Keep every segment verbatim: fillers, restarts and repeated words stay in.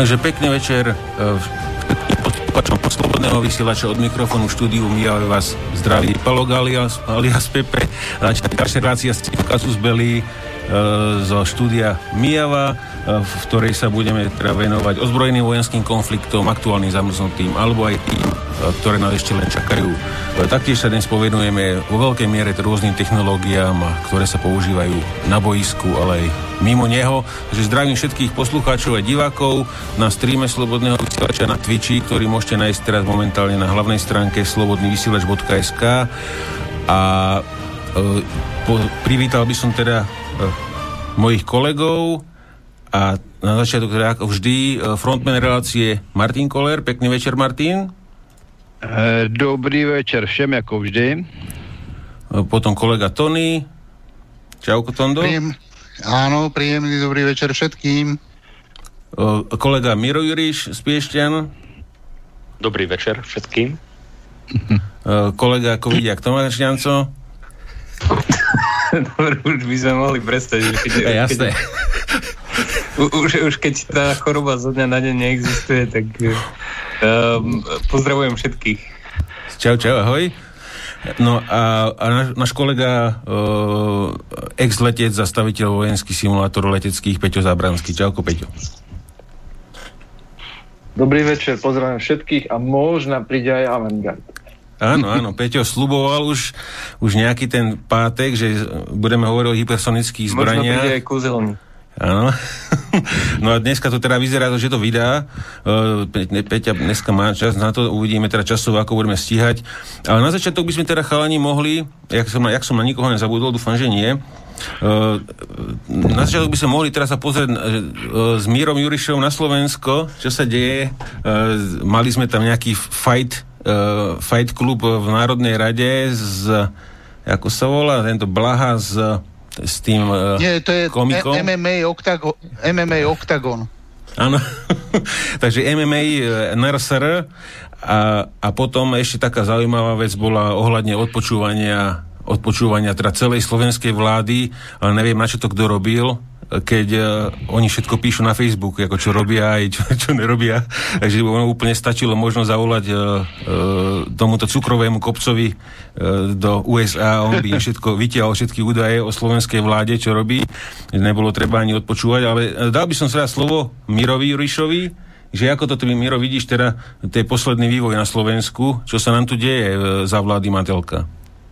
Takže pekný večer poslucháčom Slobodného vysielača od mikrofónu štúdiu Mijave vás zdraví Palo alias, alias Pepe. Ďalšia relácia z Kazus Belli e, zo štúdia Mijava, e, v ktorej sa budeme teda venovať ozbrojeným vojenským konfliktom, aktuálnym zamrznutým, alebo aj tým, e, ktoré nás ešte len čakajú. E, taktiež sa dnes povenujeme vo veľkej miere rôznym technológiám, ktoré sa používajú na boisku, ale aj mimo neho. Takže zdravím všetkých poslucháčov a divákov na streame Slobodného vysielača na Twitchi, ktorý môžete nájsť teraz momentálne na hlavnej stránke slobodný vysielač bodka es ká. A e, po, privítal by som teda e, mojich kolegov a na začiatok teda ako vždy e, frontman relácie Martin Koller. Pekný večer, Martin. E, dobrý večer všem, ako vždy. E, potom kolega Tony. Čauko, Tondo. Príjem. Áno, príjemný dobrý večer všetkým. O, kolega Miro Juriš z Piešťan. Dobrý večer všetkým. O, kolega Kovidiak Tomáš Janco. Dobre, už by sme mohli prestať. Keď, e, jasné. Keď, už, už keď tá choroba zo dňa na deň neexistuje, tak um, pozdravujem všetkých. Čau, čau, ahoj. No a, a náš, náš kolega uh, ex-letec, zastaviteľ vojenských simulátorov leteckých, Peťo Zábranský. Čauko, Peťo. Dobrý večer, pozdravím všetkých a možno príde aj Avantgard. Áno, áno, Peťo sľuboval už, už nejaký ten pátek, že budeme hovoriť o hypersonických zbraniach. Možno príde aj kúzelník. Áno. No a dneska to teda vyzerá, že to vydá. Peťa dneska má čas na to, uvidíme teda časovo, ako budeme stíhať. Ale na začiatok by sme teda chalani mohli, jak som, jak som na nikoho nezabudol, dúfam, že nie. Na začiatok by sme mohli teraz sa pozrieť s Mírom Jurišom na Slovensko, čo sa deje. Mali sme tam nejaký fight, fight klub v Národnej rade z, ako sa volá, tento Blaha z s tým uh, Nie, to je komikom. em em á Octagon. em em á Octagon. Áno. Takže em em á en er es er a, a potom ešte taká zaujímavá vec bola ohľadne odpočúvania odpočúvania teda celej slovenskej vlády, ale neviem, na čo to kto robil, keď uh, oni všetko píšu na Facebooku, ako čo robia aj čo, čo nerobia. Takže ono úplne stačilo možno zavolať uh, uh, tomuto cukrovému kopcovi uh, do ú es á, on by im všetko vytiahol, všetky údaje o slovenskej vláde, čo robí. Nebolo treba ani odpočúvať, ale dal by som sa slovo Mirovi Jurišovi, že ako toto by, Miro, vidíš teda ten posledný vývoj na Slovensku, čo sa nám tu deje uh, za vlády Matelka?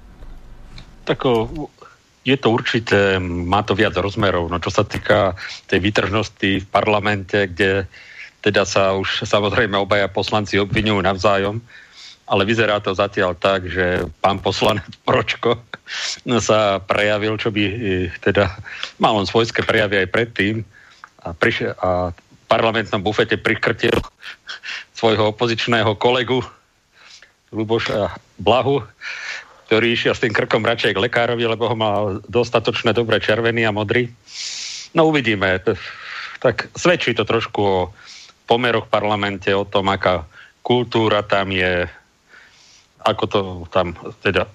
Tak je to určité, má to viac rozmerov. No čo sa týka tej výtržnosti v parlamente, kde teda sa už samozrejme obaja poslanci obviňujú navzájom, ale vyzerá to zatiaľ tak, že pán poslanec Pročko sa prejavil, čo by teda mal on svojské prejavy aj predtým a, prišiel, a v parlamentnom bufete prikrtil svojho opozičného kolegu Ľuboša Blahu, ktorý išiel s tým krkom radšej k lekárovi, lebo ho mal dostatočne dobre červený a modrý. No uvidíme. Tak svedčí to trošku o pomeroch v parlamente, o tom, aká kultúra tam je, ako to tam, teda,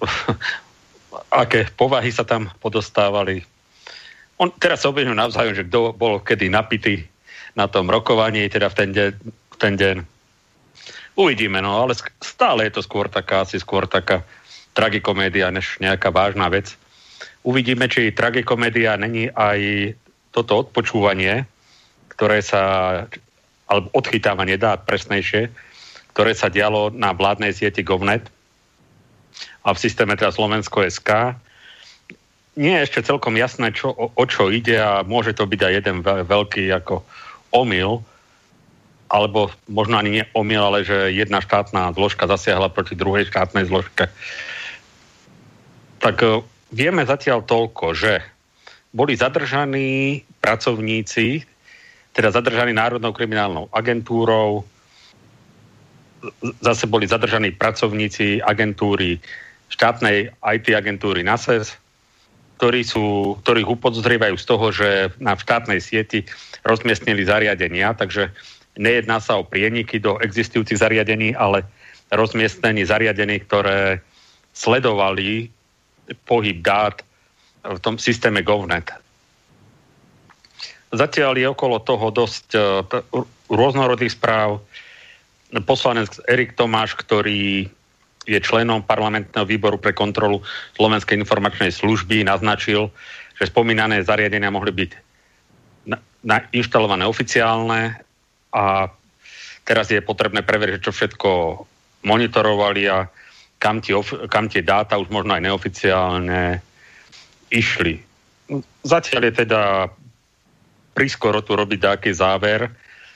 aké povahy sa tam podostávali. On teraz sa obviňujú navzájom, že kto bol kedy napitý na tom rokovaní, teda v ten deň. V ten deň. Uvidíme, no, ale stále je to skôr taká, asi skôr taká tragikomédia, než nejaká vážna vec. Uvidíme, či tragikomédia není aj toto odpočúvanie, ktoré sa, alebo odchytávanie dát presnejšie, ktoré sa dialo na vládnej sieti Govnet a v systéme teda Slovensko bodka es ká. Nie je ešte celkom jasné, čo, o, o čo ide a môže to byť aj jeden veľký ako omyl, alebo možno ani nie omyl, ale že jedna štátna zložka zasiahla proti druhej štátnej zložke. Tak vieme zatiaľ toľko, že boli zadržaní pracovníci, teda zadržaní Národnou kriminálnou agentúrou, zase boli zadržaní pracovníci agentúry, štátnej í té agentúry NASES, ktorí sú, ktorých upodozrievajú z toho, že na štátnej sieti rozmiestnili zariadenia, takže nejedná sa o prieniky do existujúcich zariadení, ale rozmiestnení zariadení, ktoré sledovali pohyb dát v tom systéme Govnet. Zatiaľ je okolo toho dosť, rôznorodých správ. Poslanec Erik Tomáš, ktorý je členom parlamentného výboru pre kontrolu Slovenskej informačnej služby, naznačil, že spomínané zariadenia mohli byť na, na inštalované oficiálne a teraz je potrebné preveriť, čo všetko monitorovali a kam tie, kam tie dáta už možno aj neoficiálne išli. Zatiaľ je teda prískoro tu robiť taký záver.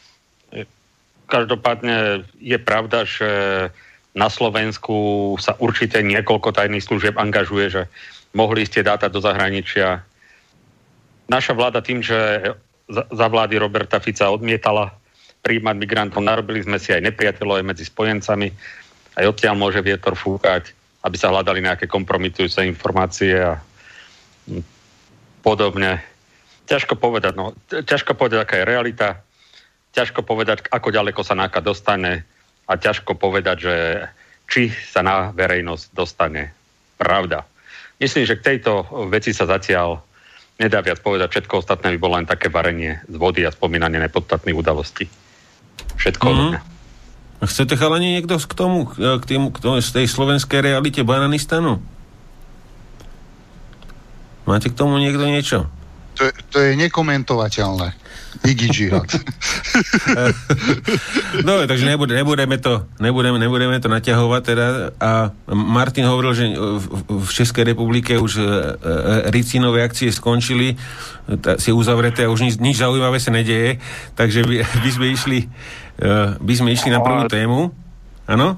Každopádne je pravda, že na Slovensku sa určite niekoľko tajných služieb angažuje, že mohli ísť tie dáta do zahraničia. Naša vláda tým, že za vlády Roberta Fica odmietala prijímať migrantov, narobili sme si aj nepriateľov aj medzi spojencami. Aj odtiaľ môže vietor fúkať, aby sa hľadali nejaké kompromitujúce informácie a podobne. Ťažko povedať, no, ťažko povedať, aká je realita, ťažko povedať, ako ďaleko sa náka dostane a ťažko povedať, že či sa na verejnosť dostane pravda. Myslím, že k tejto veci sa zatiaľ nedá viac povedať. Všetko ostatné by bolo len také varenie z vody a spomínanie nepodstatných udalostí. Všetko mm. od mňa. Chcete chalani niekto k tomu, k, tým, k tomu, z tej slovenskej realite Bananistanu? Máte k tomu niekto niečo? To, to je nekomentovateľné. Digi džihad. Dobre, takže nebude, nebudeme, to, nebudeme, nebudeme to naťahovať teda. A Martin hovoril, že v Českej republike už ricinové akcie skončili, si uzavreté a už nič, nič zaujímavé sa nedeje, takže by, by sme išli by sme išli na prvú tému. Áno?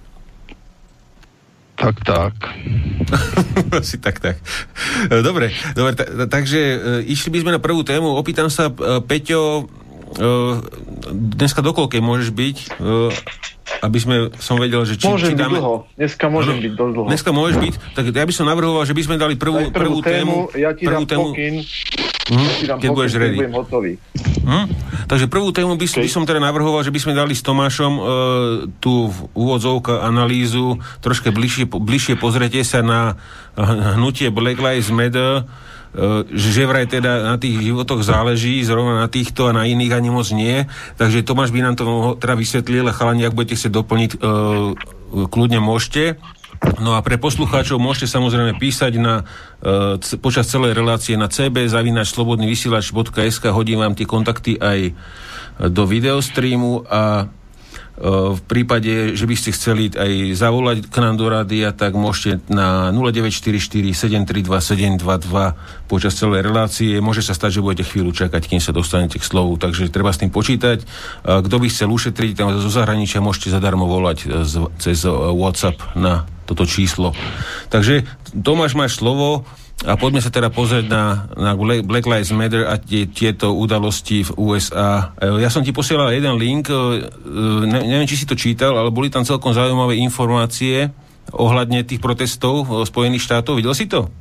Tak, tak. Asi tak, tak. Dobre, dobre t- t- takže e, išli by sme na prvú tému. Opýtam sa, e, Peťo, e, dneska do koľkej môžeš byť? E, aby sme, som vedel, že či, môžem či dáme... byť dlho. Dneska môžem ano, byť dosť dlho. Dneska môžeš byť? Tak ja by som navrhoval, že by sme dali prvú, prvú, prvú tému. Ja ti prvú dám tému. pokyn. Hm? Ja ti dám Keď pokyn, budeš ready. budem hotový. Hm? Takže prvú tému by, okay. by som teda navrhoval, že by sme dali s Tomášom e, tú úvodzovka analýzu, troške bližšie, bližšie pozrite sa na hnutie Black Lives Matter, e, že vraj teda na tých životoch záleží, zrovna na týchto a na iných ani moc nie. Takže Tomáš by nám to teda vysvetlil a chalani, ak budete chcieť doplniť, e, kľudne môžete. No a pre poslucháčov môžete samozrejme písať na, e, c- počas celej relácie na c b zavináč slobodný vysielač bodka es ká, hodím vám tie kontakty aj do videostreamu a e, v prípade, že by ste chceli aj zavolať k nám do rádia, tak môžete na nula deväť štyri štyri sedem tri dva sedem dva dva počas celej relácie. Môže sa stať, že budete chvíľu čakať, kým sa dostanete k slovu, takže treba s tým počítať. E, kto by chcel ušetriť tam zo zahraničia, môžete zadarmo volať z, cez WhatsApp na toto číslo. Takže Tomáš, máš slovo a poďme sa teda pozrieť na, na Black Lives Matter a tie, tieto udalosti v ú es á. Ja som ti posielal jeden link, ne, neviem, či si to čítal, ale boli tam celkom zaujímavé informácie ohľadne tých protestov v Spojených štátoch. Videl si to?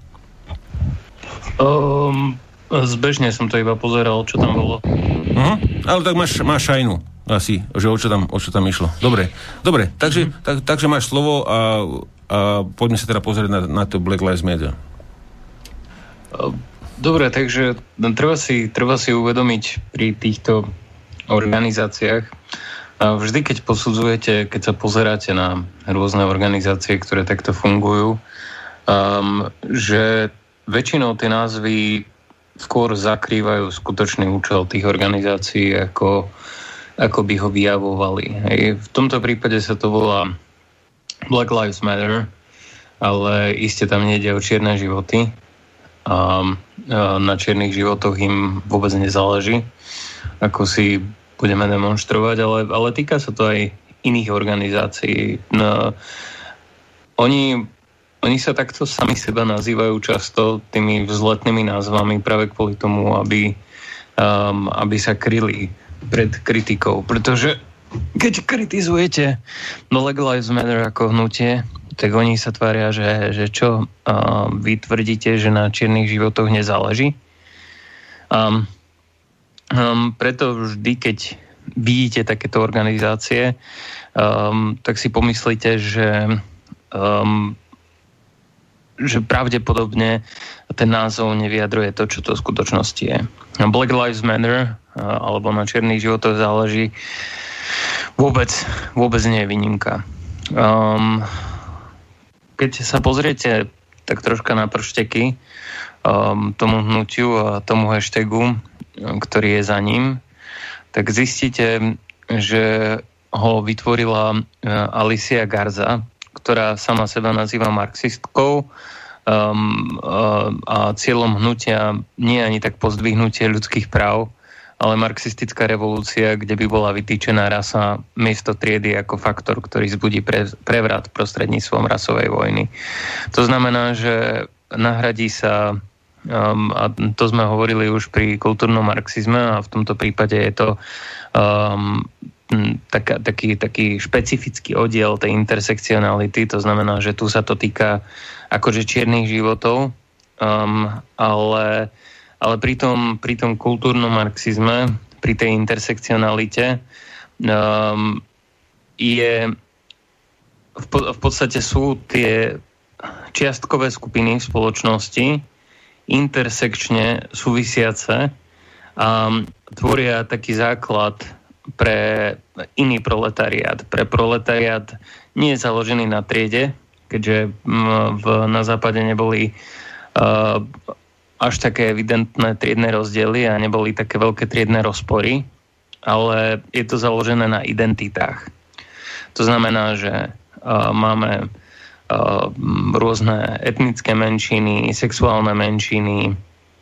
Um, zbežne som to iba pozeral, čo tam bolo. Uh-huh. Ale tak máš, máš šajnu. Asi, že o čo tam, o čo tam išlo. Dobre, dobre, takže, mm-hmm. tak, takže máš slovo a, a poďme sa teda pozrieť na, na to Black Lives Matter. Dobre, takže treba si, treba si uvedomiť pri týchto organizáciách, vždy keď posudzujete, keď sa pozeráte na rôzne organizácie, ktoré takto fungujú, um, že väčšinou tie názvy skôr zakrývajú skutočný účel tých organizácií, ako ako by ho vyjavovali. Hej. V tomto prípade sa to volá Black Lives Matter, ale iste tam nejde o čierne životy. A na čiernych životoch im vôbec nezáleží, ako si budeme demonštrovať, ale, ale týka sa to aj iných organizácií. No, oni, oni sa takto sami seba nazývajú často tými vzletnými názvami práve kvôli tomu, aby, um, aby sa kryli pred kritikou, pretože keď kritizujete Black Lives Matter ako hnutie, tak oni sa tvária, že, že čo, uh, vy tvrdíte, že na čiernych životoch nezáleží. Um, um, preto vždy, keď vidíte takéto organizácie, um, tak si pomyslíte, že um, že pravdepodobne ten názov nevyjadruje to, čo to v skutočnosti je. Black Lives Matter alebo na čiernych životoch záleží vôbec, vôbec nie je výnimka. Um, keď sa pozriete tak troška na pršteky um, tomu hnutiu a tomu hashtagu, ktorý je za ním, tak zistíte, že ho vytvorila Alicia Garza, ktorá sama seba nazýva marxistkou, um, a cieľom hnutia nie je ani tak pozdvihnutie ľudských práv, ale marxistická revolúcia, kde by bola vytýčená rasa miesto triedy ako faktor, ktorý zbudí pre, prevrat prostredníctvom rasovej vojny. To znamená, že nahradí sa, um, a to sme hovorili už pri kultúrnom marxizme, a v tomto prípade je to um, tak, taký, taký špecifický oddiel tej intersekcionality, to znamená, že tu sa to týka akože čiernych životov, um, ale, ale pri tom, pri tom kultúrnom marxizme, pri tej intersekcionalite um, je v, po, v podstate sú tie čiastkové skupiny v spoločnosti intersekčne súvisiace a tvoria taký základ pre iný proletariát. Pre proletariát nie je založený na triede, keďže v, na západe neboli uh, až také evidentné triedne rozdiely a neboli také veľké triedne rozpory, ale je to založené na identitách. To znamená, že uh, máme uh, rôzne etnické menšiny, sexuálne menšiny,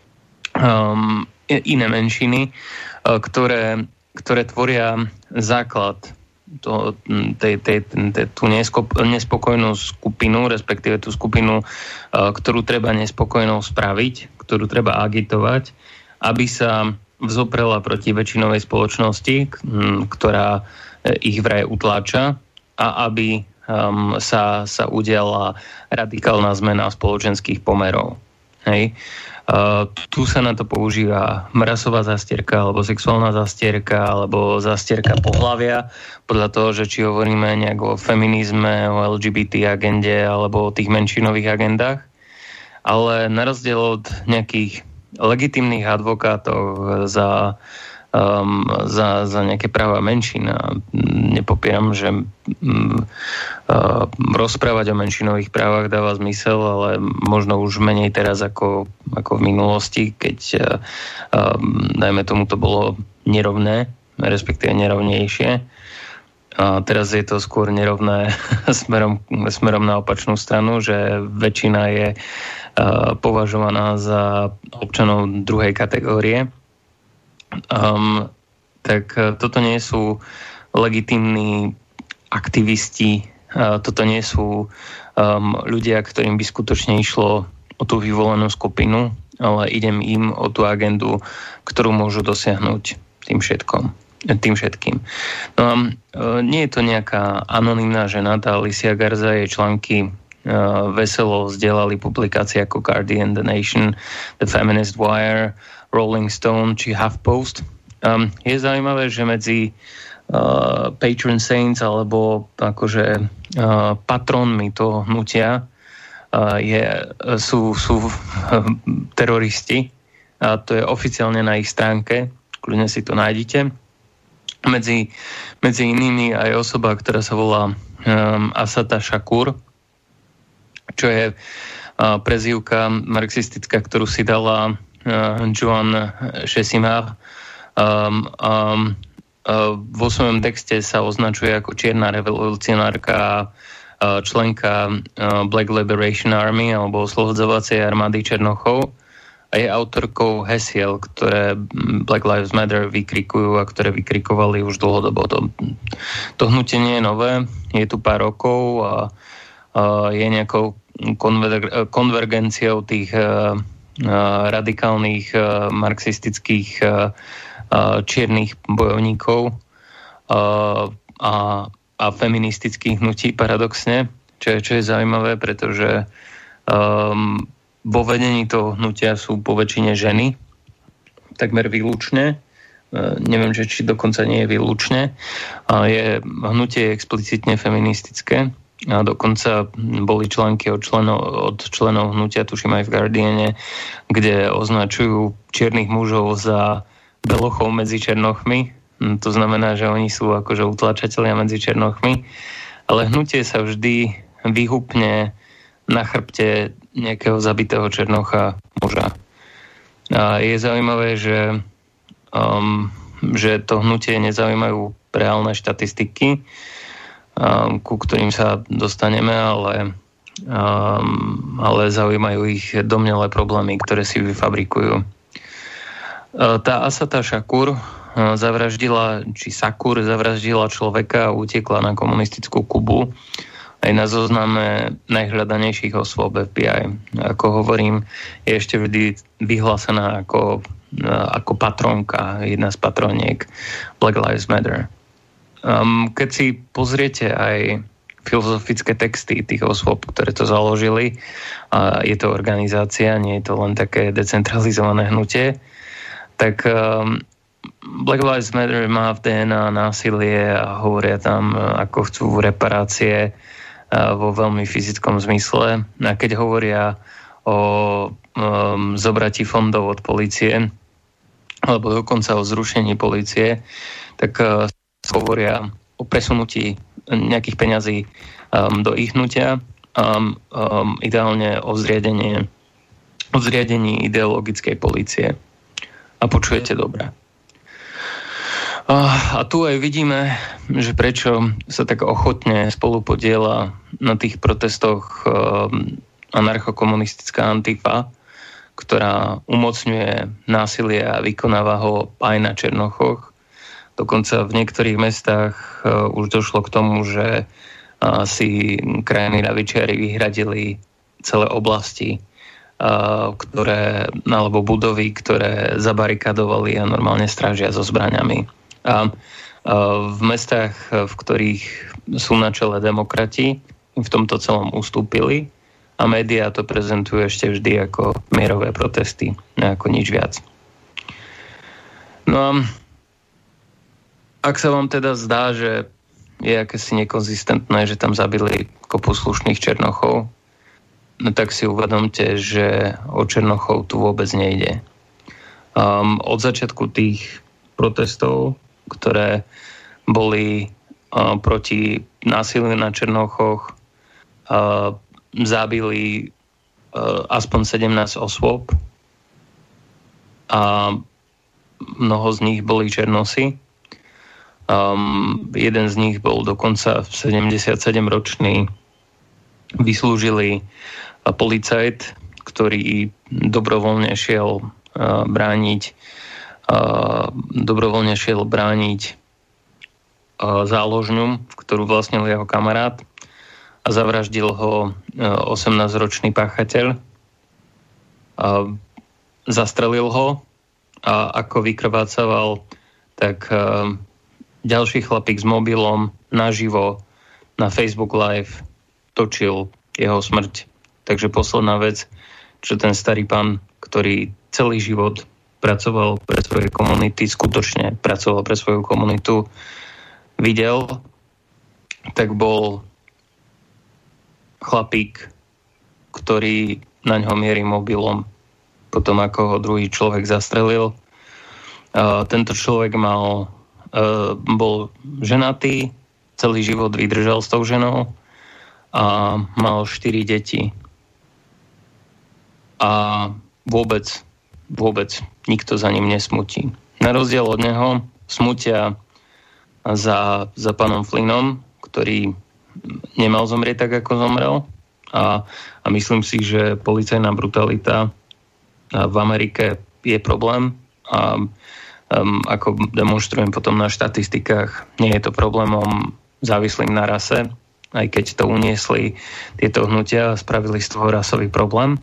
um, iné menšiny, uh, ktoré ktoré tvoria základ to, tej, tej, tej, tú neskop, nespokojnú skupinu, respektíve tú skupinu, ktorú treba nespokojnou spraviť, ktorú treba agitovať, aby sa vzoprela proti väčšinovej spoločnosti, ktorá ich vraj utláča, a aby um, sa, sa udiala radikálna zmena spoločenských pomerov. Hej. Uh, tu sa na to používa rasová zastierka alebo sexuálna zastierka alebo zastierka pohlavia, podľa toho, že či hovoríme nejak o feminizme, o el gé bé té agende alebo o tých menšinových agendách. Ale na rozdiel od nejakých legitímnych advokátov za, um, za, za nejaké práva menšín, a nepopieram, že um, uh, rozprávať o menšinových právach dáva zmysel, ale možno už menej teraz ako, ako v minulosti, keď uh, um, dajme tomu to bolo nerovné, respektíve nerovnejšie. A teraz je to skôr nerovné smerom, smerom na opačnú stranu, že väčšina je uh, považovaná za občanov druhej kategórie. Um, tak uh, toto nie sú legitímni aktivisti, uh, toto nie sú um, ľudia, ktorým by skutočne išlo o tú vyvolenú skupinu, ale idem im o tú agendu, ktorú môžu dosiahnuť tým všetkom. tým všetkým. No a nie je to nejaká anonymná žena, tá Alicia Garza, jej články uh, veselo zdieľali publikácie ako Guardian, The Nation, The Feminist Wire, Rolling Stone či HuffPost. Um, je zaujímavé, že medzi uh, patron saints alebo akože uh, patrónmi toho hnutia uh, je, sú, sú teroristi, a to je oficiálne na ich stránke, kľudne si to nájdete. Medzi, medzi inými aj osoba, ktorá sa volá um, Assata Shakur, čo je uh, prezývka marxistická, ktorú si dala uh, Joan Chesimard. Um, um, uh, vo svojom texte sa označuje ako čierna revolucionárka, uh, členka uh, Black Liberation Army alebo oslobodzovacej armády Černochov, a je autorkou hesiel, ktoré Black Lives Matter vykrikujú a ktoré vykrikovali už dlhodobo. To, to hnutie nie je nové, je tu pár rokov a, a je nejakou konver, konvergenciou tých a, a, radikálnych a, marxistických a, a, čiernych bojovníkov a, a, a feministických hnutí paradoxne, čo je, čo je zaujímavé, pretože um, vo vedení toho hnutia sú po väčšine ženy, takmer výlučne. E, neviem, že či dokonca nie je výlučne. A je, hnutie je explicitne feministické. A dokonca boli články od členov, od členov hnutia, tuším aj v Guardiane, kde označujú čiernych mužov za belochov medzi černochmi. To znamená, že oni sú akože utlačatelia medzi černochmi. Ale hnutie sa vždy vyhupne na chrbte nejakého zabitého černocha muža. A je zaujímavé, že, um, že to hnutie nezaujímajú reálne štatistiky, um, ku ktorým sa dostaneme, ale, um, ale zaujímajú ich domnelé problémy, ktoré si vyfabrikujú. Uh, tá Assata Shakur uh, zavraždila, či Sakur zavraždila človeka a utekla na komunistickú Kubu. Aj na zozname najhľadanejších osôb ef bí aj. Ako hovorím, je ešte vždy vyhlásená ako, ako patronka, jedna z patroniek Black Lives Matter. Um, keď si pozriete aj filozofické texty tých osôb, ktoré to založili, a je to organizácia, nie je to len také decentralizované hnutie, tak um, Black Lives Matter má v dé en á násilie a hovoria tam, ako chcú reparácie vo veľmi fyzickom zmysle. A keď hovoria o um, zobratí fondov od polície, alebo dokonca o zrušení polície, tak uh, hovoria o presunutí nejakých peňazí um, do ich hnutia, um, um, ideálne o zriadenie, o zriadení ideologickej polície. A počujete dobre. A tu aj vidíme, že prečo sa tak ochotne spolupodiela na tých protestoch anarchokomunistická Antifa, ktorá umocňuje násilie a vykonáva ho aj na černochoch. Dokonca v niektorých mestách už došlo k tomu, že si krajní ľavičiari vyhradili celé oblasti, ktoré, alebo budovy, ktoré zabarikadovali a normálne strážia so zbraňami. A v mestách, v ktorých sú na čele demokrati, v tomto celom ustúpili a médiá to prezentujú ešte vždy ako mierové protesty, ako nič viac. No a ak sa vám teda zdá, že je akési nekonzistentné, že tam zabili kopu slušných černochov, no tak si uvedomte, že o černochov tu vôbec nejde. Um, od začiatku tých protestov, ktoré boli uh, proti násiliu na černochoch, uh, zabili uh, aspoň sedemnásť osôb a mnoho z nich boli černosy. Um, jeden z nich bol dokonca sedemdesiatsedemročný vyslúžilý uh, policajt, ktorý dobrovoľne šiel uh, brániť uh, dobrovoľne šiel brániť uh, záložňu, ktorú vlastnil jeho kamarát, a zavraždil ho uh, osemnásťročný páchateľ. Uh, zastrelil ho a ako vykrvácaval, tak uh, ďalší chlapík s mobilom naživo na Facebook Live točil jeho smrť. Takže posledná vec, čo ten starý pán, ktorý celý život pracoval pre svoje komunity, skutočne pracoval pre svoju komunitu, videl, tak bol chlapík, ktorý na ňo mierí mobilom potom, ako ho druhý človek zastrelil. Uh, tento človek mal, uh, bol ženatý, celý život vydržal s tou ženou a mal štyri deti. A vôbec, vôbec nikto za ním nesmutí. Na rozdiel od neho smutia za, za pánom Flynnom, ktorý nemal zomrieť tak, ako zomrel. A, a myslím si, že policajná brutalita v Amerike je problém. A um, ako demonstrujem potom na štatistikách, nie je to problémom závislým na rase, aj keď to uniesli tieto hnutia a spravili z toho rasový problém.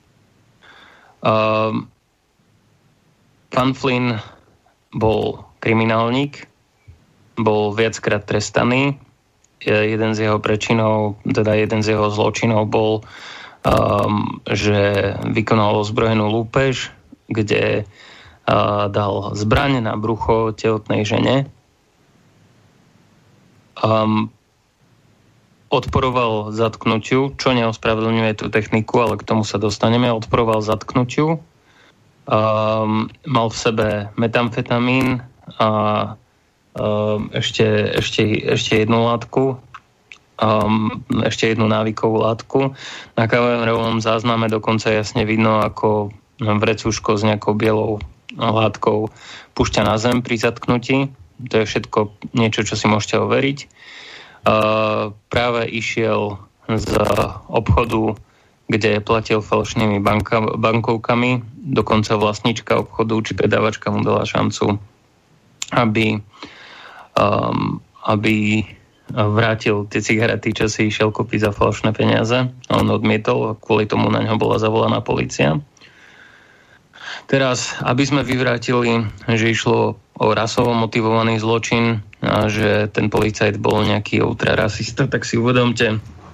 Um, pán Flynn bol kriminálnik, bol viackrát trestaný. Jeden z jeho prečinov, teda jeden z jeho zločinov bol, um, že vykonal ozbrojenú lúpež, kde uh, dal zbraň na brucho tehotnej žene. Um, odporoval zatknutiu, čo neospravedlňuje tú techniku, ale k tomu sa dostaneme. Odporoval zatknutiu. Um, mal v sebe metamfetamín a um, ešte, ešte, ešte jednu látku, um, ešte jednu návykovú látku. Na kamerovom zázname dokonca jasne vidno, ako vrecúško s nejakou bielou látkou púšťa na zem pri zatknutí. To je všetko niečo, čo si môžete overiť. Uh, práve išiel z obchodu, kde platil falošnými banka, bankovkami. Dokonca vlastnička obchodu či predávačka mu dala šancu, aby, um, aby vrátil tie cigarety, čo si išiel kúpiť za falošné peniaze. A on odmietol, kvôli tomu na ňo bola zavolaná polícia. Teraz, aby sme vyvrátili, že išlo o rasovo motivovaný zločin a že ten policajt bol nejaký ultrarasista, tak si uvedomte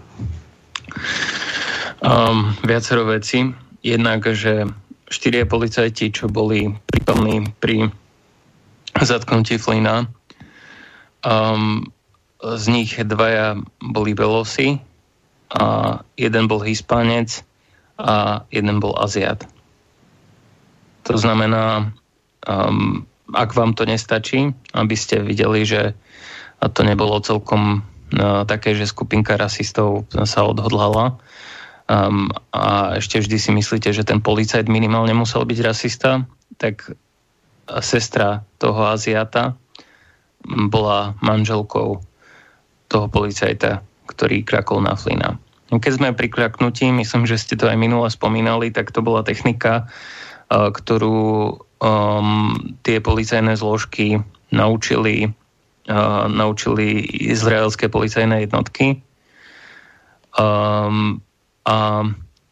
um, viacero veci. Jednak, že štyria policajti, čo boli prítomní pri zatknutí Flynna, um, z nich dvaja boli Belosi a jeden bol Hispánec a jeden bol Aziat. To znamená, um, ak vám to nestačí, aby ste videli, že to nebolo celkom uh, také, že skupinka rasistov sa odhodlala um, a ešte vždy si myslíte, že ten policajt minimálne musel byť rasista, tak sestra toho Aziata bola manželkou toho policajta, ktorý krakol na Flynna. Keď sme pri kraknutí, myslím, že ste to aj minule spomínali, tak to bola technika, ktorú um, tie policajné zložky naučili, uh, naučili izraelské policajné jednotky. Um, a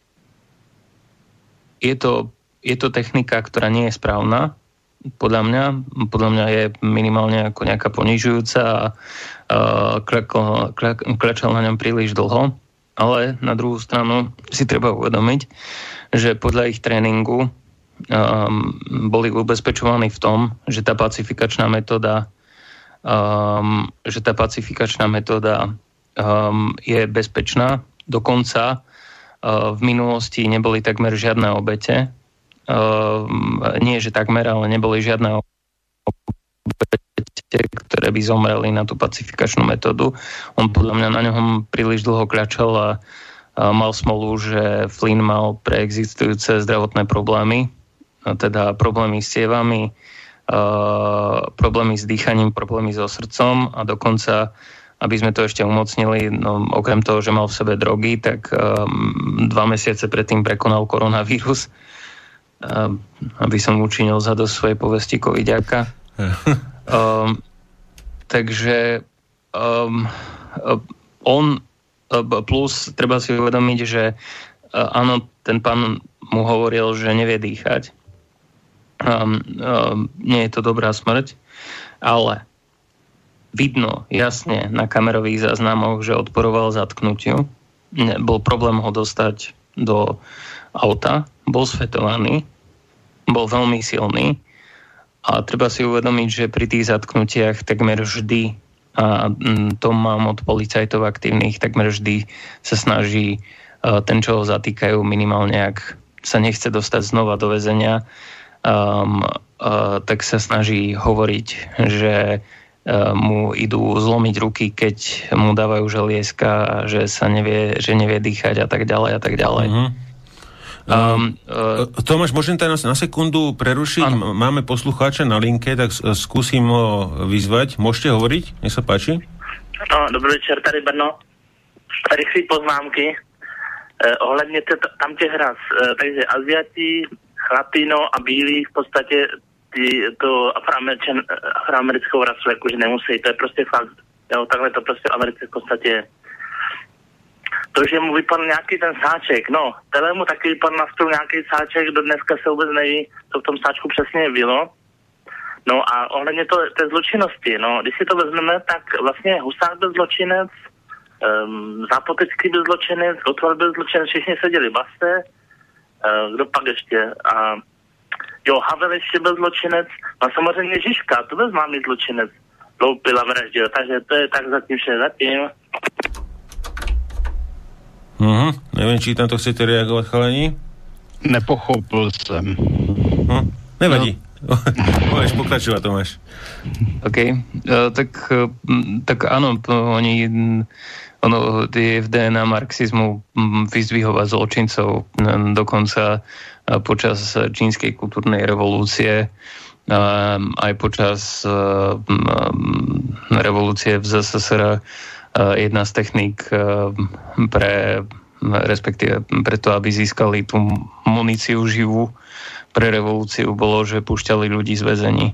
je to, je to technika, ktorá nie je správna, podľa mňa. Podľa mňa je minimálne ako nejaká ponižujúca a uh, klakol, klak, klačal na ňom príliš dlho. Ale na druhú stranu si treba uvedomiť, že podľa ich tréningu Um, boli ubezpečovaní v tom, že tá pacifikačná metóda um, že tá pacifikačná metóda um, je bezpečná. Dokonca uh, v minulosti neboli takmer žiadne obete. Um, nie, že takmer, ale neboli žiadne obete, ktoré by zomreli na tú pacifikačnú metódu. On podľa mňa na ňom príliš dlho kľačal a, a mal smolu, že Flynn mal preexistujúce zdravotné problémy, teda problémy s cievami, uh, problémy s dýchaním, problémy so srdcom a dokonca, aby sme to ešte umocnili, no, okrem toho, že mal v sebe drogy, tak um, dva mesiace predtým prekonal koronavírus, uh, aby som učinil zadosť svojej povesti covidiaka. um, takže um, on plus treba si uvedomiť, že uh, áno, ten pán mu hovoril, že nevie dýchať. Um, um, nie je to dobrá smrť, ale vidno jasne na kamerových záznamoch, že odporoval zatknutiu. Bol problém ho dostať do auta, bol sfetovaný, bol veľmi silný a treba si uvedomiť, že pri tých zatknutiach takmer vždy, a to mám od policajtov aktívnych, takmer vždy sa snaží ten, čo ho zatýkajú, minimálne ak sa nechce dostať znova do väzenia, Um, uh, tak sa snaží hovoriť, že uh, mu idú zlomiť ruky, keď mu dávajú želieska a že sa nevie, že nevie dýchať a tak ďalej a tak ďalej. Uh-huh. Um, uh, Tomáš, môžem teda na sekundu prerušiť? Áno. Máme poslucháča na linke, tak skúsim ho vyzvať. Môžete hovoriť? Nech sa páči. No, dobrý večer, tady Brno. Rychlý poznámky. Eh, ohledně t- tam těch ras. Eh, takže Aziati, Chlapino a bílí v podstatě ty, to afroamerickou rasu jakože nemusí, to je prostě fakt, jo, takhle to prostě v Americe v podstatě je. To, že mu vypadl nějaký ten sáček, no, tenhle mu taky vypadl na stůl nějaký sáček, do dneska se vůbec neví, co v tom sáčku přesně bylo. No a ohledně to, té zločinnosti, no, když si to vezmeme, tak vlastně Husák byl zločinec, um, Zápotecký byl zločinec, Gottwald byl zločinec, všichni seděli v baste. Kdo pak ještě? A jo, Havel ještě byl zločinec. A samozřejmě Žižka, to byl známý zločinec. Loupil a vraždil. Takže to je tak zatím vše zatím. Uh-huh. Neviem, či tam to chcete reagovať, chalani? Nepochopil som. Hm? Nevadí. No. Môžeš pokračovať, Tomáš. OK. Uh, tak, uh, tak áno, oni ono, je v dé en á marxizmu vyzdvihovať zločincov dokonca počas čínskej kultúrnej revolúcie, aj počas revolúcie v zet es es er. Jedna z techník pre, respektíve preto, aby získali tú muníciu živú pre revolúciu, bolo, že púšťali ľudí z väzení.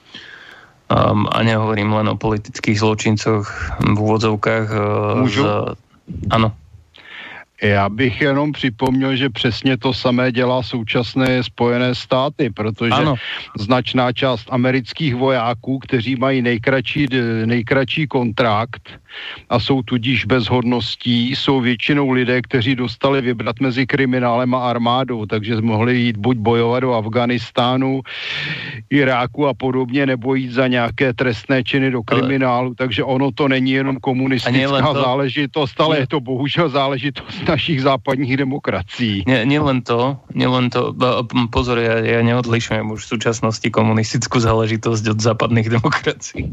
Um, a nehovorím len o politických zločincoch v úvodzovkách. Môžu? Z, áno. Já bych jenom připomněl, že přesně to samé dělá současné Spojené státy, protože ano. Značná část amerických vojáků, kteří mají nejkratší, nejkratší kontrakt a jsou tudíž bez hodností, jsou většinou lidé, kteří dostali vybrat mezi kriminálem a armádou, takže mohli jít buď bojovat do Afganistánu, Iráku a podobně, nebo jít za nějaké trestné činy do kriminálu, ale... takže ono to není jenom komunistická to... záležitost, ale je to bohužel záležitost našich západních demokracií. Nie, nie len to, nie len to, pozor, ja, ja neodlišujem už v súčasnosti komunistickú záležitosť od západných demokracií.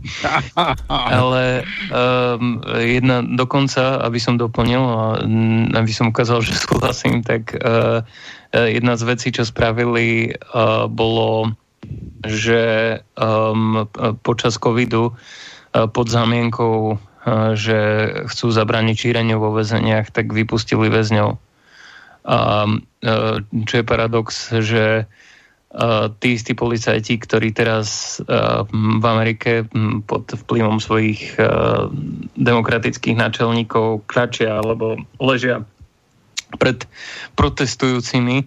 Ale um, jedna dokonca, aby som doplnil, aby som ukázal, že súhlasím, tak uh, jedna z vecí, čo spravili, uh, bolo, že um, počas covidu uh, pod zámienkou že chcú zabrániť šíreniu vo väzeniach, tak vypustili väzňov. A čo je paradox, že tí istí policajti, ktorí teraz v Amerike pod vplyvom svojich demokratických náčelníkov kračia alebo ležia pred protestujúcimi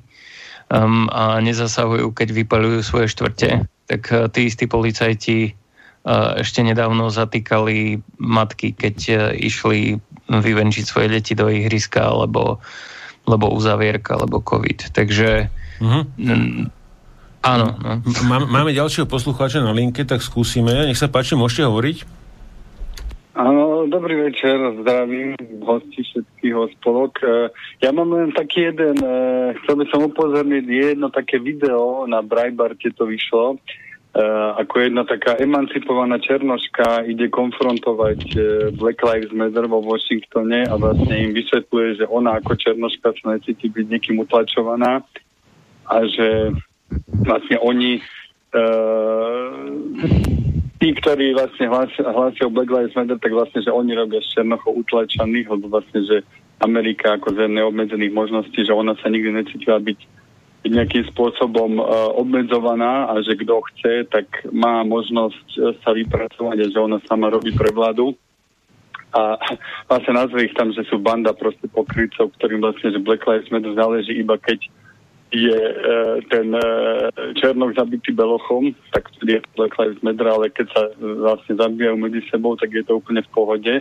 a nezasahujú, keď vypaľujú svoje štvrte, tak tí istí policajti ešte nedávno zatýkali matky, keď išli vyvenčiť svoje deti do ihriska, alebo, alebo uzavierka, alebo COVID. Takže uh-huh. m, áno. No. Máme, máme ďalšieho poslucháča na linke, tak skúsime. Nech sa páči, môžete hovoriť? Áno, dobrý večer, zdravím hosti všetkých spolok. Ja mám len taký jeden, chcel by som upozorniť, jedno také video na Breitbarte to vyšlo, Uh, ako jedna taká emancipovaná černoška ide konfrontovať uh, Black Lives Matter vo Washingtone a vlastne im vysvetľuje, že ona ako černoška sa necíti byť niekým utlačovaná a že vlastne oni uh, tí, ktorí vlastne hlásia, hlásia o Black Lives Matter, tak vlastne, že oni robia z černochov utlačaných, lebo vlastne, že Amerika ako zem neobmedzených možností, že ona sa nikdy necítila byť nejakým spôsobom uh, obmedzovaná a že kto chce, tak má možnosť uh, sa vypracovať a že ona sama robí prevládu. A vlastne nazve ich tam, že sú banda proste pokrytcov, ktorým vlastne, že Black Lives Matter záleží iba keď je uh, ten uh, černok zabitý belochom, tak vtedy je Black Lives Matter, ale keď sa uh, vlastne zabíjajú medzi sebou, tak je to úplne v pohode.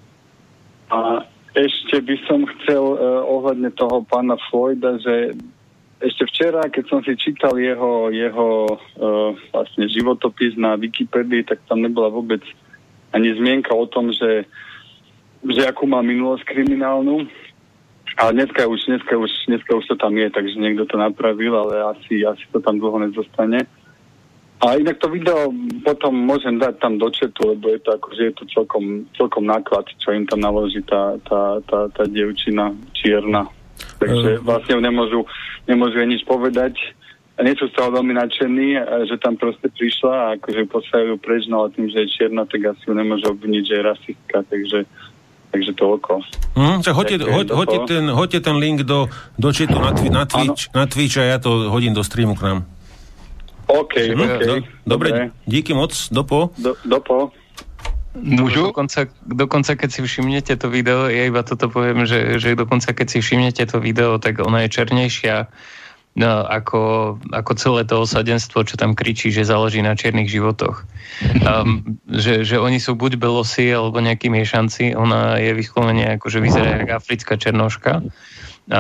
A ešte by som chcel uh, ohľadne toho pána Floyda, že ešte včera, keď som si čítal jeho, jeho uh, vlastne životopis na Wikipedii, tak tam nebola vôbec ani zmienka o tom, že, že akú má minulosť kriminálnu. Ale dneska už, dneska, už, dneska už to tam je, takže niekto to napravil, ale asi, asi to tam dlho nezostane. A inak to video potom môžem dať tam do chatu, lebo je to akože je to celkom, celkom náklad, čo im tam naloží tá, tá, tá, tá dievčina čierna. Takže vlastne nemôžu, nemôžu nič povedať. A nie sú z toho veľmi nadšení, že tam proste prišla a akože poslali ju preč, no ale tým, že je čierna, tak asi ju nemôže obviniť, že je rasistka, takže, takže toľko. Mm, tak hoďte, hoď, hoďte, ten, hoďte ten link do, do chatu na, twi, na, Twitch, na Twitch a ja to hodím do streamu k nám. OK, mm, OK. Do, dobre, dobre, díky moc, dopo. Do, dopo. Môžu? Dokonca, dokonca keď si všimnete to video, ja iba toto poviem, že, že dokonca keď si všimnete to video, tak ona je černejšia no, ako, ako celé to osadenstvo, čo tam kričí, že záleží na čiernych životoch. Um, že, že oni sú buď belosi, alebo nejakí miešanci. Ona je vyslovene ako, že vyzerá ako africká černoška. A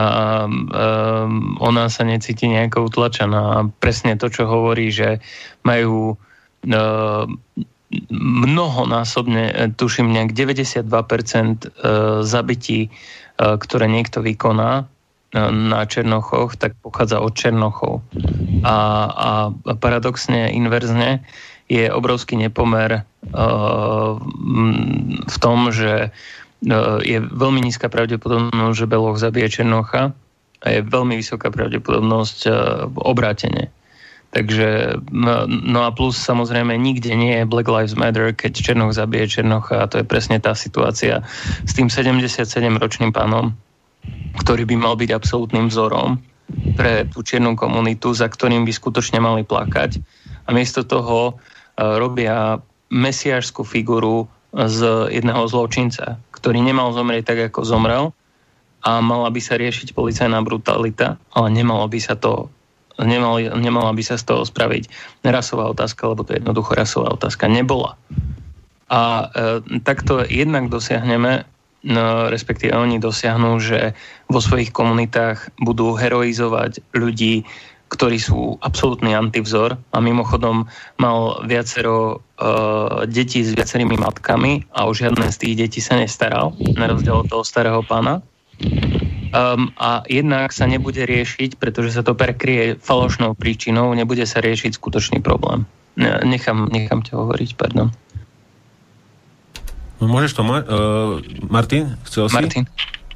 um, ona sa necíti nejako utlačená. A presne to, čo hovorí, že majú uh, mnohonásobne, tuším nejak deväťdesiatdva percent zabití, ktoré niekto vykoná na Černochoch, tak pochádza od Černochov. A, a paradoxne, inverzne, je obrovský nepomer v tom, že je veľmi nízka pravdepodobnosť, že Beloch zabije Černocha a je veľmi vysoká pravdepodobnosť obrátenie. Takže, no a plus samozrejme nikde nie je Black Lives Matter, keď Černoch zabije Černocha, a to je presne tá situácia s tým sedemdesiatsedemročným pánom, ktorý by mal byť absolútnym vzorom pre tú čiernu komunitu, za ktorým by skutočne mali plakať. A miesto toho robia mesiášskú figuru z jedného zločinca, ktorý nemal zomrieť tak, ako zomrel, a mala by sa riešiť policajná brutalita, ale nemalo by sa to Nemal, nemala by sa z toho spraviť rasová otázka, lebo to je jednoducho rasová otázka nebola. A e, takto jednak dosiahneme, no, respektíve oni dosiahnu, že vo svojich komunitách budú heroizovať ľudí, ktorí sú absolútny antivzor, a mimochodom mal viacero e, detí s viacerými matkami a o žiadne z tých detí sa nestaral, na rozdiel od toho starého pána. Um, a jednak sa nebude riešiť, pretože sa to prekryje falošnou príčinou, nebude sa riešiť skutočný problém. Nechám, nechám ťa hovoriť, pardon. Môžeš to, uh, Martin? Chcel si? Martin.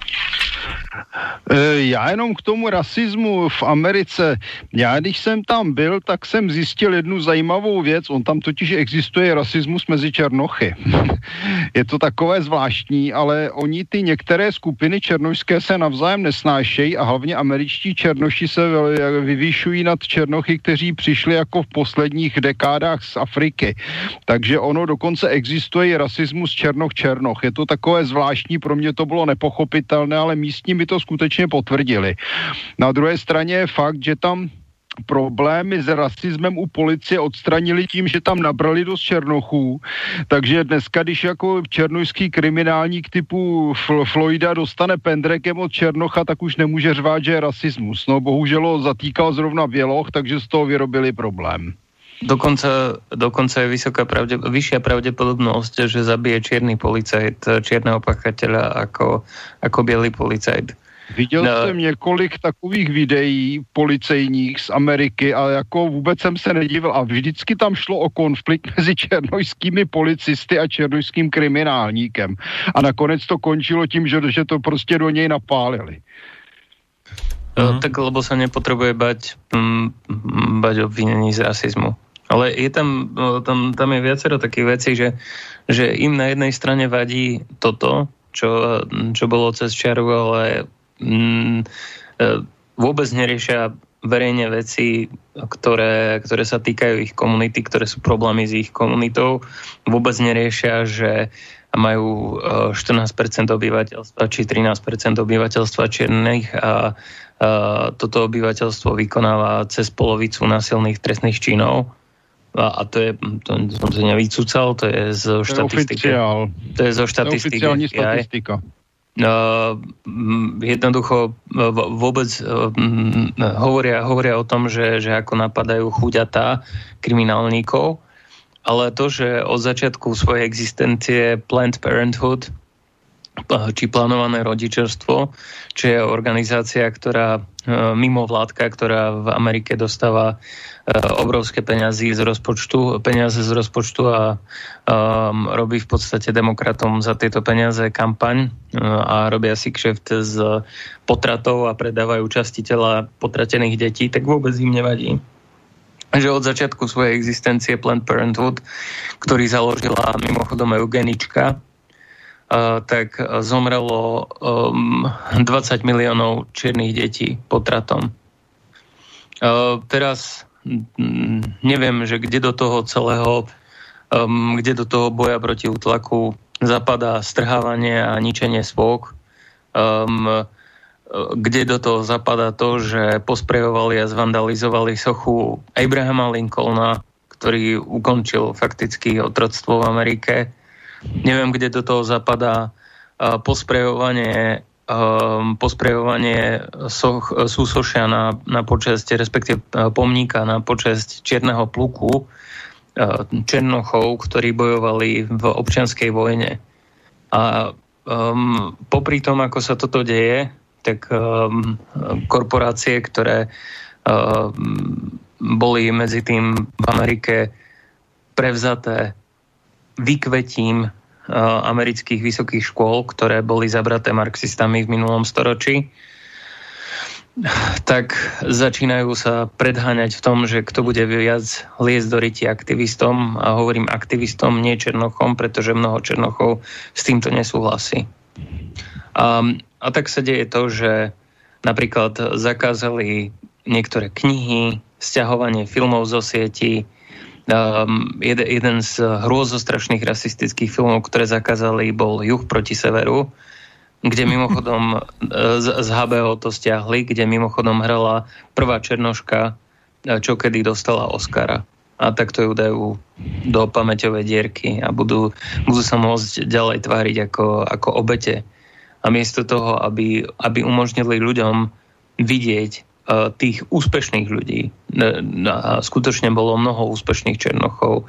Já jenom k tomu rasismu v Americe. Já, když jsem tam byl, tak jsem zjistil jednu zajímavou věc. On tam totiž existuje rasismus mezi Černochy. Je to takové zvláštní, ale oni ty některé skupiny černošské se navzájem nesnášejí a hlavně američtí černoši se vyvýšují nad Černochy, kteří přišli jako v posledních dekádách z Afriky. Takže ono dokonce existuje rasismus Černoch-Černoch. Je to takové zvláštní, pro mě to bylo nepochopitelné, ale místní mi to skutečně potvrdili. Na druhé straně je fakt, že tam problémy s rasismem u policie odstranili tím, že tam nabrali dost Černochů, takže dneska, když jako černošský kriminálník typu Floyda dostane pendrekem od Černocha, tak už nemůže řvát, že je rasismus. No bohužel ho zatýkal zrovna Běloch, takže z toho vyrobili problém. Dokonca, dokonca je vysoká pravde, vyššia pravdepodobnosť, že zabije čierny policajt čierneho pachateľa ako, ako bielý policajt. Viděl no. jsem několik takových videí policejních z Ameriky a jako vůbec jsem se nedivil a vždycky tam šlo o konflikt mezi černošskými policisty a černošským kriminálníkem. A nakonec to končilo tím, že, že to prostě do něj napálili. Uh-huh. Tak lebo sa nepotrebuje bať, m, bať obvinení z rasizmu. Ale je tam, tam, tam je viacero takých vecí, že, že im na jednej strane vadí toto, čo, čo bolo cez čiaru, ale m, vôbec neriešia verejne veci, ktoré, ktoré sa týkajú ich komunity, ktoré sú problémy s ich komunitou. Vôbec neriešia, že majú štrnásť percent obyvateľstva či trinásť percent obyvateľstva čiernych a, a toto obyvateľstvo vykonáva cez polovicu násilných trestných činov. A, a to je, to som sa nevycúcal, to je zo štatistiky. To je zo štatistiky. To je oficiálna statistika. Uh, jednoducho vôbec uh, hovoria, hovoria o tom, že, že ako napadajú chuďatá kriminálníkov, ale to, že od začiatku svojej existencie Planned Parenthood, či plánované rodičovstvo, čo je organizácia, ktorá mimovládka, ktorá v Amerike dostáva obrovské peniazy z rozpočtu, peniaze z rozpočtu a um, robí v podstate demokratom za tieto peniaze kampaň a robia si kšeft z potratov a predávajú časti tela potratených detí, tak vôbec im nevadí, že od začiatku svojej existencie Planned Parenthood, ktorý založila mimochodom eugenička, uh, tak zomrelo um, dvadsať miliónov čiernych detí potratom. Uh, teraz um, neviem, že kde do toho celého, um, kde do toho boja proti útlaku zapadá strhávanie a ničenie svôk, um, kde do toho zapadá to, že posprejovali a zvandalizovali sochu Abrahama Lincolna, ktorý ukončil fakticky otroctvo v Amerike. Neviem, kde do toho zapadá uh, posprejovanie, um, posprejovanie soch, súsošia na, na počesť, respektíve uh, pomníka na počesť čierneho pluku Černochov, ktorí bojovali v občianskej vojne. A um, popri tom, ako sa toto deje, tak um, korporácie, ktoré um, boli medzi tým v Amerike prevzaté vykvetím uh, amerických vysokých škôl, ktoré boli zabraté marxistami v minulom storočí, tak začínajú sa predháňať v tom, že kto bude viac liesť do ryti aktivistom, a hovorím aktivistom, nie Černochom, pretože mnoho Černochov s týmto nesúhlasí. A, a tak sa deje to, že napríklad zakázali niektoré knihy, sťahovanie filmov zo sietí. Um, jeden, jeden z hrôzostrašných rasistických filmov, ktoré zakázali, bol Juh proti severu, kde mimochodom z, z há bé ó to stiahli, kde mimochodom hrala prvá Černoška, čo kedy dostala Oscara. A takto ju dajú do pamäťovej dierky a budú, budú sa môcť ďalej tváriť ako, ako obete. A miesto toho, aby, aby umožnili ľuďom vidieť uh, tých úspešných ľudí. A skutočne bolo mnoho úspešných Černochov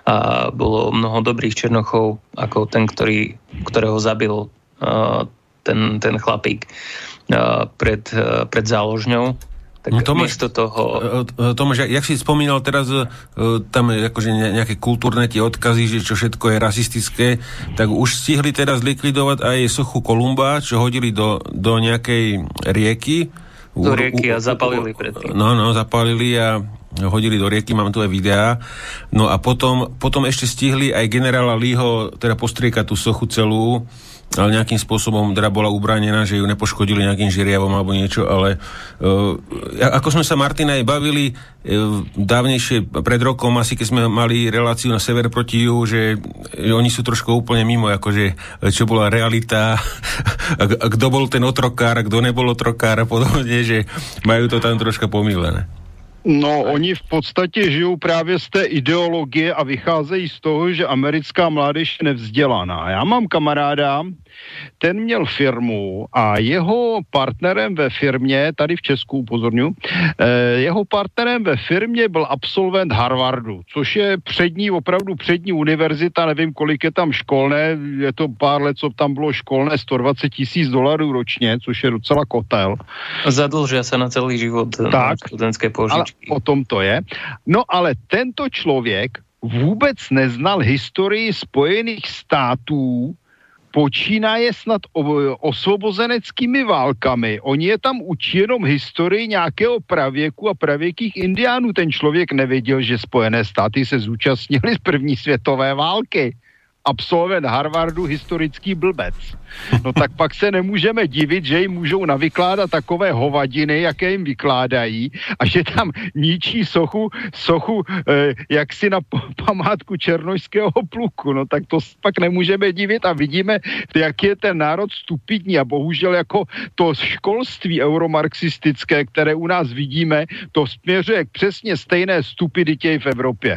a bolo mnoho dobrých Černochov ako ten, ktorý, ktorého zabil uh, ten, ten chlapík uh, pred, uh, pred záložňou. Tak no Tomáš, miesto toho... Tomáš, jak si spomínal teraz, uh, tam je akože nejaké kultúrne tie odkazy, že čo všetko je rasistické, tak už stihli teraz likvidovať aj sochu Kolumba, čo hodili do, do nejakej rieky. Do rieky a zapalili predtým. No, no, zapalili a hodili do rieky, mám tu aj videá. No a potom, potom ešte stihli aj generála Leeho teda postriekať tú sochu celú, ale nejakým spôsobom teda bola ubránená, že ju nepoškodili nejakým žiriavom alebo niečo, ale uh, ako sme sa, Martin, aj bavili uh, dávnejšie, pred rokom, asi keď sme mali reláciu na sever proti juhu, že, že oni sú trošku úplne mimo, akože čo bola realita, a, a kto bol ten otrokár, a kto nebol otrokár a podobne, že majú to tam troška pomýlené. No, oni v podstatě žijou právě z té ideologie a vycházejí z toho, že americká mládež je nevzdělaná. Já mám kamaráda, ten měl firmu a jeho partnerem ve firmě, tady v Česku upozorňuji, jeho partnerem ve firmě byl absolvent Harvardu, což je přední, opravdu přední univerzita, nevím, kolik je tam školné, je to pár let, co tam bylo školné, sto dvacet tisíc dolarů ročně, což je docela kotel. Zadlžia sa na celý život tak, na studentské požičky. O tom to je. No ale tento člověk vůbec neznal historii Spojených států, počínaje snad osvobozeneckými válkami. Oni je tam učí jenom historii nějakého pravěku a pravěkých indiánů. Ten člověk nevěděl, že Spojené státy se zúčastnili z první světové války. Absolvent Harvardu, historický blbec. No tak pak se nemůžeme divit, že jim můžou navykládat takové hovadiny, jaké jim vykládají, a že tam ničí sochu, sochu eh, jaksi na památku černošského pluku. No tak to pak nemůžeme divit a vidíme, jak je ten národ stupidní, a bohužel jako to školství euromarxistické, které u nás vidíme, to směřuje k přesně stejné stupiditě v Evropě.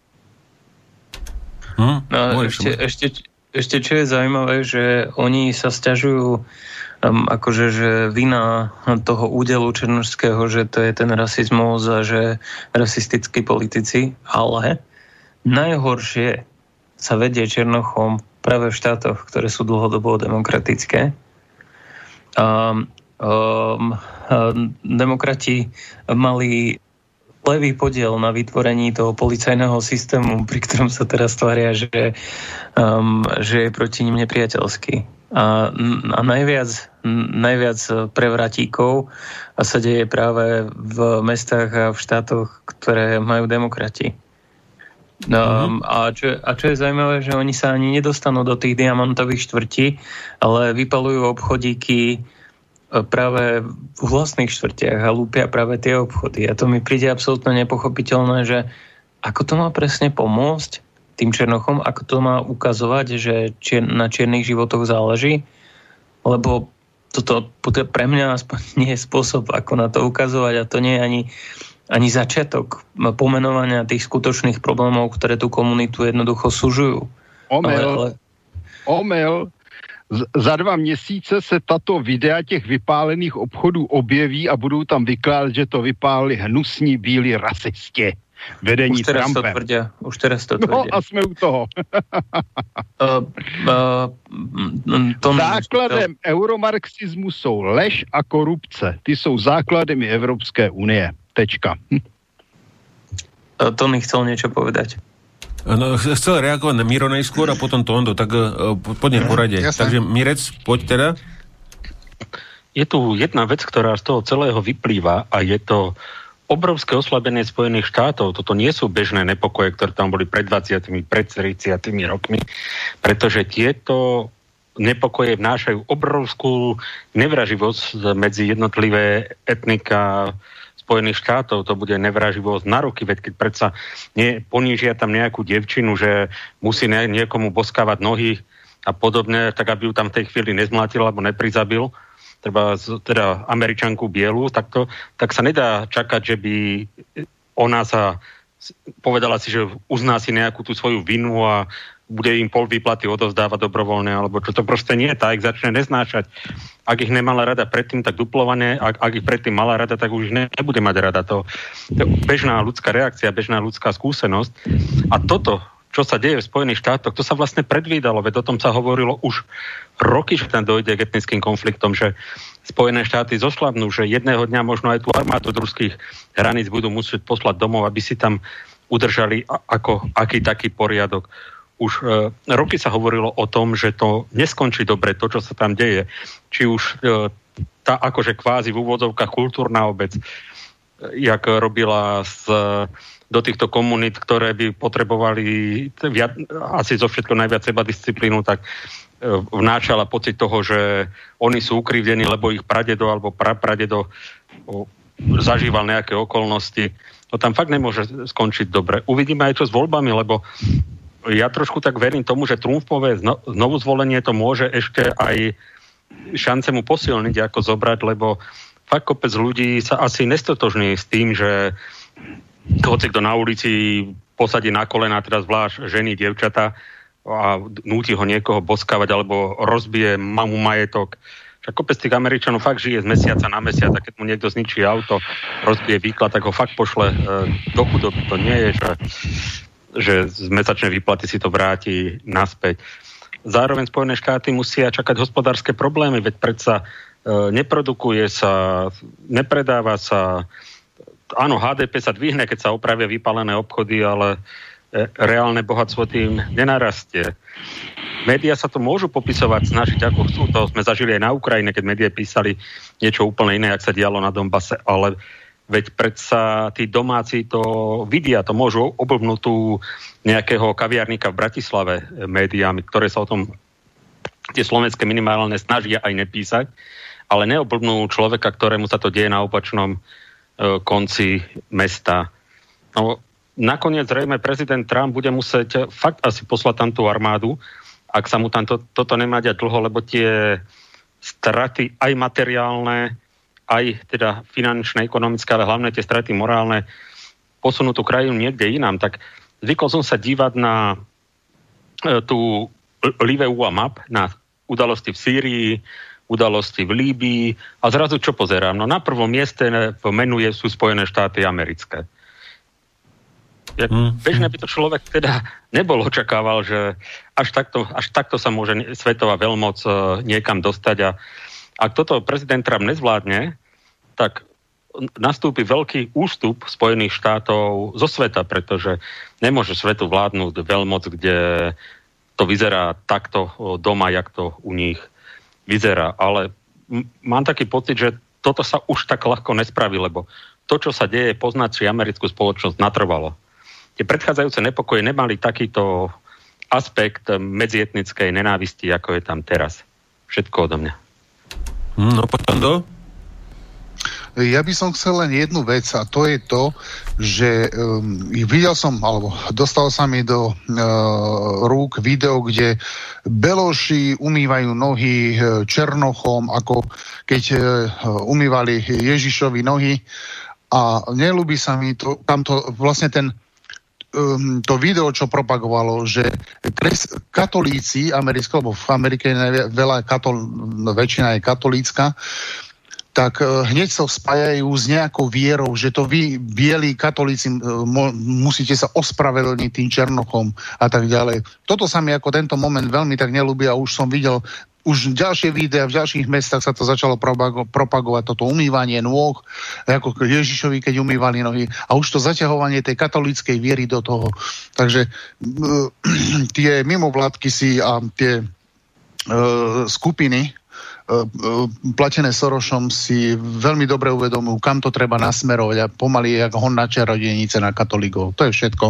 Hmm, no, ešte, ešte, ešte čo je zaujímavé, že oni sa sťažujú um, akože, že vina toho údelu černošského, že to je ten rasizmus a že rasistickí politici, ale najhoršie sa vedie Černochom práve v štátoch, ktoré sú dlhodobo demokratické. Um, um, um, demokrati mali levý podiel na vytvorení toho policajného systému, pri ktorom sa teraz tvária, že, um, že je proti nim nepriateľský. A, a najviac, najviac prevratíkov sa deje práve v mestách a v štátoch, ktoré majú demokrati. Um, a, čo, a čo je zaujímavé, že oni sa ani nedostanú do tých diamantových štvrtí, ale vypalujú obchodíky práve v vlastných štvrtiach a lúpia práve tie obchody. A to mi príde absolútne nepochopiteľné, že ako to má presne pomôcť tým Černochom, ako to má ukazovať, že čier, na čiernych životoch záleží, lebo toto pre mňa aspoň nie je spôsob, ako na to ukazovať, a to nie je ani, ani začiatok pomenovania tých skutočných problémov, ktoré tú komunitu jednoducho sužujú. Omyl. Ale, ale... Omyl. Za dva měsíce se tato videa těch vypálených obchodů objeví a budou tam vykládat, že to vypálili hnusní bílí rasisti. vedení už teraz Trumpem. To tvrdia. Už teraz to no tvrdia. a sme u toho. uh, uh, to Základem to... euromarxismu jsou lež a korupce. Ty jsou základem Evropské unie. Tečka. Uh, Tony chcel niečo povedať. No, chcel reagovať na Miro najskôr a potom Tondo, tak uh, poďme v porade. Jasne. Takže Mirec, poď teda. Je tu jedna vec, ktorá z toho celého vyplýva a je to obrovské oslabenie Spojených štátov. Toto nie sú bežné nepokoje, ktoré tam boli pred dvadsiatimi, pred tridsiatimi rokmi, pretože tieto nepokoje vnášajú obrovskú nevraživosť medzi jednotlivé etnika Spojených štátov. To bude nevraživosť na roky, veď keď predsa nie, ponížia tam nejakú devčinu, že musí nie, niekomu boskávať nohy a podobne, tak aby ju tam v tej chvíli nezmlátil alebo neprizabil, treba teda Američanku bielu, tak, to, tak sa nedá čakať, že by ona sa povedala si, že uzná si nejakú tú svoju vinu a bude im pol výplaty odovzdávať dobrovoľne, alebo čo to proste nie, tá ich začne neznášať. Ak ich nemala rada predtým, tak duplované, ak, ak ich predtým mala rada, tak už ne, nebude mať rada. To, to je bežná ľudská reakcia, bežná ľudská skúsenosť. A toto, čo sa deje v Spojených štátoch, to sa vlastne predvídalo, veď o tom sa hovorilo už roky, že tam dojde k etnickým konfliktom, že Spojené štáty zoslabnú, že jedného dňa možno aj tú armádu od ruských hraníc budú musieť poslať domov, aby si tam udržali ako aký taký poriadok. Už e, roky sa hovorilo o tom, že to neskončí dobre, to, čo sa tam deje. Či už e, tá akože kvázi v úvodzovkách kultúrna obec, e, jak robila z, do týchto komunít, ktoré by potrebovali viac, asi zo všetko najviac seba disciplínu, tak e, vnášala pocit toho, že oni sú ukrivdení, lebo ich pradedo alebo prapradedo o, zažíval nejaké okolnosti. To tam fakt nemôže skončiť dobre. Uvidíme aj čo s voľbami, lebo ja trošku tak verím tomu, že Trumpové znovu zvolenie to môže ešte aj šance mu posilniť, ako zobrať, lebo fakt kopec ľudí sa asi nestotožní s tým, že hoci kto na ulici posadí na kolena, teda zvlášť ženy, dievčatá a núti ho niekoho boskávať alebo rozbije mamu majetok. Však kopec tých Američanov fakt žije z mesiaca na mesiac a keď mu niekto zničí auto, rozbije výklad, tak ho fakt pošle do chudoby. To nie je, že že z mesačnej výplaty si to vráti naspäť. Zároveň Spojené štáty musia čakať hospodárske problémy, veď predsa e, neprodukuje sa, nepredáva sa, áno, há dé pé sa dvihne, keď sa opravia vypálené obchody, ale e, reálne bohatstvo tým nenarastie. Média sa to môžu popisovať, snažiť ako chcú, to sme zažili aj na Ukrajine, keď médiá písali niečo úplne iné, jak sa dialo na Donbase, ale veď predsa tí domáci to vidia, to môžu oblbnúť tu nejakého kaviarníka v Bratislave médiami, ktoré sa o tom tie slovenské minimálne snažia aj nepísať, ale neoblbnú človeka, ktorému sa to deje na opačnom e, konci mesta. No, nakoniec zrejme prezident Trump bude musieť fakt asi poslať tam tú armádu, ak sa mu tam to, toto nemá diať dlho, lebo tie straty aj materiálne, aj teda finančné, ekonomické, ale hlavne tie straty morálne posunú tú krajinu niekde inám. Tak zvykol som sa dívať na e, tú Live ú á map, na udalosti v Sýrii, udalosti v Líbii a zrazu čo pozerám? No na prvom mieste v menu sú Spojené štáty americké. Ja, mm. Bežne by to človek teda nebol očakával, že až takto, až takto sa môže svetová veľmoc e, niekam dostať a ak toto prezident Trump nezvládne, tak nastúpi veľký ústup Spojených štátov zo sveta, pretože nemôže svetu vládnuť veľmoc, kde to vyzerá takto doma, jak to u nich vyzerá. Ale m- mám taký pocit, že toto sa už tak ľahko nespraví, lebo to, čo sa deje, poznať si americkú spoločnosť natrvalo. Tie predchádzajúce nepokoje nemali takýto aspekt medzietnickej nenávisti, ako je tam teraz. Všetko odo mňa. No potom do? Ja by som chcel len jednu vec a to je to, že um, videl som, alebo dostal sa mi do uh, rúk video, kde Beloši umývajú nohy Černochom, ako keď uh, umývali Ježišovi nohy a neľúbi sa mi to, tamto vlastne ten to video, čo propagovalo, že kres, katolíci americké, lebo v Amerike je veľa katol, väčšina je katolícka, tak hneď sa spájajú s nejakou vierou, že to vy, bieli katolíci, mo, musíte sa ospravedlniť tým černochom a tak ďalej. Toto sa mi ako tento moment veľmi tak nelúbi a už som videl už ďalšie videá, v ďalších mestách sa to začalo propago- propagovať, toto umývanie nôh, ako Ježišovi, keď umývali nohy, a už to zaťahovanie tej katolíckej viery do toho. Takže uh, tie mimovládky si a tie uh, skupiny uh, uh, platené Sorošom si veľmi dobre uvedomujú, kam to treba nasmerovať a pomaly ako hon na čarodejnice na katolíkov. To je všetko.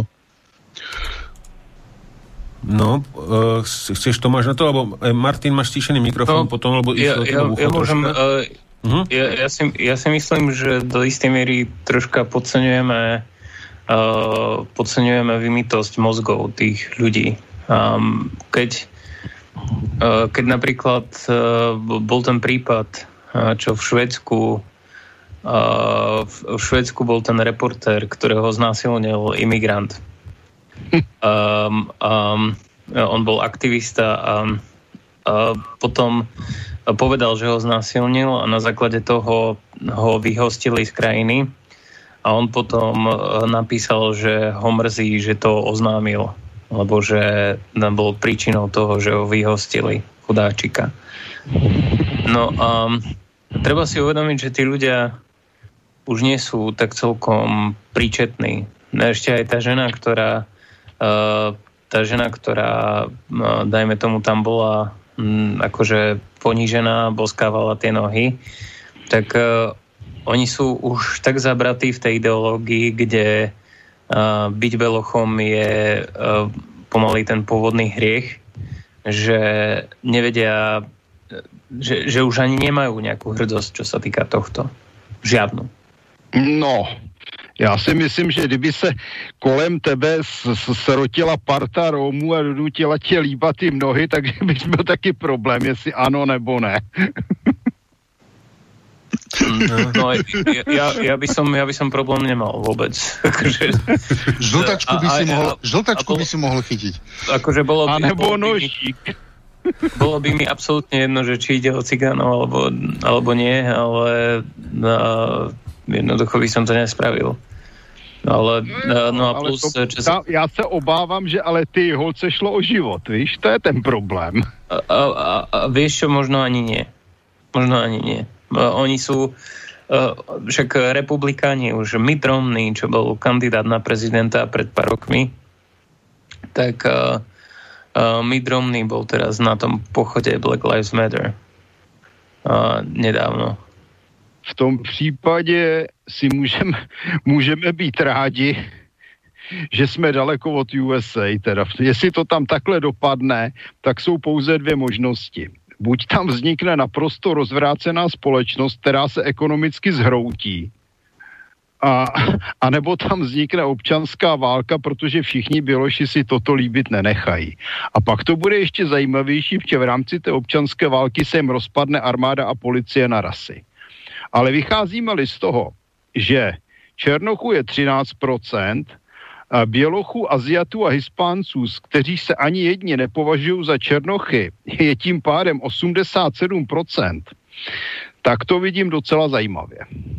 No, uh, chceš Tomáš na to, alebo Martin, máš stíšený mikrofón no, potom, lebo ja, ja, ja môžem, uh, uh-huh. ja, ja, si, ja si myslím, že do istej miery troška podceňujeme uh, podceňujeme vymytosť mozgov tých ľudí. Um, keď, uh, keď napríklad uh, bol ten prípad, uh, čo v Švédsku uh, v, v Švédsku bol ten reportér, ktorého znásilnil imigrant. Um, um, on bol aktivista a, a potom povedal, že ho znásilnil a na základe toho ho vyhostili z krajiny a on potom napísal, že ho mrzí, že to oznámil, lebo že bol príčinou toho, že ho vyhostili, chudáčika. No a treba si uvedomiť, že tí ľudia už nie sú tak celkom príčetní. Ešte aj tá žena, ktorá Uh, tá žena, ktorá uh, dajme tomu tam bola um, akože ponížená, boskávala tie nohy, tak uh, oni sú už tak zabratí v tej ideológii, kde uh, byť belochom je uh, pomaly ten pôvodný hriech, že nevedia, že, že už ani nemajú nejakú hrdosť, čo sa týka tohto. Žiadnu. No, já si myslím, že kdyby se kolem tebe srotila parta Rómů a donutila tě líbat ty nohy, takže bys byl taky problém, jestli ano nebo ne. No, ja, ja, by som, ja by som problém nemal vôbec. Akože, žltačku by, a, si, a, mohol, žltačku bolo, by si mohol chytiť. Akože bolo by, a nebo bolo nožík. Bolo by mi absolútne jedno, že či ide o cigánov alebo, alebo nie, ale no, jednoducho by som to nespravil. Ale, no, no a plus... Ale to, sa... Já se obávám, že ale ty holce šlo o život, víš? To je ten problém. A, a, a, a vieš čo, možno ani nie. Možno ani nie. Oni sú... Však republikáni, už Mitt Romney, čo bol kandidát na prezidenta pred pár rokmi, tak uh, uh, Mitt Romney bol teraz na tom pochode Black Lives Matter. Uh, nedávno. V tom případě si můžeme, můžeme být rádi, že jsme daleko od U S A. Teda. Jestli to tam takhle dopadne, tak jsou pouze dvě možnosti. Buď tam vznikne naprosto rozvrácená společnost, která se ekonomicky zhroutí, a, a nebo tam vznikne občanská válka, protože všichni Běloši si toto líbit nenechají. A pak to bude ještě zajímavější, protože v rámci té občanské války se jim rozpadne armáda a policie na rasy. Ale vycházíme-li z toho, že Černochů je třináct procent, Bělochů, Aziatů a Hispánců, kteří se ani jedni nepovažují za Černochy, je tím pádem osmdesát sedm procent, tak to vidím docela zajímavě.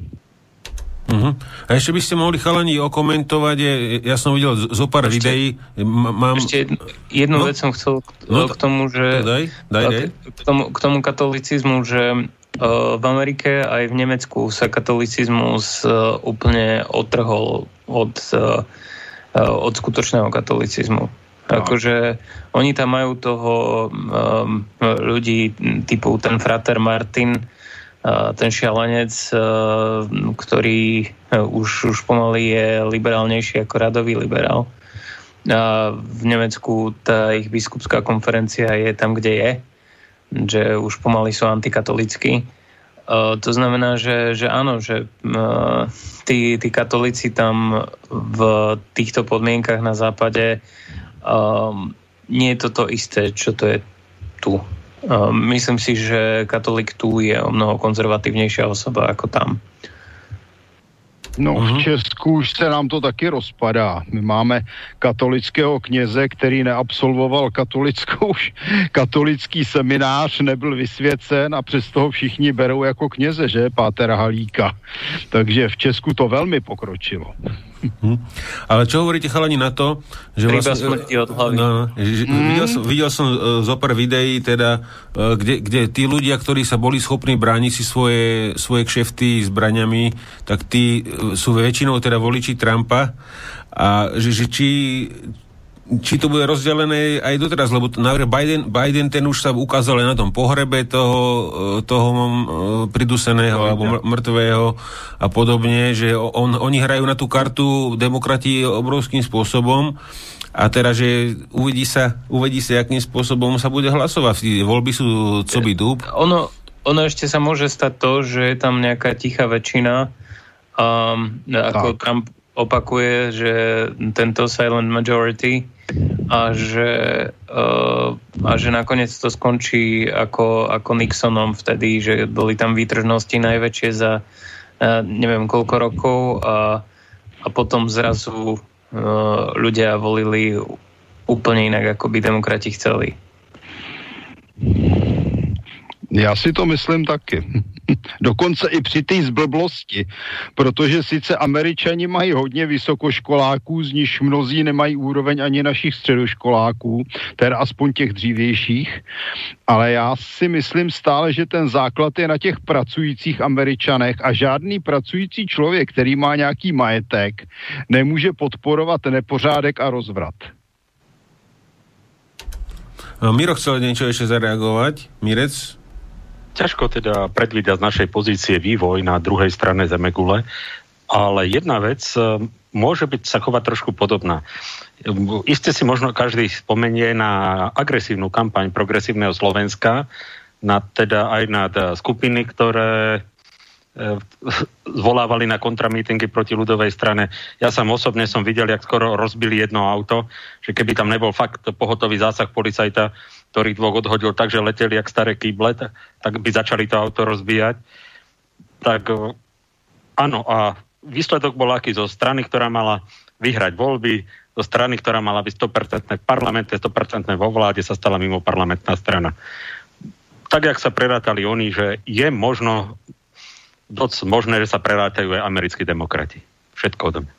Uh-huh. A ešte by ste mohli chalani okomentovať, ja som videl zo pár ešte, videí. M- mám... Ešte jednu, jednu no? vec som chcel k, no, k tomu, že daj, daj, daj. K, tomu, k tomu katolicizmu, že uh, v Amerike aj v Nemecku sa katolicizmus uh, úplne odtrhol od, uh, od skutočného katolicizmu. No. Akože oni tam majú toho um, ľudí typu ten frater Martin, ten šialenec, ktorý už, už pomaly je liberálnejší ako radový liberál. V Nemecku tá ich biskupská konferencia je tam, kde je, že už pomaly sú antikatolícky. To znamená, že, že áno, že tí, tí katolíci tam v týchto podmienkach na západe nie je to to isté, čo to je tu. Myslím si, že katolík tu je o mnoho konzervatívnejšia osoba ako tam. No v Česku už se nám to taky rozpadá. My máme katolického kněze, který neabsolvoval katolickou, katolický seminář, nebyl vysvěcen a přesto ho všichni berou jako kněze, že, pátera Halíka. Takže v Česku to velmi pokročilo. Hmm. Ale čo hovoríte, chalani, na to, že vlastne, no, že, mm. videl som, videl som uh, zo pár videí, teda, uh, kde, kde tí ľudia, ktorí sa boli schopní brániť si svoje, svoje kšefty zbraňami, tak tí uh, sú väčšinou teda voliči Trumpa a že, že či či to bude rozdelené aj doteraz, lebo napríklad Biden, Biden ten už sa ukázal aj na tom pohrebe toho, toho priduseného alebo mŕtvého a podobne, že on, oni hrajú na tú kartu demokrati obrovským spôsobom a teraz, že uvidí sa, uvidí sa, akým spôsobom sa bude hlasovať. Voľby sú co by dúb. Ono, ono ešte sa môže stať to, že je tam nejaká tichá väčšina, um, ako Trump opakuje, že tento silent majority a že, uh, a že nakoniec to skončí ako, ako Nixonom vtedy, že boli tam výtržnosti najväčšie za uh, neviem koľko rokov a, a potom zrazu uh, ľudia volili úplne inak, ako by demokrati chceli. Já si to myslím taky. Dokonce i při té zblblosti, protože sice Američani mají hodně vysokoškoláků, z nichž mnozí nemají úroveň ani našich středoškoláků, teda aspoň těch dřívějších, ale já si myslím stále, že ten základ je na těch pracujících Američanech a žádný pracující člověk, který má nějaký majetek, nemůže podporovat nepořádek a rozvrat. Miro chcel niečo ešte zareagovať. Mirec? Ťažko teda predvídať z našej pozície vývoj na druhej strane Zemegule, ale jedna vec môže byť sa chovať trošku podobná. Iste si možno každý spomenie na agresívnu kampaň Progresívneho Slovenska, na, teda aj na skupiny, ktoré zvolávali na kontramítingy proti ľudovej strane. Ja sám osobne som videl, jak skoro rozbili jedno auto, že keby tam nebol fakt pohotový zásah policajta, ktorý dvoch odhodil tak, že leteli jak staré kýble, tak by začali to auto rozbíjať. Tak áno, a výsledok bol aký? Zo strany, ktorá mala vyhrať voľby, zo strany, ktorá mala byť sto percent v parlamente, sto percent vo vláde, sa stala mimo parlamentná strana. Tak, jak sa prerátali oni, že je možno dosť možné, že sa prerátajú aj americkí demokrati. Všetko odo mňa.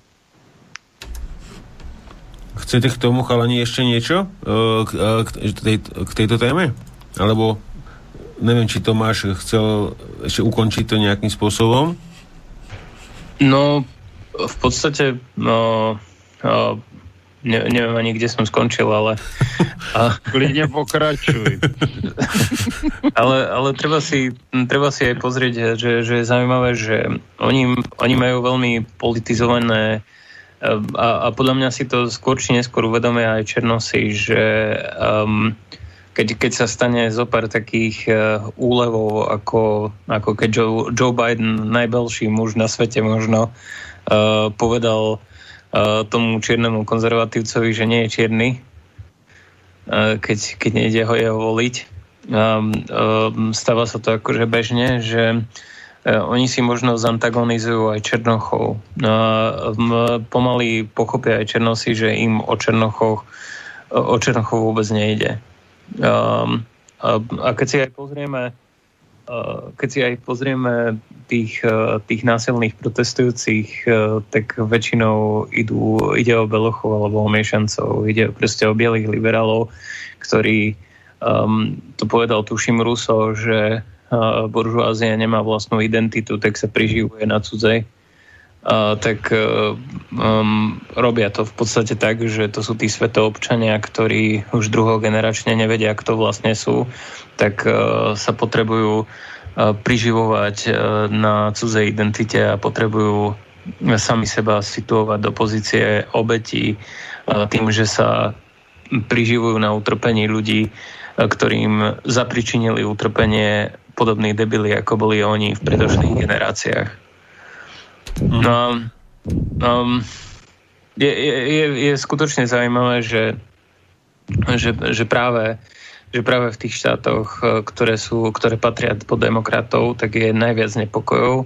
Chcete k tomu, chalani, ešte niečo k, k, tej, k tejto téme? Alebo neviem, či Tomáš chcel ešte ukončiť to nejakým spôsobom? No, v podstate no, ne, neviem ani, kde som skončil, ale a, klidne pokračuj. ale, ale treba si treba si aj pozrieť, že, že je zaujímavé, že oni, oni majú veľmi politizované a, a podľa mňa si to skôr či neskôr uvedomia aj Černosy, že um, keď, keď sa stane zopár takých uh, úlevov, ako, ako keď Joe, Joe Biden, najbelší muž na svete možno, uh, povedal uh, tomu čiernemu konzervatívcovi, že nie je čierny, uh, keď, keď nejde ho jeho voliť. Um, um, stáva sa to akože bežne, že oni si možno zantagonizujú aj Černochov. Pomaly pochopia aj Černosi, že im o Černochoch, o Černochov vôbec nejde. A keď si aj pozrieme, keď si aj pozrieme tých, tých násilných protestujúcich, tak väčšinou idú, ide o belochov alebo o miešancov, ide proste o bielých liberálov, ktorí, um, to povedal tuším Russo, že buržoázia nemá vlastnú identitu, tak sa priživuje na cudzej. Uh, tak uh, um, robia to v podstate tak, že to sú tí svetoobčania, ktorí už druhogeneračne nevedia, kto vlastne sú, tak uh, sa potrebujú uh, priživovať uh, na cudzej identite a potrebujú sami seba situovať do pozície obetí uh, tým, že sa priživujú na utrpení ľudí, uh, ktorým zapričinili utrpenie podobní debili, ako boli oni v predošlých generáciách. No, um, je, je, je skutočne zaujímavé, že, že, že, práve, že práve v tých štátoch, ktoré, sú, ktoré patria pod demokratov, tak je najviac nepokojov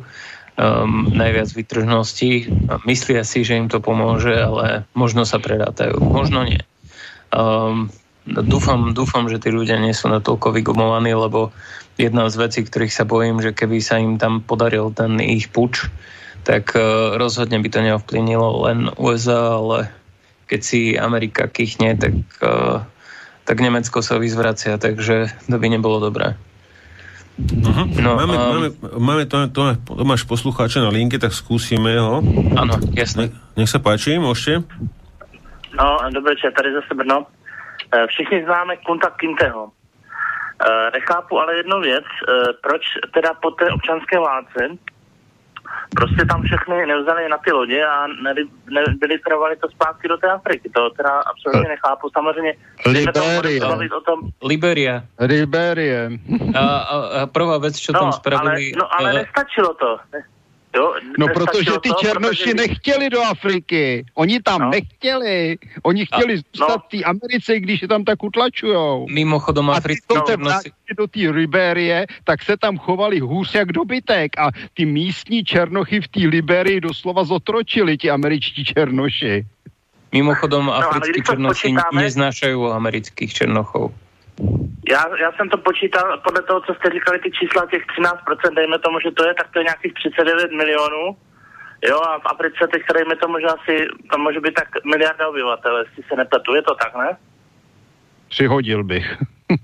um, najviac vytržností. Myslia si, že im to pomôže, ale možno sa prerátajú, možno nie. Um, dúfam, dúfam, že tí ľudia nie sú natoľko vygumovaní, lebo jedna z vecí, ktorých sa bojím, že keby sa im tam podaril ten ich puč, tak uh, rozhodne by to neovplyvnilo len ú es á, ale keď si Amerika kýchne, tak, uh, tak Nemecko sa vyzvracia, takže to by nebolo dobré. Uh-huh. No, máme, um, máme, máme to, to, to máš poslucháča na linke, tak skúsime ho. Áno, jasne. Nech sa páči, môžete. No, dobrý večer, tady zase Brno. Všichni známe Kunta Kinteho. Nechápu ale jednu věc, proč teda po té občanské válce prostě tam všechny nevzali na ty lodě a nevylitrovali to zpátky do té Afriky. To teda absolutně nechápu. Samozřejmě... Liberia. Liberia. Liberia. A, a, a prvá vec, čo no, tam spravili... Ale, no ale nestačilo to. Jo, no protože ty to, černoši protože... nechtěli do Afriky. Oni tam no. nechtěli. Oni chtěli zůstat no. v té Americe, když je tam tak utlačujou. Mimochodom africké no, černoši... do té Liberie, tak se tam chovali hůř jak dobytek a ty místní černochy v té Liberii doslova zotročili, ti američtí černoši. Mimochodom africkí no, černoši počítáme... neznášají amerických černochov. Já, já jsem to počítal podle toho, co jste říkali, ty čísla těch třináct procent, dejme tomu, že to je, tak to je nějakých třicet devět milionů. Jo, a v Africe teď, dejme tomu, že asi tam může být tak miliarda obyvatel, jestli se nepletu, je to tak, ne? Přihodil bych.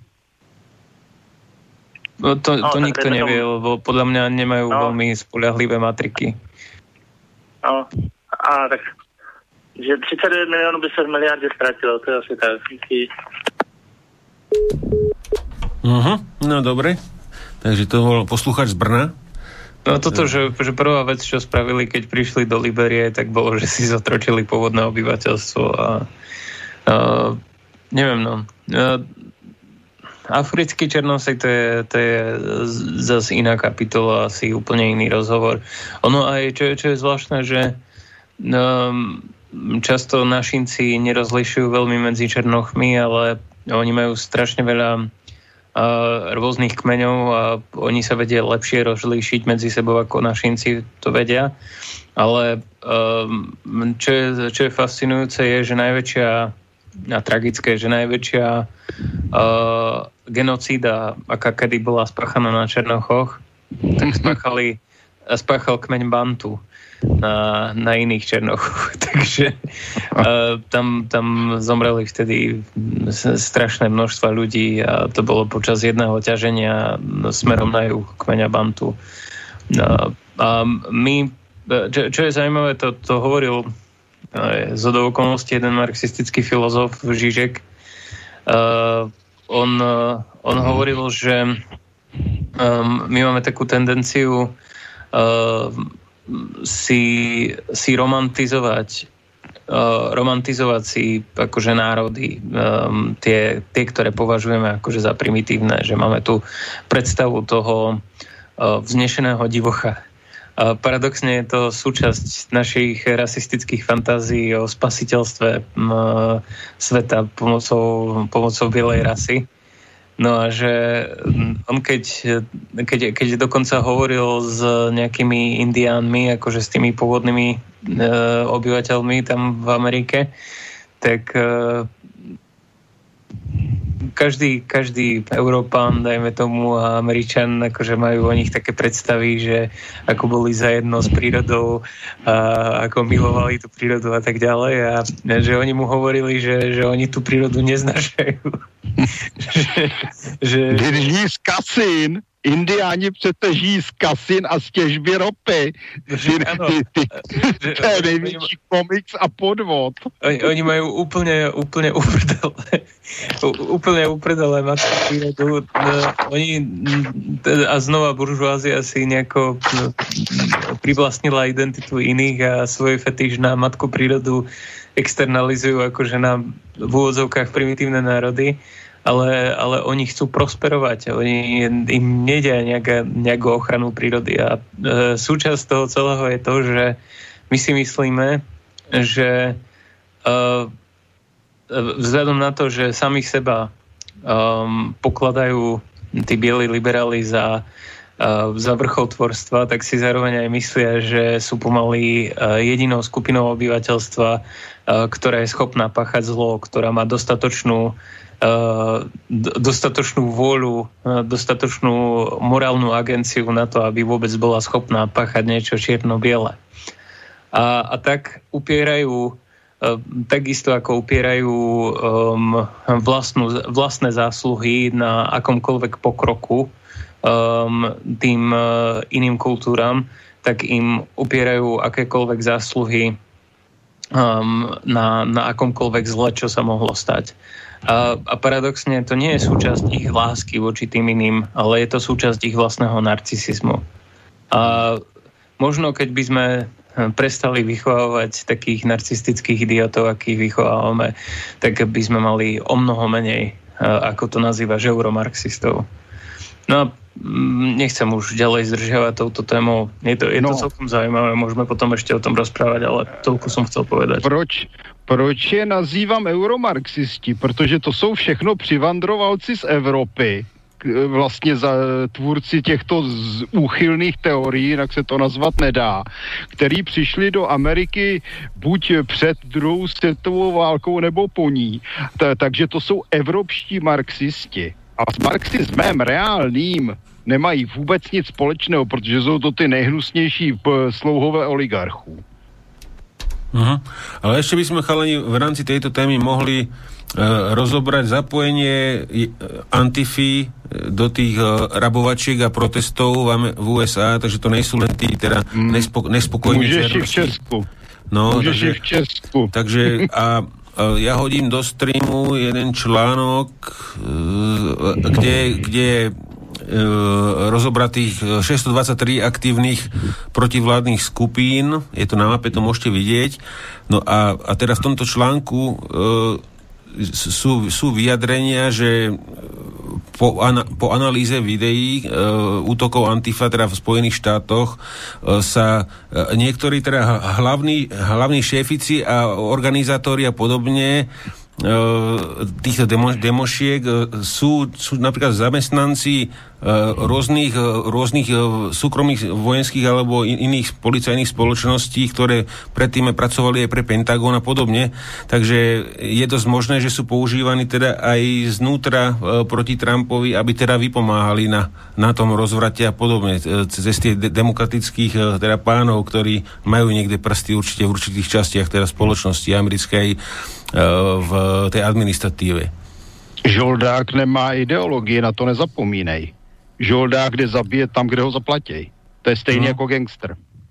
No to, no, to nikto nevie, tomu... lebo podľa mňa nemajú no. veľmi spoľahlivé matriky. No, a tak, že třicet devět milionů by se v miliardě ztratilo, to je asi tak. Uh-huh, no dobre. Takže to bol poslucháč z Brna. No toto, že, že prvá vec, čo spravili, keď prišli do Liberie, tak bolo, že si zotročili pôvodné obyvateľstvo a, a neviem, no. A, africký černosek, to je, to je zase iná kapitola, asi úplne iný rozhovor. Ono aj, čo, čo je zvláštne, že um, často našinci nerozlišujú veľmi medzi černochmi, ale oni majú strašne veľa uh, rôznych kmeňov a oni sa vedia lepšie rozlíšiť medzi sebou, ako našinci to vedia. Ale um, čo, je, čo je fascinujúce je, že najväčšia a tragické, že najväčšia uh, genocída, aká kedy bola spáchaná na Černochoch, tak spáchali, spáchal kmeň Bantu na, na iných Černochoch. Takže uh, tam, tam zomreli vtedy strašné množstva ľudí a to bolo počas jedného ťaženia smerom na juh kmeňa Bantu. Uh, a my, čo, čo je zaujímavé, to, to hovoril z hodou okolností jeden marxistický filozof Žižek. Uh, on, uh, on hovoril, že um, my máme takú tendenciu uh, si, si romantizovať uh, romantizovať si akože národy um, tie, tie, ktoré považujeme akože za primitívne, že máme tu predstavu toho uh, vznešeného divocha. A paradoxne je to súčasť našich rasistických fantázií o spasiteľstve m, sveta pomocou, pomocou bielej rasy. No a že on keď, keď, keď dokonca hovoril s nejakými indiánmi, akože s tými pôvodnými e, obyvateľmi tam v Amerike, tak e, Každý, každý Európan, dajme tomu, a Američan, akože majú o nich také predstavy, že ako boli zajedno s prírodou a ako milovali tú prírodu a tak ďalej a že oni mu hovorili, že, že oni tú prírodu neznášajú. že, že... Když kasín, Indiáni přece žijí z kasin a z těžby ropy. Ty, ty, ty, ty, to je největší komiks a podvod. Oni, oni majú úplne, úplne uprdele. úplne uprdele matku prírodu. Oni, a znova buržoázia si nejako privlastnila identitu iných a svoj fetiš na matku prírodu externalizujú akože na v úvodzovkách primitívne národy. Ale, ale oni chcú prosperovať. Oni, im nejde nejaká, nejakú ochranu prírody. A e, súčasť toho celého je to, že my si myslíme, že e, vzhľadom na to, že samých seba um, pokladajú tí bieli liberáli za za vrchol tvorstva, tak si zároveň aj myslia, že sú pomaly jedinou skupinou obyvateľstva, ktorá je schopná páchať zlo, ktorá má dostatočnú, dostatočnú vôľu, dostatočnú morálnu agenciu na to, aby vôbec bola schopná páchať niečo čierno-biele. A, a tak upierajú, takisto ako upierajú um, vlastnú, vlastné zásluhy na akomkoľvek pokroku Um, tým uh, iným kultúram, tak im upierajú akékoľvek zásluhy um, na, na akomkoľvek zle, čo sa mohlo stať. A, a paradoxne to nie je súčasť ich lásky voči tým iným, ale je to súčasť ich vlastného narcisizmu. A možno keď by sme prestali vychovávať takých narcistických idiotov, akých vychovávame, tak by sme mali o mnoho menej, uh, ako to nazývaš, euromarxistov. No a nechcem už ďalej zdržiavať touto témou. Je to, je to no. celkom zaujímavé, môžeme potom ešte o tom rozprávať, ale toľko som chcel povedať. Proč, proč je nazývam euromarxisti? Protože to jsou všechno přivandrovalci z Evropy, vlastně za tvůrci těchto úchylných teorií, jinak se to nazvat nedá, který přišli do Ameriky buď před druhou světovou válkou nebo po ní. Ta, takže to jsou evropští marxisti. A s marxismem reálným nemají vůbec nic společného, protože jsou to ty nejhnusnější slouhové oligarchů. Uh-huh. Ale ešte by sme, chalani, v rámci tejto témy mohli uh, rozobrať zapojenie Antify do tých uh, rabovačiek a protestov v, v ú es á, takže to nejsú len tí teda mm. nespo, nespokojní. Môžeš i v Česku. No, Môžeš takže, i v Česku. Takže a ja hodím do streamu jeden článok, kde, kde je rozobratých šesťstodvadsaťtri aktívnych protivládnych skupín. Je to na mape, to môžete vidieť. No a, a teda v tomto článku sú, sú vyjadrenia, že po, ana, po analýze videí e, útokov Antifa teda v Spojených štátoch e, sa e, niektorí teda hlavní, hlavní šéfici a organizátori a podobne týchto demo, demošiek sú, sú napríklad zamestnanci rôznych, rôznych súkromných vojenských alebo iných policajných spoločností, ktoré predtým pracovali aj pre Pentagón a podobne. Takže je dosť možné, že sú používaní teda aj znútra proti Trumpovi, aby teda vypomáhali na, na tom rozvrate a podobne. Cez tie demokratických teda pánov, ktorí majú niekde prsty určite v určitých častiach teda spoločnosti americkej v tej administratíve. Žoldák nemá ideologii, na to nezapomínej. Žoldák jde zabíjet tam, kde ho zaplatí. To je stejně hmm. jako gangster.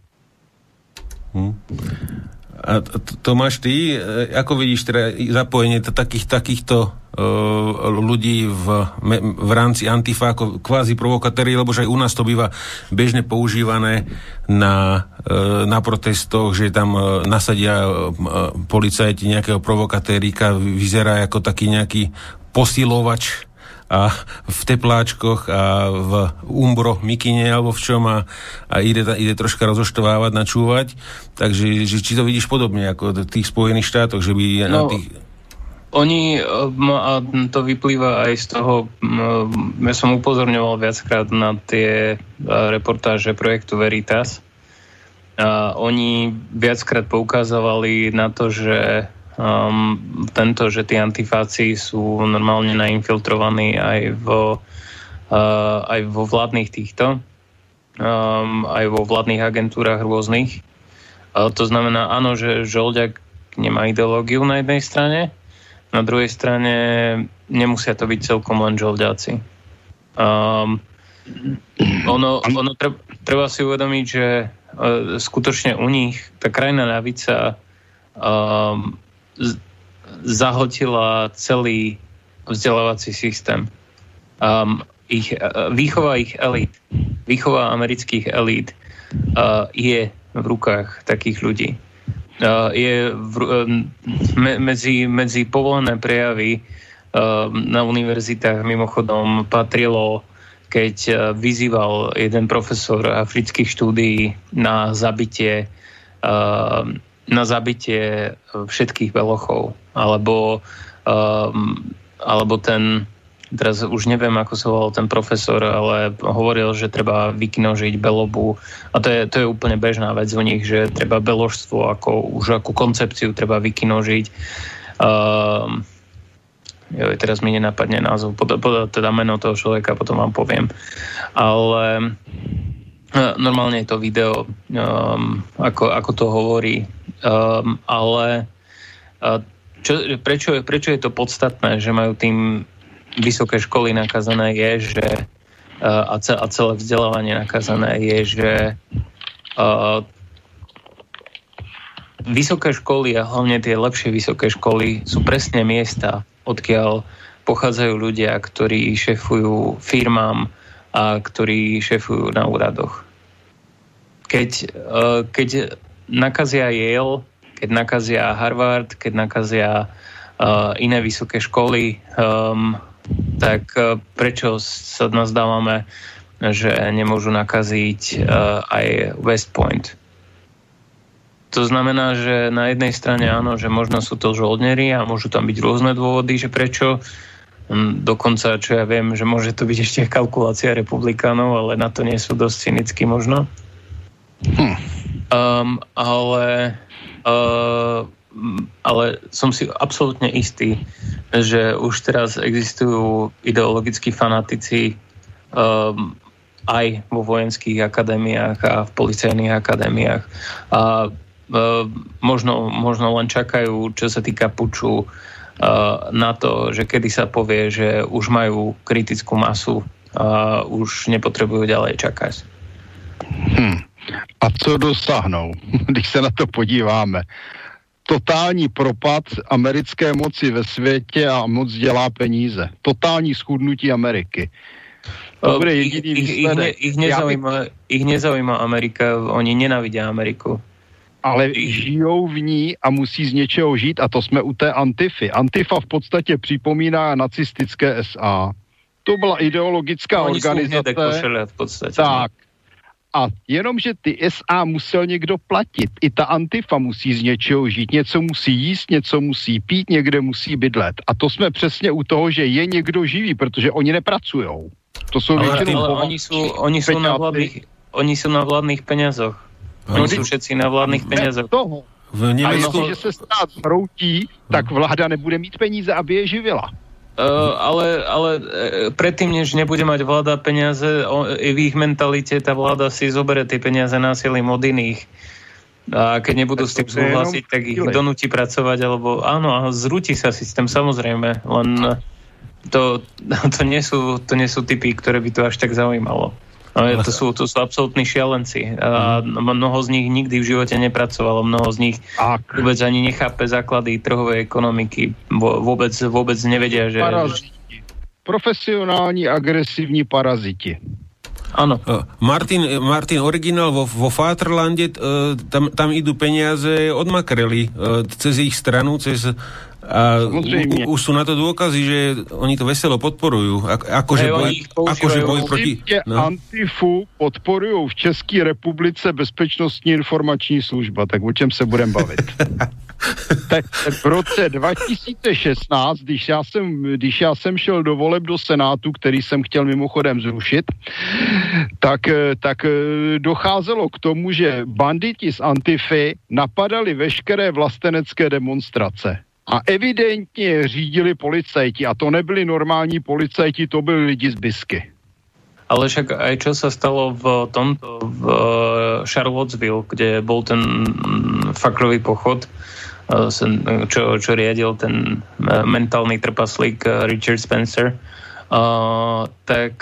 Hmm. A to, to máš ty, ako vidíš teda zapojenie takých, takýchto uh, ľudí v, v rámci Antifa ako kvázi provokatéri, lebo že aj u nás to býva bežne používané na, uh, na protestoch, že tam uh, nasadia uh, policajti nejakého provokatérika, vyzerá ako taký nejaký posilovač a v tepláčkoch a v umbro mikine alebo v čom a, a ide, ide troška rozoštvávať, načúvať. Takže že, či to vidíš podobne ako v tých Spojených štátoch, že by no, na tých... Oni, a to vyplýva aj z toho, ja som upozorňoval viackrát na tie reportáže projektu Veritas. A oni viackrát poukazovali na to, že Um, tento, že tí antifáci sú normálne nainfiltrovaní aj vo, uh, aj vo vládnych týchto, um, aj vo vládnych agentúrach rôznych. Uh, to znamená, áno, že Žolďak nemá ideológiu na jednej strane, na druhej strane nemusia to byť celkom len Žolďáci. Um, ono, ono treba, treba si uvedomiť, že uh, skutočne u nich tá krajná ľavica um, zahltila celý vzdelávací systém. Um, ich, uh, výchova ich elít, výchova amerických elít uh, je v rukách takých ľudí. Uh, je v, um, me, medzi, medzi povolené prejavy uh, na univerzitách mimochodom patrilo, keď uh, vyzýval jeden profesor afrických štúdií na zabitie uh, na zabitie všetkých belochov, alebo, um, alebo ten teraz už neviem, ako sa volal ten profesor, ale hovoril, že treba vykinožiť belobu a to je, to je úplne bežná vec u nich, že treba beložstvo ako, už ako koncepciu treba vykinožiť. Um, jo, teraz mi nenapadne názov, pod, pod, teda meno toho človeka, potom vám poviem. Ale normálne je to video, um, ako, ako to hovorí, um, ale uh, Čo, prečo, prečo je to podstatné, že majú tým vysoké školy nakazané, je, že a, ce, a celé vzdelávanie nakazané je, že a, vysoké školy a hlavne tie lepšie vysoké školy sú presne miesta, odkiaľ pochádzajú ľudia, ktorí šefujú firmám a ktorí šefujú na úradoch. Keď, a, keď nakazia Yale, keď nakazia Harvard, keď nakazia uh, iné vysoké školy, um, tak uh, prečo sa nazdávame, že nemôžu nakaziť uh, aj West Point? To znamená, že na jednej strane áno, že možno sú to žoldneri a môžu tam byť rôzne dôvody, že prečo. Um, dokonca, čo ja viem, že môže to byť ešte kalkulácia republikánov, ale na to nie sú dosť cynicky možno. Hm. Um, ale Uh, ale som si absolútne istý, že už teraz existujú ideologickí fanatici um, aj vo vojenských akadémiách a v policajných akadémiách a uh, možno, možno len čakajú, čo sa týka puču, uh, na to, že kedy sa povie, že už majú kritickú masu a už nepotrebujú ďalej čakať. Hm. A co dosáhnou, když se na to podíváme? Totální propad americké moci ve světě a moc dělá peníze. Totální schudnutí Ameriky. To bude jediný ich, výsledek. Ich, ich, nezaujíma, by... ich nezaujíma Amerika, oni nenávidia Ameriku. Ale žijou v ní a musí z něčeho žít a to jsme u té Antify. Antifa v podstatě připomíná nacistické S A. To byla ideologická oni organizace. Oni v podstatě. Tak. A jenomže ty S A musel někdo platit. I ta Antifa musí z něčeho žít. Něco musí jíst, něco musí pít, někde musí bydlet. A to jsme přesně u toho, že je někdo živý, protože oni nepracujou. To jsou ale, ale oni sú, oni sú na vládnych, oni sú na vládnych peniazoch. Oni no, sú všetci na vládnych peniazoch. Toho. V Nemecku... A jestliže se stát zhroutí, tak vláda nebude mít peníze, aby je živila. Uh, ale, ale predtým, než nebude mať vláda peniaze, o, v ich mentalite tá vláda si zoberie tie peniaze násilím od iných. A keď nebudú s tým súhlasiť, tak ich donúti pracovať, alebo áno, a zrúti sa systém, samozrejme. Len to, to, nie sú, to nie sú typy, ktoré by to až tak zaujímalo. Ale to sú, to sú absolútni šialenci. A mnoho z nich nikdy v živote nepracovalo. Mnoho z nich vôbec ani nechápe základy trhovej ekonomiky. Vôbec, vôbec nevedia, že... Paraziti. Profesionálni, agresívni paraziti. Áno. Martin, Martin originál vo, vo Vaterlande, tam, tam idú peniaze od makrely cez ich stranu, cez... A u, už sú na to dôkazy, že oni to veselo podporujú. Akože boj, akože boj proti... No. Antifu podporujú v České republice Bezpečnostní informační služba. Tak o čem se budeme bavit? Tak v roce dva tisíce šestnáct, když já, jsem, když já jsem šel do voleb do Senátu, který jsem chtěl mimochodem zrušit, tak, tak docházelo k tomu, že banditi z Antify napadali veškeré vlastenecké demonstrace. A evidentně řídili policajti. A to nebyli normální policajti, to byli lidi z Bisky. Ale však aj čo sa stalo v tomto, v Charlottesville, kde bol ten fakrový pochod, čo, čo riadil ten mentálny trpaslík Richard Spencer, tak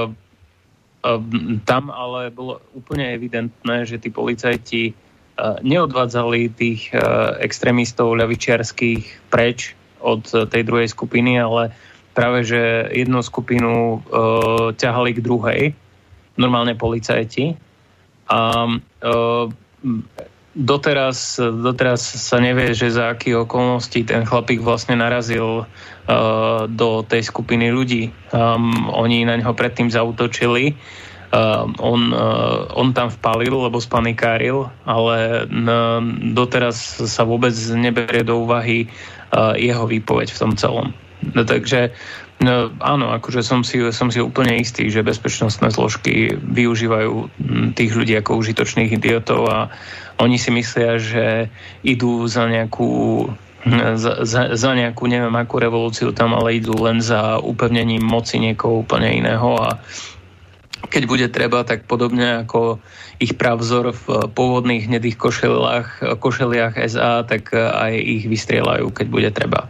tam ale bolo úplne evidentné, že tí policajti neodvádzali tých extrémistov ľavičiarských preč od tej druhej skupiny, ale práve, že jednu skupinu uh, ťahali k druhej, normálne policajti. A uh, doteraz, doteraz sa nevie, že za akých okolností ten chlapík vlastne narazil uh, do tej skupiny ľudí. Um, oni na neho predtým zaútočili. Uh, on, uh, on tam vpálil, lebo spanikáril, ale uh, doteraz sa vôbec neberie do úvahy uh, jeho výpoveď v tom celom. No, takže No, áno, akože som si, som si úplne istý, že bezpečnostné zložky využívajú tých ľudí ako užitočných idiotov a oni si myslia, že idú za nejakú za, za, za nejakú, neviem akú revolúciu tam, ale idú len za upevnením moci niekoho úplne iného a keď bude treba, tak podobne ako ich pravzor v pôvodných hnedých košeliach, košeliach es á, tak aj ich vystrieľajú, keď bude treba.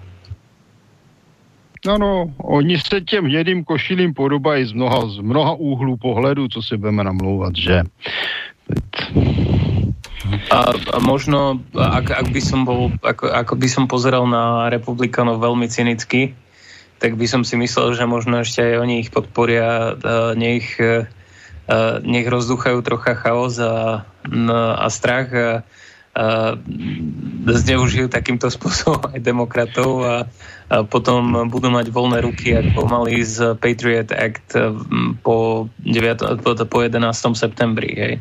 Ano, oni se těm hnědým košilím podobají z mnoha, z mnoha úhlů pohledu, co si budeme namlouvat, že? A, a možno, ak, ak by som bol, ako, ako by som pozeral na republikánov veľmi cynicky, tak by som si myslel, že možno ešte aj oni ich podporia, nech, nech rozduchajú trocha chaos a, a strach a, a zneužijú takýmto spôsobom aj demokratov a, a potom budú mať voľné ruky, ako mali z Patriot Act po, deviatom po jedenáctom septembri, hej.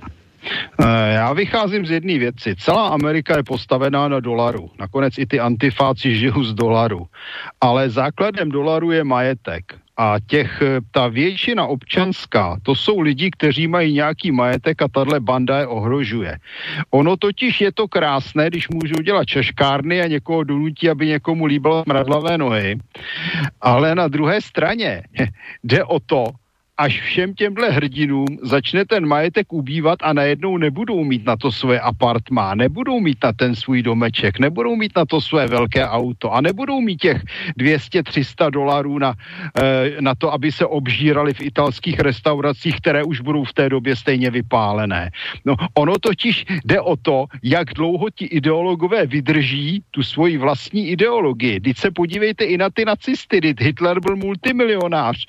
Já vycházím z jedné věci. Celá Amerika je postavená na dolaru. Nakonec i ty antifáci žijou z dolaru. Ale základem dolaru je majetek. A těch, ta většina občanská, to jsou lidi, kteří mají nějaký majetek a tahle banda je ohrožuje. Ono totiž je to krásné, když můžou dělat čaškárny a někoho donutí, aby někomu líbilo mradlavé nohy. Ale na druhé straně jde o to, až všem těmhle hrdinům začne ten majetek ubývat a najednou nebudou mít na to svoje apartmá, nebudou mít na ten svůj domeček, nebudou mít na to své velké auto a nebudou mít těch dvě stě tři sta dolarů na, na to, aby se obžírali v italských restauracích, které už budou v té době stejně vypálené. No, ono totiž jde o to, jak dlouho ti ideologové vydrží tu svoji vlastní ideologii. Teď se podívejte i na ty nacisty, teď Hitler byl multimilionář,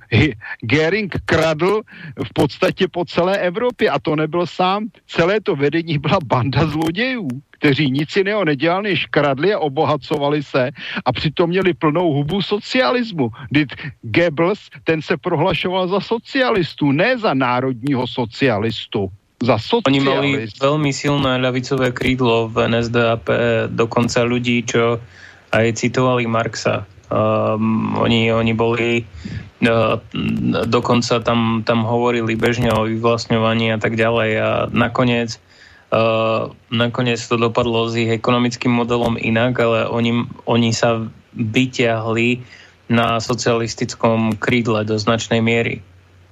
Göring kradl v podstatě po celé Evropě a to nebyl sám. Celé to vedení byla banda zlodějů, kteří nic jiného nedělali, než kradli a obohacovali se a přitom měli plnou hubu socialismu. Vždyť Goebbels, ten se prohlašoval za socialistu, ne za národního socialistu. Za socialist. Oni mali veľmi silné ľavicové krídlo v en es dé á pé, dokonca ľudí, čo aj citovali Marxa. Um, oni, oni boli uh, dokonca tam, tam hovorili bežne o vyvlastňovaní a tak ďalej a nakoniec uh, nakoniec to dopadlo s ich ekonomickým modelom inak, ale oni, oni sa vyťahli na socialistickom krídle do značnej miery.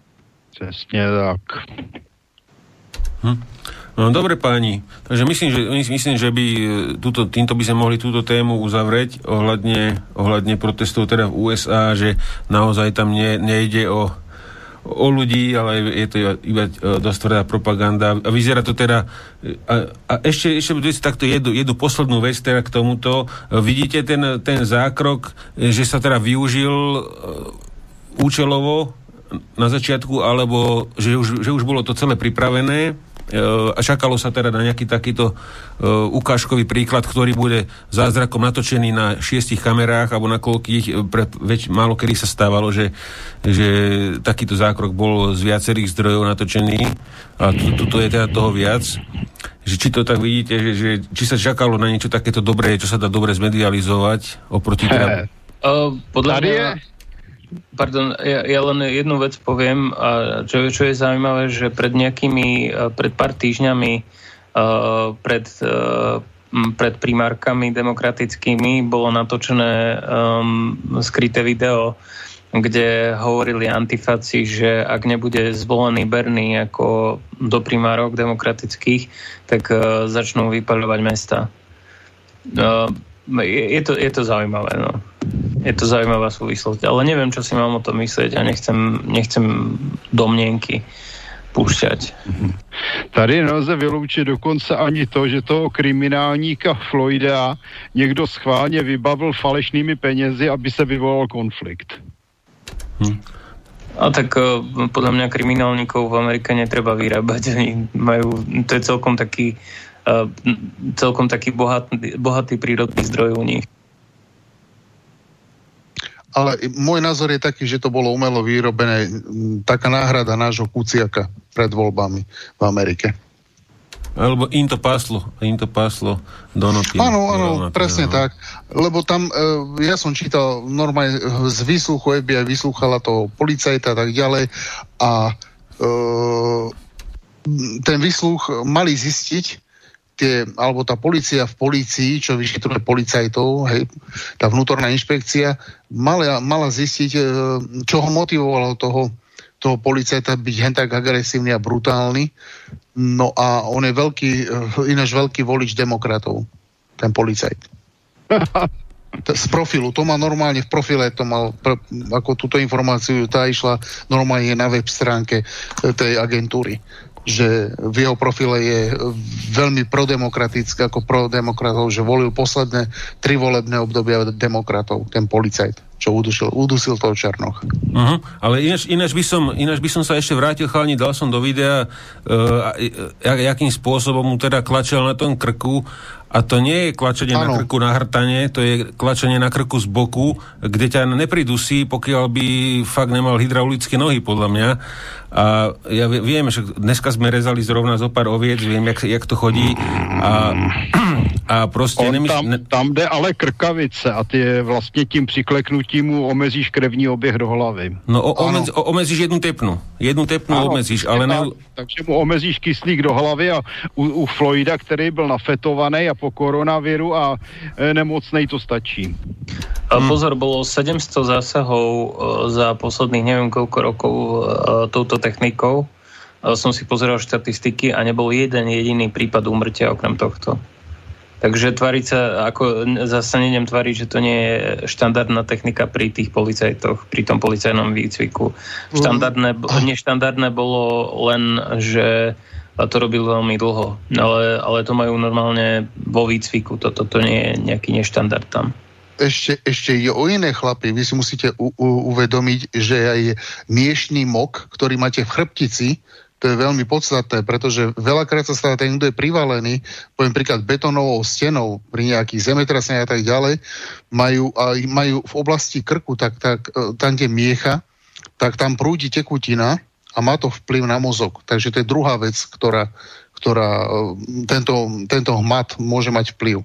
Přesně tak. Hm. No dobre páni, takže myslím, že, myslím, že by túto, týmto by sme mohli túto tému uzavrieť ohľadne, ohľadne protestov teda v ú es á, že naozaj tam ne, nejde o, o ľudí, ale je to iba dosť tvrdá propaganda a vyzerá to teda a, a ešte, ešte takto jednu, jednu poslednú vec teda k tomuto. Vidíte ten, ten zákrok, že sa teda využil účelovo na začiatku, alebo že už, že už bolo to celé pripravené a čakalo sa teda na nejaký takýto uh, ukážkový príklad, ktorý bude zázrakom natočený na šiestich kamerách alebo na koľkých, pre, veď málo kedy sa stávalo, že, že takýto zákrok bol z viacerých zdrojov natočený a tuto je teda toho viac. Že či to tak vidíte, že, že či sa čakalo na niečo takéto dobré, čo sa dá dobre zmedializovať oproti teda... Uh, podľa mňa... Pardon, ja, ja len jednu vec poviem, a čo, čo je zaujímavé, že pred nejakými, pred pár týždňami uh, pred, uh, pred primárkami demokratickými bolo natočené um, skryté video, kde hovorili antifáci, že ak nebude zvolený Bernie ako do primárok demokratických, tak uh, začnú vypaľovať mesta. Uh, je, je, to, je to zaujímavé, no. Je to zaujímavá súvislosť, ale neviem, čo si mám o tom myslieť a nechcem, nechcem domnienky púšťať. Tady nelze vyloučit dokonce ani to, že toho kriminálníka Floyda někdo schválně vybavil falešnými penězi, aby se vyvolal konflikt. Hm. A tak podľa mňa kriminálníkov v Amerike netreba vyrábať. Oni majú, to je celkom taký celkom taký bohatý, bohatý prírodný zdroj u nich. Ale môj názor je taký, že to bolo umelo vyrobené, taká náhrada nášho Kuciaka pred voľbami v Amerike. Alebo im to páslo, im to páslo do noty. Áno, áno, presne tak. Lebo tam, e, ja som čítal normálne z výsluchu ef bé í, vyslúchala to policajta a tak ďalej a e, ten výsluch mali zistiť tie, alebo tá polícia v polícii, čo vyšetruje policajtov, hej, tá vnútorná inšpekcia, mala, mala zistiť, e, čo ho motivovalo toho toho policajta byť hen tak agresívny a brutálny. No a on je veľký, ináč veľký volič demokratov, ten policajt. Z profilu, to má normálne v profile, to mal, ako túto informáciu, tá išla normálne na web stránke tej agentúry, že v jeho profile je veľmi prodemokratické, ako prodemokratov, že volil posledné tri volebné obdobia demokratov, ten policajt, čo udusil, udusil toho Černocha. Uh-huh. Ale ináč, ináč, by som, ináč by som sa ešte vrátil, chalani, dal som do videa, uh, jak, jakým spôsobom mu teda klačal na tom krku. A to nie je klačenie ano. Na krku na hrtanie, to je klačenie na krku z boku, kde ťa nepridusí, pokiaľ by fakt nemal hydraulické nohy, podľa mňa. A ja viem, že dneska sme rezali zrovna zo pár oviec, viem, jak, jak to chodí. A, a proste... On nemysl... tam, tam jde ale krkavice a ty vlastně tím přikleknutím mu omezíš krevní oběh do hlavy. No o, omez, o, omezíš jednu tepnu. Jednu tepnu ano, omezíš, ale ne... Takže mu omezíš kyslík do hlavy a u, u Floyda, který byl nafetovaný a po koronaviru a e, nemocnej to stačí. Hmm. Pozor, bolo sedemsto zásahov za posledných neviem koľko rokov touto technikou. Som si pozeral štatistiky a nebol jeden jediný prípad úmrtia okrem tohto. Takže tváriť sa, ako zase nejdem tváriť, že to nie je štandardná technika pri tých policajtoch, pri tom policajnom výcviku. Štandardné, neštandardné bolo len, že to robil veľmi dlho, ale, ale to majú normálne vo výcviku. Toto to nie je nejaký neštandard tam. Ešte, ešte je o iné, chlapi. Vy si musíte u, u, uvedomiť, že aj miešný mok, ktorý máte v chrbtici, to je veľmi podstatné, pretože veľakrát sa stáva ten, kto je privalený, poviem príklad betónovou stenou pri nejakých zemetraseniach a tak ďalej, majú, a majú v oblasti krku, tak, tak tam, kde miecha, tak tam prúdi tekutina a má to vplyv na mozog. Takže to je druhá vec, ktorá, ktorá tento, tento hmat môže mať vplyv.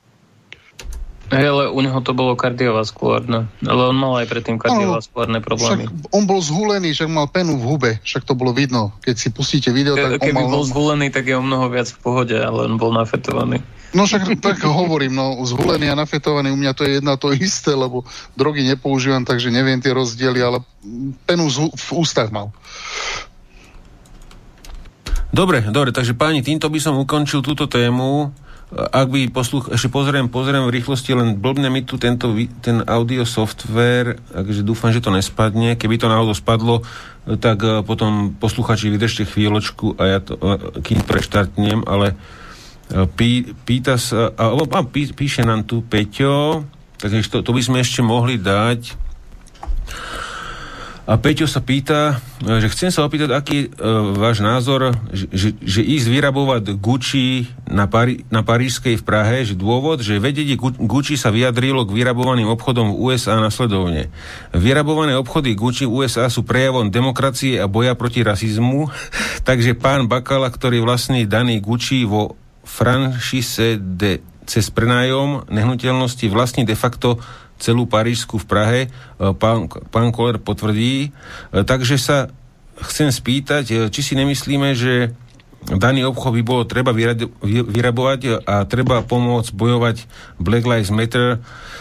Hej, ale u neho to bolo kardiovaskulárne. Ale on mal aj predtým kardiovaskulárne problémy. Však on bol zhulený, však mal penu v hube. Však to bolo vidno. Keď si pustíte video, tak Ke, Keby on mal... bol zhulený, tak je o mnoho viac v pohode, ale on bol nafetovaný. No však tak hovorím, no zhulený a nafetovaný, u mňa to je jedna to isté, lebo drogy nepoužívam, takže neviem tie rozdiely, ale penu z, v ústach mal. Dobre, dobre, takže páni, týmto by som ukončil túto tému. Ak by posluch... Ešte pozriem, pozriem v rýchlosti, len blbne mi tu tento, ten audio software, takže dúfam, že to nespadne. Keby to náhodou spadlo, tak potom posluchači vydržte chvíľočku a ja to, kým preštartnem, ale pí, pýta sa, a, a pí, píše nám tu Peťo, takže to, to by sme ešte mohli dať. A Peťo sa pýta, že chcem sa opýtať, aký je e, váš názor, že, že, že ísť vyrabovať Gucci na, Pari, na Parížskej v Prahe, že dôvod, že vedenie Gucci sa vyjadrilo k vyrabovaným obchodom v ú es á nasledovne. Vyrabované obchody Gucci v ú es á sú prejavom demokracie a boja proti rasizmu, takže pán Bakala, ktorý vlastní daný Gucci vo franšise de cez prenájom nehnuteľnosti vlastní de facto celú Parížsku v Prahe, pán, pán Koller potvrdí. Takže sa chcem spýtať, či si nemyslíme, že daný obchod by bolo treba vyrabovať a treba pomôcť bojovať Black Lives Matter,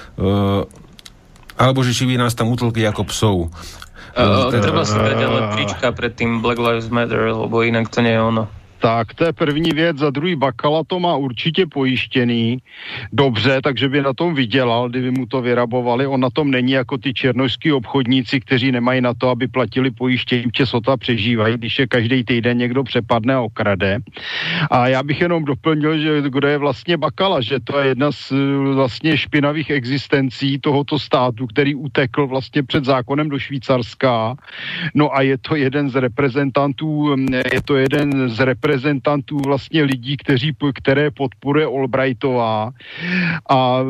alebo že či by nás tam utlkli ako psov. Uh, treba si dať ale trička pred tým Black Lives Matter, lebo inak to nie je ono. Tak, to je první věc. Za druhý, Bakala to má určitě pojištěný dobře, takže by na tom vydělal, kdyby mu to vyrabovali. On na tom není jako ty černošský obchodníci, kteří nemají na to, aby platili pojištění, že sota přežívají, když je každý týden někdo přepadne a okrade. A já bych jenom doplnil, že kdo je vlastně Bakala, že to je jedna z vlastně špinavých existencí tohoto státu, který utekl vlastně před zákonem do Švýcarska. No a je to jeden z reprezentantů, je to jeden z reprezentantů reprezentantů vlastně lidí, kteří, které podporuje Albrightová a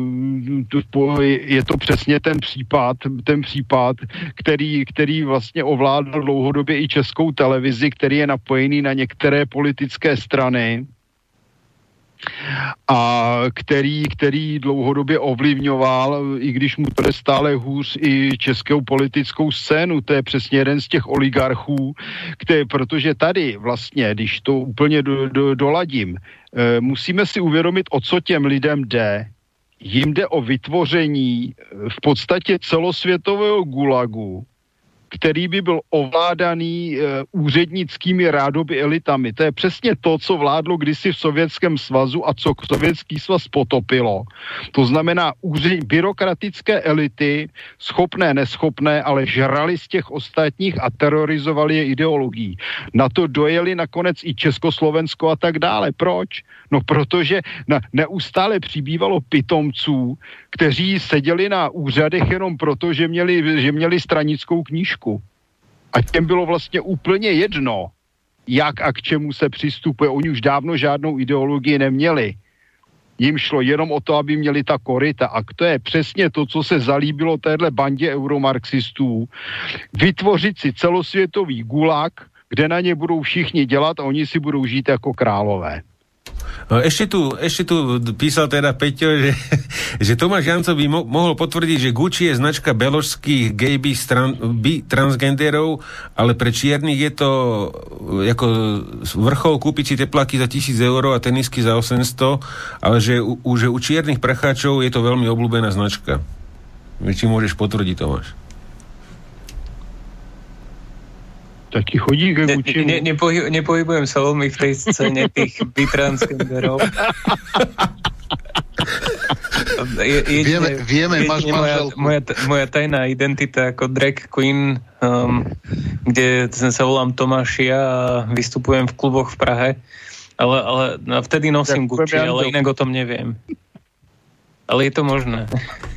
je to přesně ten případ, ten případ, který, který vlastně ovládl dlouhodobě i Českou televizi, který je napojený na některé politické strany a který, který dlouhodobě ovlivňoval, i když mu to je stále hůř, i českou politickou scénu. To je přesně jeden z těch oligarchů, který, protože tady vlastně, když to úplně do, do, doladím, e, musíme si uvědomit, o co těm lidem jde. Jim jde o vytvoření v podstatě celosvětového gulagu, který by byl ovládaný e, úřednickými rádoby elitami. To je přesně to, co vládlo kdysi v Sovětském svazu a co Sovětský svaz potopilo. To znamená úřed, byrokratické elity, schopné, neschopné, ale žrali z těch ostatních a terorizovali je ideologií. Na to dojeli nakonec i Československo a tak dále. Proč? No protože na, neustále přibývalo pitomců, kteří seděli na úřadech jenom proto, že měli, že měli stranickou knížku. A těm bylo vlastně úplně jedno, jak a k čemu se přistupuje. Oni už dávno žádnou ideologii neměli. Jim šlo jenom o to, aby měli ta koryta. A to je přesně to, co se zalíbilo téhle bandě euromarxistů. Vytvořit si celosvětový gulag, kde na ně budou všichni dělat a oni si budou žít jako králové. Ešte tu, ešte tu písal teda Peťo, že, že Tomáš Jancov by mo- mohol potvrdiť, že Gucci je značka beložských gay bi, stran, bi transgenderov, ale pre čiernych je to ako vrchol kúpiť si tepláky za tisíc eur a tenisky za osemsto, ale že u, že u čiernych prcháčov je to veľmi obľúbená značka. Či môžeš potvrdiť, Tomáš? Taký chodí ke Gucci. Ne, ne, nepohy, nepohybujem sa veľmi v tej scéne tých bitransgenderov. Je, vieme, vieme máš manželku. Moja, moja tajná identita ako drag queen, um, kde sa volám Tomášia a vystupujem v kluboch v Prahe, ale, ale vtedy nosím Gucci, ale inak o tom neviem. Ale je to možné.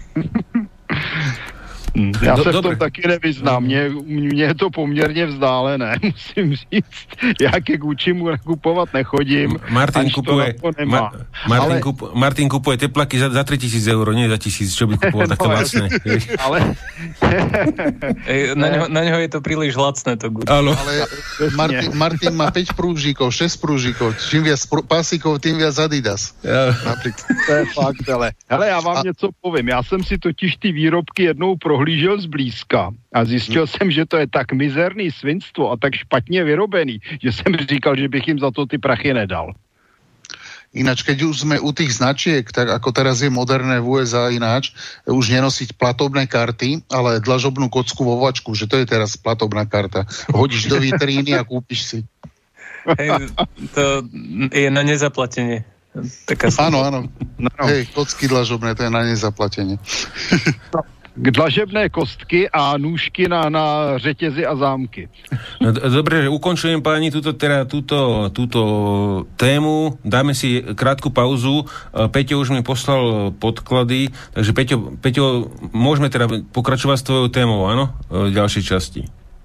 Já se v tom taky nevyznám. Mně, mně je to poměrně vzdálené, musím říct. Já ke Guccimu nakupovat nechodím. Martin kupuje, Ma, Martin, ale, kup, Martin kupuje teplaky za, za tri tisíc eur, nie za tisíc, čo by kupoval no, také lacné. Ale... na, ňo, na ňo je to príliš lacné, to Gucci. Ale Martin, Martin má päť prúžikov, šesť prúžikov. Čím viac pr- pásíkov, tým viac Adidas. Ja. To je fakt, ale. Hele, já vám A... něco povím. Já jsem si totiž ty výrobky jednou prohlížel zblízka a zjistil hmm. jsem, že to je tak mizerný svinstvo a tak špatně vyrobený, že jsem říkal, že bych jim za to ty prachy nedal. Ináč, keď už sme u tých značiek, tak ako teraz je moderné v ú es á ináč, už nenosiť platobné karty, ale dlažobnú kocku vo vačku, že to je teraz platobná karta. Hodíš do vitríny a kúpiš si. Hej, to je na nezaplatenie. Taká áno, áno. No. Hej, kocky dlažobné, to je na nezaplatenie. Dlažebné kostky a nůžky na, na řetězy a zámky. No, dobre, že ukončujem páni túto, teda, túto, túto tému. Dáme si krátku pauzu. Peťo už mi poslal podklady, takže Peťo, Peťo môžeme teda pokračovať s tvojou témou, áno? V ďalšej časti.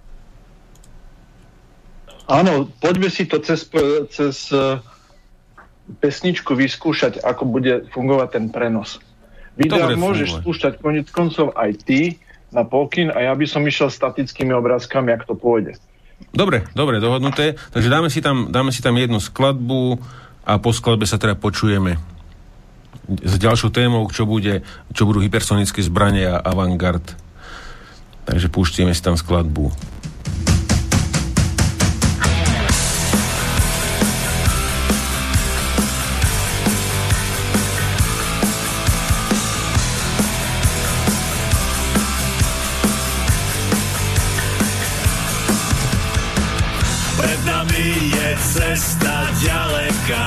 Áno, poďme si to cez, cez pesničku vyskúšať, ako bude fungovať ten prenos. Videa môžeš fungovať. Spúšťať koniec koncov aj ty na pokyn a ja by som išiel statickými obrázkami, jak to pôjde. Dobre, dobre, dohodnuté. Takže dáme si tam, dáme si tam jednu skladbu a po skladbe sa teda počujeme s ďalšou témou, čo bude, čo budú hypersonické zbranie a avantgard. Takže púšťame si tam skladbu. Cesta ďaleká,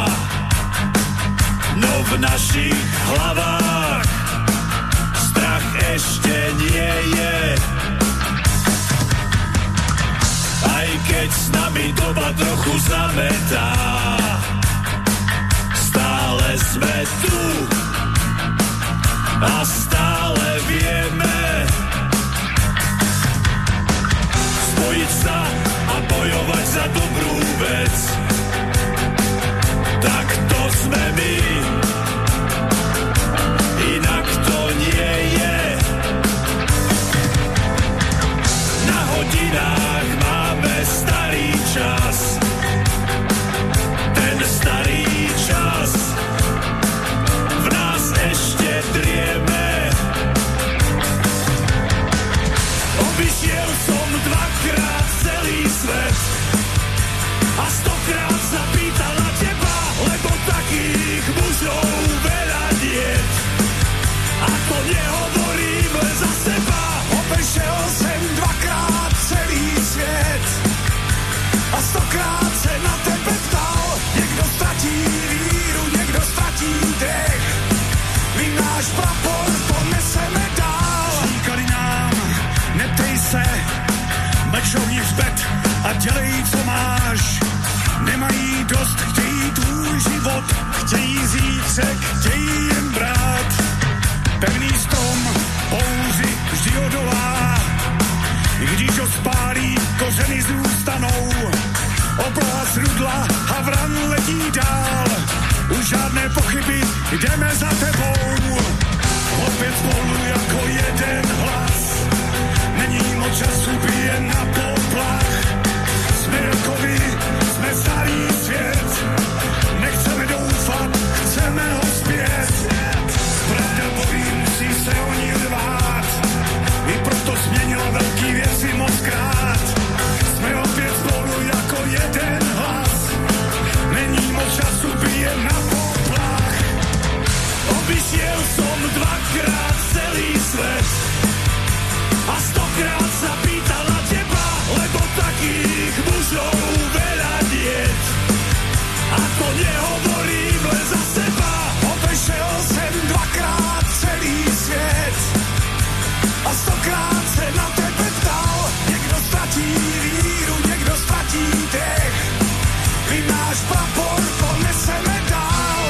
no v našich hlavách strach ešte nie je. Aj keď s nami doba trochu zametá, stále sme tu a stále vieme spojiť sa a bojovať za dobrú vec. stokrát se na tebe ptal. Někdo ztratí víru, někdo ztratí dech. My náš prapor poneseme dál. Říkali nám, neptej se, mlčovní hřbet a dělej, co máš. Nemají dost, chtějí tvůj život, chtějí zítřek, chtějí jen brát. Pevný strom, pouzy vždy odolá, i když ho spálí, kořeny zůstanou. Obloha zrudla, havran letí dál, už žádné pochyby, jdeme za tebou. Opět spolu jako jeden hlas, není moc času, bije na poplach. Jsme jako vy, jsme starý svět, nechceme doufat, chceme ho zpět. Pravda bolí, musí se o ní rvát, i proto změnila velký věci mockrát. Jsme opět spolu jako jeden hlas, není moc času, bije na poplach. Obyšiel som dvakrát celý svet a stokrát sa pýtala teba, lebo takých mužov veľa niet. A to nehovorím len za seba. Obešel sem dvakrát celý svět a stokrát se na tebe ptal. Někdo ztratí víru, někdo ztratí dech. My náš prapor poneseme dál.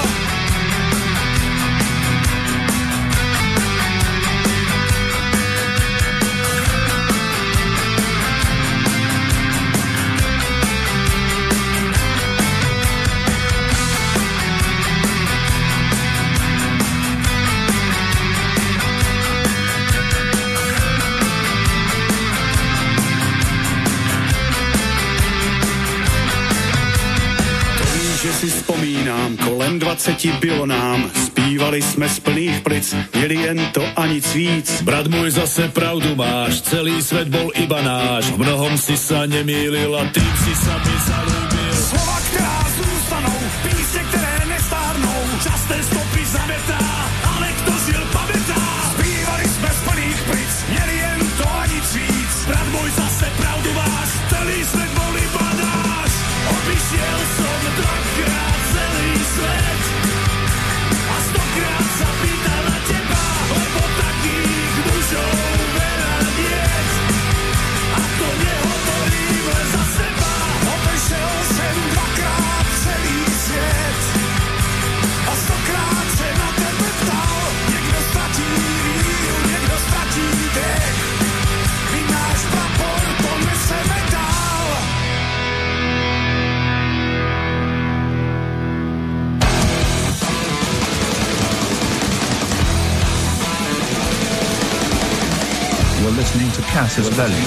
Že si vzpomínám, kolem dvaceti bylo nám, zpívali jsme z plných plic, měli jen to a nic víc. Brat můj, zase pravdu máš, celý svět bol iba náš, v mnohom si sa nemýlil a tým si sa mi zalúbil. Slova, která zůstanou, písně, které nestárnou, časté stopy zametá, ale kdo žil, pamätá. Zpívali jsme z plných plic, měli jen to a nic víc. Brat můj, zase pravdu máš, celý svět bol iba náš. Obyšiel som dvakrát celý svet a stokrát sa pýtal na teba, lebo takých mužov veľa niet. A to nehovorím len za seba. Obyšiel som dvakrát celý svet a stokrát sa na tebe ptal. Niekto stratí víru, niekto stratí dech. My náš prapor poneseme dál. You're listening to Casus Belli.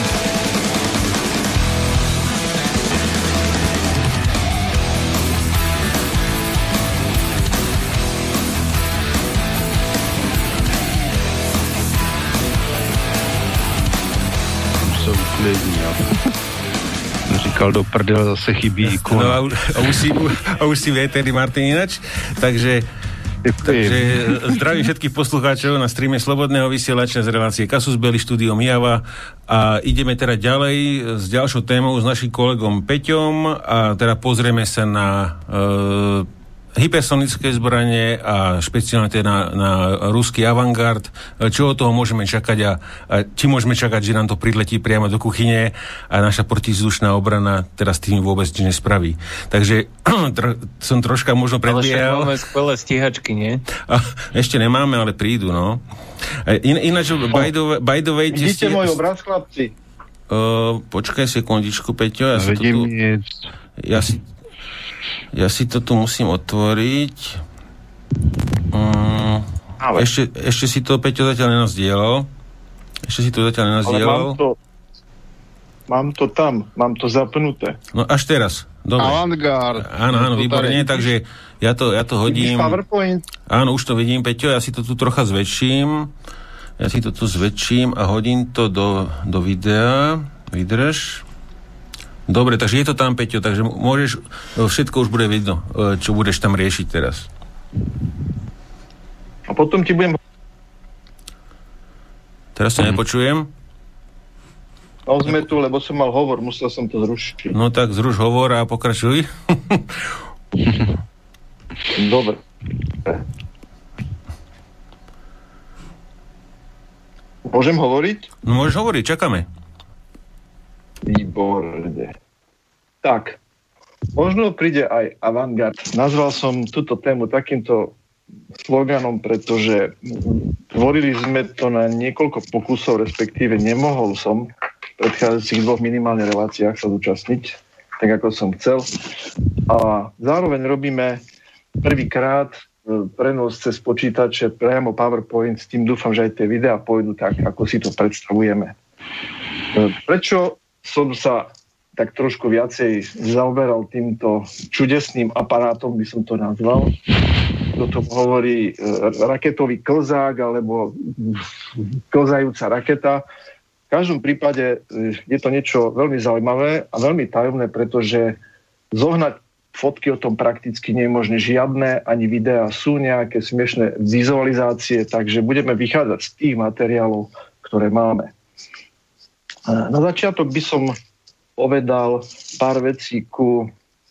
Se uklidní, říkal, do prdele zase chybí ikona. No a, a, už si, a už si vie tedy Martin inač, takže Takže zdravím všetkých poslucháčov na streame Slobodného vysielača z relácie Casus Belli, štúdio Mijava a ideme teda ďalej s ďalšou témou s našim kolegom Peťom a teda pozrieme sa na e, hypersonické zbranie a špeciálne teda na, na ruský avantgard. Čo od toho môžeme čakať a, a či môžeme čakať, že nám to priletí priamo do kuchyne a naša protizdušná obrana teda s tým vôbec nič nespraví. Takže tr- som troška možno predbiehal. Ale však máme skvelé stíhačky, nie? A, ešte nemáme, ale prídu, no. In, ináč, by the, by the way... Vidíte ste, môj obraz, chlapci? Uh, počkaj sekundičku, Peťo. Ja si to tu... Ja si... Ja si to tu musím otvoriť. Um, ešte, ešte si to, Peťo, zatiaľ nenazdielal. Ešte si to zatiaľ nenazdielal. Ale mám to, mám to tam, mám to zapnuté. No až teraz. Dobre. Avantgard. Áno, áno, výborne, takže ja to, ja to hodím. Áno, už to vidím, Peťo, ja si to tu trocha zväčším. Ja si to tu zväčším a hodím to do, do videa. Vydrž. Dobre, takže je to tam, Peťo, takže môžeš, všetko už bude vidno, čo budeš tam riešiť teraz. A potom ti budem... Teraz to mm. nepočujem. No sme tu, lebo som mal hovor, musel som to zrušiť. No tak zruš hovor a pokračuj. Dobre. Môžem hovoriť? No môžeš hovoriť, čakáme. Výborne. Tak, možno príde aj avantgard. Nazval som túto tému takýmto sloganom, pretože tvorili sme to na niekoľko pokusov, respektíve nemohol som v predchádzajúcich dvoch minimálne reláciách sa zúčastniť, tak ako som chcel. A zároveň robíme prvýkrát prenos cez počítače priamo PowerPoint, s tým dúfam, že aj tie videá pôjdu tak, ako si to predstavujeme. Prečo som sa tak trošku viacej zaoberal týmto čudesným aparátom, by som to nazval. Kto to hovorí raketový klzák alebo klzajúca raketa. V každom prípade je to niečo veľmi zaujímavé a veľmi tajomné, pretože zohnať fotky o tom prakticky nie je možné žiadne, ani videá, sú nejaké smiešné vizualizácie, takže budeme vychádzať z tých materiálov, ktoré máme. Na začiatok by som povedal pár vecí ku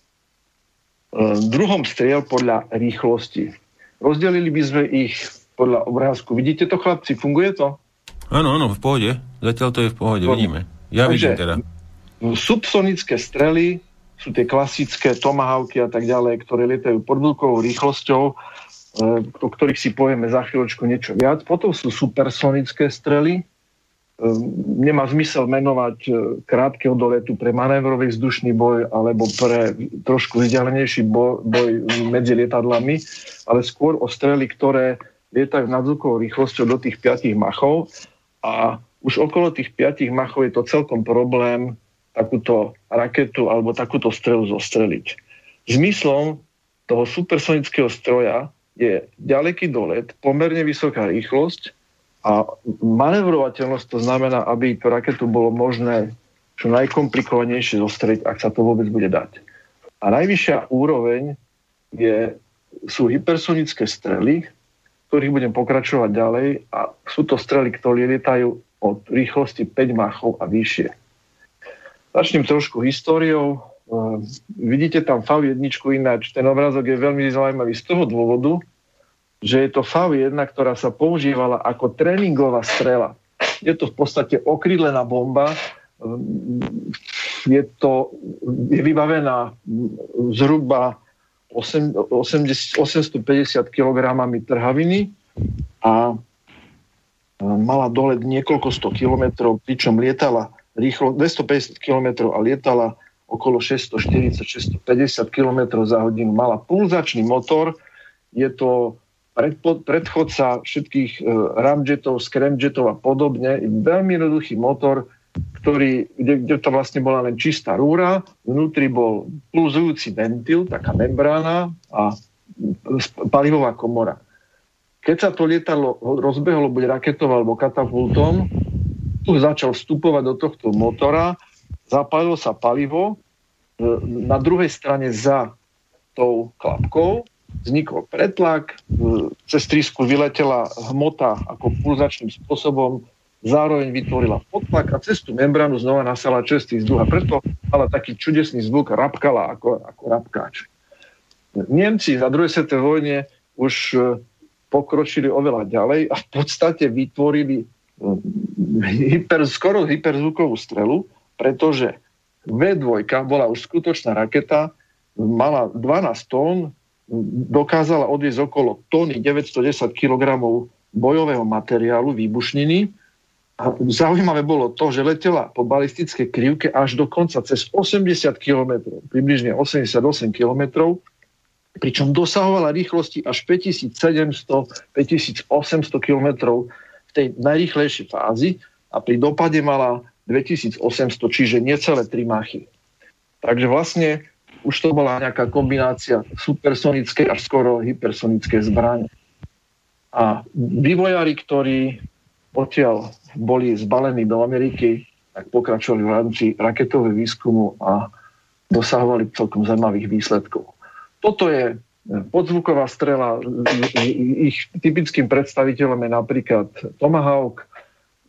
druhom striel podľa rýchlosti. Rozdelili by sme ich podľa obrázku. Vidíte to, chlapci? Funguje to? Áno, áno, v pohode. Zatiaľ to je v pohode, no, vidíme. Ja takže vidím teda. Subsonické strely sú tie klasické tomahawky a tak ďalej, ktoré lietajú pod veľkou rýchlosťou, o ktorých si povieme za chvíľočku niečo viac. Potom sú supersonické strely. Nemá zmysel menovať krátkeho doletu pre manévrový vzdušný boj alebo pre trošku vzdialenejší boj, boj medzi lietadlami, ale skôr o strely, ktoré lietajú nadzvukovou rýchlosťou do tých piatich machov a už okolo tých piatich machov je to celkom problém takúto raketu alebo takúto strelu zostreliť. Zmyslom toho supersonického stroja je ďaleký dolet, pomerne vysoká rýchlosť a manevrovateľnosť, to znamená, aby tú raketu bolo možné čo najkomplikovanejšie zostreliť, ak sa to vôbec bude dať. A najvyššia úroveň je, sú hypersonické strely, ktorých budem pokračovať ďalej a sú to strely, ktoré lietajú od rýchlosti päť machov a vyššie. Začnem trošku históriou. Uh, vidíte tam vé jedna, ináč ten obrázok je veľmi zaujímavý z toho dôvodu, že je to vé jedna, ktorá sa používala ako tréningová strela. Je to v podstate okrídlená bomba. Je to je vybavená zhruba osemstopäťdesiat kilogramov trhaviny a mala dolet niekoľko sto kilometrov, pričom lietala rýchlo dvestopäťdesiat kilometrov a lietala okolo šesťstoštyridsať až šesťstopäťdesiat kilometrov za hodinu. Mala pulzačný motor, je to predpo, predchodca všetkých e, ramjetov, scramjetov a podobne. Veľmi jednoduchý motor, ktorý, kde, kde to vlastne bola len čistá rúra, vnútri bol pulzujúci ventil, taká membrána a palivová komora. Keď sa to lietadlo rozbehlo buď raketou alebo katapultom, tu začal vstupovať do tohto motora, zapálilo sa palivo, na druhej strane za tou klapkou vznikol pretlak, cez trysku vyletela hmota ako pulzačným spôsobom, zároveň vytvorila podtlak a cez tú membránu znova nasala čerstvý vzduch a preto mala taký čudesný zvuk, rapkala ako, ako rapkáč. Nemci za druhej svetovej vojne už pokročili oveľa ďalej a v podstate vytvorili hyper, skoro hyperzvukovú strelu, pretože vé dva bola už skutočná raketa, mala dvanásť tón, dokázala odviesť okolo tóny deväťstodesať kilogramov bojového materiálu, výbušniny. A zaujímavé bolo to, že letela po balistickej krivke až dokonca cez osemdesiat kilometrov, približne osemdesiatosem kilometrov, pričom dosahovala rýchlosti až päťtisícsedemsto až päťtisícosemsto kilometrov tej najrýchlejšej fázi a pri dopade mala dvetisícosemsto, čiže necelé tri machy. Takže vlastne už to bola nejaká kombinácia supersonickej až skoro hypersonickej zbrane. A vývojári, ktorí odtiaľ boli zbalení do Ameriky, tak pokračovali v rámci raketového výskumu a dosahovali celkom zaujímavých výsledkov. Toto je podzvuková strela, ich typickým predstaviteľom je napríklad Tomahawk,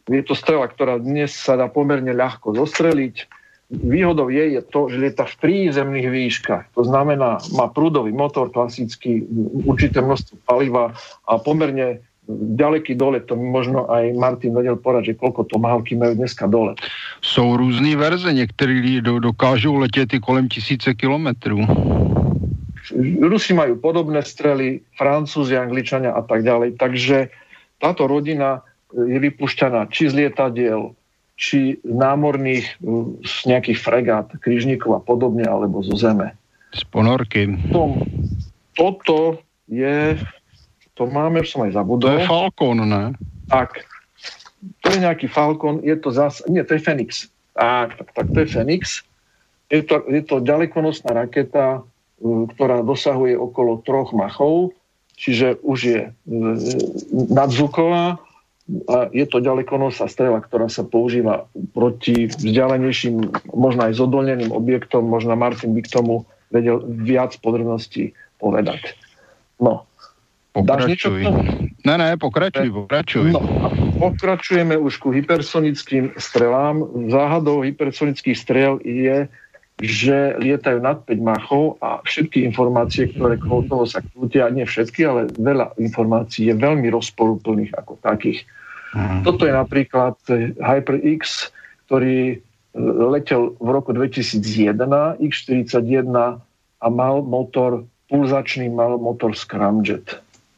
Je to strela, ktorá dnes sa dá pomerne ľahko zostreliť. Výhodou je, je to, že lieta v prízemných výškach. To znamená, má prúdový motor, klasický, určité množstvo paliva a pomerne ďaleký dole. To možno aj Martin vedel povedať, že koľko tomahawky majú dneska dole. Jsou různý verze, některý dokážou letět i kolem tisíce kilometrů. Rusi majú podobné strely, Francúzi, Angličania a tak ďalej. Takže táto rodina je vypušťaná či z lietadiel, či námorných, z nejakých fregát, krížnikov a podobne, alebo zo zeme. Z ponorky. Tom, toto je, to máme, už som aj zabudol. To je Falcon, ne? Tak, to je nejaký Falcon, je to zase, nie, to je Fenix. Tak, tak, tak, to je Fenix. Je to, je to ďalekonosná raketa, ktorá dosahuje okolo troch machov, čiže už je nadzvuková. A je to ďalekonosná strela, ktorá sa používa proti vzdialenejším, možno aj zodolneným objektom. Možno Martin by k tomu vedel viac podrobností povedať. No. Pokračuj. Ne, ne, pokračuj, pokračuj. No, a pokračujeme už ku hypersonickým strelám. Záhadou hypersonických strel je, že lietajú nad päť machov a všetky informácie, ktoré okolo toho sa krútia, nie všetky, ale veľa informácií je veľmi rozporuplných ako takých. Mm. Toto je napríklad HyperX, ktorý letel v roku dvetisícjeden, iks štyridsaťjeden a mal motor, pulzačný mal motor Scramjet.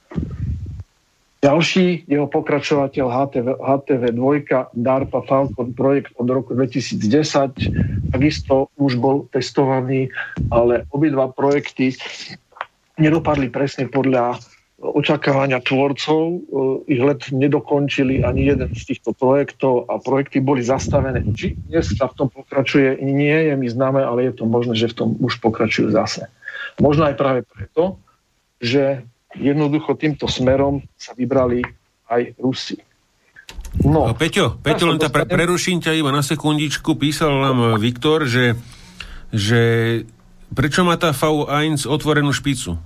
Ďalší jeho pokračovateľ há té vé, há té vé dva, DARPA Falcon projekt od roku dvetisícdesať, takisto už bol testovaný, ale obidva projekty nedopadli presne podľa očakávania tvorcov. Ich let nedokončili ani jeden z týchto projektov a projekty boli zastavené. Či dnes sa v tom pokračuje, nie je mi známe, ale je to možné, že v tom už pokračujú zase. Možno aj práve preto, že jednoducho týmto smerom sa vybrali aj Rusi. No, Peťo, Peťo, len tá pre, preruším ťa iba na sekundičku. Písal nám Viktor, že, že prečo má tá vé jedna otvorenú špicu?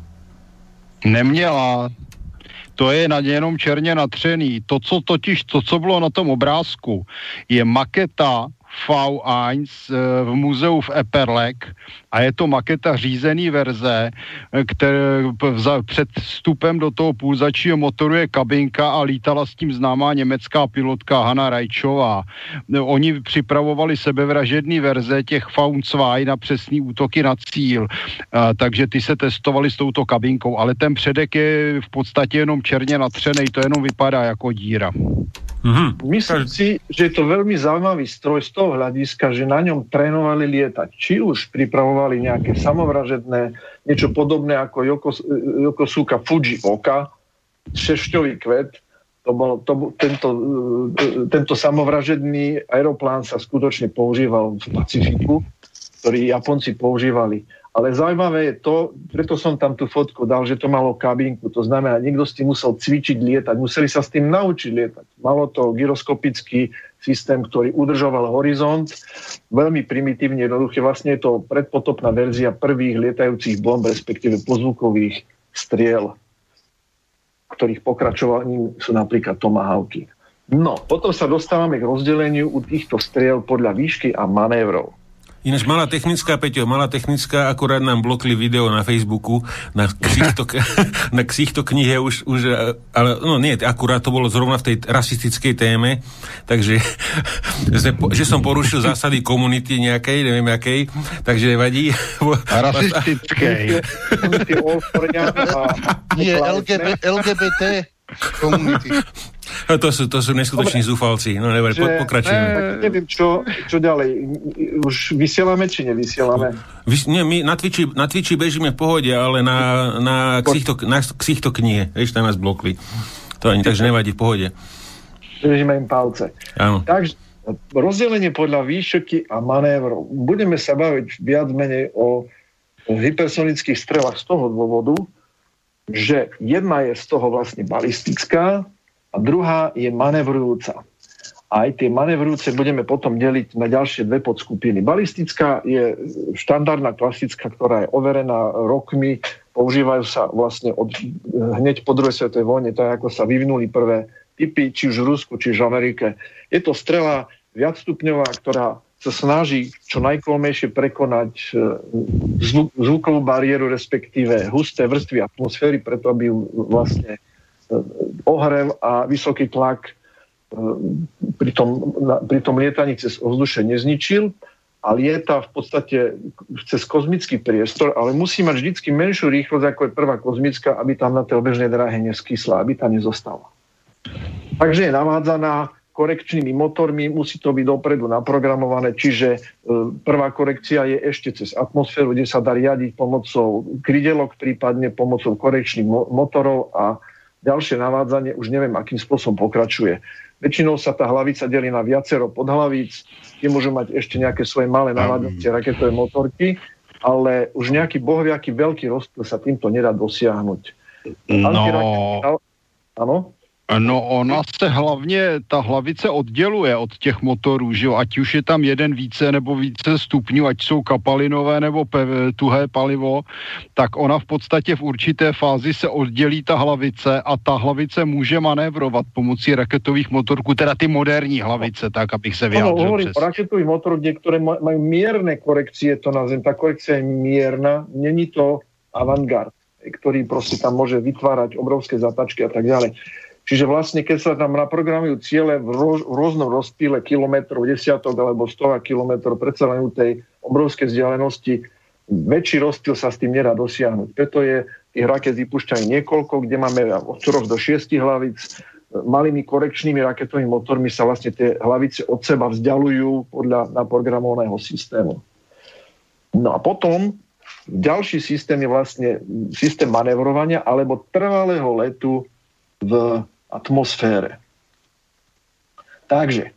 Neměla. To je na jenom černě natřený. To, co totiž, to, co bylo na tom obrázku, je maketa vé jedna v muzeu v Eperlek a je to maketa řízený verze, které před vstupem do toho pulzačního motoru je kabinka a lítala s tím známá německá pilotka Hanna Rajčová. Oni připravovali sebevražedný verze těch vé dva na přesný útoky na cíl, a, takže ty se testovali s touto kabinkou, ale ten předek je v podstatě jenom černě natřenej, to jenom vypadá jako díra. Mm-hmm. Myslím si, že je to veľmi zaujímavý stroj z toho hľadiska, že na ňom trénovali lietať. Či už pripravovali nejaké samovražedné, niečo podobné ako Yokosuka Fuji Oka, šešťový kvet. To bol, to, tento, tento samovražedný aeroplán sa skutočne používal v Pacifiku, ktorý Japonci používali. Ale zaujímavé je to, preto som tam tú fotku dal, že to malo kabinku. To znamená, niekto s tým musel cvičiť lietať. Museli sa s tým naučiť lietať. Malo to gyroskopický systém, ktorý udržoval horizont. Veľmi primitívne, jednoduché. Vlastne je to predpotopná verzia prvých lietajúcich bomb, respektíve pozvukových striel, ktorých pokračovaním sú napríklad tomahawky. No, potom sa dostávame k rozdeleniu u týchto striel podľa výšky a manévrov. Ináč malá technická, Peťo, malá technická, akurát nám blokli video na Facebooku, na ksichto, na ksichto knihe už, už, ale no nie, akurát to bolo zrovna v tej rasistickej téme, takže že som porušil zásady komunity nejakej, neviem akej, takže nevadí. Rasistickej. Nie, el gé bé té komunity. No to sú, to sú neskutoční zúfalci. No neviem, po, pokračujeme. Ne, neviem, čo, čo ďalej. Už vysielame, či nevysielame? Vys, nie, my na Twitchi, na Twitchi bežíme v pohode, ale na, na, ksichto, na ksichto knihe. Vieš, tam nás blokli. To ani, takže nevadí, v pohode. Držíme im palce. Áno. Takže rozdelenie podľa výšky a manévrov. Budeme sa baviť viac menej o, o hypersonických strelách z toho dôvodu, že jedna je z toho vlastne balistická, a druhá je manevrujúca. A aj tie manevrujúce budeme potom deliť na ďalšie dve podskupiny. Balistická je štandardná, klasická, ktorá je overená rokmi. Používajú sa vlastne od, hneď po druhej svetovej vojne, tak ako sa vyvinuli prvé typy, či už v Rusku, či už v Amerike. Je to strela viacstupňová, ktorá sa snaží čo najkolmejšie prekonať zvuk, zvukovú bariéru, respektíve husté vrstvy atmosféry, preto aby ju vlastne ohrev a vysoký tlak pri tom, pri tom lietaní cez ovzdušie nezničil a lieta v podstate cez kozmický priestor, ale musí mať vždycky menšiu rýchlosť, ako je prvá kozmická, aby tam na tej obežnej dráhe neskysla, aby tam nezostala. Takže je navádzaná korekčnými motormi, musí to byť dopredu naprogramované, čiže prvá korekcia je ešte cez atmosféru, kde sa dá riadiť pomocou krydelok, prípadne pomocou korekčných motorov a ďalšie navádzanie už neviem, akým spôsobom pokračuje. Väčšinou sa tá hlavica delí na viacero podhlavíc, kde môžu mať ešte nejaké svoje malé navádzacie raketové motorky, ale už nejaký bohviaký veľký rozptyl sa týmto nedá dosiahnuť. No... Áno? No ona se hlavně, ta hlavice odděluje od těch motorů, že jo, ať už je tam jeden více nebo více stupňů, ať jsou kapalinové nebo pev, tuhé palivo, tak ona v podstatě v určité fázi se oddělí ta hlavice a ta hlavice může manévrovat pomocí raketových motorků, teda ty moderní hlavice, tak abych se vyjádřil. Ano, hovorím o raketových motorů, které mají mierne korekcie, to nazvem, ta korekcia je mierna, není to avantgard, ktorý proste tam môže vytvárať obrovské zatačky a tak ďalej. Čiže vlastne, keď sa tam naprogramujú ciele v, roz, v rôznom rozptýle kilometrov, desiatok alebo stovák kilometrov, predsa len u tej obrovskej vzdialenosti, väčší rozptyl sa s tým nedá dosiahnuť. Preto je tých raket vypúšťajú niekoľko, kde máme od troch do šiestich hlavíc. Malými korekčnými raketovými motormi sa vlastne tie hlavice od seba vzdialujú podľa naprogramovaného systému. No a potom ďalší systém je vlastne systém manevrovania alebo trvalého letu v atmosfére. Takže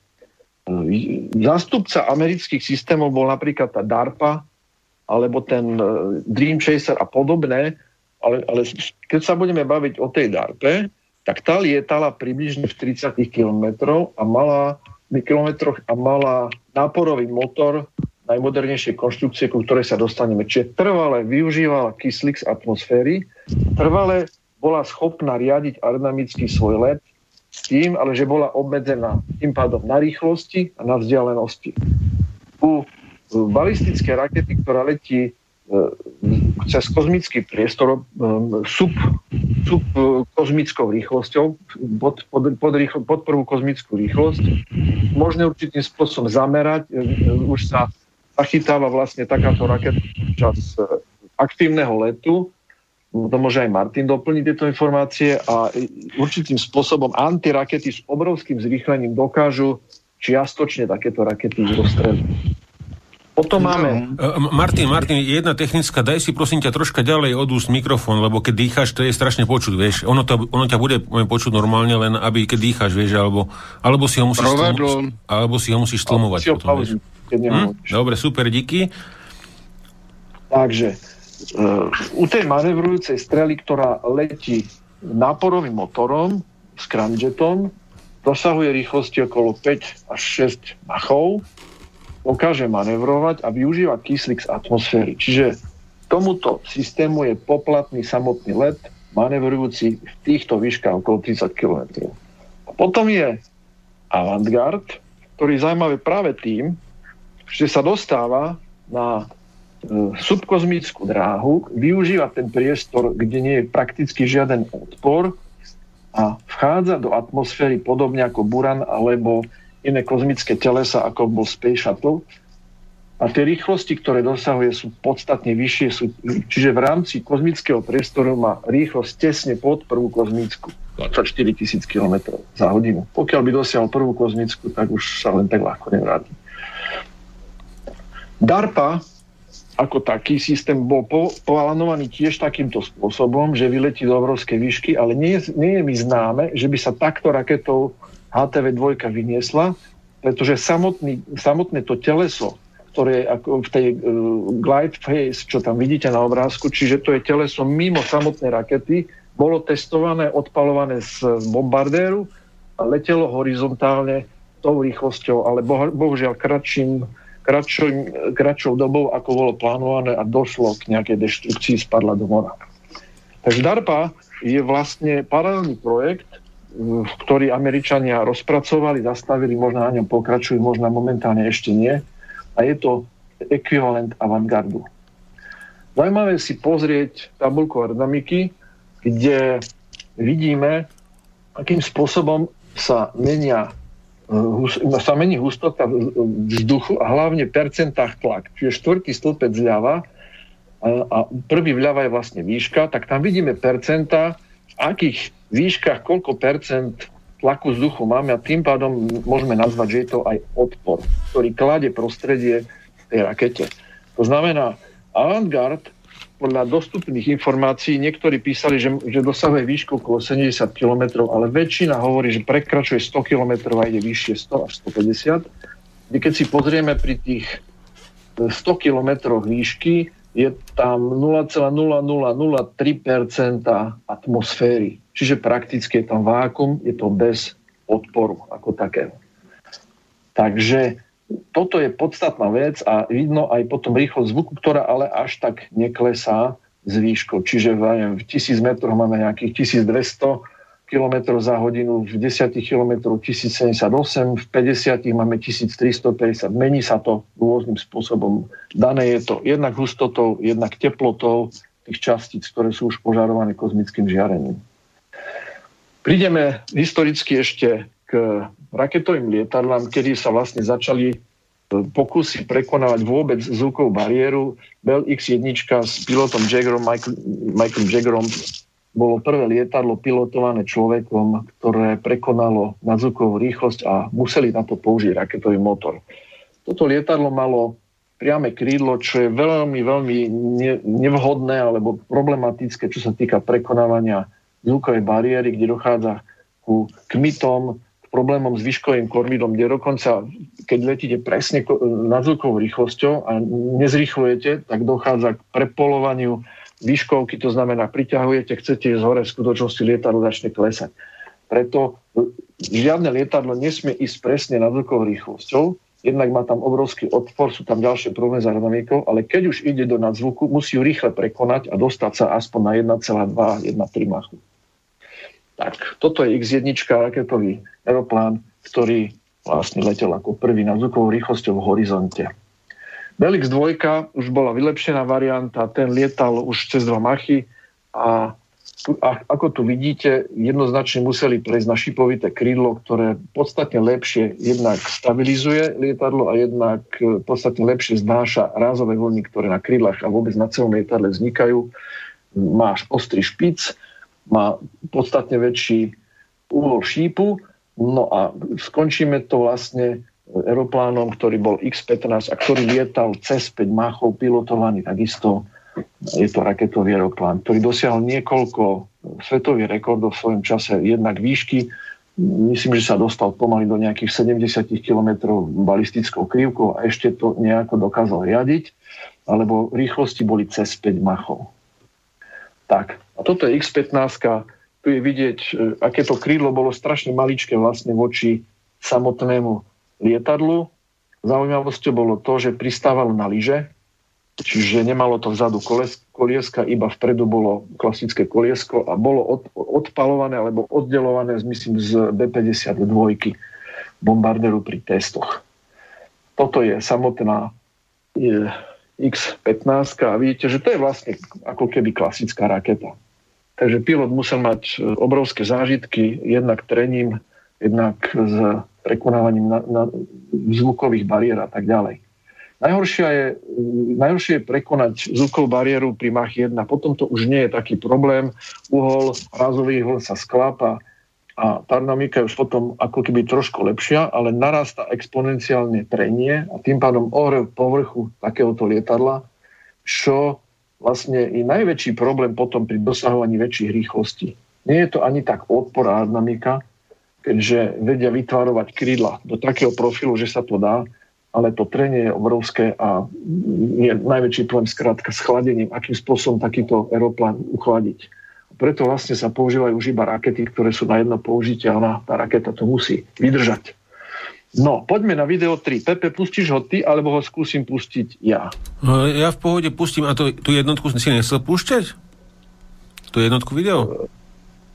zástupca amerických systémov bol napríklad tá DARPA alebo ten Dream Chaser a podobné, ale, ale keď sa budeme baviť o tej DARPE, tak tá lietala približne v tridsať kilometrov a mala, kilometroch a mala náporový motor najmodernejšej konštrukcie, ku ktorej sa dostaneme. Čiže trvale využívala kyslík z atmosféry, trvale bola schopná riadiť aerodynamicky svoj let s tým, ale že bola obmedzená tým pádom na rýchlosti a na vzdialenosti. U balistické rakety, ktorá letí cez kozmický priestor sub, sub kozmickou rýchlosťou, pod, pod, pod, rýchlo, pod prvú kozmickú rýchlosť, možno určitým spôsobom zamerať. Už sa zachytáva vlastne takáto raketa počas aktívneho letu. To môže aj Martin doplniť tieto informácie a určitým spôsobom antirakety s obrovským zrýchlením dokážu čiastočne takéto rakety rozstreliť. Potom máme... Martin, Martin, jedna technická, daj si prosím ťa troška ďalej od úst mikrofón, lebo keď dýcháš, to je strašne počuť, vieš. Ono, to, ono ťa bude počuť normálne, len aby keď dýcháš, vieš, alebo, alebo si ho musíš stlmovať. Alebo si ho musíš stlmovať. Potom, vieš. Hm? Dobre, super, díky. Takže Uh, u tej manevrujúcej strely, ktorá letí náporovým motorom, scramjetom, dosahuje rýchlosti okolo päť až šesť machov, dokáže manevrovať a využívať kyslík z atmosféry. Čiže tomuto systému je poplatný samotný let, manevrujúci v týchto výškach okolo tridsať kilometrov. A potom je avantgard, ktorý je zaujímavý práve tým, že sa dostáva na subkozmickú dráhu, využíva ten priestor, kde nie je prakticky žiaden odpor a vchádza do atmosféry podobne ako Buran alebo iné kozmické telesa, ako bol Space Shuttle. A tie rýchlosti, ktoré dosahuje, sú podstatne vyššie. Sú, čiže v rámci kozmického priestoru má rýchlosť tesne pod prvú kozmickú. dvadsaťštyri tisíc kilometrov za hodinu. Pokiaľ by dosiahol prvú kozmickú, tak už sa len tak ľahko nevráti. DARPA ako taký systém bol po, plánovaný tiež takýmto spôsobom, že vyletí do obrovskej výšky, ale nie je, nie je mi známe, že by sa takto raketou há té vé dva vyniesla, pretože samotný, samotné to teleso, ktoré ako v tej uh, glide phase, čo tam vidíte na obrázku, čiže to je teleso mimo samotnej rakety, bolo testované, odpalované z bombardéru a letelo horizontálne tou rýchlosťou, ale boh, bohužiaľ kratším Kratšou, kratšou dobou, ako bolo plánované a došlo k nejakej deštrukcii, spadla do mora. Takže DARPA je vlastne paralelný projekt ktorý Američania rozpracovali, zastavili, možno na ňom pokračujú, možno momentálne ešte nie. A je to ekvivalent avantgardu. Zaujímavé si pozrieť tabuľku aerodynamiky, kde vidíme, akým spôsobom sa menia sa mení hustota vzduchu a hlavne percentách tlak. Čiže štvrtý stĺpec zľava a prvý vľava je vlastne výška, tak tam vidíme percenta, v akých výškach, koľko percent tlaku vzduchu máme a tým pádom môžeme nazvať, že je to aj odpor, ktorý kladie prostredie tej rakete. To znamená, avantgard podľa dostupných informácií niektorí písali, že, že dosahuje výšku okolo sedemdesiat kilometrov, ale väčšina hovorí, že prekračuje sto kilometrov a ide vyššie sto až stopäťdesiat. Keď si pozrieme pri tých sto kilometroch výšky, je tam nula celá nula nula nula tri percenta atmosféry. Čiže prakticky je tam vákum, je to bez odporu ako takého. Takže toto je podstatná vec a vidno aj potom rýchlosť zvuku, ktorá ale až tak neklesá z výškou. Čiže v tisíc metroch máme nejakých tisícdvesto kilometrov za hodinu, v desať kilometrov tisícsedemdesiatosem, v päťdesiat máme tisíctristopäťdesiat. Mení sa to rôznym spôsobom. Dané je to jednak hustotou, jednak teplotou tých častíc, ktoré sú už požarované kozmickým žiarením. Prídeme historicky ešte k raketovým lietadlám, kedy sa vlastne začali pokusy prekonávať vôbec zvukovú bariéru. Bell iks jeden s pilotom Jaggerom, Michael, Michael Jaggerom bolo prvé lietadlo pilotované človekom, ktoré prekonalo nadzvukovú rýchlosť a museli na to použiť raketový motor. Toto lietadlo malo priame krídlo, čo je veľmi, veľmi nevhodné alebo problematické, čo sa týka prekonávania zvukovej bariéry, kde dochádza ku kmitom, problémom s výškovým kormidlom, kde dokonca, keď letíte presne nadzvukovou rýchlosťou a nezrýchlujete, tak dochádza k prepolovaniu výškovky, to znamená, priťahujete, chcete ísť hore, v skutočnosti lietadlo začne klesať. Preto žiadne lietadlo nesmie ísť presne nadzvukovou rýchlosťou, jednak má tam obrovský odpor, sú tam ďalšie problémy s aerodynamikou, ale keď už ide do nadzvuku, musí ju rýchle prekonať a dostať sa aspoň na jeden celá dva až jeden celá tri machu. Tak, toto je iks jeden raketový aeroplán, ktorý vlastne letel ako prvý nadzvukovou rýchlosťou v horizonte. Bell iks dva už bola vylepšená varianta, ten lietal už cez dva machy a, tu, a ako tu vidíte, jednoznačne museli prejsť na šipovité krídlo, ktoré podstatne lepšie jednak stabilizuje lietadlo a jednak podstatne lepšie znáša rázové vlny, ktoré na krídlach a vôbec na celom lietadle vznikajú. Máš ostrý špic, má podstatne väčší úhol šípu, no a skončíme to vlastne aeroplánom, ktorý bol iks pätnásť a ktorý lietal cez päť machov, pilotovaný takisto. Je to raketový aeroplán, ktorý dosiahol niekoľko svetových rekordov v svojom čase, jednak výšky, myslím, že sa dostal pomaly do nejakých sedemdesiat kilometrov balistickou krivkou a ešte to nejako dokázal riadiť, alebo rýchlosti boli cez päť machov. Tak, a toto je iks pätnásť, tu je vidieť, aké to krídlo bolo strašne maličké vlastne voči samotnému lietadlu. Zaujímavosťou bolo to, že pristávalo na lyže, čiže nemalo to vzadu kolieska, iba vpredu bolo klasické koliesko a bolo od, odpalované alebo oddelované, myslím, z bé päťdesiatdva bombardéru pri testoch. Toto je samotná je, iks pätnásť a vidíte, že to je vlastne ako keby klasická raketa. Takže pilot musel mať obrovské zážitky, jednak trením, jednak s prekonávaním na, na zvukových bariér a tak ďalej. Najhoršie je, najhoršie je prekonať zvukovú bariéru pri Mach jeden, potom to už nie je taký problém. Uhol, rázový uhol sa sklápa a tá dynamika je už potom ako keby trošku lepšia, ale narastá exponenciálne trenie a tým pádom ohrev povrchu takéhoto lietadla, čo vlastne je najväčší problém potom pri dosahovaní väčších rýchlostí. Nie je to ani tak odpor a dynamika, keďže vedia vytvárovať krídla do takého profilu, že sa to dá, ale to trenie je obrovské a je najväčší problém skrátka s chladením, akým spôsobom takýto aeroplán uchladiť. Preto vlastne sa používajú už iba rakety, ktoré sú na jedno použitie a ona, tá raketa to musí vydržať. No, poďme na video tri. Pepe, pustíš ho ty, alebo ho skúsim pustiť ja? Ja v pohode pustím. A to, tú jednotku si nechcel púšťať? Tú jednotku video?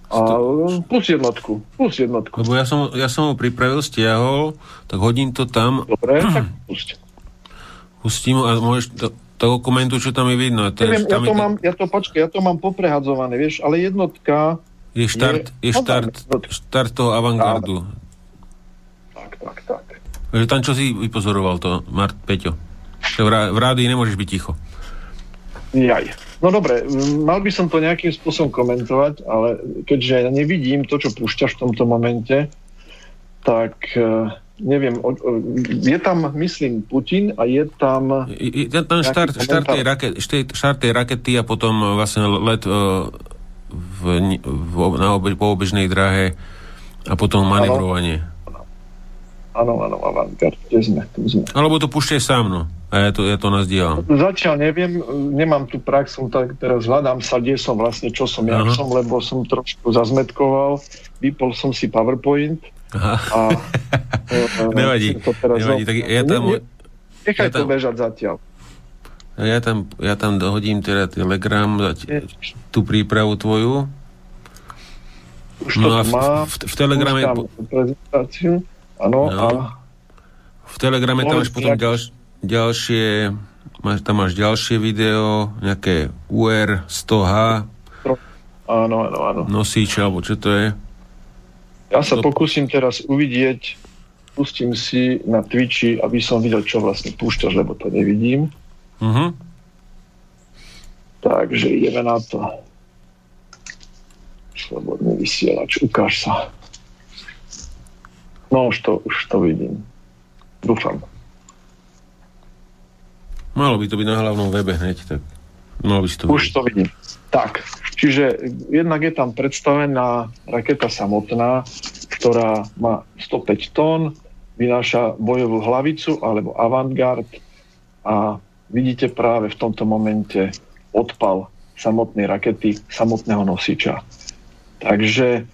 A plus jednotku. Plus jednotku. Lebo ja som, ja som ho pripravil, stiahol, tak hodím to tam. Dobre, tak pusť. Pustím a môžeš to, toho komentu, čo tam je vidno. Ten, Neviem, ja to, je mám, ja to, počkaj, ja to mám poprehadzované, vieš, ale jednotka je štart, je, je štart, štart toho avantgardu. Tak, tak, tak. Takže tam, čo si vypozoroval to, Mart, Peťo? V, rá, v rádii nemôžeš byť ticho. Jaj. No dobre, mal by som to nejakým spôsobom komentovať, ale keďže nevidím to, čo púšťaš v tomto momente, tak neviem, je tam, myslím, Putin a je tam... Je tam štart, štart, tej raket, štart tej rakety a potom vlastne let v, v, na obe, po obežnej dráhe a potom manevrovanie. Áno, áno, avantgard, kde sme, tu sme. Alebo to púšťaj sám, no. A ja to, ja to nazdielam. Zatiaľ neviem, nemám tu prax, som tak teraz hľadám sa, kde som vlastne, čo som, jak som, lebo som trošku zazmetkoval, vypol som si PowerPoint. Aha. A nevadí, to teraz nevadí, tak ja tam... Ne, nechaj ja tam, to bežať zatiaľ. Ja tam, ja tam dohodím teda Telegram, tú prípravu tvoju. Už to no a v, má, v, v Telegrame... prezentáciu, áno, no. A... V Telegrame tam máš potom ďalšie ďalšie, máš, tam máš ďalšie video, nejaké U R sto H. Áno, áno, áno. Nosič, alebo čo to je? Ja sa to... pokúsim teraz uvidieť, pustím si na Twitchi, aby som videl, čo vlastne púšťaš, lebo to nevidím. Uh-huh. Takže ideme na to. Slobodný vysielač, ukáž sa. No, už to, už to vidím. Dúfam. Malo by to byť na hlavnom webe hneď, tak malo by si to Už vidieť. To vidím. Tak, čiže jednak je tam predstavená raketa samotná, ktorá má stopäť tón, vynáša bojovú hlavicu alebo avantgard a vidíte práve v tomto momente odpal samotnej rakety, samotného nosiča. Takže e,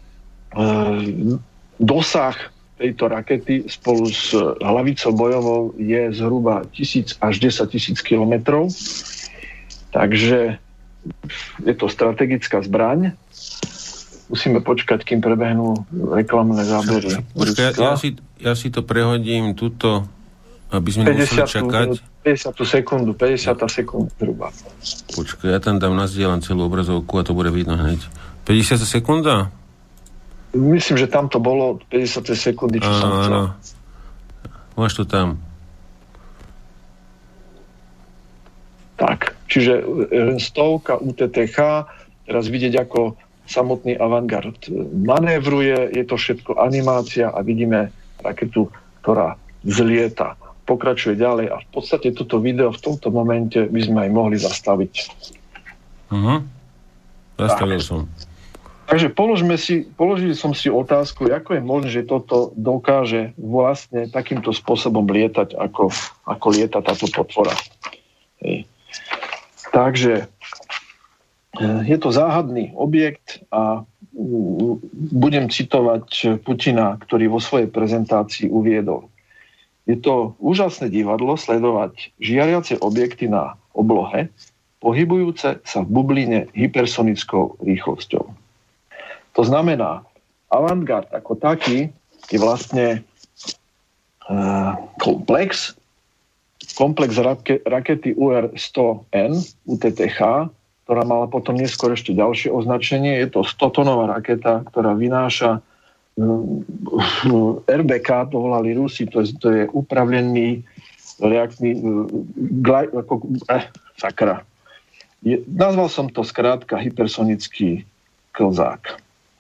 dosah tejto rakety spolu s hlavicou bojovou je zhruba tisíc až desaťtisíc kilometrov. Takže je to strategická zbraň. Musíme počkať, kým prebehnú reklamné zábery. Počkaj, ja, ja, si, ja si to prehodím tuto, aby sme nemuseli čakať. päťdesiatu sekundu, päťdesiat sekúnd zhruba. Počkaj, ja tam dám nazdielam celú obrazovku a to bude vidno hneď. päťdesiat sekunda? Myslím, že tam to bolo päťdesiat sekundy, čo áno, som chcel. Máš to tam. Tak, čiže stovka U T T H, teraz vidieť, ako samotný avantgard manévruje, je to všetko animácia a vidíme raketu, ktorá zlieta. Pokračuje ďalej a v podstate toto video v tomto momente by sme aj mohli zastaviť. Uh-huh. Zastavil tak. som. Takže položme si, položili som si otázku, ako je možné, že toto dokáže vlastne takýmto spôsobom lietať, ako, ako lieta táto potvora. Hej. Takže je to záhadný objekt a budem citovať Putina, ktorý vo svojej prezentácii uviedol. Je to úžasné divadlo sledovať žiariace objekty na oblohe, pohybujúce sa v bubline hypersonickou rýchlosťou. To znamená, avantgard ako taký je vlastne uh, komplex, komplex rake, rakety U R sto N, U T T H, ktorá mala potom neskôr ešte ďalšie označenie. Je to sto-tonová raketa, ktorá vynáša uh, R B K, to volali Rusi, to je, to je upravený reaktný uh, glaj, ako, eh, sakra. Je, nazval som to skrátka hypersonický klzák.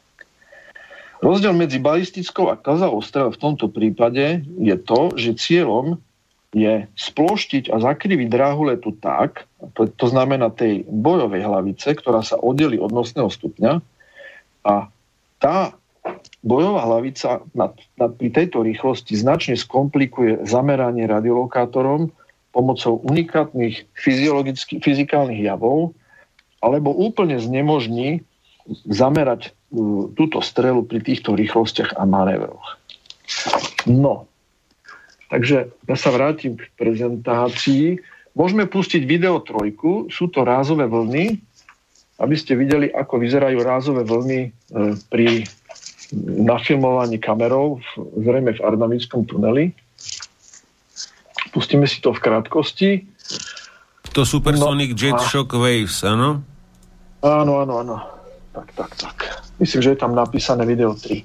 Rozdiel medzi balistickou a klzavou strelou v tomto prípade je to, že cieľom je sploštiť a zakriviť dráhu letu tak, to, to znamená tej bojovej hlavice, ktorá sa oddeli od nosného stupňa a tá bojová hlavica na, na, pri tejto rýchlosti značne skomplikuje zameranie radiolokátorom pomocou unikátnych fyziologických, fyzikálnych javov alebo úplne znemožní zamerať uh, túto strelu pri týchto rýchlostiach a manévroch. No, takže ja sa vrátim k prezentácii. Môžeme pustiť video trojku, sú to rázové vlny aby ste videli, ako vyzerajú rázové vlny pri nafilmovaní kamerou, zrejme v Ardnavickom tuneli. Pustíme si to v krátkosti. To Supersonic no, Jet a... Shock Waves, áno? Áno, áno, áno. Tak, tak, tak. Myslím, že je tam napísané video tri.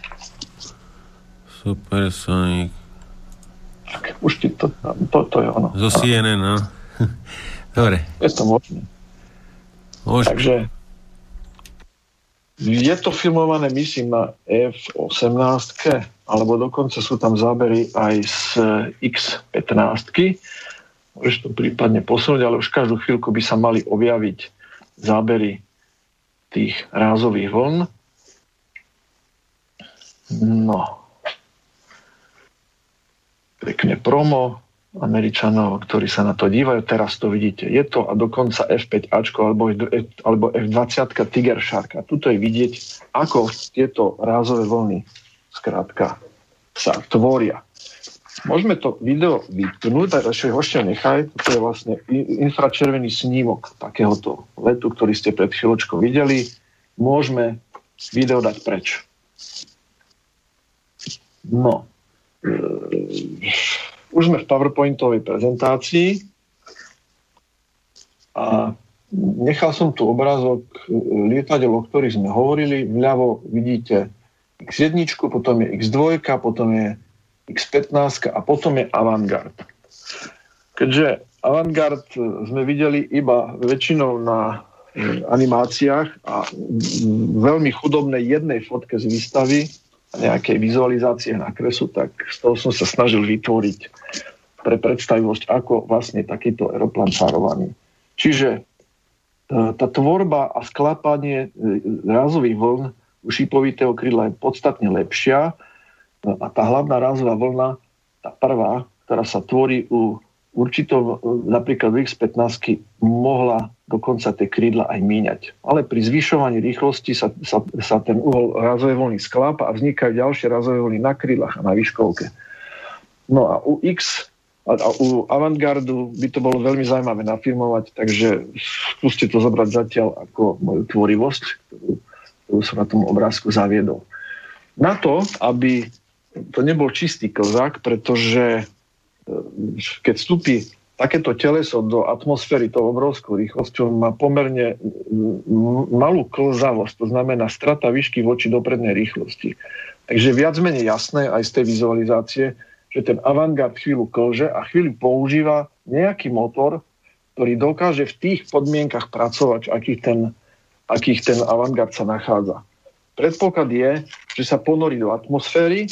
Supersonic. Tak, už ti to, to, to je ono. Zo C N N, no. Dobre. Je to možné. Môž... Takže je to filmované, myslím, na ef osemnásť, alebo dokonca sú tam zábery aj z iks pätnásť. Môžeš to prípadne posunúť, ale už každú chvíľku by sa mali objaviť zábery tých rázových vln. No. Pekne promo Američanov, ktorí sa na to dívajú. Teraz to vidíte. Je to a dokonca ef päť áčko alebo, alebo ef dvadsať Tiger Shark. A tuto je vidieť, ako tieto rázové vlny skrátka sa tvoria. Môžeme to video vypnúť, tak ešte ho ešte nechaj. To je vlastne infračervený snímok takéhoto letu, ktorý ste pred chvíľočkou videli. Môžeme video dať preč. No. Už sme v PowerPointovej prezentácii a nechal som tu obrázok lietadiel, o ktorých sme hovorili. Vľavo vidíte iks jedna, potom je iks dva, potom je iks pätnásť a potom je Avantgarde. Keďže Avantgarde sme videli iba väčšinou na animáciách a veľmi chudobnej jednej fotke z výstavy, nejakej vizualizácie na kresu, tak z toho som sa snažil vytvoriť pre predstavivosť, ako vlastne takýto aeroplán čarovaný. Čiže tá tvorba a sklápanie rázových vln u šipovitého krídla je podstatne lepšia a tá hlavná rázová vlna, tá prvá, ktorá sa tvorí u určitou, napríklad v iks pätnásť, mohla dokonca tie krídla aj míňať. Ale pri zvyšovaní rýchlosti sa, sa, sa ten uhol rázovej vlny sklápa a vznikajú ďalšie rázové vlny na krídlach a na výškovke. No a u X a, a u Avantgardu by to bolo veľmi zaujímavé nafilmovať, takže skúste to zobrať zatiaľ ako moju tvorivosť, ktorú, ktorú som na tom obrázku zaviedol. Na to, aby to nebol čistý klzák, pretože keď vstúpi takéto teleso do atmosféry tou obrovskou rýchlosťou, má pomerne malú klzavosť, to znamená strata výšky voči doprednej rýchlosti. Takže viac menej jasné aj z tej vizualizácie, že ten Avantgarde chvíľu klže a chvíľu používa nejaký motor, ktorý dokáže v tých podmienkach pracovať, akých ten, akých ten Avantgarde sa nachádza. Predpoklad je, že sa ponorí do atmosféry,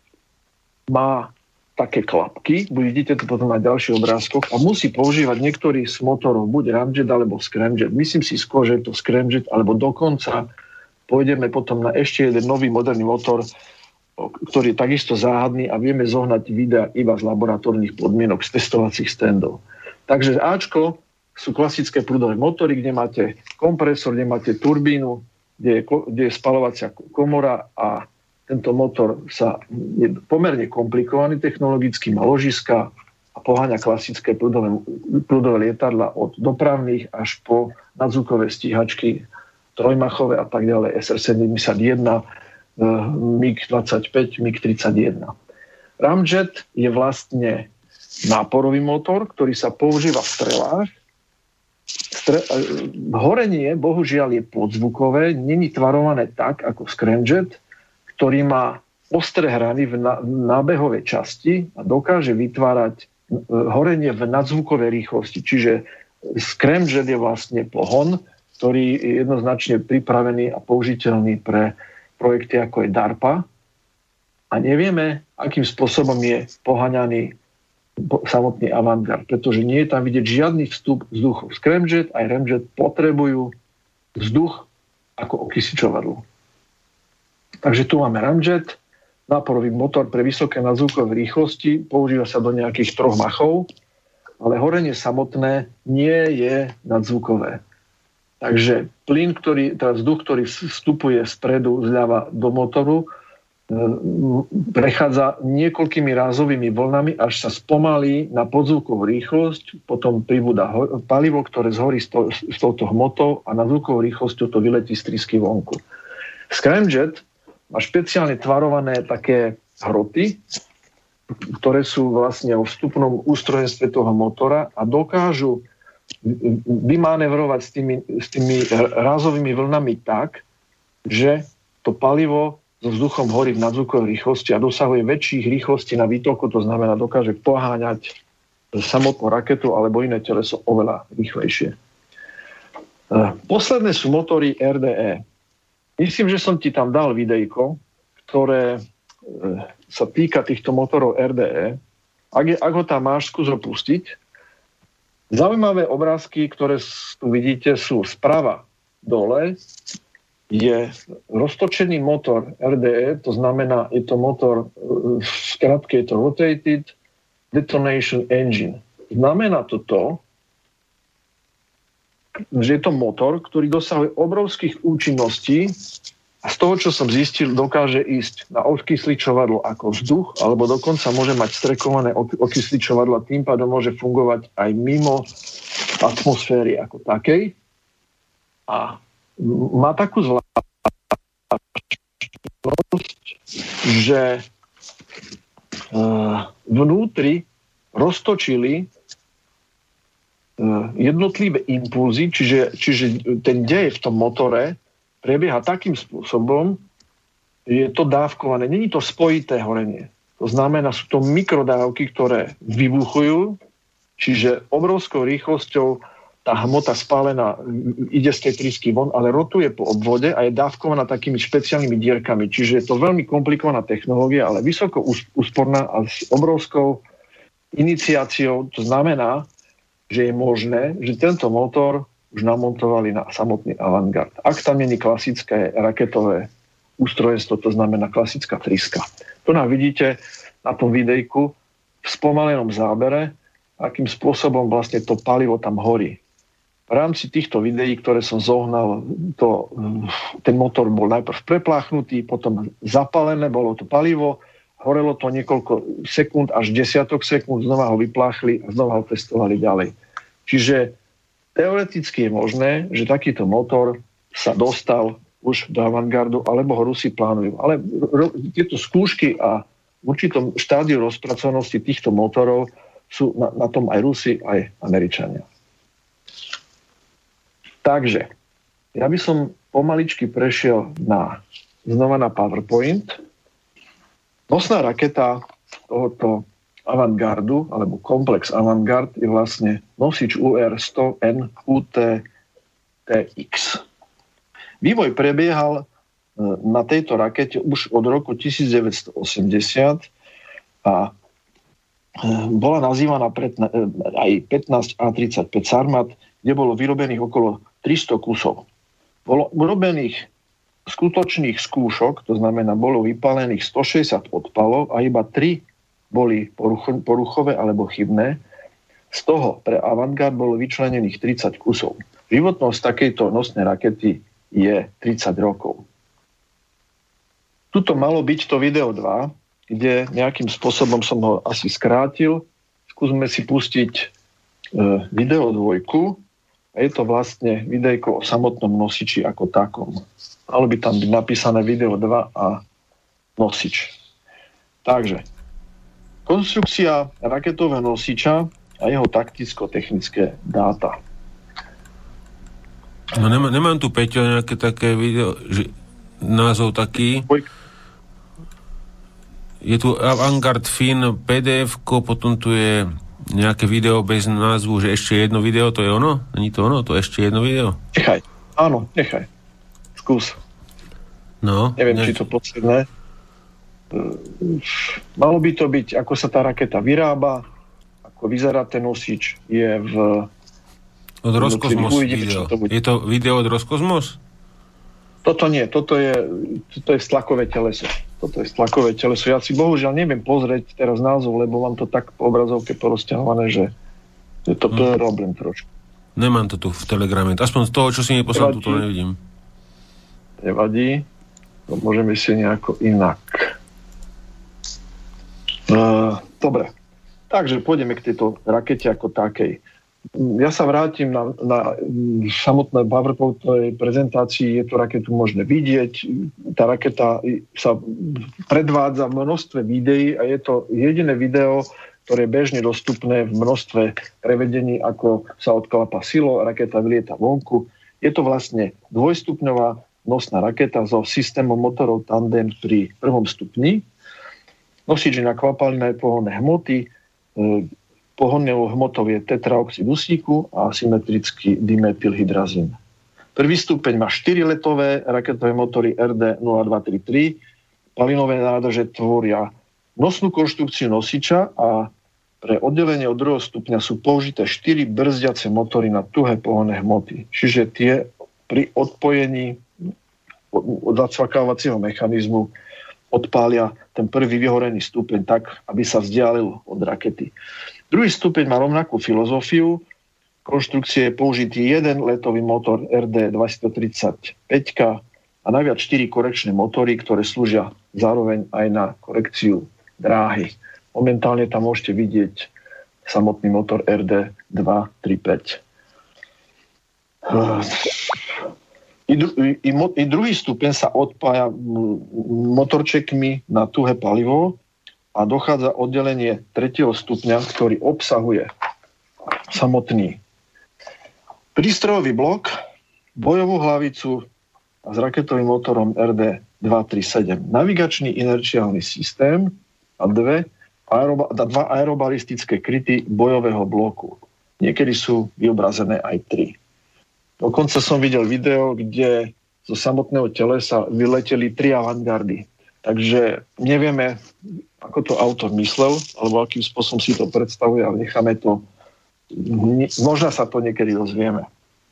má také klapky, vidíte to potom na ďalších obrázkoch a musí používať niektorý z motorov, buď Ramjet alebo Scramjet. Myslím si skôr, že je to Scramjet, alebo dokonca pôjdeme potom na ešte jeden nový moderný motor, ktorý je takisto záhadný a vieme zohnať videa iba z laboratórnych podmienok, z testovacích standov. Takže Ačko sú klasické prúdové motory, kde máte kompresor, kde máte turbínu, kde je, kde je spalovacia komora a tento motor sa je pomerne komplikovaný technologicky, má ložiska a poháňa klasické prúdové, prúdové lietadla od dopravných až po nadzvukové stíhačky, trojmachové a tak ďalej, es er sedemdesiatjeden, mig dvadsaťpäť, mig tridsaťjeden. Ramjet je vlastne náporový motor, ktorý sa používa v strelách. Stre- horenie, bohužiaľ, je podzvukové, není tvarované tak, ako Scramjet, ktorý má ostré hrany v nábehovej časti a dokáže vytvárať horenie v nadzvukovej rýchlosti. Čiže Scramjet je vlastne pohon, ktorý je jednoznačne pripravený a použiteľný pre projekty ako je DARPA. A nevieme, akým spôsobom je poháňaný samotný Avantgarde, pretože nie je tam vidieť žiadny vstup vzduchu. Scramjet aj Ramjet potrebujú vzduch ako okysičovadlo. Takže tu máme Ramjet, náporový motor pre vysoké nadzvukové rýchlosti, používa sa do nejakých troch machov, ale horenie samotné nie je nadzvukové. Takže plyn, ktorý, teda vzduch, ktorý vstupuje spredu, zľava do motoru, prechádza niekoľkými rázovými vlnami, až sa spomalí na podzvukovú rýchlosť, potom pribúda ho- palivo, ktoré zhorí s, to, s touto hmotou a na zvukovú rýchlosťou to vyletí z trysky vonku. Scramjet má špeciálne tvarované také hroty, ktoré sú vlastne vo vstupnom ústrojenstve toho motora a dokážu vymanevrovať s tými, s tými rázovými vlnami tak, že to palivo so vzduchom horí v nadzvukovej rýchlosti a dosahuje väčších rýchlostí na výtoku, to znamená, dokáže poháňať samotnú raketu alebo iné teleso oveľa rýchlejšie. Posledné sú motory er dé é. Myslím, že som ti tam dal videjko, ktoré sa týka týchto motorov er dé é. Ak, je, ak ho tam máš, skús ho pustiť. Zaujímavé obrázky, ktoré tu vidíte, sú sprava dole. Je roztočený motor er dé é, to znamená, je to motor, v skratke je to Rotated Detonation Engine. Znamená to to, že je to motor, ktorý dosahuje obrovských účinností a z toho, čo som zistil, dokáže ísť na okysličovadlo ako vzduch, alebo dokonca môže mať strekované okysličovadlo a tým pádom môže fungovať aj mimo atmosféry ako takej. A má takú zvláštnosť, že vnútri roztočili jednotlivé impulzy, čiže, čiže ten dej v tom motore prebieha takým spôsobom, je to dávkované. Není to spojité horenie. To znamená, sú to mikrodávky, ktoré vybuchujú, čiže obrovskou rýchlosťou tá hmota spálená ide z tej trysky von, ale rotuje po obvode a je dávkovaná takými špeciálnymi dierkami. Čiže je to veľmi komplikovaná technológia, ale vysoko úsporná a s obrovskou iniciáciou. To znamená, že je možné, že tento motor už namontovali na samotný Avantgarde. Ak tam nie je klasické raketové ústrojenstvo, to znamená klasická tryska. To nám vidíte na tom videjku v spomalenom zábere, akým spôsobom vlastne to palivo tam horí. V rámci týchto videí, ktoré som zohnal, to, ten motor bol najprv prepláchnutý, potom zapálené, bolo to palivo, horelo to niekoľko sekúnd až desiatok sekúnd, znova ho vypláchli a znova ho testovali ďalej. Čiže teoreticky je možné, že takýto motor sa dostal už do Avantgardu, alebo ho Rusi plánujú. Ale tieto skúšky a v určitom štádiu rozpracovanosti týchto motorov sú na, na tom aj Rusi, aj Američania. Takže, ja by som pomaličky prešiel na, znova na PowerPoint. Nosná raketa tohoto Avantgardu, alebo komplex Avantgarde je vlastne nosič ú er sto en ú té té iks. Vývoj prebiehal na tejto rakete už od roku devätnásťstoosemdesiat a bola nazývaná aj pätnásť á tridsaťpäť Sarmat, kde bolo vyrobených okolo tristo kusov. Bolo urobených skutočných skúšok, to znamená, bolo vypálených stošesťdesiat odpalov a iba tri boli poruchové alebo chybné. Z toho pre Avantgarde bolo vyčlenených tridsať kusov. Životnosť takejto nosnej rakety je tridsať rokov. Tuto malo byť to video dva, kde nejakým spôsobom som ho asi skrátil. Skúsme si pustiť e, video dvojku. A je to vlastne videjko o samotnom nosiči ako takom. Malo by tam byť napísané video dva a nosič. Takže, konštrukcia raketového nosiča a jeho takticko-technické dáta. No nemám, nemám tu, Peťo, nejaké také video, že názov taký. Je tu Avantgarde Fin pé dé efko, potom tu je nejaké video bez názvu, že ešte jedno video, to je ono? Není to ono? To je ešte jedno video? Nechaj, áno, nechaj. Skús. No. Neviem, nech... či to posledné. Malo by to byť, ako sa tá raketa vyrába, ako vyzerá ten nosič, je v... Od Roskosmos video. To je to video od Roskosmos? Toto nie, toto je, toto je stlakové teleso. Toto je stlakové teleso. Ja si bohužiaľ neviem pozrieť teraz názov, lebo mám to tak po obrazovke porozťahované, že je to hmm. problém trošku. Nemám to tu v Telegrame. Aspoň z toho, čo si neposlal, tu to nevidím. Nevadí. To môžeme si nejako inak. Uh, dobre. Takže pôjdeme k tejto rakete ako takej. Ja sa vrátim na, na samotné PowerPointovej prezentácii. Je to raketu možné vidieť. Tá raketa sa predvádza v množstve videí a je to jediné video, ktoré je bežne dostupné v množstve prevedení, ako sa odklapa silo, raketa vylieta vonku. Je to vlastne dvojstupňová nosná raketa so systémom motorov tandem pri prvom stupni. Nosič je na kvapalina pohonné hmoty. Pohonnou hmotou je tetraoxid dusíku a asymetrický dimethylhydrazín. Prvý stupeň má štyri letové raketové motory er dé nula dva tri tri. Palinové nádrže tvoria nosnú konštrukciu nosiča a pre oddelenie od druhého stupňa sú použité štyri brzdiace motory na tuhé pohonné hmoty. Čiže tie pri odpojení od zacvakávacieho mechanizmu odpália ten prvý vyhorený stupeň tak, aby sa vzdialil od rakety. Druhý stupeň má rovnakú filozofiu. Konštrukcie je použitý jeden letový motor er dé dvestotridsaťpäť a najviac štyri korekčné motory, ktoré slúžia zároveň aj na korekciu dráhy. Momentálne tam môžete vidieť samotný motor er dé dvestotridsaťpäť. I, dru- i, mo- I druhý stupeň sa odpája motorčekmi na tuhé palivo a dochádza oddelenie tretieho stupňa, ktorý obsahuje samotný prístrojový blok, bojovú hlavicu a s raketovým motorom er dé dvestotridsaťsedem, navigačný inerciálny systém a dve aeroba- dva aerobalistické kryty bojového bloku. Niekedy sú vyobrazené aj tri. Dokonca som videl video, kde zo samotného telesa vyleteli tri avantgardy. Takže nevieme, ako to autor myslel, alebo akým spôsobom si to predstavuje, ale necháme to, možno sa to niekedy dozvieme.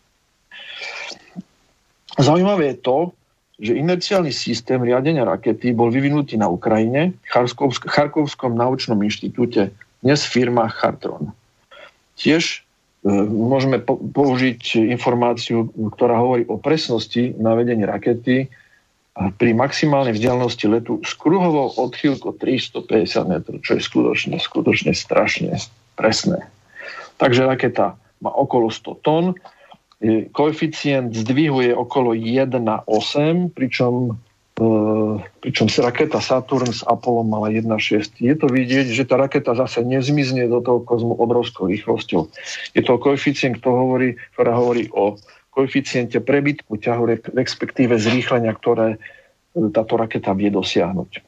Zaujímavé je to, že inerciálny systém riadenia rakety bol vyvinutý na Ukrajine, v Charkovskom naučnom inštitúte, dnes firma Chartron. Tiež môžeme použiť informáciu, ktorá hovorí o presnosti na vedenie rakety pri maximálnej vzdialenosti letu s kruhovou odchýlkou tristopäťdesiat metrov, čo je skutočne, skutočne strašne presné. Takže raketa má okolo sto tón, koeficient zdvihu je okolo jeden na osem, pričom pričom sa raketa Saturn s Apollom mala jeden na šesť. Je to vidieť, že tá raketa zase nezmizne do toho kozmu obrovskou rýchlosťou. Je to koeficient, ktorý hovorí, ktorá hovorí o koeficiente prebytku ťahu, respektíve zrýchlenia, ktoré táto raketa vie dosiahnuť.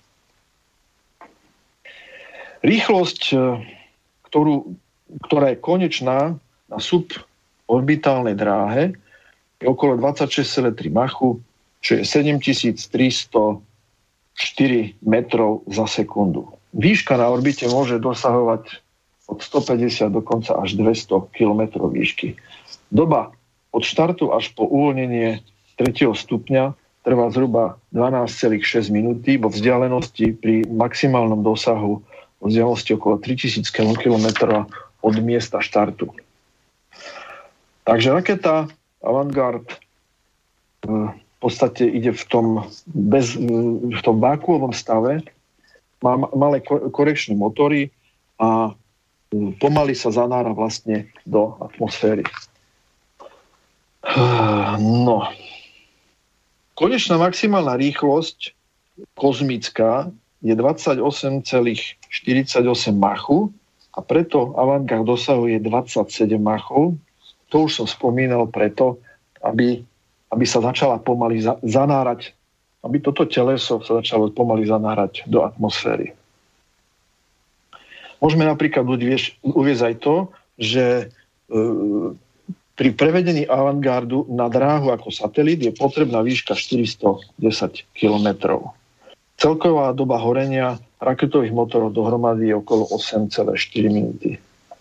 Rýchlosť, ktorú, ktorá je konečná na suborbitálnej dráhe, je okolo dvadsaťšesť celá tri Machu, čo je sedemtisíctristoštyri metrov za sekundu. Výška na orbite môže dosahovať od stopäťdesiat dokonca až dvesto kilometrov výšky. Doba od štartu až po uvoľnenie tretieho stupňa trvá zhruba dvanásť celá šesť minúty, vo vzdialenosti pri maximálnom dosahu vo vzdialenosti okolo tritisíc kilometrov od miesta štartu. Takže raketa Avangard v podstate ide v tom, bez, v tom vákuovom stave, má malé korekčné motory a pomaly sa zanára vlastne do atmosféry. No. Konečná maximálna rýchlosť kozmická je dvadsaťosem celá štyridsaťosem Machu a preto Avangard dosahuje dvadsaťsedem Machov. To už som spomínal preto, aby aby sa začala pomaly za, zanárať, aby toto teleso sa začalo pomaly zanárať do atmosféry. Môžeme napríklad uviesť aj to, že e, pri prevedení Avantgardu na dráhu ako satelit je potrebná výška štyristodesať kilometrov. Celková doba horenia raketových motorov dohromady je okolo osem celá štyri minúty.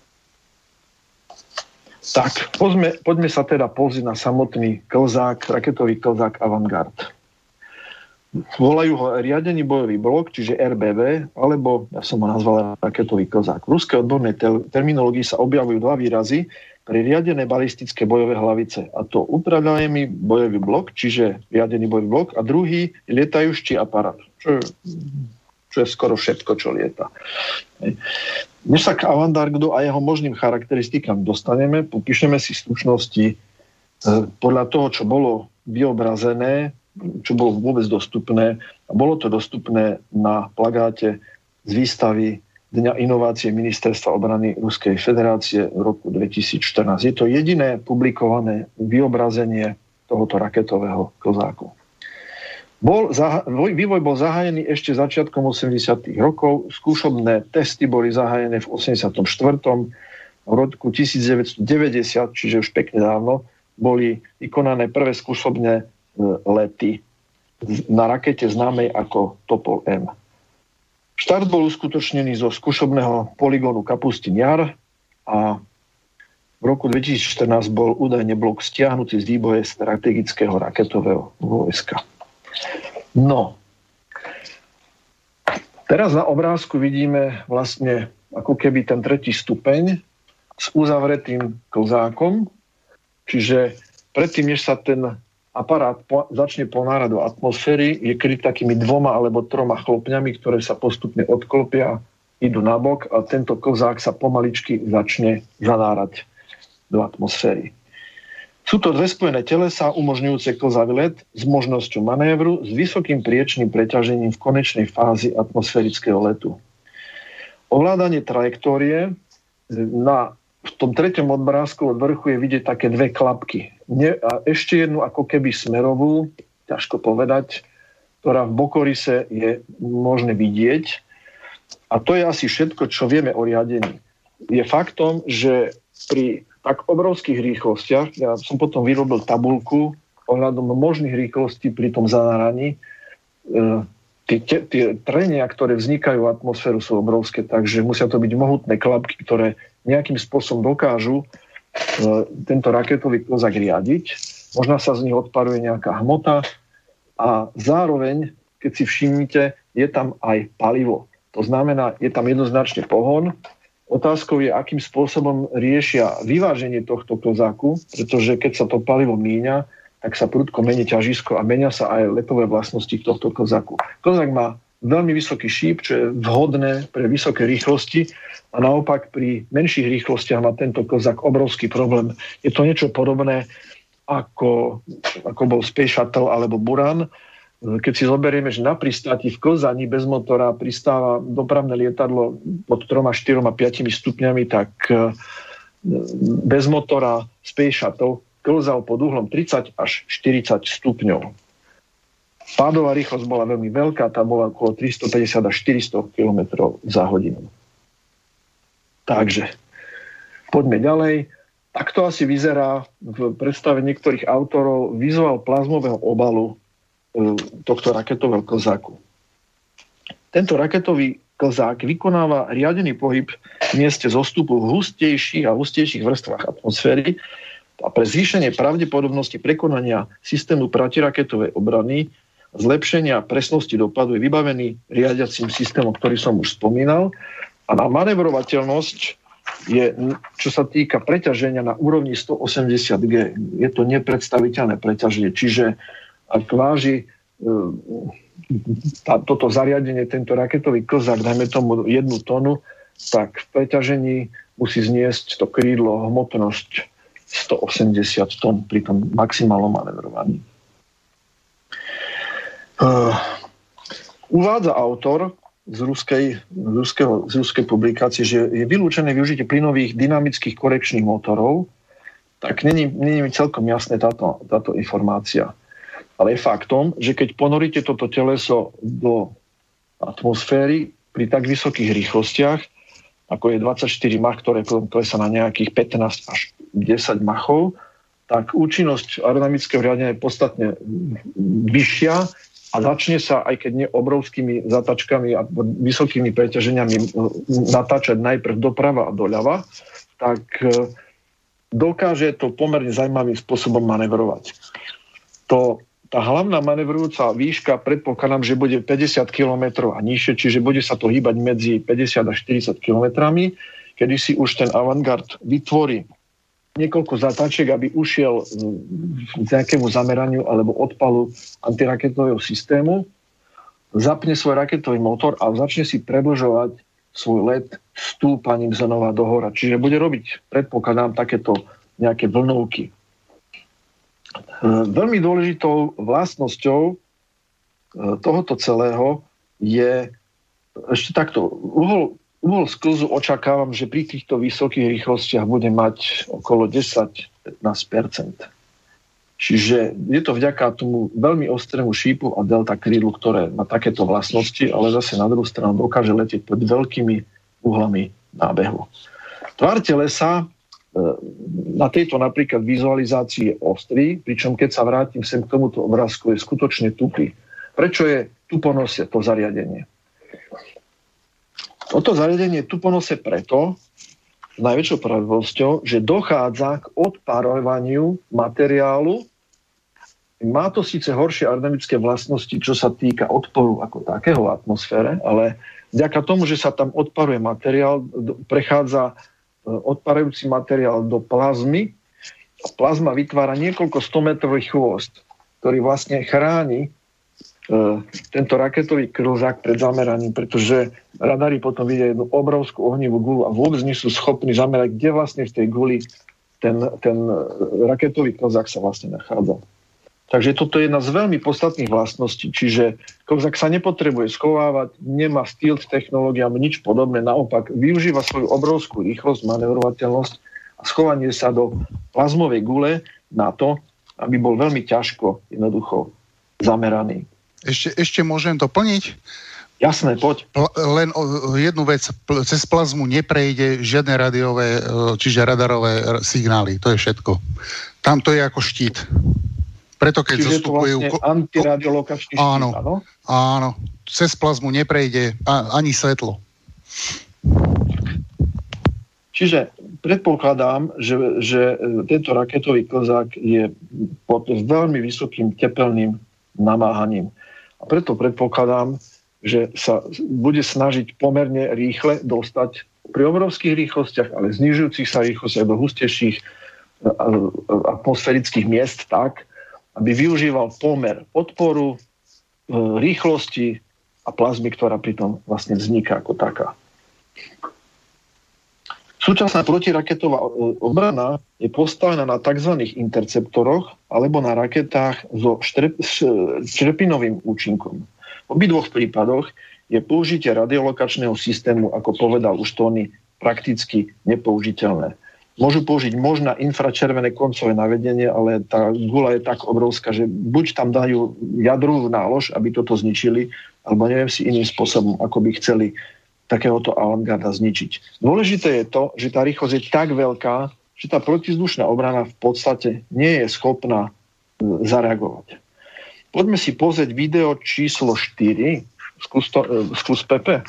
Tak, poďme, poďme sa teda pozrieť na samotný klzák, raketový klzák Avangard. Volajú ho riadený bojový blok, čiže er bé vé, alebo ja som ho nazval raketový klzák. V ruskej odbornej te- terminológii sa objavujú dva výrazy pre riadené balistické bojové hlavice. A to upravľaný bojový blok, čiže riadený bojový blok, a druhý lietajúci aparát. Čo je čo je skoro všetko, čo lieta. Než sa k avantgardu a jeho možným charakteristikám dostaneme, popíšeme si stručnosti podľa toho, čo bolo vyobrazené, čo bolo vôbec dostupné. A bolo to dostupné na plagáte z výstavy Dňa inovácie Ministerstva obrany Ruskej federácie v roku dvetisícštrnásť. Je to jediné publikované vyobrazenie tohoto raketového kozáku. Bol, vývoj bol zahájený ešte začiatkom osemdesiatych rokov. Skúšobné testy boli zahájené v osemdesiatom štvrtom V roku devätnásťstodeväťdesiat, čiže už pekne dávno, boli vykonané prvé skúšobné lety na rakete známej ako Topol M. Štart bol uskutočnený zo skúšobného poligónu Kapustin Jar a v roku dvetisícštrnásť bol údajne blok stiahnutý z výboje strategického raketového vojska. No, teraz na obrázku vidíme vlastne ako keby ten tretí stupeň s uzavretým klzákom, čiže predtým, než sa ten aparát po, začne ponárať do atmosféry, je kryt takými dvoma alebo troma chlopňami, ktoré sa postupne odklopia, idú nabok a tento klzák sa pomaličky začne zanárať do atmosféry. Sú to dve spojené telesá umožňujúce klzavý let s možnosťou manévru s vysokým priečným preťažením v konečnej fázi atmosférického letu. Ovládanie trajektórie na v tom treťom obrázku od vrchu je vidieť také dve klapky. Ne, a ešte jednu ako keby smerovú, ťažko povedať, ktorá v bokorise je možné vidieť. A to je asi všetko, čo vieme o riadení. Je faktom, že pri tak obrovských rýchlostiach, ja som potom vyrobil tabuľku ohľadom možných rýchlostí pri tom zanáraní, e, tie, tie trenia, ktoré vznikajú v atmosféru, sú obrovské, takže musia to byť mohutné klapky, ktoré nejakým spôsobom dokážu e, tento raketový klzák riadiť. Možno sa z nich odparuje nejaká hmota a zároveň, keď si všimnite, je tam aj palivo. To znamená, je tam jednoznačne pohon. Otázkou je, akým spôsobom riešia vyváženie tohto klzáku, pretože keď sa to palivo míňa, tak sa prudko mení ťažisko a menia sa aj letové vlastnosti tohto klzáku. Klzák má veľmi vysoký šíp, čo je vhodné pre vysoké rýchlosti a naopak pri menších rýchlostiach má tento klzák obrovský problém. Je to niečo podobné ako, ako bol Space Shuttle alebo Buran. Keď si zoberieme, že na pristáti v Klzani bez motora pristáva dopravné lietadlo pod troma, štyroma, piatimi stupňami, tak bez motora Space Shuttle klzal pod uhlom tridsať až štyridsať stupňov. Pádová rýchlosť bola veľmi veľká, tá bola okolo tristopäťdesiat až štyristo kilometrov za hodinu. Takže, poďme ďalej. Takto asi vyzerá v predstave niektorých autorov vizuál plazmového obalu tohto raketového klzáku. Tento raketový klzák vykonáva riadený pohyb v mieste zostupu v hustejších a hustejších vrstvách atmosféry a pre zvýšenie pravdepodobnosti prekonania systému protiraketovej obrany zlepšenia presnosti dopadu je vybavený riadiacím systémom, ktorý som už spomínal, a na manevrovateľnosť je, čo sa týka preťaženia, na úrovni stoosemdesiat gé. Je to nepredstaviteľné preťaženie, čiže ak váži tá, toto zariadenie, tento raketový klzák, dajme tomu jednu tonu, tak v preťažení musí zniesť to krídlo hmotnosť stoosemdesiat tón pri tom maximálnom manevrovaní. Uh, uvádza autor z ruskej, z, ruského, z ruskej publikácie, že je vylúčené využitie plynových dynamických korekčných motorov, tak není, není mi celkom jasné táto, táto informácia. Ale je faktom, že keď ponoríte toto teleso do atmosféry pri tak vysokých rýchlostiach, ako je dvadsaťštyri Mach, ktoré klesá na nejakých pätnásť až desať Machov, tak účinnosť aerodynamického riadenia je podstatne vyššia a začne sa, aj keď nie obrovskými zatačkami a vysokými preťaženiami, natáčať najprv doprava a doľava, tak dokáže to pomerne zaujímavým spôsobom manevrovať. To Tá hlavná manevrujúca výška, predpokladám, že bude päťdesiat kilometrov a nižšie, čiže bude sa to hýbať medzi päťdesiat a štyridsať kilometrami, kedy si už ten avantgard vytvorí niekoľko zatáčiek, aby ušiel k nejakému zameraniu alebo odpalu antiraketového systému. zapne svoj raketový motor a začne si predĺžovať svoj let stúpaním znova do hora. Čiže bude robiť, predpokladám, takéto nejaké vlnovky. Veľmi dôležitou vlastnosťou tohoto celého je ešte takto. Uhol, uhol sklzu očakávam, že pri týchto vysokých rýchlostiach bude mať okolo desať až pätnásť percent. Čiže je to vďaka tomu veľmi ostrému šípu a delta krídlu, ktoré má takéto vlastnosti, ale zase na druhú stranu dokáže letieť pod veľkými uhlami nábehu. Tvár telesa na tejto napríklad vizualizácii je ostrý, pričom keď sa vrátim sem k tomuto obrázku, je skutočne tupý. Prečo je tuponosie to zariadenie? Toto zariadenie je tuponosie preto, s najväčšou pravdivosťou, že dochádza k odparovaniu materiálu. Má to síce horšie aerodynamické vlastnosti, čo sa týka odporu ako takého v atmosfére, ale vďaka tomu, že sa tam odparuje materiál, prechádza odparujúci materiál do plazmy a plazma vytvára niekoľko stometrový chvost, ktorý vlastne chráni e, tento raketový krlzák pred zameraním, pretože radary potom vidia jednu obrovskú ohnivú gulu a vôbec nie sú schopní zamerať, kde vlastne v tej guli ten, ten raketový krlzák sa vlastne nachádza. Takže toto je jedna z veľmi podstatných vlastností, čiže klzák sa nepotrebuje schovávať, nemá stealth technológia, nič podobné, naopak využíva svoju obrovskú rýchlosť, manevrovateľnosť a schovanie sa do plazmovej gule na to, aby bol veľmi ťažko jednoducho zameraný. Ešte, ešte môžem doplniť? Jasné, poď. Pl- len o, jednu vec, pl- cez plazmu neprejde žiadne radiové, čiže radarové signály, to je všetko. Tam to je ako štít. Preto keď Čiže zostupujú... je to vlastne antiradiolokačný štít, áno, áno? Áno, cez plazmu neprejde a, ani svetlo. Čiže predpokladám, že, že tento raketový klzák je pod veľmi vysokým tepelným namáhaním. A preto predpokladám, že sa bude snažiť pomerne rýchle dostať pri obrovských rýchlostiach, ale znižujúcich sa rýchlostiach do hustejších atmosférických miest tak, aby využíval pomer odporu, rýchlosti a plazmy, ktorá pritom vlastne vzniká ako taká. Súčasná protiraketová obrana je postavená na tzv. Interceptoroch alebo na raketách so štrep, štrpinovým účinkom. V obidvoch prípadoch je použitie radiolokačného systému, ako povedal už Tony, prakticky nepoužiteľné. Môžu použiť možná infračervené koncové navedenie, ale tá gula je tak obrovská, že buď tam dajú jadrovú nálož, aby toto zničili, alebo neviem si iným spôsobom, ako by chceli takéhoto avantgarda zničiť. Dôležité je to, že tá rýchlosť je tak veľká, že tá protizdušná obrana v podstate nie je schopná zareagovať. Poďme si pozrieť video číslo štyri, skús, to, skús Pepe.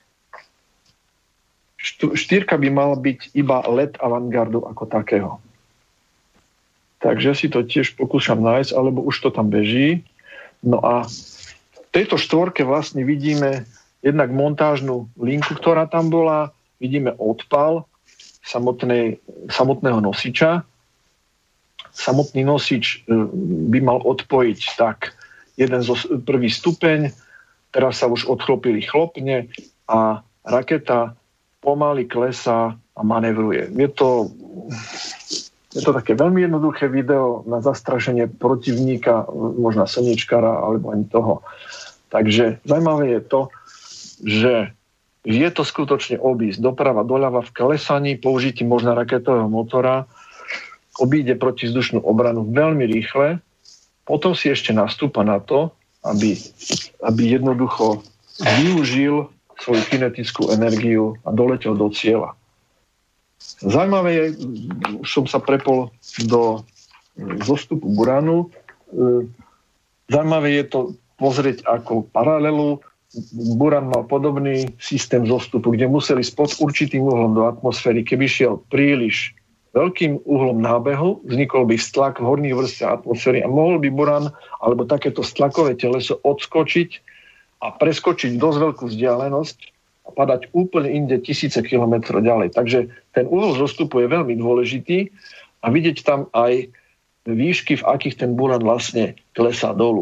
Štyrka by mala byť iba let avantgardu ako takého. Takže si to tiež pokúšam nájsť, alebo už to tam beží. No a v tejto štvorke vlastne vidíme jednak montážnu linku, ktorá tam bola, vidíme odpal samotnej, samotného nosiča. Samotný nosič by mal odpojiť tak jeden zo prvý stupeň, teraz sa už odchlopili chlopne a raketa pomaly klesá a manevruje. Je to, je to také veľmi jednoduché video na zastrašenie protivníka, možno slniečkara alebo ani toho. Takže zaujímavé je to, že je to skutočne obísť doprava doľava v klesaní, použití možno raketového motora, obíde protizdušnú obranu veľmi rýchle, potom si ešte nastúpa na to, aby, aby jednoducho využil svoju kinetickú energiu a doletel do cieľa. Zaujímavé je, už som sa prepol do zostupu Buranu, zaujímavé je to pozrieť ako paralelu. Buran mal podobný systém zostupu, kde museli spod určitým uhlom do atmosféry. Keby šiel príliš veľkým uhlom nábehu, vznikol by stlak v horných vrstvách atmosféry a mohol by Buran alebo takéto stlakové teleso odskočiť a preskočiť dosť veľkú vzdialenosť a padať úplne inde tisíce kilometrov ďalej. Takže ten uhol zostupu je veľmi dôležitý a vidieť tam aj výšky, v akých ten Buran vlastne klesá dolu.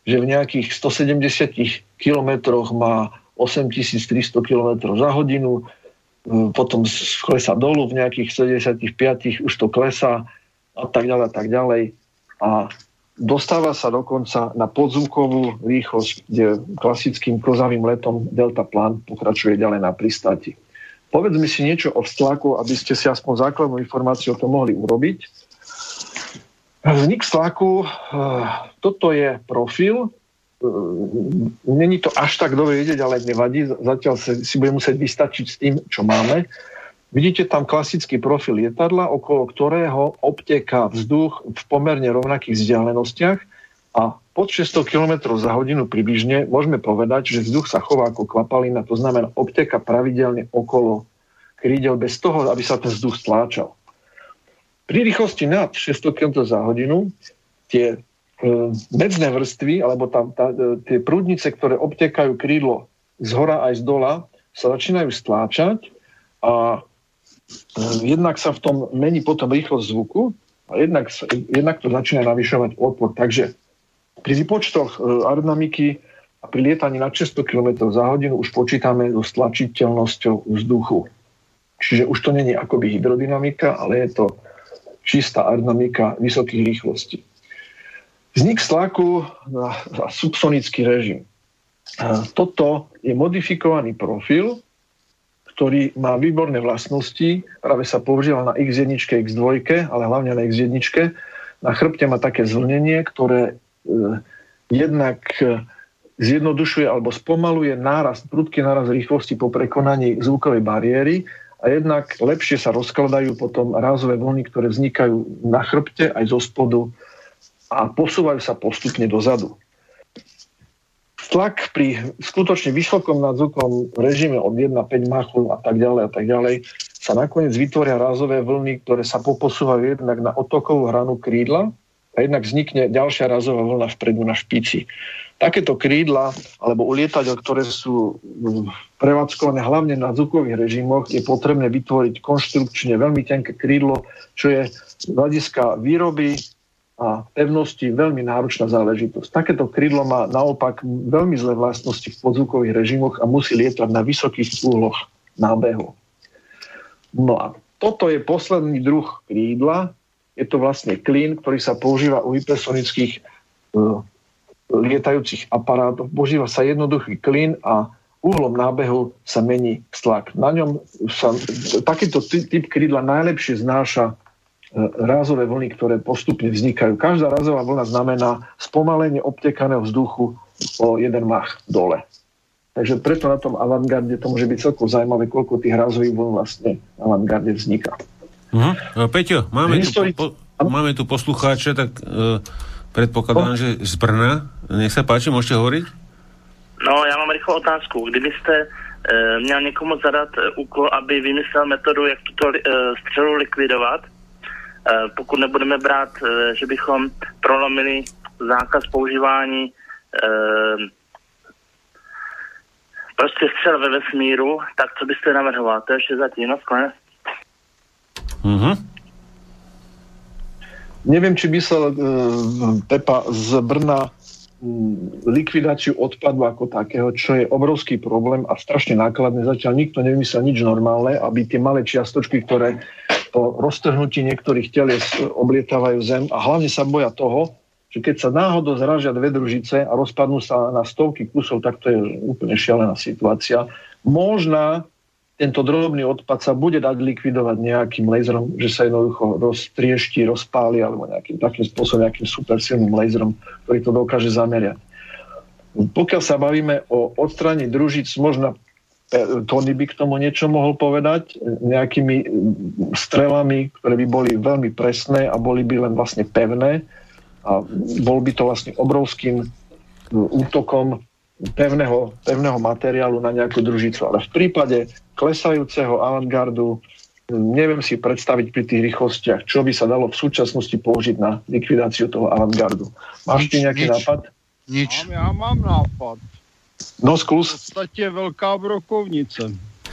že v nejakých stosedemdesiat kilometroch má osemtisíctristo kilometrov za hodinu, potom klesá dolu, v nejakých sedemdesiatpäť už to klesá a tak ďalej a tak ďalej. A dostáva sa dokonca na podzvukovú rýchlosť, kde klasickým klzavým letom deltaplán pokračuje ďalej na pristáti. Povedzme si niečo o vztlaku, aby ste si aspoň základnú informáciu o tom mohli urobiť. Vznik vztlaku, toto je profil. Není to až tak dobre vidieť, ale nevadí. Zatiaľ si budeme musieť vystačiť s tým, čo máme. Vidíte tam klasický profil lietadla, okolo ktorého obteká vzduch v pomerne rovnakých vzdialenostiach a pod šesťsto kilometrov za hodinu približne môžeme povedať, že vzduch sa chová ako kvapalina, to znamená obteka pravidelne okolo krídel bez toho, aby sa ten vzduch stláčal. Pri rýchlosti nad šesťsto kilometrov za hodinu tie medzné vrstvy, alebo tam tá, tie prúdnice, ktoré obtekajú krídlo z hora aj z dola, sa začínajú stláčať a jednak sa v tom mení potom rýchlosť zvuku a jednak, jednak to začína navyšovať odpor. Takže pri výpočtoch aerodynamiky a pri lietaní na šesťsto kilometrov za hodinu už počítame so stlačiteľnosťou vzduchu. Čiže už to nie je akoby hydrodynamika, ale je to čistá aerodynamika vysokých rýchlostí. Vznik vztlaku na subsonický režim. Toto je modifikovaný profil, ktorý má výborné vlastnosti. Práve sa používal na iks jedna, iks dva, ale hlavne na iks jedna. Na chrbte má také zvlnenie, ktoré eh, jednak zjednodušuje alebo spomaluje nárast, prudký nárast rýchlosti po prekonaní zvukovej bariéry a jednak lepšie sa rozkladajú potom rázové vlny, ktoré vznikajú na chrbte aj zo spodu a posúvajú sa postupne dozadu. Tlak pri skutočne vysokom nadzvukom režime od jeden na päť machu a tak ďalej a tak ďalej sa nakoniec vytvoria rázové vlny, ktoré sa poposúvajú jednak na otokovú hranu krídla a jednak vznikne ďalšia rázová vlna vpredu na špici. Takéto krídla alebo u lietadiel, ktoré sú prevádzkované hlavne na zvukových režimoch, je potrebné vytvoriť konštrukčne veľmi tenké krídlo, čo je z hľadiska výroby a pevnosti veľmi náročná záležitosť. Takéto krídlo má naopak veľmi zlé vlastnosti v podzvukových režimoch a musí lietať na vysokých úhloch nábehu. No a toto je posledný druh krídla. Je to vlastne klín, ktorý sa používa u hypersonických uh, lietajúcich aparátov. Používa sa jednoduchý klín a uhlom nábehu sa mení tlak. Na ňom sa takýto typ krídla najlepšie znáša rázové vlny, ktoré postupne vznikajú. Každá rázová vlna znamená spomalenie obtekaného vzduchu o jeden mach dole. Takže preto na tom avantgarde to môže byť celkom zaujímavé, koľko tých rázových vln vlastne na avantgarde vzniká. Uh-huh. Peťo, máme, Histori- tu, po, máme tu poslucháče, tak uh, predpokladám, oh. že z Brna. Nech sa páči, môžete hovoriť? No, já mám rychlou otázku. Kdybyste e, měl někomu zadat úkol, aby vymyslel metodu, jak tuto e, střelu likvidovat, pokud nebudeme brát, že bychom prolomili zákaz používání prostě střel ve vesmíru, tak co byste navrhoval? To ještě zatím, no skonec. Mm-hmm. Neviem, či myslel uh, Pepa z Brna likvidáciu odpadu ako takého, čo je obrovský problém a strašne nákladné. Zatiaľ nikto nevymyslel nič normálne, aby tie malé čiastočky, ktoré po roztrhnutí niektorých telies oblietávajú zem a hlavne sa boja toho, že keď sa náhodou zražia dve družice a rozpadnú sa na stovky kusov, tak to je úplne šialená situácia. Možná tento drobný odpad sa bude dať likvidovať nejakým laserom, že sa jednoducho roztriešti, rozpáli alebo nejakým takým spôsobom, nejakým supersilným laserom, ktorý to dokáže zameriať. Pokiaľ sa bavíme o odstraní družíc, možno Tony by k tomu niečo mohol povedať, nejakými strelami, ktoré by boli veľmi presné a boli by len vlastne pevné a bol by to vlastne obrovským útokom pevného, pevného materiálu na nejakú družicu. Ale v prípade klesajúceho avantgardu neviem si predstaviť pri tých rýchlostiach, čo by sa dalo v súčasnosti použiť na likvidáciu toho avantgardu. Máš ty nejaký nič, nápad? Nič. Mám, ja mám nápad. No skús. V podstate veľká brokovnice.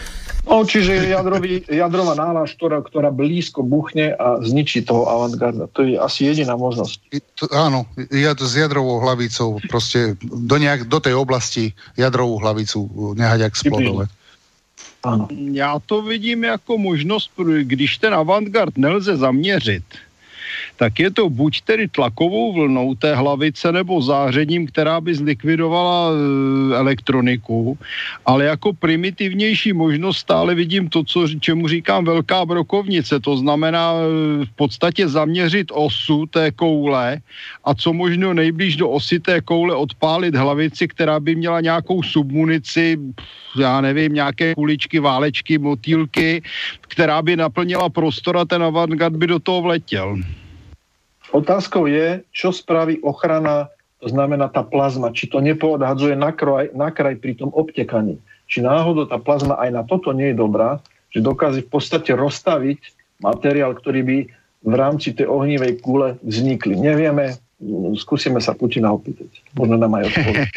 No, čiže jadrový, jadrová nálaž, ktorá, ktorá blízko buchne a zničí toho avantgarda. To je asi jediná možnosť. To, áno, jad, s jadrovou hlavicou proste do, nejak, do tej oblasti jadrovú hlavicu nehať jak splodové. Ano. Já to vidím jako možnost, když ten avantgard nelze zaměřit, tak je to buď tedy tlakovou vlnou té hlavice nebo zářením, která by zlikvidovala elektroniku, ale jako primitivnější možnost stále vidím to, co, čemu říkám velká brokovnice, to znamená v podstatě zaměřit osu té koule a co možno nejblíž do osy té koule odpálit hlavici, která by měla nějakou submunici, já nevím, nějaké kuličky, válečky, motýlky, která by naplnila prostor a ten avantgard by do toho vletěl. Otázkou je, čo spraví ochrana, to znamená tá plazma, či to nepoodhadzuje na kraj, na kraj pri tom obtekaní. Či náhodou tá plazma aj na toto nie je dobrá, že dokáže v podstate rozstaviť materiál, ktorý by v rámci tej ohnívej kúle vznikli. Nevieme, skúsime sa Putina opýtať. Možno nám aj odpovedať.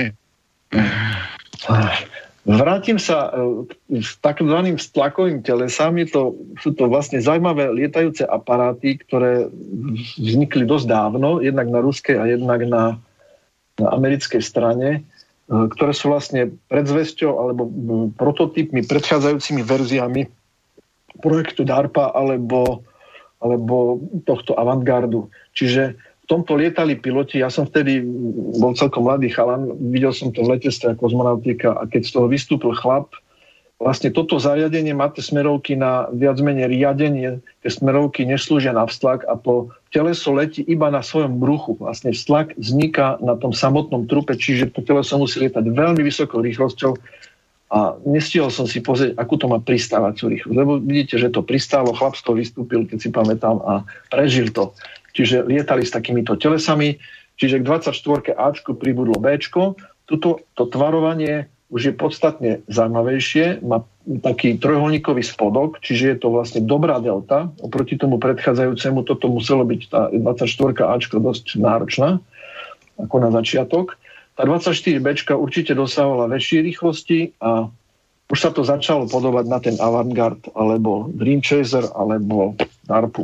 Vrátim sa s takzvaným tlakovým telesám. Je to, sú to vlastne zaujímavé lietajúce aparáty, ktoré vznikli dosť dávno, jednak na ruskej a jednak na, na americkej strane, ktoré sú vlastne predzvesťou alebo prototypmi, predchádzajúcimi verziami projektu DARPA alebo, alebo tohto avantgardu. Čiže v tomto lietali piloti, ja som vtedy bol celkom mladý chalan, videl som to v letectve a kozmonautika a keď z toho vystúpil chlap, vlastne toto zariadenie má tie smerovky na viac menej riadenie, tie smerovky neslúžia na vztlak a po teleso letí iba na svojom bruchu. Vlastne vztlak vzniká na tom samotnom trupe, čiže to teleso musí lietať veľmi vysokou rýchlosťou a nestihol som si pozrieť, akú to má pristávaciu rýchlosť. Lebo vidíte, že to pristálo, chlap z toho vystúpil, keď si pamätám, a prežil to. Čiže lietali s takýmito telesami, čiže k dvadsaťštyri Ačku pribudlo Bčko. Tuto to tvarovanie už je podstatne zaujímavejšie, má taký trojuholníkový spodok, čiže je to vlastne dobrá delta. Oproti tomu predchádzajúcemu toto muselo byť tá dvadsaťštyri Ačko dosť náročná, ako na začiatok. Tá dvadsaťštyri Bčka určite dosahovala väčšie rýchlosti a už sa to začalo podobať na ten Avantgard, alebo Dream Chaser, alebo DARPu.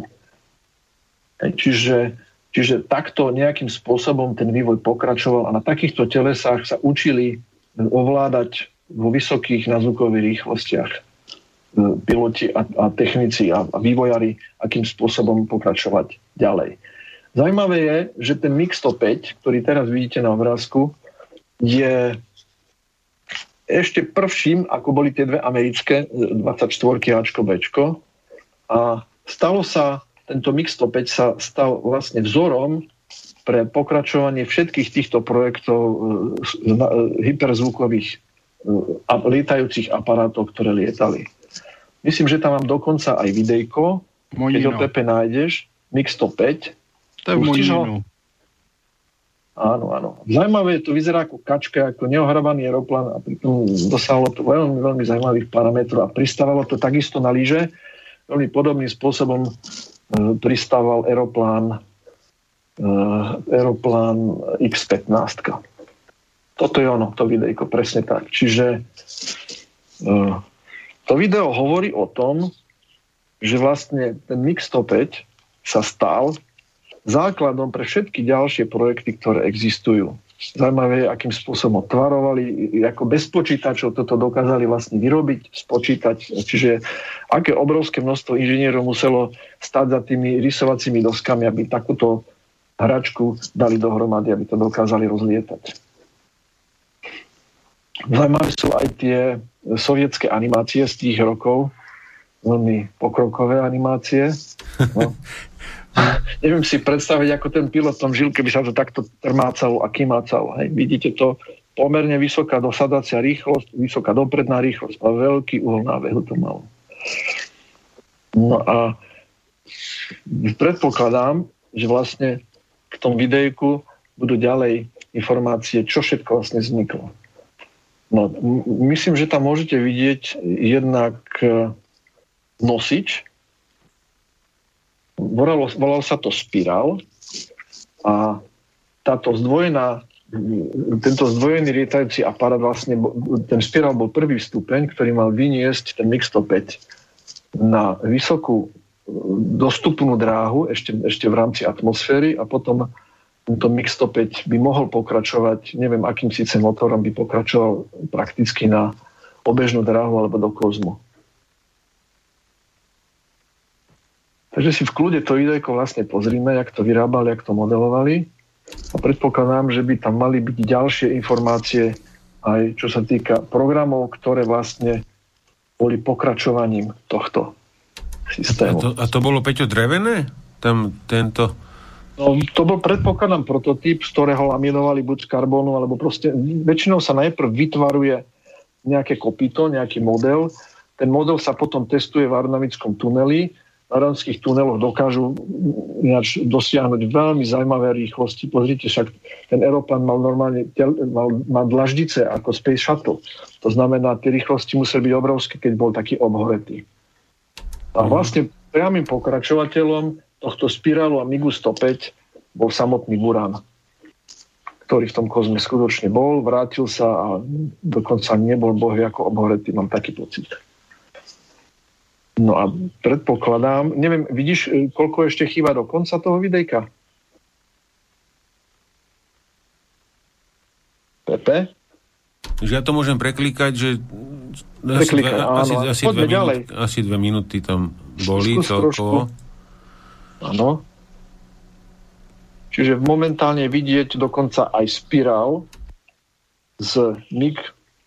Čiže, čiže takto nejakým spôsobom ten vývoj pokračoval a na takýchto telesách sa učili ovládať vo vysokých nadzvukových rýchlostiach piloti a, a technici a, a vývojári, akým spôsobom pokračovať ďalej. Zajímavé je, že ten MiG sto päť, ktorý teraz vidíte na obrázku, je ešte prvším, ako boli tie dve americké, dvadsaťštyri Ačko, Bčko. A stalo sa Tento MiG sto päť sa stal vlastne vzorom pre pokračovanie všetkých týchto projektov hyperzvukových a lietajúcich aparátov, ktoré lietali. Myslím, že tam mám dokonca aj videjko. Monino. Keď ho Pepe nájdeš, MiG sto päť. To je Monino. Áno, áno. Zaujímavé, to vyzerá ako kačka, ako neohrabaný aeroplán a pritom dosahlo to veľmi, veľmi zaujímavých parametrov a pristávalo to takisto na lyže. Veľmi podobným spôsobom pristával aeroplán uh, aeroplán iks pätnásť. Toto je ono, to videjko, presne tak. Čiže uh, to video hovorí o tom, že vlastne ten MiG sto päť sa stal základom pre všetky ďalšie projekty, ktoré existujú. Zaujímavé je, akým spôsobom tvarovali, ako bez počítačov toto dokázali vlastne vyrobiť, spočítať. Čiže aké obrovské množstvo inžinierov muselo stať za tými rysovacími doskami, aby takúto hračku dali dohromady, aby to dokázali rozlietať. Zaujímavé sú aj tie sovietské animácie z tých rokov, veľmi pokrokové animácie. No. Neviem si predstaviť, ako ten pilot v tom žilke by sa to takto trmácalo a kymácalo. Hej. Vidíte to, pomerne vysoká dosadacia rýchlosť, vysoká dopredná rýchlosť a veľký uhol nábehu to malo. No a predpokladám, že vlastne k tomu videjku budú ďalej informácie, čo všetko vlastne vzniklo. No, myslím, že tam môžete vidieť jednak nosič. Volalo, volalo sa to Spiral a táto zdvojená tento zdvojený lietajúci aparát vlastne, ten špirál bol prvý stupeň, ktorý mal vyniesť ten mig sto päť na vysokú dostupnú dráhu ešte, ešte v rámci atmosféry a potom tento mig sto päť by mohol pokračovať, neviem akým síce motorom by pokračoval prakticky na obežnú dráhu alebo do kozmu. Takže si v kľude to videjko vlastne pozrime, jak to vyrábali, jak to modelovali a predpokladám, že by tam mali byť ďalšie informácie aj čo sa týka programov, ktoré vlastne boli pokračovaním tohto systému. A to, a to bolo, Peťo, drevené? Tam tento... No, to bol predpokladám prototyp, z ktorého laminovali buď z karbónu, alebo proste väčšinou sa najprv vytvaruje nejaké kopyto, nejaký model. Ten model sa potom testuje v aerodynamickom tuneli. V aerodynamických tuneloch dokážu ináč dosiahnuť veľmi zaujímavé rýchlosti. Pozrite, však ten aeroplán mal normálne mal, mal dlaždice ako Space Shuttle. To znamená, tie rýchlosti museli byť obrovské, keď bol taký obhoretý. A vlastne priamym pokračovateľom tohto spirálu a migu sto päť bol samotný Buran, ktorý v tom kozme skutočne bol, vrátil sa a dokonca nebol boh ako obhoretý, mám taký pocit. No a predpokladám, neviem, vidíš, koľko ešte chýba do konca toho videjka? Pepe? Že ja to môžem preklikať, že Preklikaj, asi, áno, asi, dve minúty, asi dve minúty tam boli celkovo. Áno. Čiže momentálne vidieť dokonca aj spirál z mig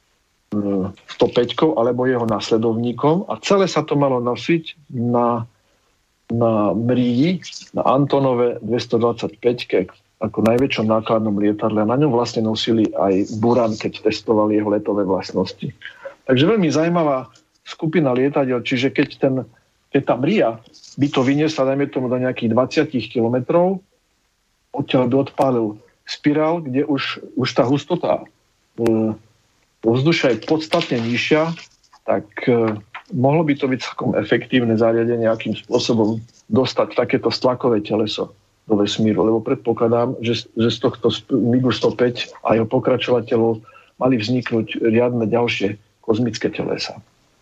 sto päť alebo jeho následovníkom a celé sa to malo nosiť na, na Mrii, na Antonove dvestodvadsaťpäť ako najväčšom nákladnom lietadle. Na ňom vlastne nosili aj Buran, keď testovali jeho letové vlastnosti. Takže veľmi zaujímavá skupina lietadiel, čiže keď, ten, keď tá Mria by to vyniesla, dajme tomu do nejakých dvadsať kilometrov, odtiaľ by odpálil spirál, kde už, už tá hustota e, vzdušia je podstatne nižšia, tak e, mohlo by to byť celkom efektívne zariadenie, akým spôsobom dostať takéto stlakové teleso do vesmíru. Lebo predpokladám, že, že z tohto migu sto päť a jeho pokračovateľov mali vzniknúť riadne ďalšie kozmické telesa.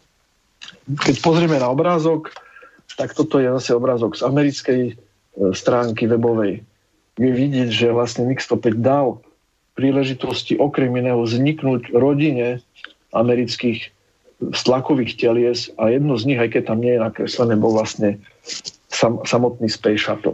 Keď pozrieme na obrázok, tak toto je zase obrázok z americkej e, stránky webovej. Je vidieť, že vlastne mig sto päť dal príležitosti okrem iného vzniknúť rodine amerických stlakových telies a jedno z nich, aj keď tam nie je nakreslené, bol vlastne sam, samotný Space Shuttle.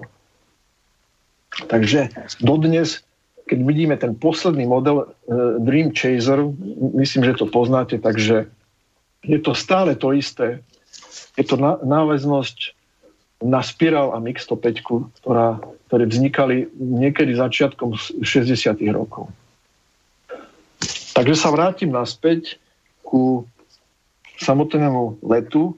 Takže dodnes, keď vidíme ten posledný model uh, Dream Chaser, myslím, že to poznáte, takže je to stále to isté. Je to náväznosť na spirál a mig sto päť, ktorá, ktoré vznikali niekedy začiatkom šesťdesiatych rokov. Takže sa vrátim naspäť ku samotnému letu.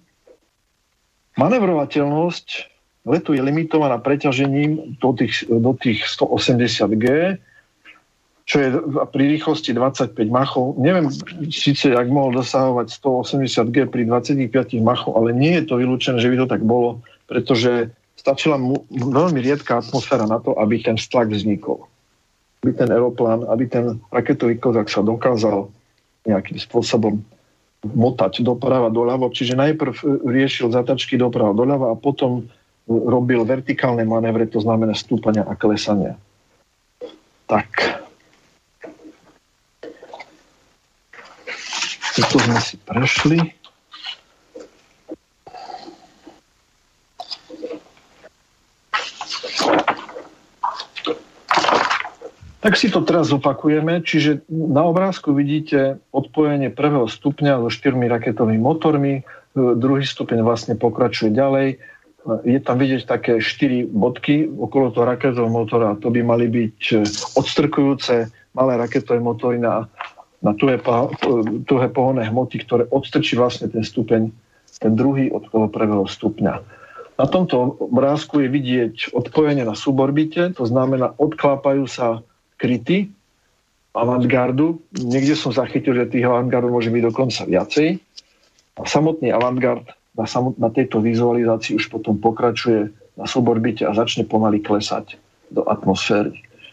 Manevrovateľnosť letu je limitovaná preťažením do tých, do tých stoosemdesiat gé, čo je pri rýchlosti dvadsaťpäť machov. Neviem síce, ak mohol dosahovať stoosemdesiat gé pri dvadsaťpäť machov, ale nie je to vylúčené, že by to tak bolo, pretože stačila mu veľmi riedka atmosféra na to, aby ten stlak vznikol. Aby ten aeroplán, aby ten raketový kozák sa dokázal nejakým spôsobom motať doprava, doľava. Čiže najprv riešil zatačky doprava, doľava a potom robil vertikálne manévre, to znamená stúpania a klesania. Tak. To sme si prešli. Tak si to teraz opakujeme, čiže na obrázku vidíte odpojenie prvého stupňa so štyrmi raketovými motormi, druhý stupeň vlastne pokračuje ďalej, je tam vidieť také štyri bodky okolo toho raketového motora, to by mali byť odstrkujúce malé raketové motory na, na tuhé, tuhé pohonné hmoty, ktoré odstrčí vlastne ten stupeň, ten druhý od toho prvého stupňa. Na tomto obrázku je vidieť odpojenie na suborbite, to znamená odklápajú sa kryty avantgardu. Niekde som zachytil, že tých avantgardov môže byť dokonca viacej. A samotný avantgard na, samot- na tejto vizualizácii už potom pokračuje na suborbite a začne pomaly klesať do atmosféry. To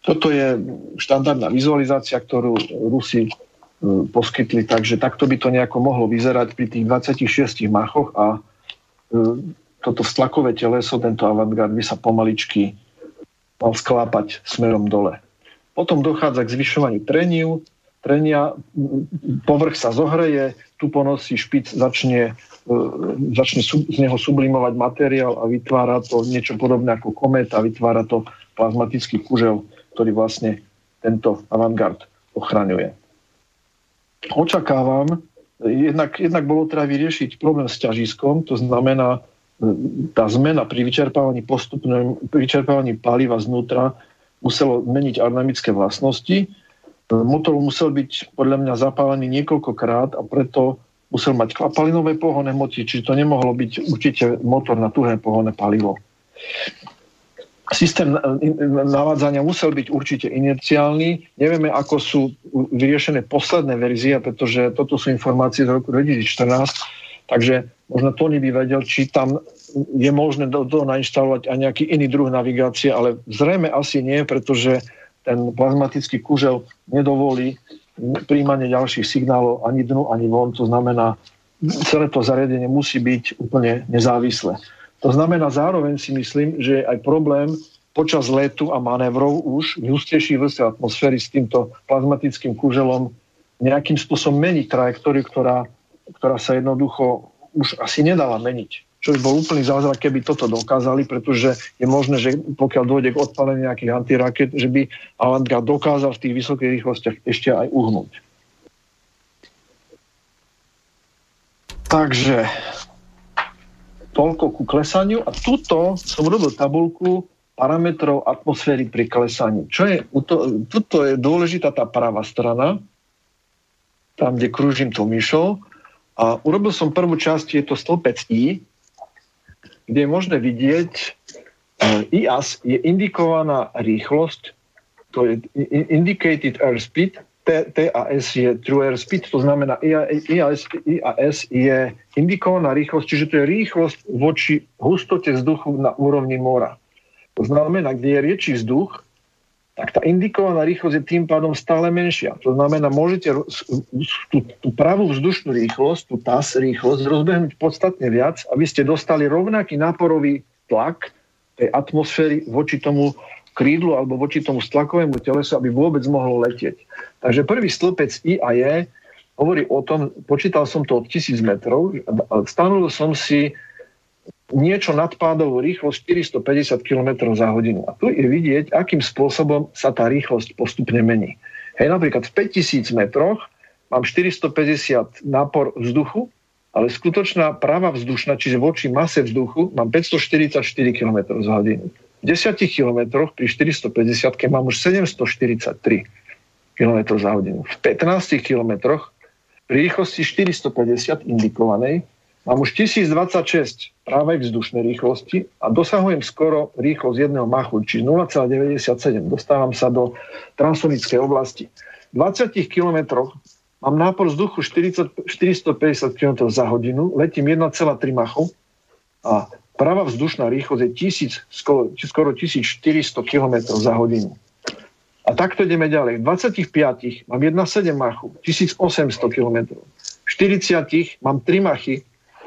Toto je štandardná vizualizácia, ktorú Rusi e, poskytli, takže takto by to nejako mohlo vyzerať pri tých dvadsiatich šiestich machoch a e, toto stlakové teleso, tento avantgard by sa pomaličky mal sklápať smerom dole. Potom dochádza k zvyšovaniu treniu, trenia, povrch sa zohreje, tuponosý špic začne, e, začne sub, z neho sublimovať materiál a vytvára to niečo podobné ako kométa, vytvára to plazmatický kužel, ktorý vlastne tento avantgard ochraňuje. Očakávam, jednak, jednak bolo treba vyriešiť problém s ťažiskom, to znamená tá zmena pri vyčerpávaní postupnom, pri vyčerpávaní paliva znútra muselo meniť aerodynamické vlastnosti. Motor musel byť podľa mňa zapálený niekoľkokrát a preto musel mať kvapalinové pohonné hmoty, čiže to nemohlo byť určite motor na tuhé pohonné palivo. Systém navádzania musel byť určite inerciálny. Nevieme, ako sú vyriešené posledné verzie, pretože toto sú informácie z roku dvetisícštrnásť, takže možno Tony by vedel, či tam je možné do toho nainštalovať aj nejaký iný druh navigácie, ale zrejme asi nie, pretože ten plazmatický kužel nedovolí príjmanie ďalších signálov ani dnu, ani von. To znamená, celé to zariadenie musí byť úplne nezávislé. To znamená, zároveň si myslím, že je aj problém počas letu a manévrov už v hustejších vrstve atmosféry s týmto plazmatickým kuželom nejakým spôsobom meniť trajektóriu, ktorá, ktorá sa jednoducho už asi nedala meniť. Čo by bol úplný zázrak, keby toto dokázali, pretože je možné, že pokiaľ dôjde k odpaleniu nejakých antiraket, že by avantgard dokázal v tých vysokých rýchlostiach ešte aj uhnúť. Takže toľko ku klesaniu. A tuto som robil tabuľku parametrov atmosféry pri klesaní. Čo je, tuto je dôležitá tá pravá strana, tam, kde krúžim tou myšou. A urobil som prvú časť, je to stĺpec I, kde je možné vidieť, I A S je indikovaná rýchlosť, to je indicated airspeed, T A S je true airspeed, to znamená I A S je indikovaná rýchlosť, čiže to je rýchlosť voči hustote vzduchu na úrovni mora. To znamená, kde je riečí vzduch, tak tá indikovaná rýchlosť je tým pádom stále menšia. To znamená, môžete tú, tú pravú vzdušnú rýchlosť, tú T A S rýchlosť rozbehnúť podstatne viac, aby ste dostali rovnaký náporový tlak tej atmosféry voči tomu krídlu alebo voči tomu stlakovému telesu, aby vôbec mohlo letieť. Takže prvý stĺpec I a J hovorí o tom, počítal som to od tisíc metrov, stanovil som si niečo nad pádovú rýchlosť štyristopäťdesiat kilometrov za hodinu. A tu je vidieť, akým spôsobom sa tá rýchlosť postupne mení. Hej, napríklad v päťtisíc metroch mám štyristopäťdesiat nápor vzduchu, ale skutočná práva vzdušná, čiže voči mase vzduchu, mám päťstoštyridsaťštyri kilometrov za hodinu. V desiatich kilometroch pri štyristopäťdesiat mám už sedemstoštyridsaťtri kilometrov za hodinu. V pätnástich kilometroch pri rýchlosti štyristopäťdesiat indikovanej mám už tisícdvadsaťšesť právej vzdušnej rýchlosti a dosahujem skoro rýchlosť jedného machu, čiže nula celá deväťdesiatsedem. Dostávam sa do transonickej oblasti. V dvadsiatich kilometroch mám nápor vzduchu štyristopäťdesiat kilometrov za hodinu, letím jeden celá tri machu a práva vzdušná rýchlosť je tisíc, skoro, skoro tisícštyristo kilometrov za hodinu. A takto ideme ďalej. V dvadsiatich piatich mám jeden celá sedem machu, tisícosemsto kilometrov. V štyridsiatich mám tri machy,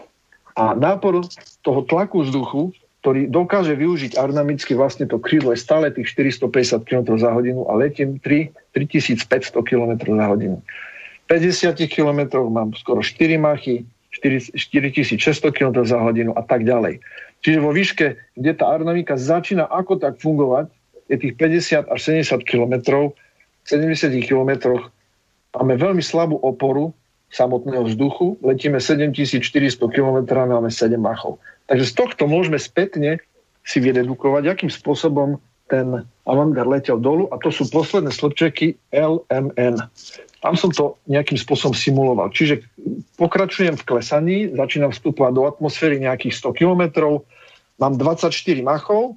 a nápor toho tlaku vzduchu, ktorý dokáže využiť aerodynamicky vlastne to krídlo, je stále tých štyristopäťdesiat kilometrov za hodinu a letím tritisícpäťsto kilometrov za hodinu. V päťdesiatich kilometroch mám skoro štyri machy, štyritisícšesťsto kilometrov za hodinu a tak ďalej. Čiže vo výške, kde tá aerodynamika začína ako tak fungovať, je tých päťdesiat až sedemdesiat kilometrov. V sedemdesiatich kilometroch máme veľmi slabú oporu samotného vzduchu, letíme sedemtisícštyristo kilometrov, máme sedem machov. Takže z tohto môžeme spätne si vydedukovať, akým spôsobom ten avantgard letel dolu a to sú posledné slupčeky L M N. Tam som to nejakým spôsobom simuloval. Čiže pokračujem v klesaní, začínam vstúpať do atmosféry nejakých sto kilometrov, mám dvadsaťštyri machov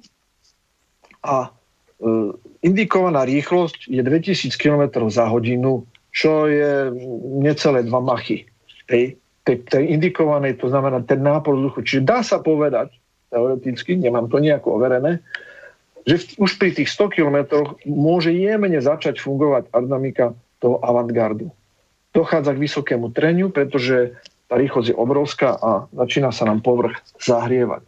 a e, indikovaná rýchlosť je dvetisíc kilometrov za hodinu, čo je necelé dva machy tej, tej, tej indikovanej, to znamená ten nápor vzduchu. Čiže dá sa povedať, teoreticky, nemám to nejako overené, že už pri tých sto kilometroch môže jemne začať fungovať aerodynamika toho avantgardu. Dochádza k vysokému treniu, pretože tá rýchlosť je obrovská a začína sa nám povrch zahrievať.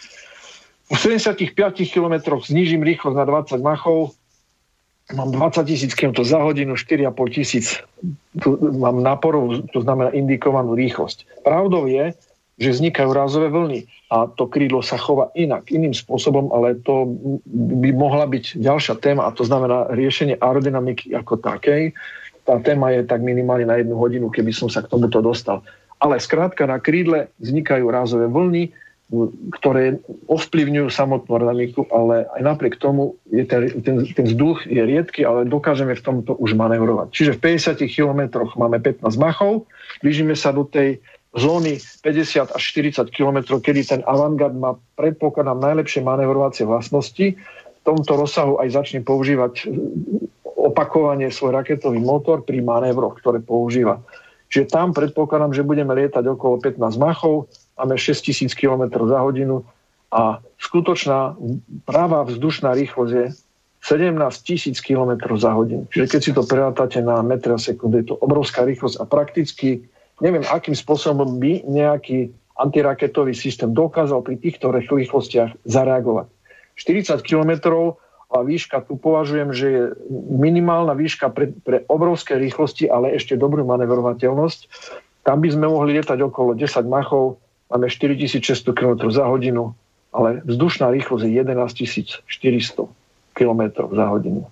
V sedemdesiatpäť kilometroch znížim rýchlosť na dvadsať machov, mám dvadsať tisíc kilometrov za hodinu, štyri a pol tisíc mám náporov, to znamená indikovanú rýchlosť. Pravdou je, že vznikajú rázové vlny a to krídlo sa chová inak, iným spôsobom, ale to by mohla byť ďalšia téma a to znamená riešenie aerodynamiky ako takej. Tá téma je tak minimálne na jednu hodinu, keby som sa k tomuto dostal. Ale skrátka na krídle vznikajú rázové vlny, ktoré ovplyvňujú samotnú aerodynamiku, ale aj napriek tomu je ten, ten, ten vzduch je riedky, ale dokážeme v tomto už manevrovať. Čiže v päťdesiat kilometroch máme pätnásť machov, blížime sa do tej zóny päťdesiat až štyridsať kilometrov, kedy ten avantgard má, predpokladám, najlepšie manevrovacie vlastnosti. V tomto rozsahu aj začne používať opakovanie svoj raketový motor pri manévroch, ktoré používa. Čiže tam predpokladám, že budeme lietať okolo pätnásť machov, máme šesť tisíc kilometrov za hodinu a skutočná práva vzdušná rýchlosť je sedemnásť tisíc kilometrov za hodinu. Čiže keď si to prerátate na metre a sekundy, je to obrovská rýchlosť a prakticky neviem, akým spôsobom by nejaký antiraketový systém dokázal pri týchto rýchlostiach zareagovať. štyridsať kilometrov a výška tu považujem, že je minimálna výška pre, pre obrovské rýchlosti, ale ešte dobrú manevrovateľnosť. Tam by sme mohli lietať okolo desať machov, máme štyritisícšesťsto kilometrov za hodinu, ale vzdušná rýchlosť je jedenásťtisícštyristo kilometrov za hodinu.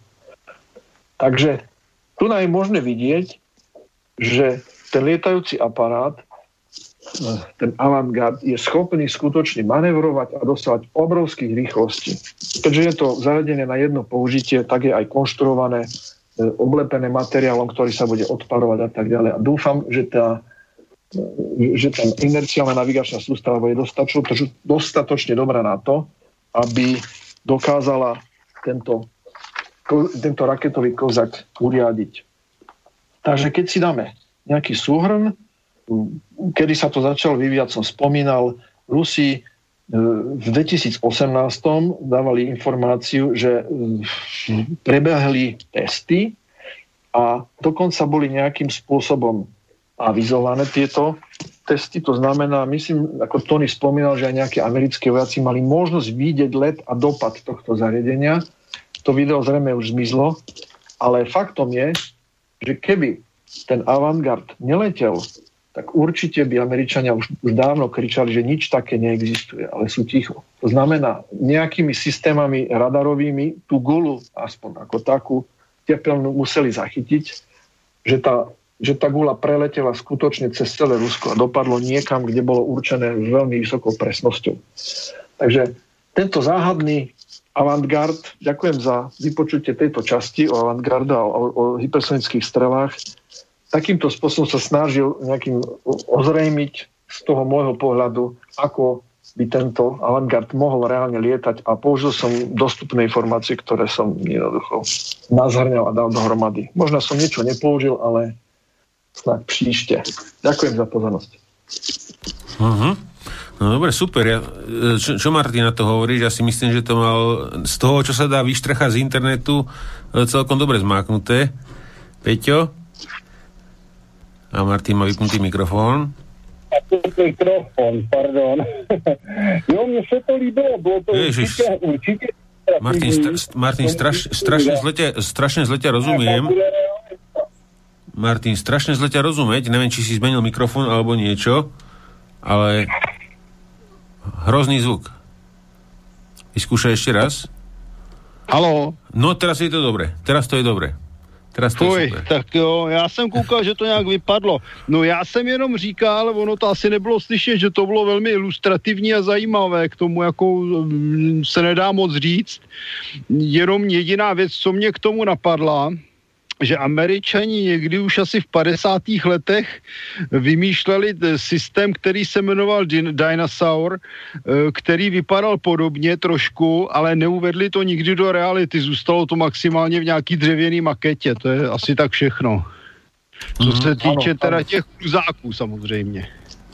Takže tu je možné vidieť, že ten lietajúci aparát, ten avantgard, je schopný skutočne manevrovať a dosávať obrovských rýchlostí. Keďže je to zaradené na jedno použitie, tak je aj konštruované, oblepené materiálom, ktorý sa bude odparovať a tak ďalej. A dúfam, že tá, že tá inerciálna navigačná sústava bude dostatočne dobrá na to, aby dokázala tento, tento raketový kozak uriadiť. Takže keď si dáme nejaký súhrn, kedy sa to začalo vyvíjať, som spomínal, Rusi v dvetisícosemnásť dávali informáciu, že prebehli testy a dokonca boli nejakým spôsobom avizované tieto testy. To znamená, myslím, ako Tony spomínal, že aj nejaké americké vojaci mali možnosť vidieť let a dopad tohto zariadenia. To video zrejme už zmizlo, ale faktom je, že keby ten avantgard neletel, tak určite by Američania už, už dávno kričali, že nič také neexistuje, ale sú ticho. To znamená, nejakými systémami radarovými tú gulu, aspoň ako takú, tepelnú museli zachytiť, že tá, že tá gula preletela skutočne cez celé Rusko a dopadlo niekam, kde bolo určené veľmi vysokou presnosťou. Takže tento záhadný avantgard, ďakujem za vypočutie tejto časti o avantgarde a o, o hypersonických strelách. Takýmto spôsobom sa snažil nejakým ozrejmiť z toho môjho pohľadu, ako by tento avantgard mohol reálne lietať a použil som dostupné informácie, ktoré som jednoducho nazhrňal a dal dohromady. Možno som niečo nepoužil, ale snad príšte. Ďakujem za pozornosť. Uh-huh. No dobre, super. Ja, čo, čo Martin na to hovoríš? Ja si myslím, že to mal z toho, čo sa dá vyštrchať z internetu, celkom dobre zmáknuté. Peťo? A Martin má vypnutý mikrofón. Mikrofón, pardon. Jo, mne sa to líbilo, bolo to Ježiš. určite, určite Martin, sta- Martin straš, strašne zle ťa, strašne zle ťa rozumiem. Martin, strašne zle ťa rozumieť. Neviem, či si zmenil mikrofón alebo niečo, ale hrozný zvuk. Vyskúšaj ešte raz. Haló. No, teraz je to dobre. Teraz to je dobre. Teraz to Fuj, tak jo, já jsem koukal, že to nějak vypadlo. No já jsem jenom říkal, ono to asi nebylo slyšet, že to bylo velmi ilustrativní a zajímavé, k tomu jako se nedá moc říct. Jenom jediná věc, co mě k tomu napadla, že Američani někdy už asi v padesátých letech vymýšleli systém, který se jmenoval Dinosaur, který vypadal podobně trošku, ale neuvedli to nikdy do reality. Zůstalo to maximálně v nějaký dřevěný maketě. To je asi tak všechno. Co se týče teda těch kruzáků samozřejmě.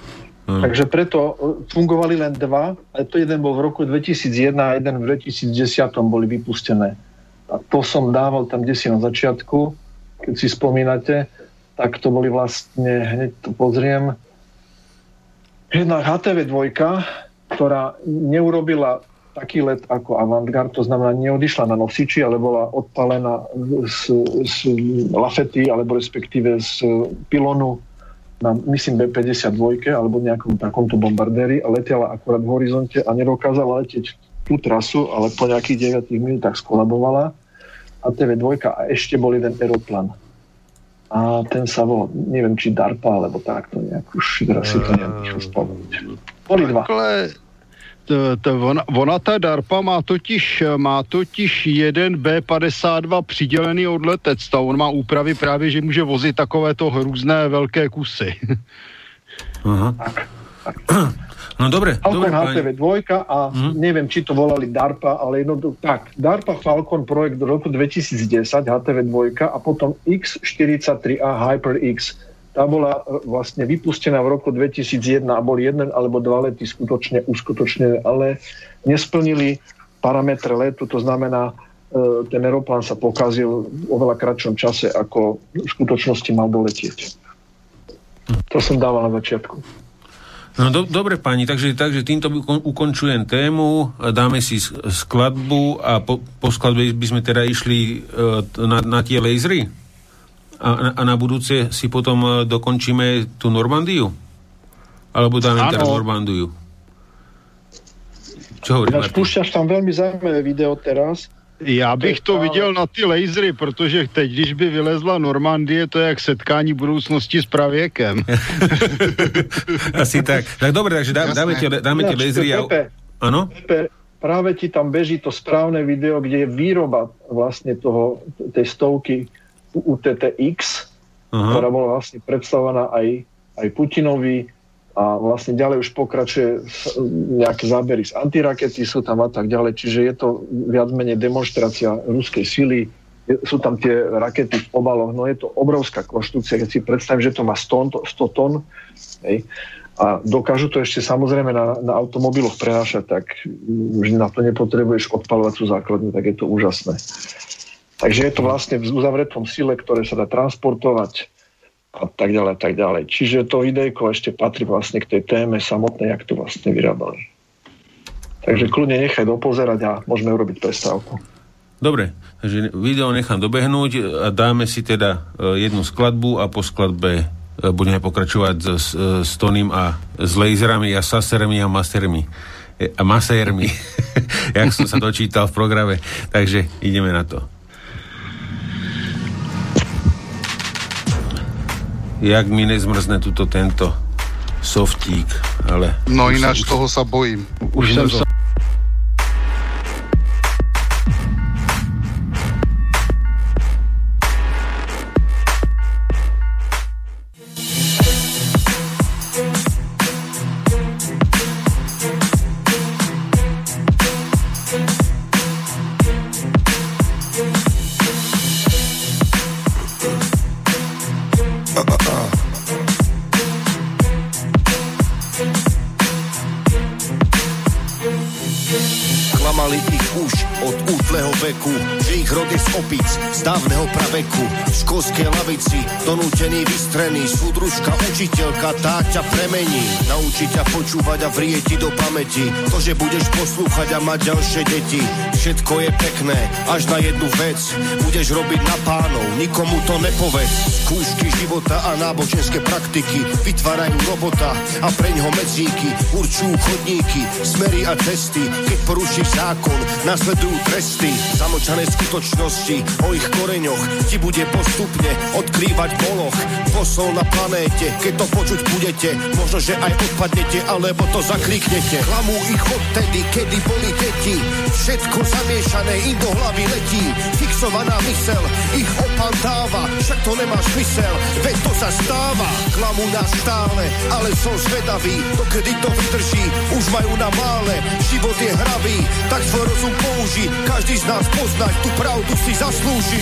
Hmm. Takže preto fungovali len dva, a to jeden bol v roku dvetisícjeden a jeden v dvetisícdesať boli vypustené. A to som dával tam desi na začiatku, keď si spomínate, tak to boli vlastne, hneď to pozriem, jedna há té vé dva, ktorá neurobila taký let ako Avantgarde, to znamená neodišla na nosiči, ale bola odpalená z, z lafety, alebo respektíve z pilonu na, myslím, bé päťdesiatdva alebo nejakom takomto bombardéri a letela akorát v horizonte a nedokázala letieť tú trasu, ale po nejakých deviatich minútach skolabovala há té vé dva a ešte bol jeden aeroplan. A ten sa volal, neviem, či DARPA, alebo takto nejakú šidra si to neviem spomenúť. Boli dva. To, to ona, ona ta DARPA má totiž, má totiž jeden bé padesát dva přidělený od letectva. On má úpravy právě, že může vozit takovéto hrůzné velké kusy. Aha. Tak, tak. No dobre. Falcon há té vé dva a hmm. neviem, či to volali DARPA, ale jedno, tak, DARPA Falcon projekt do roku dvetisícdesať, há té vé dva a potom iks štyridsaťtri á HyperX. Tá bola vlastne vypustená v roku dvetisícjeden a boli jeden alebo dva lety skutočne uskutočnené, ale nesplnili parametre letu, to znamená, ten aeroplán sa pokazil v oveľa kratšom čase, ako v skutočnosti mal doletieť. To som dával na začiatku. No do, dobre pani, takže, takže týmto ukončujem tému, dáme si skladbu a po, po skladbe by sme teda išli na, na tie lasery? A, a na budúce si potom dokončíme tú Normandiu? Alebo dáme teda Normandiu? Čo hovorí Martin? Púšťaš tam veľmi zaujímavé video teraz. Já bych to viděl na ty lasery, protože teď, když by vylezla Normandie, to je jak setkání budoucnosti s pravěkem. Asi tak. Tak dobre, takže dá, dáme tie, dáme tie lasery. A... Áno? Práve ti tam beží to správne video, kde je výroba vlastne toho, tej stovky ú té té iks, uh-huh. ktorá bola vlastne predstavovaná aj, aj Putinovi a vlastne ďalej už pokračuje nejaké zábery z antirakety, sú tam a tak ďalej, čiže je to viac menej demonštrácia ruskej sily, sú tam tie rakety v obaloch, no je to obrovská konštrukcia, keď si predstavím, že to má sto tón, hej, a dokážu to ešte samozrejme na, na automobiloch prenášať, tak už na to nepotrebuješ odpaľovacú základňu, tak je to úžasné. Takže je to vlastne v uzavretom sile, ktoré sa dá transportovať a tak ďalej, tak ďalej. Čiže to videjko ešte patrí vlastne k tej téme samotnej, jak to vlastne vyrábali. Takže kľudne nechaj dopozerať a môžeme urobiť prestávku. Dobre, takže video nechám dobehnúť a dáme si teda jednu skladbu a po skladbe budeme pokračovať s, s Tonym a s laserami a sasermi a mastermi. A masermi. Jak som sa dočítal v programe. Takže ideme na to. Jak mi nezmrzne tuto tento softík, ale... No ináč sa, toho sa bojím. Už, už som sa... dávneho praveku, v školskej lavici, donútený, vystrený, súdružka, učiteľka, tá ťa premení. Naučí ťa počúvať a vrieť ti do pamäti, to, že budeš poslúchať a mať ďalšie deti. Všetko je pekné, až na jednu vec, budeš robiť na pánov, nikomu to nepovedz. Skúšky života a náboženské praktiky vytvárajú robota a preňho medzíky, určujú chodníky, smery a cesty. Keď porušíš zákon, nasledujú tresty. Zamlčané skutočnosti o ich koreňoch ti bude postupne odkrývať moloch. Posol na planéte, keď to počuť budete, možno, že aj odpadnete, alebo to zakriknete. Klamú ich odtedy, kedy boli deti, všetko zamiešané im do hlavy letí. Fixovaná mysel ich opantáva, však to nemá zmysel, veď to sa stáva. Klamú nás stále, ale som zvedavý, dokedy to vydrží, už majú na mále. Život je hravý, tak svoj rozum použij, každý z nás poznať tú pravdu si zaslúži. Vymysl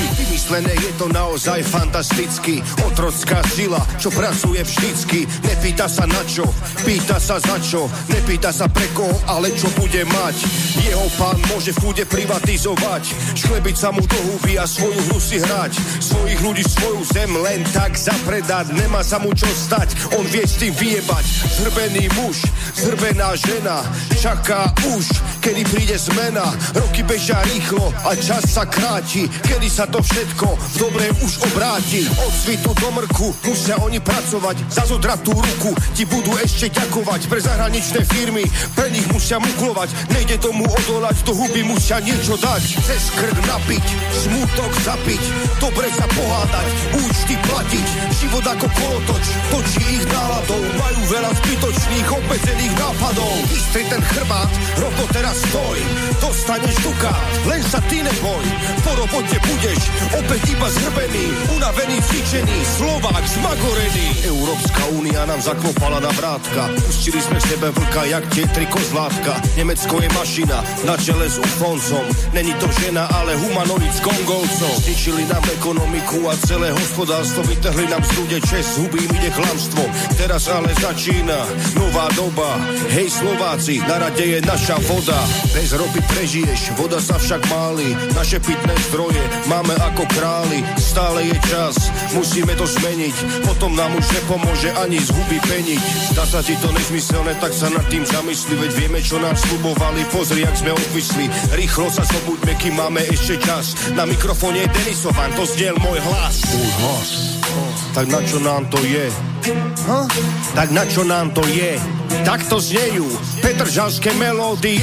Vymyslené je to naozaj fantasticky. Otrocká sila, čo pracuje vždycky. Nepýta sa na čo, pýta sa za čo. Nepýta sa pre koho, ale čo bude mať. Jeho pán môže v kľude privatizovať. Šklebiť sa mu do huby a svoju hru si hrať. Svojich ľudí, svoju zem len tak zapredať. Nemá sa mu čo stať, on vie s tým vyjebať. Zhrbený muž, zhrbená žena, čaká už, kedy príde zmena. Roky bežia rýchlo a čas sa kráti. Kedy sa to všetko v dobre už obráti. Od svitu do mrku musia oni pracovať. Za zodratú ruku ti budú ešte ďakovať. Pre zahraničné firmy, pre nich musia muklovať. Nejde tomu odolať, do huby musia niečo dať. Cez krk napiť, smútok zapiť, dobre sa pohádať, účty platiť. Život ako kolotoč, točí ich náladou. Majú veľa zbytočných, obmedzených nápadov. Vystri ten chrbát, roko teraz stoj. Dostaneš dukát, len sa ty neboj. Po robote budeš opäť iba zhrbený, unavený, cvičený, Slovák zmagorený. Európska únia nám zaklopala na vrátka. Pustili sme sebe vlka, jak tie tri kozlátka. Nemecko je mašina, na čele s Ufoncom. Není to žena, ale humanoid s Kongolcom. Zničili nám ekonomiku a celé hospodárstvo. Vytrhli nám z ľudia čest, z huby im ide klamstvo. Teraz ale začína nová doba. Hej Slováci, na rade je naša voda. Bez ropy prežiješ, voda sa však máli. Naše pitné zdroje máme ako králi. Stále je čas, musíme to zmeniť. Potom nám už nepomôže ani z huby peniť. Zdá sa ti to nezmyselné, tak sa nad tým zamysli. Veď vieme, čo nám slubovali, pozri, jak sme odvisli. Rýchlo sa zobuďme, kým máme ešte čas. Na mikrofóne je Denisovan, to zdiel môj hlas. Môj hlas. Tak na čo nám to je? Ha? Tak na čo nám to je? Takto znejú petržalské melódie.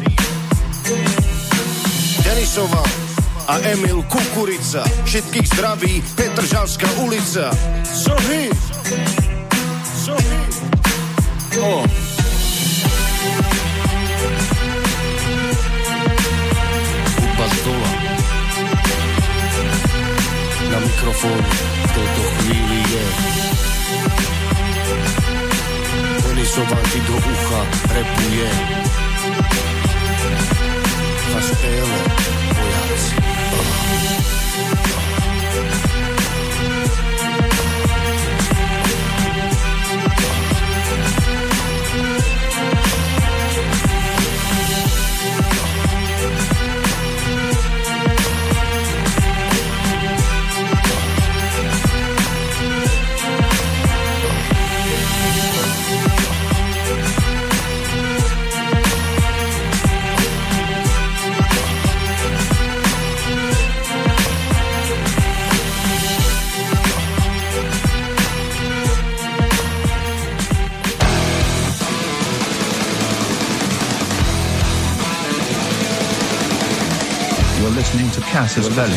Denisovan a Emil Kukurica, všetkých zdraví Petržalská ulica. Sohy! Sohy! Oh. Hudba z dola. Na mikrofóne v tejto chvíli je Denisovan ti do ucha repuje. Kaspele, vojáci. Listening to Casus Belli.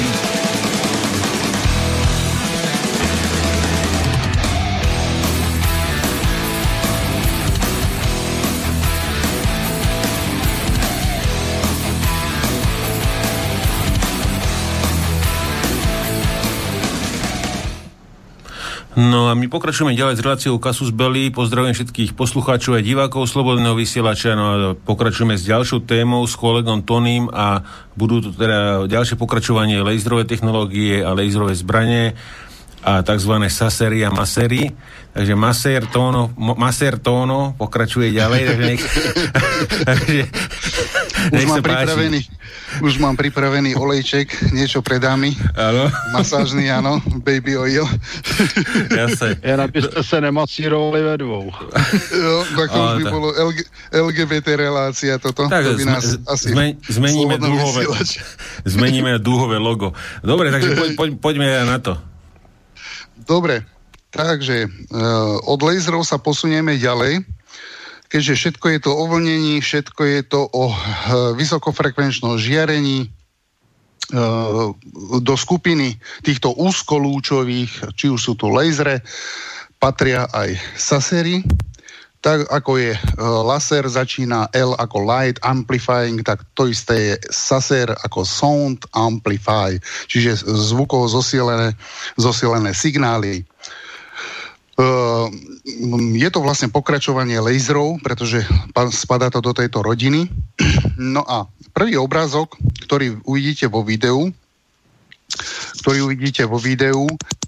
No a my pokračujeme ďalej s reláciou Casus Belli. Pozdravujem všetkých poslucháčov a divákov Slobodného vysielača. No a pokračujeme s ďalšou témou s kolegom Tonym a budú tu teda ďalšie pokračovanie laserové technológie a laserové zbranie a takzvané sasery a masery. Takže Maser Tóno, Maser Tóno pokračuje ďalej. Takže nech, takže, už mám pripravený Už mám pripravený olejček, niečo pre dámy. Áno. Masážny, áno, baby oil. Jasne. Ja napíšte sa nemasírovali ve dvou. Jo, tak to už by bolo el gé bé té relácia toto. Tak, to by nás zme, asi zmeníme dúhové, zmeníme dúhové logo. Dobre, takže poď, poď, poďme na to. Dobre, takže uh, od laserov sa posunieme ďalej. Keďže všetko je to o vlnení, všetko je to o uh, vysokofrekvenčnom žiarení, uh, do skupiny týchto úzkolúčových, či už sú to lasery, patria aj sasery. Tak ako je uh, laser, začína L ako light amplifying, tak to isté je saser ako sound amplify, čiže zvukovo zosielené, zosielené signály. Uh, je to vlastne pokračovanie laserov, pretože spadá to do tejto rodiny. No a prvý obrázok, ktorý uvidíte vo videu, ktorý uvidíte vo videu,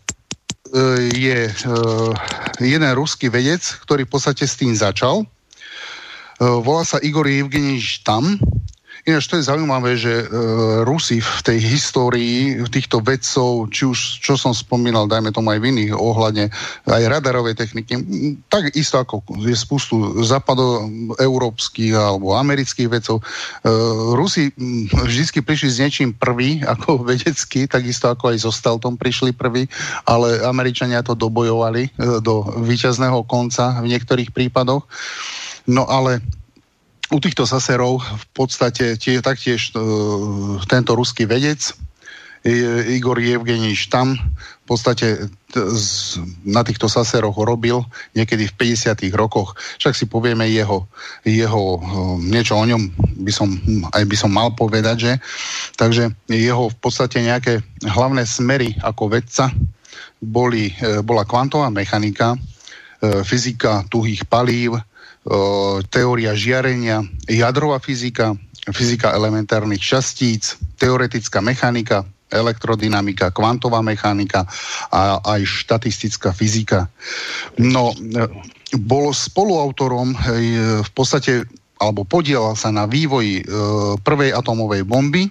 je jeden ruský vedec, ktorý v podstate s tým začal. Volá sa Igor Jevgenijevich Tam. Ináč to je zaujímavé, že e, Rusi v tej histórii týchto vedcov, či už, čo som spomínal, dajme tomu aj v iných ohľadne, aj radarovej techniky, tak isto ako je spustu západoeurópskych alebo amerických vedcov. E, Rusi vždy prišli s niečím prvý, ako vedecky, takisto ako aj so Steltom prišli prvý, ale Američania to dobojovali e, do víťazného konca v niektorých prípadoch. No ale u týchto saserov v podstate tie, taktiež e, tento ruský vedec e, Igor Jevgenijevich Tam v podstate t, z, na týchto saseroch robil niekedy v päťdesiatych rokoch. Však si povieme jeho, jeho e, niečo o ňom by som, aj by som mal povedať, že takže jeho v podstate nejaké hlavné smery ako vedca boli, e, bola kvantová mechanika, e, fyzika tuhých palív, teória žiarenia, jadrová fyzika, fyzika elementárnych častíc, teoretická mechanika, elektrodynamika, kvantová mechanika a aj štatistická fyzika. No, bol spoluautorom v podstate, alebo podielal sa na vývoji prvej atomovej bomby.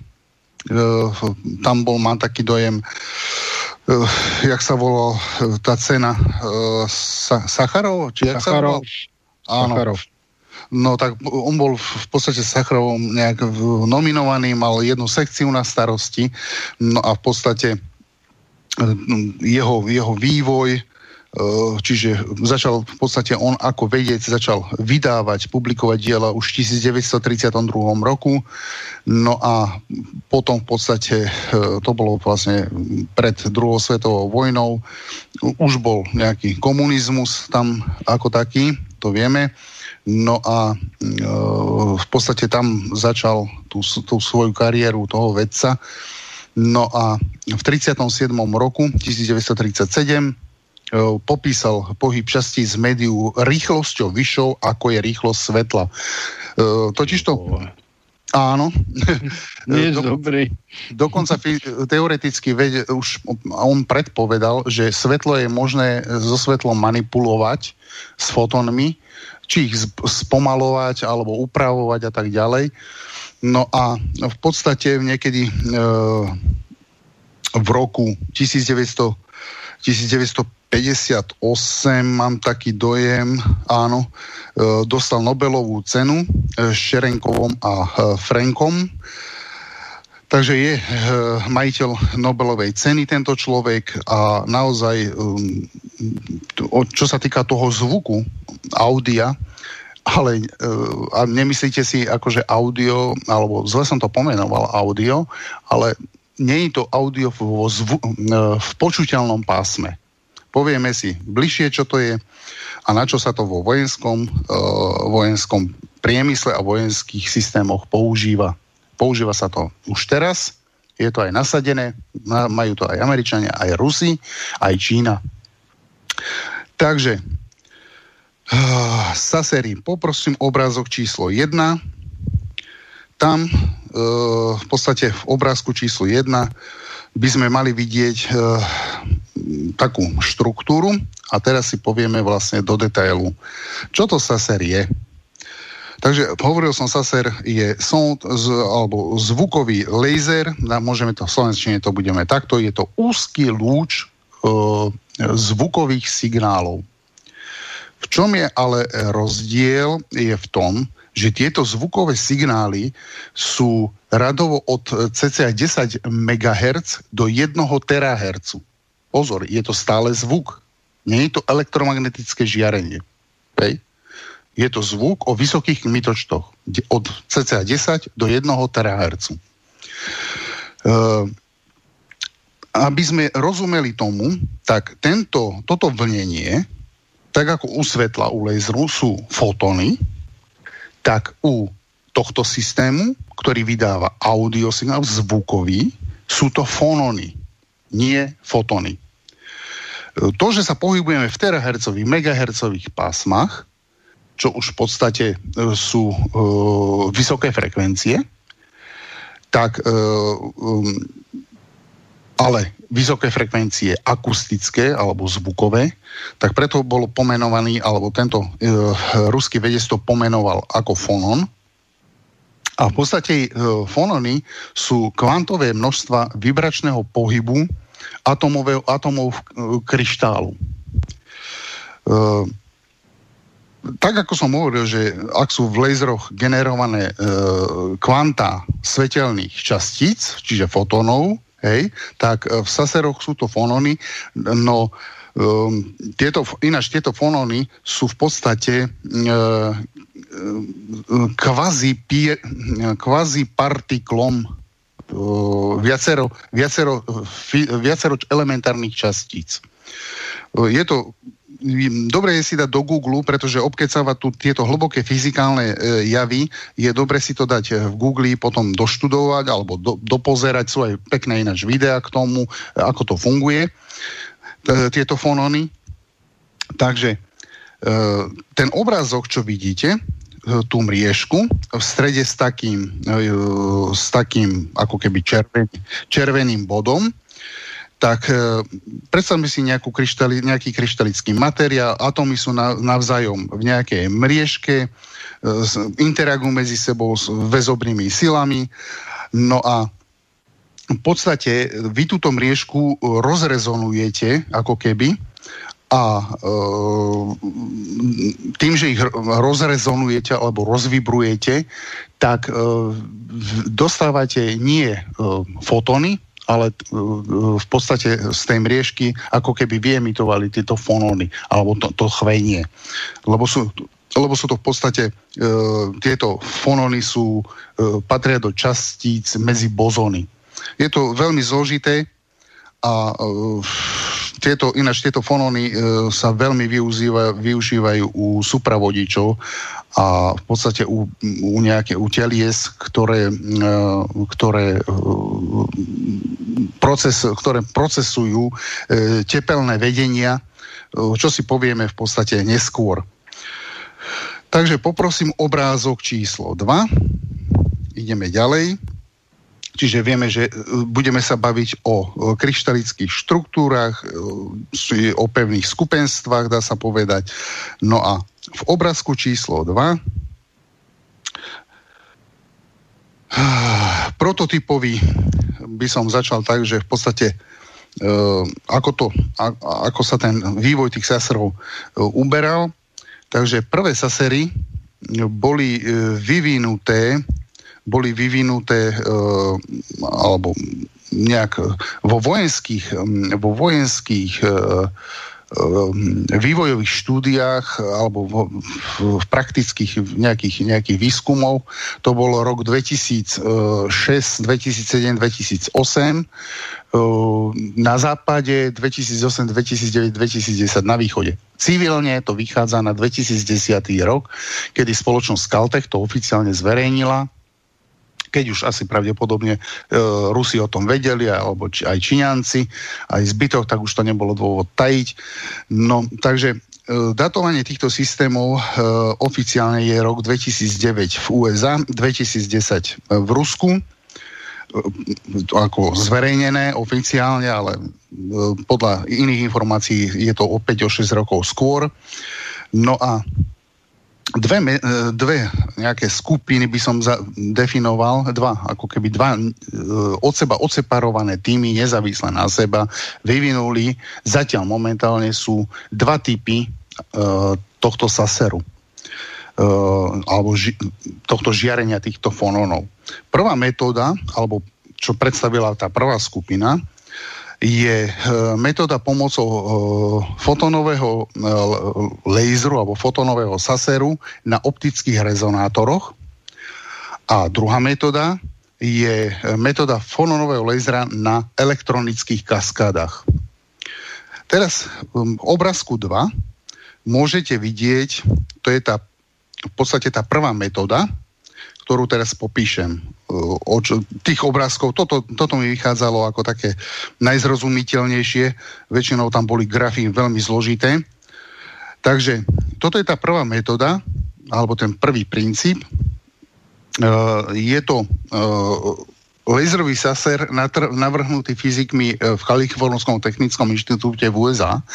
Tam bol, mám taký dojem, jak sa volal tá cena, Sacharov? Či jak Sacharov. Sa volal? Áno. Sacharov. No tak on bol v podstate Sacharovom nejak nominovaný, mal jednu sekciu na starosti, no a v podstate jeho, jeho vývoj, čiže začal v podstate on ako vedec začal vydávať, publikovať diela už v devätnásťstotridsiatom druhom roku, no a potom v podstate to bolo vlastne pred druhou svetovou vojnou, už bol nejaký komunizmus tam ako taký, to vieme. No a e, v podstate tam začal tú, tú svoju kariéru toho vedca. No a v tridsiatom siedmom roku devätnásťstotridsaťsedem e, popísal pohyb častíc z médiu rýchlosťou vyššou, ako je rýchlosť svetla. E, totižto áno. Nie je Do, dobrý. Dokonca teoreticky vede, už on predpovedal, že svetlo je možné so svetlom manipulovať s fotónmi, či ich spomalovať alebo upravovať a tak ďalej. No a v podstate niekedy e, v roku devätnásťstopäťdesiatosem mám taký dojem, áno, e, dostal Nobelovú cenu e, Šerenkovom a e, Frankom. Takže je e, majiteľ Nobelovej ceny tento človek a naozaj, um, to, čo sa týka toho zvuku, audia, ale e, a nemyslíte si akože audio, alebo zle som to pomenoval audio, ale nie je to audio vo zvu, e, v počuteľnom pásme. Povieme si bližšie, čo to je a na čo sa to vo vojenskom, e, vojenskom priemysle a vojenských systémoch používa. Používa sa to už teraz, je to aj nasadené, majú to aj Američania, aj Rusi, aj Čína. Takže uh, Sasery, poprosím obrázok číslo jedna. Tam uh, v podstate v obrázku číslo jedna by sme mali vidieť uh, takú štruktúru a teraz si povieme vlastne do detailu, čo to Saser je. Takže hovoril som, Saser je sound z, alebo zvukový laser, môžeme to v slovenčine to budeme takto, je to úzky lúč e, zvukových signálov. V čom je ale rozdiel je v tom, že tieto zvukové signály sú radovo od cca desať megahertz do jedného terahertzu. Pozor, je to stále zvuk. Nie je to elektromagnetické žiarenie. Hej. Je to zvuk o vysokých kmitočtoch od cca desať do jedného terahertzu. Uh, aby sme rozumeli tomu, tak tento, toto vlnenie, tak ako u svetla, u laseru sú fotóny, tak u tohto systému, ktorý vydáva audiosignál zvukový, sú to fonóny, nie fotóny. To, že sa pohybujeme v terahercových, megahercových pásmach, čo už v podstate e, sú e, vysoké frekvencie, tak e, um, ale vysoké frekvencie akustické alebo zvukové, tak preto bolo pomenovaný, alebo tento e, ruský vedec to pomenoval ako fonon. A v podstate e, fonony sú kvantové množstva vibračného pohybu atomového, atomov e, kryštálu. E, tak ako som hovoril, že ak sú v laseroch generované e, kvanta svetelných častíc, čiže fotónov, hej, tak v saseroch sú to fonóny, no um, tieto, ináč tieto fonóny sú v podstate uh, kvazi, pie, kvazi partiklom uh, viacero, viacero, fi, viacero elementárnych častíc. Uh, je to dobre je si dať do Google, pretože obkecávať tu tieto hlboké fyzikálne e, javy, je dobre si to dať v Google, potom doštudovať alebo do, dopozerať, sú aj pekné ináč videá k tomu, ako to funguje, e, tieto fonóny. Takže e, ten obrázok, čo vidíte, e, tú mriežku v strede s takým, e, s takým ako keby červen, červeným bodom, tak e, predstavme si nejakú kryštali, nejaký kryštalický materiál, atómy sú na, navzájom v nejakej mriežke, e, interagujú medzi sebou s väzobrými silami, no a v podstate vy túto mriežku rozrezonujete, ako keby, a e, tým, že ich rozrezonujete alebo rozvibrujete, tak e, dostávate nie e, fotóny, ale v podstate z tej mriežky ako keby vyemitovali tieto fonóny, alebo to, to chvenie. Lebo sú, lebo sú to v podstate, e, tieto fonóny sú, e, patria do častíc medzi bozóny. Je to veľmi zložité a e, tieto, ináč tieto fonóny e, sa veľmi využívajú, využívajú u supravodičov a v podstate u, u nejaké u telies, ktoré, e, ktoré, e, proces, ktoré procesujú e, tepelné vedenia, e, čo si povieme v podstate neskôr. Takže poprosím obrázok číslo dva. Ideme ďalej. Čiže vieme, že budeme sa baviť o kryštalických štruktúrach, o pevných skupenstvách, dá sa povedať. No a v obrázku číslo dva prototypový by som začal tak, že v podstate ako, to, ako sa ten vývoj tých saserov uberal. Takže prvé sasery boli vyvinuté boli vyvinuté e, alebo nejak vo vojenských, vo vojenských e, e, vývojových štúdiách alebo v, v praktických nejakých, nejakých výskumov. To bolo rok dvetisícšesť, dvetisícsedem, dvetisícosem na západe, dvetisícosem, dvetisícdeväť, dvetisícdesať na východe. Civilne to vychádza na dvetisícdesať rok, kedy spoločnosť Caltech to oficiálne zverejnila, keď už asi pravdepodobne e, Rusi o tom vedeli, alebo či, aj Číňanci, aj zbytok, tak už to nebolo dôvod tajiť. No, takže e, datovanie týchto systémov e, oficiálne je rok dvetisícdeväť v ú es á, dvetisícdesať v Rusku, e, ako zverejnené oficiálne, ale e, podľa iných informácií je to opäť o šesť rokov skôr. No a Dve, dve nejaké skupiny by som definoval, dva, ako keby dva od seba odseparované týmy, nezávislé na seba, vyvinuli, zatiaľ momentálne sú dva typy uh, tohto saseru, uh, alebo ži, tohto žiarenia týchto fonónov. Prvá metóda, alebo čo predstavila tá prvá skupina, je metóda pomocou fotónového laseru alebo fotónového saseru na optických rezonátoroch. A druhá metóda je metóda fotónového lasera na elektronických kaskádach. Teraz v obrázku dva môžete vidieť, to je tá, v podstate tá prvá metóda, ktorú teraz popíšem. Od tých obrázkov, toto, toto mi vychádzalo ako také najzrozumiteľnejšie, väčšinou tam boli grafy veľmi zložité. Takže toto je tá prvá metóda, alebo ten prvý princíp. Je to laserový saser navrhnutý fyzikmi v Kalifornskom technickom inštitúte v ú es á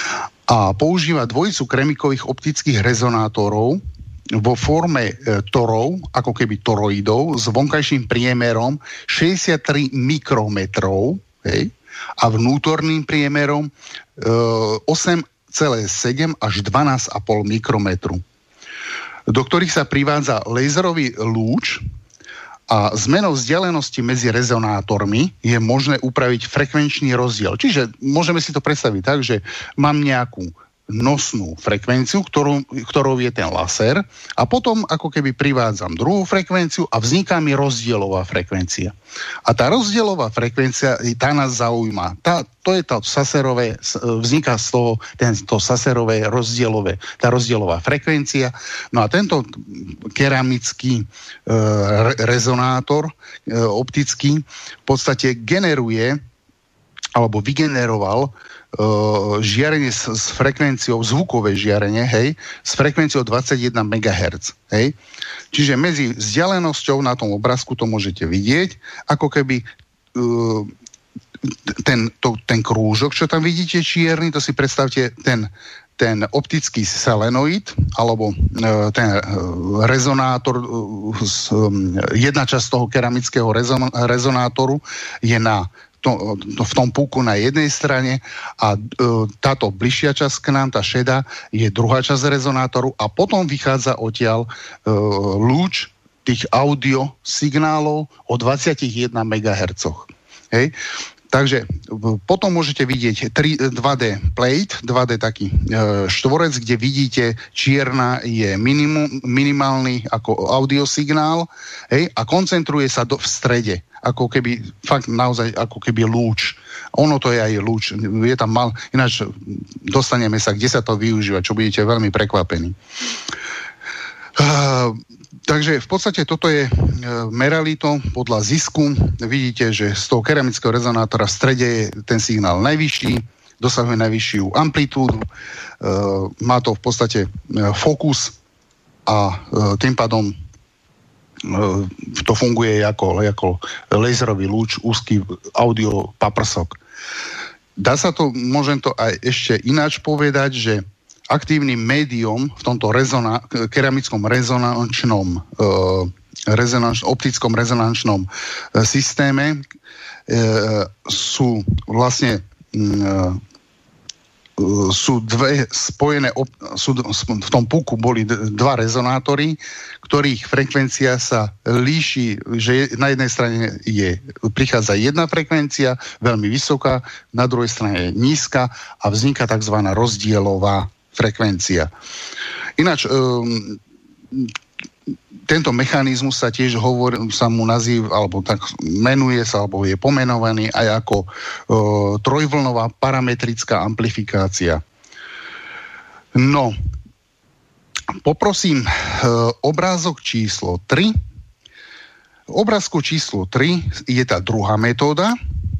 a používa dvojicu kremikových optických rezonátorov vo forme e, torov, ako keby toroidov, s vonkajším priemerom šesťdesiattri mikrometrov, hej, a vnútorným priemerom e, osem celá sedem až dvanásť celá päť mikrometru, do ktorých sa privádza laserový lúč a zmenou vzdialenosti medzi rezonátormi je možné upraviť frekvenčný rozdiel. Čiže môžeme si to predstaviť tak, že mám nejakú nosnú frekvenciu, ktorou, ktorou je ten laser a potom ako keby privádzam druhú frekvenciu a vzniká mi rozdielová frekvencia. A tá rozdielová frekvencia, tá nás zaujíma. Tá, to je to saserové, vzniká z toho tento saserové rozdielové, tá rozdielová frekvencia. No a tento keramický e, rezonátor e, optický v podstate generuje alebo vygeneroval žiarenie s, s frekvenciou, zvukové žiarenie, hej, s frekvenciou dvadsaťjeden megahertz, hej. Čiže medzi vzdialenosťou na tom obrázku to môžete vidieť, ako keby uh, ten, to, ten krúžok, čo tam vidíte čierny, to si predstavte ten, ten optický selenoid, alebo uh, ten uh, rezonátor, uh, um, jedna časť toho keramického rezon, rezonátoru je na To, to v tom púku na jednej strane a e, táto bližšia časť k nám, tá šedá, je druhá časť rezonátoru a potom vychádza odtiaľ e, lúč tých audio signálov o dvadsaťjeden megahertz. Hej? Takže potom môžete vidieť tri, dva dé plate, dva dé taký e, štvorec, kde vidíte, čierna je minimum, minimálny ako audiosignál, hej, a koncentruje sa do, v strede, ako keby, fakt naozaj ako keby lúč. Ono to je aj lúč, je tam mal, ináč dostaneme sa, kde sa to využíva, čo budete veľmi prekvapení. Uh, takže v podstate toto je, uh, merali to podľa zisku. Vidíte, že z toho keramického rezonátora v strede je ten signál najvyšší, dosahuje najvyššiu amplitúdu, uh, má to v podstate uh, fokus a uh, tým pádom uh, to funguje ako, ako laserový lúč, úzky audio paprsok. Dá sa to, môžem to aj ešte ináč povedať, že aktívnym médium v tomto rezona, keramickom rezonančnom, e, rezonanč, optickom rezonančnom e, systéme e, sú vlastne e, sú dve spojené, sú, v tom puku boli dva rezonátory, ktorých frekvencia sa líši, že na jednej strane je, prichádza jedna frekvencia, veľmi vysoká, na druhej strane je nízka a vzniká tzv. Rozdielová frekvencia. Ináč, um, tento mechanizmus sa tiež hovorí, sa mu nazýva, alebo tak menuje sa, alebo je pomenovaný aj ako uh, trojvlnová parametrická amplifikácia. No, poprosím uh, obrázok číslo tri. V obrázku číslo tri je tá druhá metóda.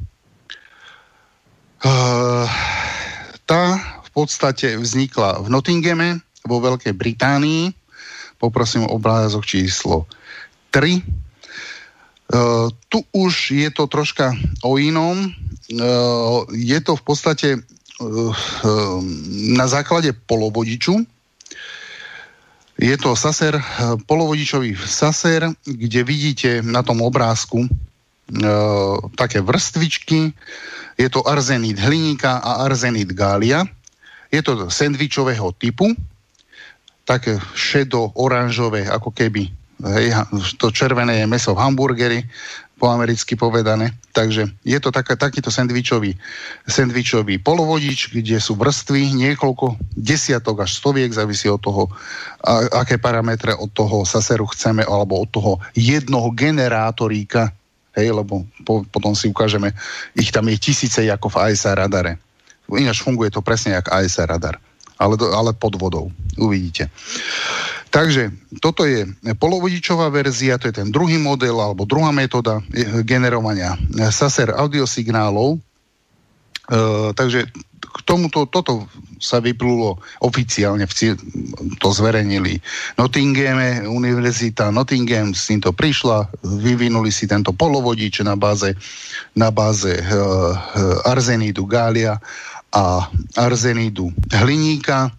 Uh, tá v podstate vznikla v Nottinghame vo Veľkej Británii. Poprosím obrázok číslo tri. Uh, tu už je to troška o inom. Uh, je to v podstate uh, uh, na základe polovodiču. Je to saser, uh, polovodičový saser, kde vidíte na tom obrázku uh, také vrstvičky. Je to arzenít hliníka a arzenít gália. Je to sendvičového typu, také šedo-oranžové, ako keby, hej, to červené je mäso v hamburgeri, po americky povedané. Takže je to taká, takýto sendvičový, sendvičový polovodič, kde sú vrstvy, niekoľko desiatok až stoviek, závisí od toho, a, aké parametre od toho saseru chceme, alebo od toho jednoho generátoríka, hej, lebo po, potom si ukážeme, ich tam je tisíce ako v á es á radare. Ináč funguje to presne jak á es á radar. Ale, do, ale pod vodou. Uvidíte. Takže toto je polovodičová verzia, to je ten druhý model alebo druhá metóda generovania saser audiosignálov. E, takže k tomuto, toto sa vyplulo oficiálne, to zverejnili Nottingham, univerzita Nottingham s týmto prišla, vyvinuli si tento polovodič na báze, na báze uh, arzenidu gália a arzenidu hliníka.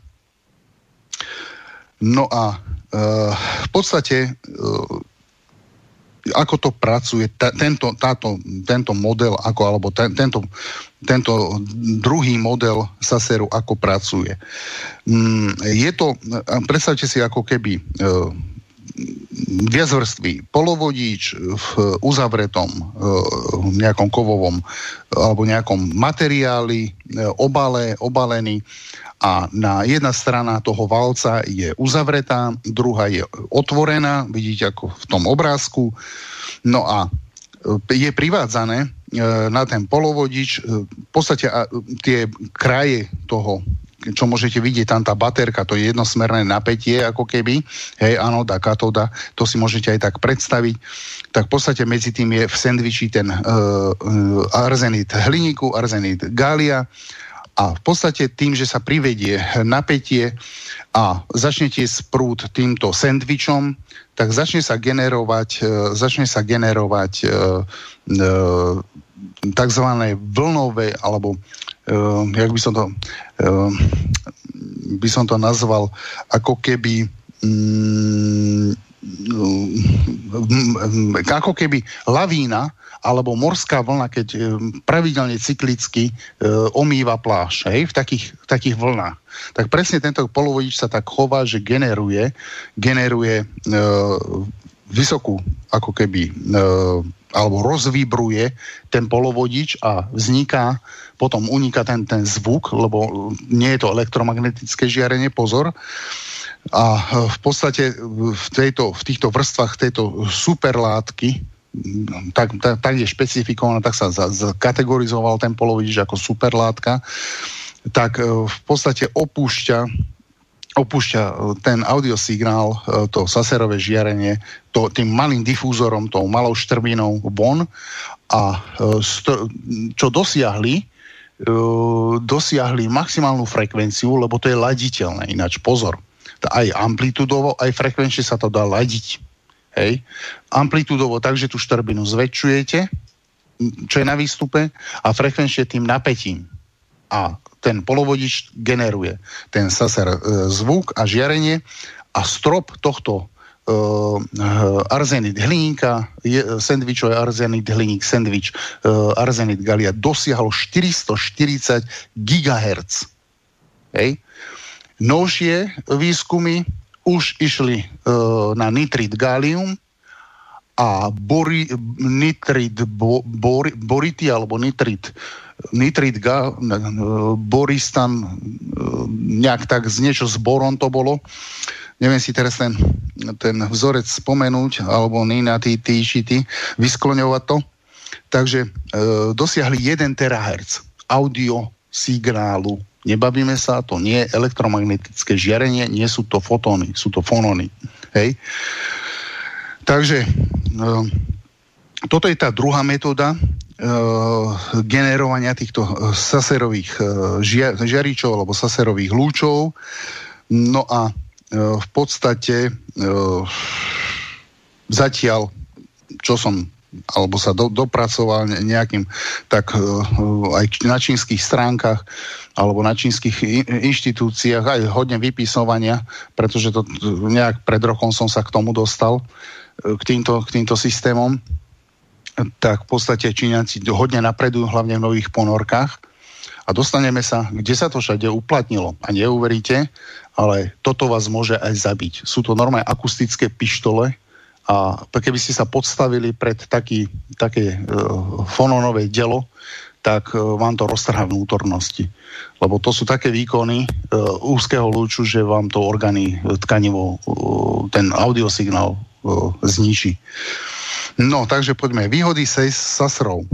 No a uh, v podstate uh, ako to pracuje, ta, tento, táto, tento model, ako, alebo ten, tento, tento druhý model Saseru, ako pracuje. Mm, je to, predstavte si, ako keby e, viacvrstvý polovodič v uzavretom e, nejakom kovovom alebo nejakom materiáli, e, obale, obalený, a na jedna strana toho valca je uzavretá, druhá je otvorená, vidíte ako v tom obrázku. No a je privádzané na ten polovodič v podstate tie kraje toho, čo môžete vidieť, tam tá baterka, to je jednosmerné napätie ako keby, hej, anoda, katóda, to si môžete aj tak predstaviť. Tak v podstate medzi tým je v sendviči ten uh, arzenit hliníku, arzenit gália. A v podstate tým, že sa privedie napätie a začnete sprúd týmto sendvičom, tak začne sa generovať, začne sa generovať e, e, takzvané vlnové, alebo e, jak by som to e, by som to nazval, ako keby mm, ako keby lavína alebo morská vlna, keď e, pravidelne cyklicky e, omýva pláž, hej, v takých, v takých vlnách. Tak presne tento polovodič sa tak chová, že generuje, generuje e, vysokú, ako keby, e, alebo rozvibruje ten polovodič a vzniká, potom uniká ten, ten zvuk, lebo nie je to elektromagnetické žiarenie, pozor. A v podstate v, tejto, v týchto vrstvách tejto superlátky tak, tak, tak je špecifikovaná, tak sa za, za kategorizoval ten polovodič ako superlátka, tak v podstate opúšťa opúšťa ten audiosignál, to Saserové žiarenie, to, tým malým difúzorom, tou malou štrbinou von a st- čo dosiahli, dosiahli maximálnu frekvenciu, lebo to je laditeľné, ináč pozor. Aj amplitudovo, aj frekvenčne sa to dá ladiť. Hej. Amplitudovo, takže tú štrbinu zväčšujete, čo je na výstupe, a frekvenčne tým napätím. A ten polovodič generuje ten Saser e, zvuk a žiarenie a strop tohto e, arzenit hliníka, je, sendvičové arzenit hliník, sendvič e, arzenit galia dosiahol štyristoštyridsať gigahertz. Hej. Novšie výskumy už išli e, na nitrit gálium a bori, nitrit bo, bor, bority alebo nitrit nitrit ga, boristan, e, nejak tak z niečo s borom to bolo. Neviem si teraz ten, ten vzorec spomenúť, alebo Nina, tí, tí, tí, vyskloňovať to. Takže e, dosiahli jeden terahertz audio signálu. Nebavíme sa, to nie je elektromagnetické žiarenie, nie sú to fotóny, sú to fonóny. Hej. Takže e, toto je tá druhá metóda e, generovania týchto Saserových e, žia, žiaričov alebo Saserových lúčov. No a e, v podstate e, zatiaľ, čo som alebo sa do, dopracoval nejakým, tak uh, aj na čínskych stránkach alebo na čínskych inštitúciách aj hodne vypisovania, pretože to nejak pred rokom som sa k tomu dostal, uh, k, týmto, k týmto systémom. Tak v podstate Číňanci hodne napredujú, hlavne v nových ponorkách. A dostaneme sa, kde sa to všade uplatnilo. A neuveríte, ale toto vás môže aj zabiť. Sú to normálne akustické pištole, a keby ste sa podstavili pred taký, také e, fonónové dielo, tak e, vám to roztrhá vnútornosti. Lebo to sú také výkony e, úzkeho lúču, že vám to orgány tkanivo, e, ten audiosignál e, zničí. No, takže poďme. Výhody Saserov. E,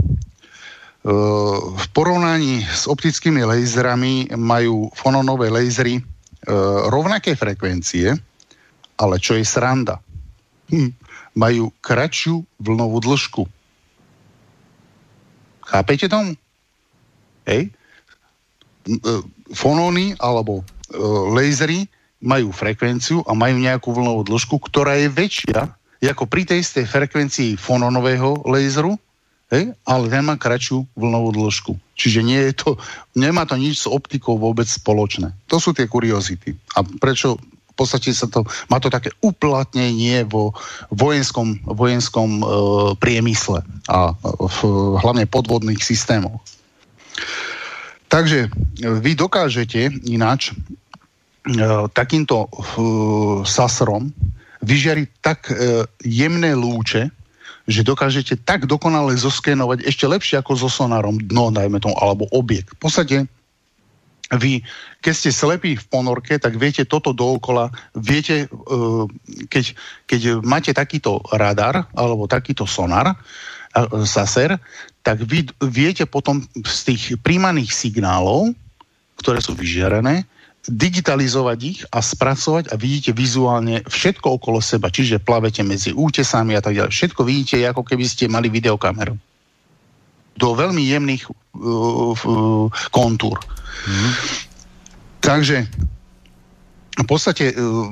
v porovnaní s optickými laserami majú fonónové lasery e, rovnaké frekvencie, ale čo je sranda? Hm, majú kratšiu vlnovú dĺžku. Chápete tomu? Hej? fonóny alebo lasery majú frekvenciu a majú nejakú vlnovú dĺžku, ktorá je väčšia ako pri tej istej frekvencii fonónového laseru, hej, ale ten má kratšiu vlnovú dĺžku. Čiže nie je to, nemá to nič s optikou vôbec spoločné. To sú tie kuriozity. A prečo v podstate sa to, má to také uplatnenie vo vojenskom, vojenskom e, priemysle a v, hlavne podvodných systémoch. Takže vy dokážete ináč e, takýmto e, sasrom vyžiariť tak e, jemné lúče, že dokážete tak dokonale zoskenovať ešte lepšie ako so sonárom dno, dajme tomu, alebo objekt. V podstate vy, keď ste slepí v ponorke, tak viete toto dookola, viete, e, keď, keď máte takýto radar alebo takýto sonar, saser, tak vy viete potom z tých príjmaných signálov, ktoré sú vyžiarené, digitalizovať ich a spracovať a vidíte vizuálne všetko okolo seba, čiže plavete medzi útesami a tak ďalej. Všetko vidíte, ako keby ste mali videokameru. Do veľmi jemných uh, uh, kontúr. Mm. Takže v podstate uh,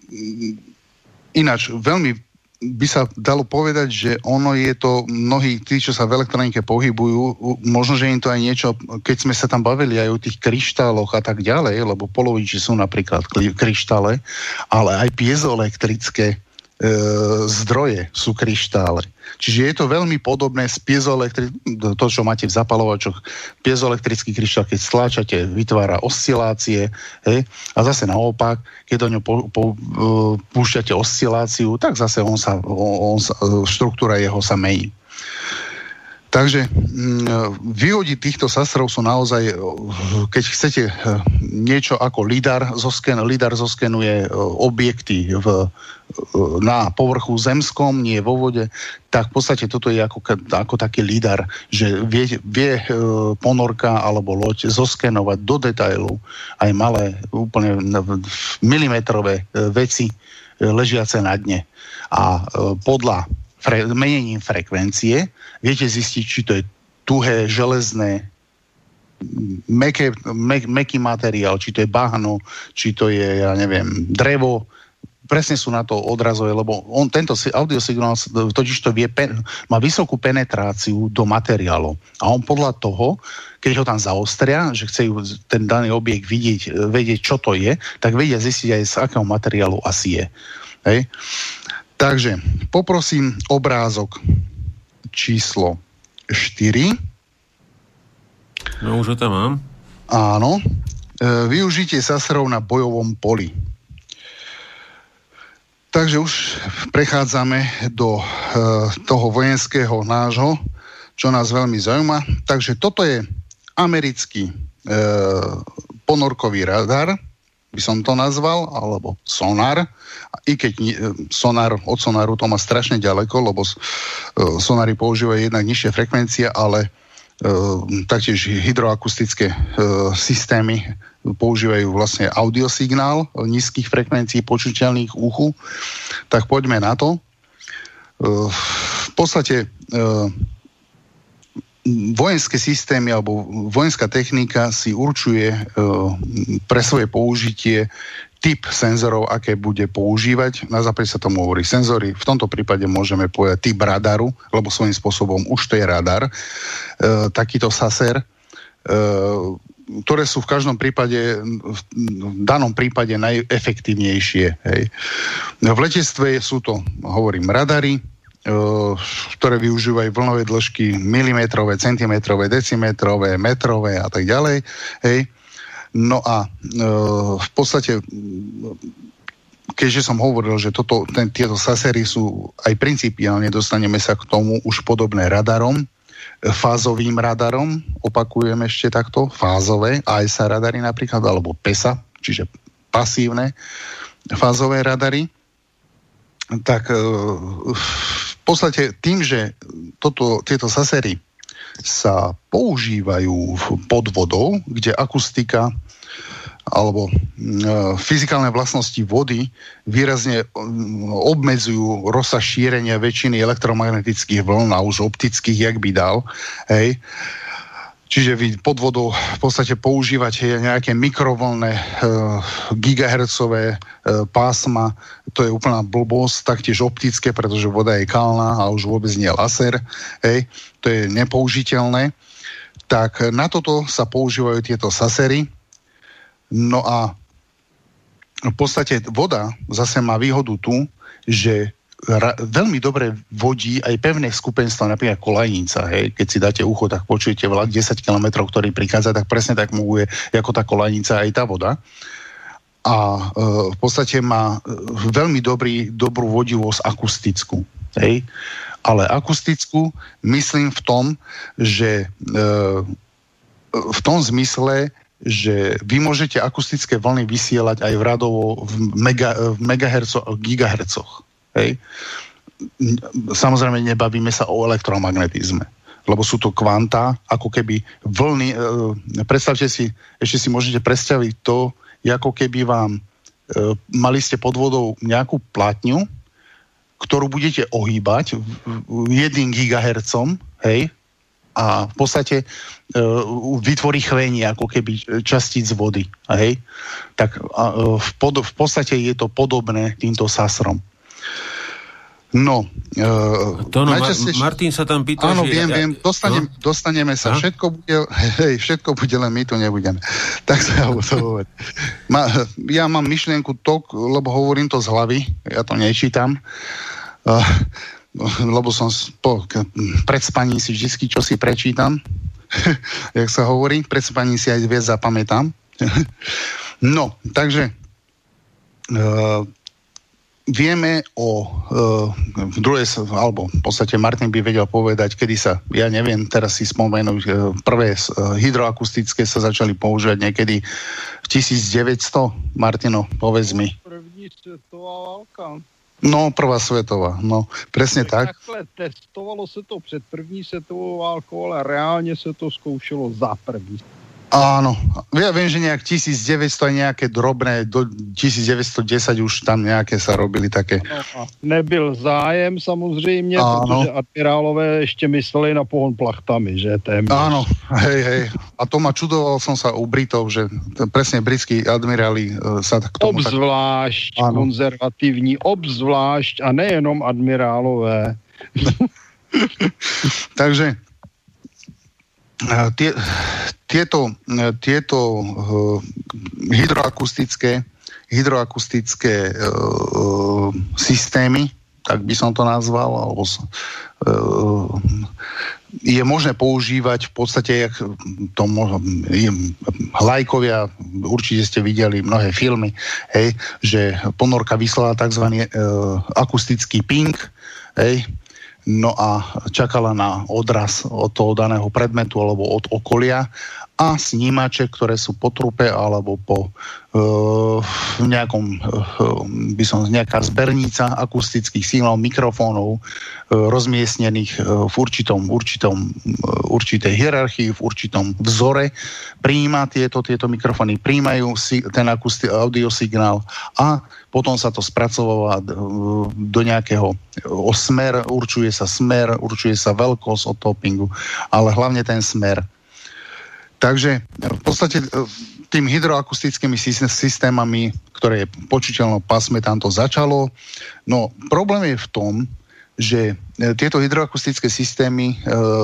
ináč veľmi by sa dalo povedať, že ono je to, mnohí tí, čo sa v elektronike pohybujú, možno, že im to aj niečo, keď sme sa tam bavili aj o tých kryštáloch a tak ďalej, lebo poloviči sú napríklad kryštále, ale aj piezoelektrické e, zdroje sú kryštále. Čiže je to veľmi podobné s piezoelektrickým, to, čo máte v zapalovačoch, piezoelektrický kryštál, keď stláčate, vytvára oscilácie, hej? A zase naopak, keď do ňo po, po, púšťate osciláciu, tak zase on sa, on, on, štruktúra jeho sa mení. Takže výhody týchto sastrov sú naozaj, keď chcete niečo ako lidar, zosken, lidar zoskenuje objekty v, na povrchu zemskom, nie vo vode, tak v podstate toto je ako, ako taký lidar, že vie, vie ponorka alebo loď zoskenovať do detailu aj malé, úplne milimetrové veci ležiace na dne. A podľa Fre- menením frekvencie viete zistiť, či to je tuhé, železné, meké, me- meký materiál, či to je bahno, či to je, ja neviem, drevo. Presne sú na to odrazové, lebo on, tento audiosignál totiž to vie, pen- má vysokú penetráciu do materiálov. A on podľa toho, keď ho tam zaostria, že chce ten daný objekt vidieť, vedieť, čo to je, tak vedia zistiť aj z akého materiálu asi je. Hej? Takže poprosím obrázok číslo štyri. No už ho tam mám. Áno. E, využitie saserov na bojovom poli. Takže už prechádzame do e, toho vojenského nášho, čo nás veľmi zaujíma. Takže toto je americký e, ponorkový radar, by som to nazval, alebo sonar. I keď sonár, od sonáru to má strašne ďaleko, lebo sonári používajú jednak nižšie frekvencie, ale e, taktiež hydroakustické e, systémy používajú vlastne audiosignál nízkych frekvencií počuteľných uchu. Tak poďme na to. E, v podstate e, vojenské systémy alebo vojenská technika si určuje e, pre svoje použitie typ senzorov, aké bude používať. Na západe sa tomu hovorí senzory. V tomto prípade môžeme povedať typ radaru, lebo svojím spôsobom už to je radar. E, takýto saser, e, ktoré sú v každom prípade, v danom prípade najefektívnejšie. Hej. V letectve sú to, hovorím, radary, ktoré využívajú vlnové dĺžky milimetrové, centimetrové, decimetrové, metrové a tak ďalej. Hej. No a e, v podstate, keďže som hovoril, že toto, ten, tieto sasery sú aj principiálne, dostaneme sa k tomu už podobné radarom, fázovým radarom, opakujem ešte takto, fázové, á es á radary napríklad, alebo PESA, čiže pasívne fázové radary. Tak e, v podstate tým, že toto, tieto sasery sa používajú pod vodou, kde akustika alebo e, fyzikálne vlastnosti vody výrazne e, obmedzujú rozsah šírenia väčšiny elektromagnetických vln a už optických, jak by dal. Hej. Čiže vy pod vodou v podstate používate nejaké mikrovlnné e, gigahertzové e, pásma, to je úplná blbosť, taktiež optické, pretože voda je kalná a už vôbec nie laser, hej, to je nepoužiteľné. Tak na toto sa používajú tieto sasery. No a v podstate voda zase má výhodu tu, že ra- veľmi dobre vodí aj pevné skupenstvo, napríklad kolajnica, hej. Keď si dáte ucho, tak počujete vlak desať kilometrov, ktorý prichádza, tak presne tak funguje ako tá kolajnica aj tá voda. A e, v podstate má veľmi dobrý, dobrú vodivosť akustickú, hej. Ale akustickú myslím v tom, že e, v tom zmysle, že vy môžete akustické vlny vysielať aj v radovo v, mega, v megahercoch a gigahercoch. Hej. Samozrejme nebavíme sa o elektromagnetizme, lebo sú to kvantá, ako keby vlny, e, predstavte si, ešte si môžete predstaviť to, ako keby vám e, mali ste pod vodou nejakú platňu, ktorú budete ohýbať jedným gigahercom, hej, a v podstate e, vytvorí chvenie ako keby častíc vody, hej. Tak a, e, v, pod, v podstate je to podobné týmto sasrom. No, e, to no najčastejšie... Martin sa tam pýta, áno, že... viem, viem, dostanem, no? dostaneme sa, a? všetko bude, hej, všetko bude, len my tu nebudeme. Tak sa to hovorí. Ma, ja mám myšlienku tok, lebo hovorím to z hlavy, ja to nečítam, uh, lebo som po, pred spaním si vždy čo si prečítam, jak sa hovorí, pred spaním si aj viac zapamätám. No, takže uh, vieme o uh, v druhej, alebo v podstate Martin by vedel povedať, kedy sa, ja neviem, teraz si spomenúť, uh, prvé uh, hydroakustické sa začali používať niekedy v tisícdeväťsto. Martino, povedz mi. První svetová válka. No, prvá svetová, no, presne tak. Takhle testovalo se to před první světovou válkou, ale reálně se to zkoušelo za první. Áno, ja viem, že nejak tisícdeväťsto aj nejaké drobné, do tisícdeväťstodesať už tam nejaké sa robili také. Ano, nebyl zájem samozřejmě, ano. Protože admirálové ještě mysleli na pohon plachtami, že téměř. Áno, hej, hej. A to ma čudoval som sa u Britov, že presne britskí admiráli sa k tomu... Obzvlášť tak... konzervativní, obzvlášť a nejenom admirálové. Takže Tie, tieto tieto uh, hydroakustické, hydroakustické uh, systémy, tak by som to nazval, alebo uh, je možné používať v podstate, jak to možno, lajkovia, určite ste videli mnohé filmy, hej, že ponorka vyslala tzv. Uh, akustický ping, hej, no a čakala na odraz od toho daného predmetu alebo od okolia a snímače, ktoré sú po trupe alebo po uh, nejakom, uh, by som nejaká zbernica akustických signálov, mikrofónov uh, rozmiestnených uh, v určitom, určitom, uh, určitej hierarchii, v určitom vzore, prijíma tieto, tieto mikrofóny, prijímajú si, ten akusti- audiosignál a potom sa to spracováva do nejakého o smer, určuje sa smer, určuje sa veľkosť od toppingu, ale hlavne ten smer. Takže v podstate tým hydroakustickými systémami, ktoré je počuteľné pásme, tam to začalo. No problém je v tom, že tieto hydroakustické systémy,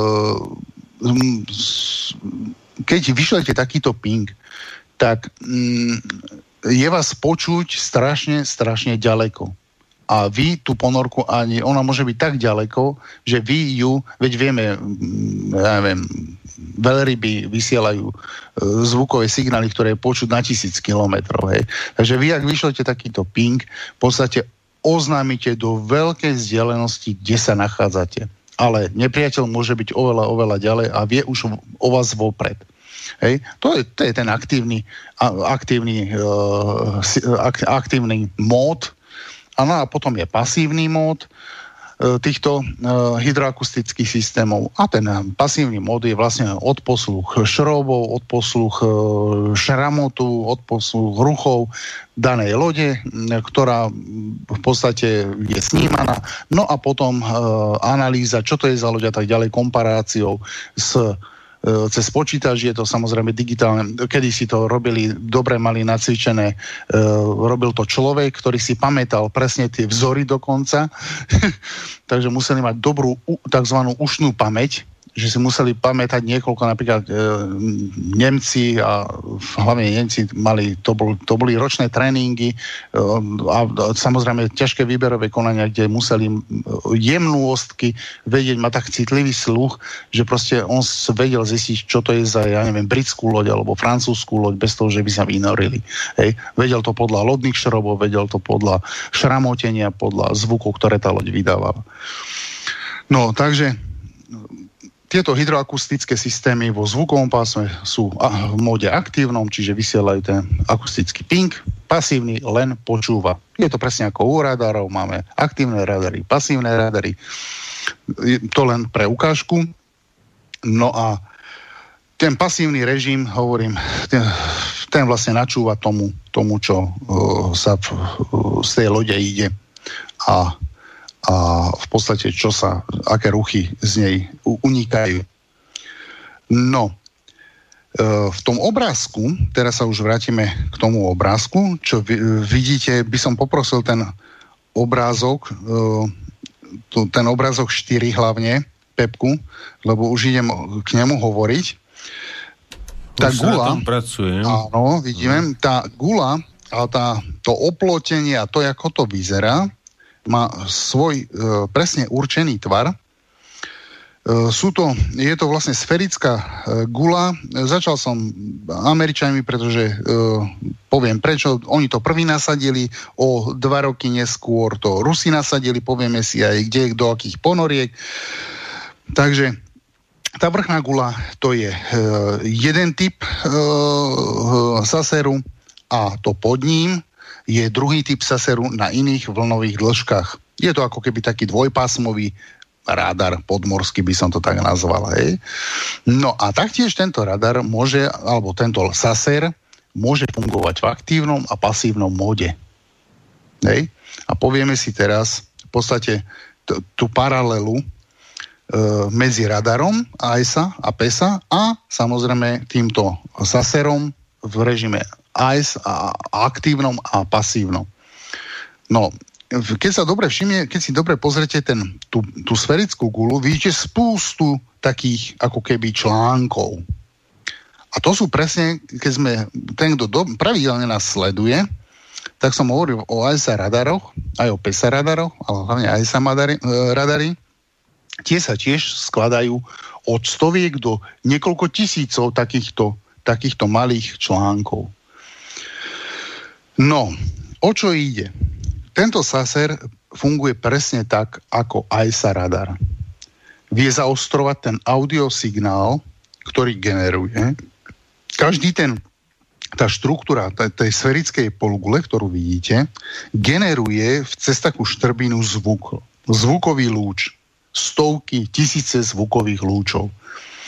keď vyšlete takýto ping, tak je vás počuť strašne, strašne ďaleko. A vy tú ponorku ani, ona môže byť tak ďaleko, že vy ju, veď vieme, ja neviem, veľryby vysielajú zvukové signály, ktoré je počuť na tisíc kilometrov. Hej. Takže vy, ak vyšlete takýto ping, v podstate oznámite do veľkej vzdialenosti, kde sa nachádzate. Ale nepriateľ môže byť oveľa, oveľa ďalej a vie už o vás vopred. Hej. To, je, to je ten aktívny, aktívny, uh, aktívny mód. A, no, a potom je pasívny mód uh, týchto uh, hydroakustických systémov. A ten uh, pasívny mód je vlastne odposluch šrobov, odposluch uh, šramotu, odposluch ruchov danej lode, ktorá v podstate je snímaná. No a potom uh, analýza, čo to je za loď a tak ďalej, komparáciou s cez počítač, je to samozrejme digitálne. Kedy si to robili, dobre mali nacvičené, robil to človek, ktorý si pamätal presne tie vzory dokonca, takže museli mať dobrú takzvanú ušnú pamäť, že si museli pamätať niekoľko, napríklad e, Nemci a hlavne Nemci mali, to, bol, to boli ročné tréningy e, a, a samozrejme ťažké výberové konania, kde museli jemnúostky vedieť, mať tak citlivý sluch, že proste on vedel zistiť, čo to je za, ja neviem, britskú loď alebo francúzskú loď, bez toho, že by sa vynorili. Hej. Vedel to podľa lodných šrobov, vedel to podľa šramotenia, podľa zvukov, ktoré tá loď vydávala. No, takže tieto hydroakustické systémy vo zvukovom pásme sú v móde aktívnom, čiže vysielajú ten akustický ping, pasívny len počúva. Je to presne ako u radarov, máme aktívne radary, pasívne radary, to len pre ukážku. No a ten pasívny režim, hovorím, ten, ten vlastne načúva tomu, tomu čo uh, sa v, uh, z tej lode ide a a v podstate čo sa, aké ruchy z nej unikajú. No, e, v tom obrázku, teraz sa už vrátime k tomu obrázku, čo vidíte, by som poprosil ten obrázok, e, ten obrázok štyri hlavne, Pepku, lebo už idem k nemu hovoriť. Tá gula, áno, vidíme, tá gula a tá, to oplotenie a to, ako to vyzerá, má svoj e, presne určený tvar. E, sú to, je to vlastne sferická e, gula. Začal som Američanmi, pretože e, poviem prečo, oni to prvý nasadili, o dva roky neskôr to Rusi nasadili, povieme si aj kde, do akých ponoriek. Takže tá vrchná gula, to je e, jeden typ e, saseru a to pod ním je druhý typ saseru na iných vlnových dĺžkach. Je to ako keby taký dvojpásmový radar podmorský, by som to tak nazval. Hej. No a taktiež tento radar môže, alebo tento saser môže fungovať v aktívnom a pasívnom móde. Hej. A povieme si teraz v podstate t- tú paralelu e, medzi radarom á es á a PESA a samozrejme týmto saserom v režime á es a aktívnom a pasívnom. No, keď sa dobre všimne, keď si dobre pozrete ten, tú, tú sferickú gulu, vidíte spústu takých ako keby článkov. A to sú presne, keď sme, ten, kto do, pravidelne nás sleduje, tak som hovoril o á es á radaroch, aj o PESA radaroch, ale hlavne á es á radary, radary. Tie sa tiež skladajú od stoviek do niekoľko tisícov takýchto, takýchto malých článkov. No, o čo ide? Tento saser funguje presne tak, ako á es á radar. Vie zaostrovať ten audiosignál, ktorý generuje. Každý ten, tá štruktúra tej sferickej polugule, ktorú vidíte, generuje cez takú štrbinu zvuk. Zvukový lúč. Stovky, tisíce zvukových lúčov. E,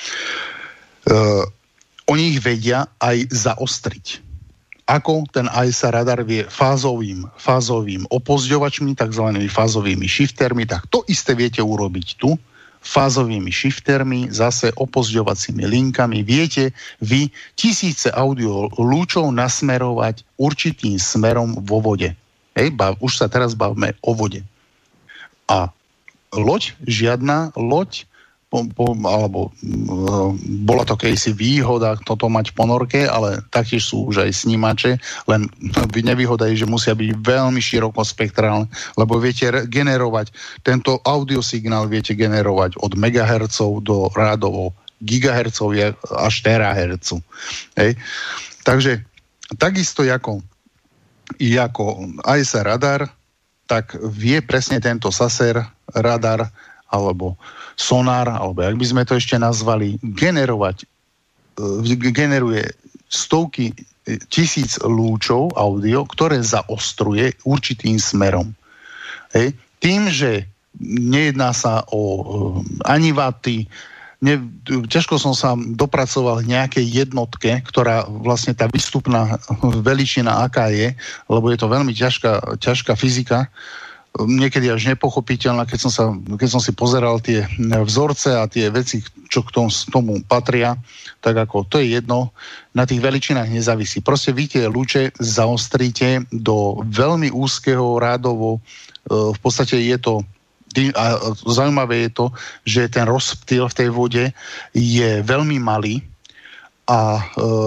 oni ich vedia aj zaostriť. Ako ten á es á radar vie fázovým, fázovým opozďovačmi, takzvanými fázovými shiftermi, tak to isté viete urobiť tu. Fázovými shiftermi, zase opozďovacími linkami viete vy tisíce audio lúčov nasmerovať určitým smerom vo vode. Hej, bav, už sa teraz bavme o vode. A loď, žiadna loď, Po, po, alebo uh, bola to kedysi výhoda toto mať v ponorke, ale taktiež sú už aj snímače, len nevýhoda je, že musia byť veľmi širokospektrálne, lebo viete generovať, tento audiosignál viete generovať od megahercov do rádovo gigahercov až terahercu. Hej. Takže takisto ako, ako á es á radar, tak vie presne tento saser radar alebo sonár, alebo jak by sme to ešte nazvali, generovať, generuje stovky tisíc lúčov audio, ktoré zaostruje určitým smerom. Hej. Tým, že nejedná sa o ani vaty, ne, ťažko som sa dopracoval k nejakej jednotke, ktorá vlastne tá výstupná veličina aká je, lebo je to veľmi ťažká, ťažká fyzika, niekedy až nepochopiteľná, keď som, sa, keď som si pozeral tie vzorce a tie veci, čo k tomu, tomu patria, tak ako to je jedno, na tých veličinách nezávisí. Proste vy tie lúče zaostríte do veľmi úzkeho rádovo, v podstate je to, a zaujímavé je to, že ten rozptyl v tej vode je veľmi malý a e,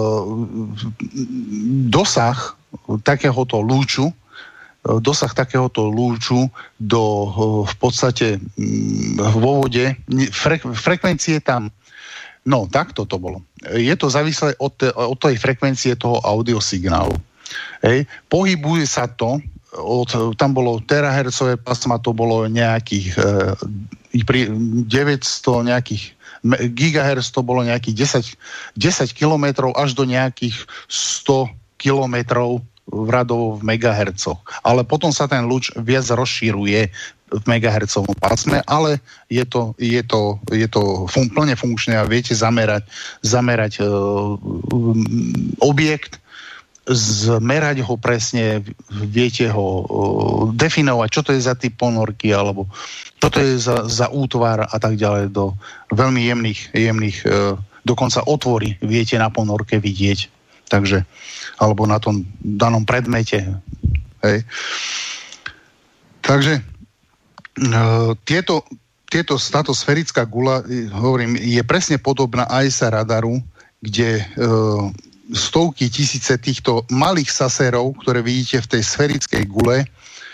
dosah takéhoto lúču dosah takéhoto lúču do v podstate vo vode, fre, frekvencie tam, no takto to bolo. Je to závislé od, te, od tej frekvencie toho audiosignálu. Hej. Pohybuje sa to, od, tam bolo terahertzové pásma, to bolo nejakých e, pri deväťsto nejakých gigahertz, to bolo nejakých desať, desať kilometrov až do nejakých sto kilometrov v radovo v megahercoch. Ale potom sa ten lúč viac rozšíruje v megahercovom pásme, ale je to, je to, je to fun- plne funkčné a viete zamerať, zamerať e, objekt, zmerať ho presne, viete ho e, definovať, čo to je za typ ponorky, alebo čo to je za, za útvar a tak ďalej, do veľmi jemných, jemných e, dokonca otvory viete na ponorke vidieť. Takže, alebo na tom danom predmete. Hej. Takže e, tieto, tieto, táto sférická guľa, hovorím, je presne podobná á es á radaru, kde e, stovky tisíce týchto malých saserov, ktoré vidíte v tej sférickej gule, e,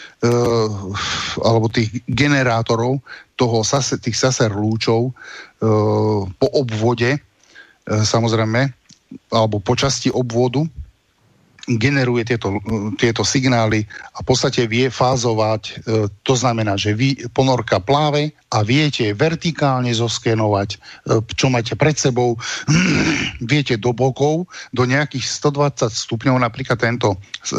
alebo tých generátorov toho, tých saser lúčov e, po obvode, e, samozrejme, alebo po časti obvodu generuje tieto, tieto signály a v podstate vie fázovať. To znamená, že vy, ponorka pláve a viete vertikálne zoskenovať, čo máte pred sebou, viete do bokov, do nejakých stodvadsať stupňov, napríklad tento,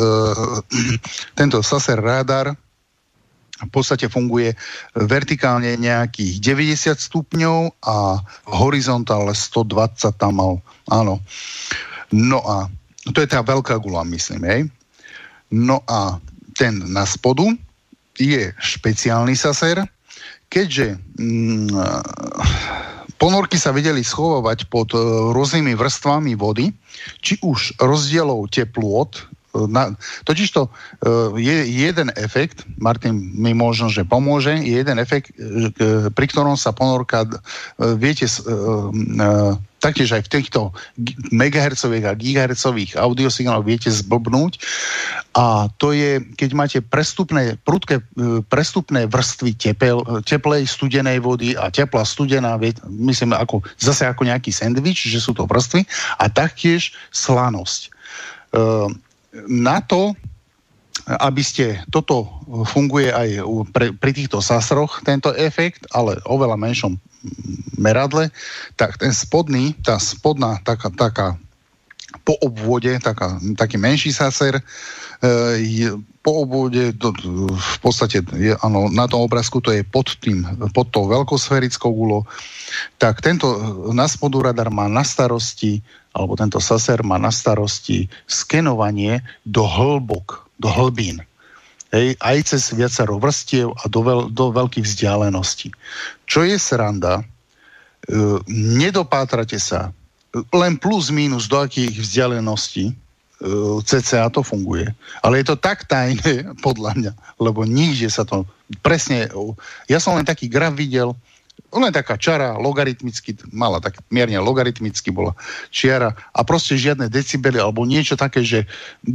tento saser radar v podstate funguje vertikálne nejakých deväťdesiat stupňov a horizontálne stodvadsať tam mal. Áno. No a to je tá veľká guľa, myslím, hej. No a ten na spodu je špeciálny saser, keďže mm, ponorky sa vedeli schovávať pod uh, rôznymi vrstvami vody, či už rozdielov teplôt. Na, totižto uh, je jeden efekt, Martin mi možno, že pomôže, je jeden efekt, uh, pri ktorom sa ponorka, uh, viete, uh, uh, taktiež aj v týchto megahercových a gigahercových audiosignálov viete zblbnúť a to je, keď máte prestupné, prudké uh, prestupné vrstvy tepel, teplej, studenej vody a teplá, studená, vie, myslím, ako, zase ako nejaký sendvič, že sú to vrstvy a taktiež slanosť. Uh, Na to, aby ste, toto funguje aj pre, pri týchto sasroch, tento efekt, ale oveľa menšom meradle, tak ten spodný, tá spodná taká, taká po obvode, taká, taký menší saser, e, je, po obvode to, v podstate je, áno, na tom obrázku to je pod tým, pod tou veľkosférickou guľou, tak tento naspodu radar má na starosti alebo tento saser má na starosti skenovanie do hĺbok, do hlbín. Hej, aj cez viacero vrstiev a do, veľ, do veľkých vzdialeností. Čo je sranda, e, nedopátrate sa len plus minus do akých vzdialeností e, cca to funguje. Ale je to tak tajné, podľa mňa, lebo nikde sa to presne... Ja som len taký graf videl, len taká čara, logaritmicky, mala tak mierne logaritmicky bola čiara a proste žiadne decibely alebo niečo také, že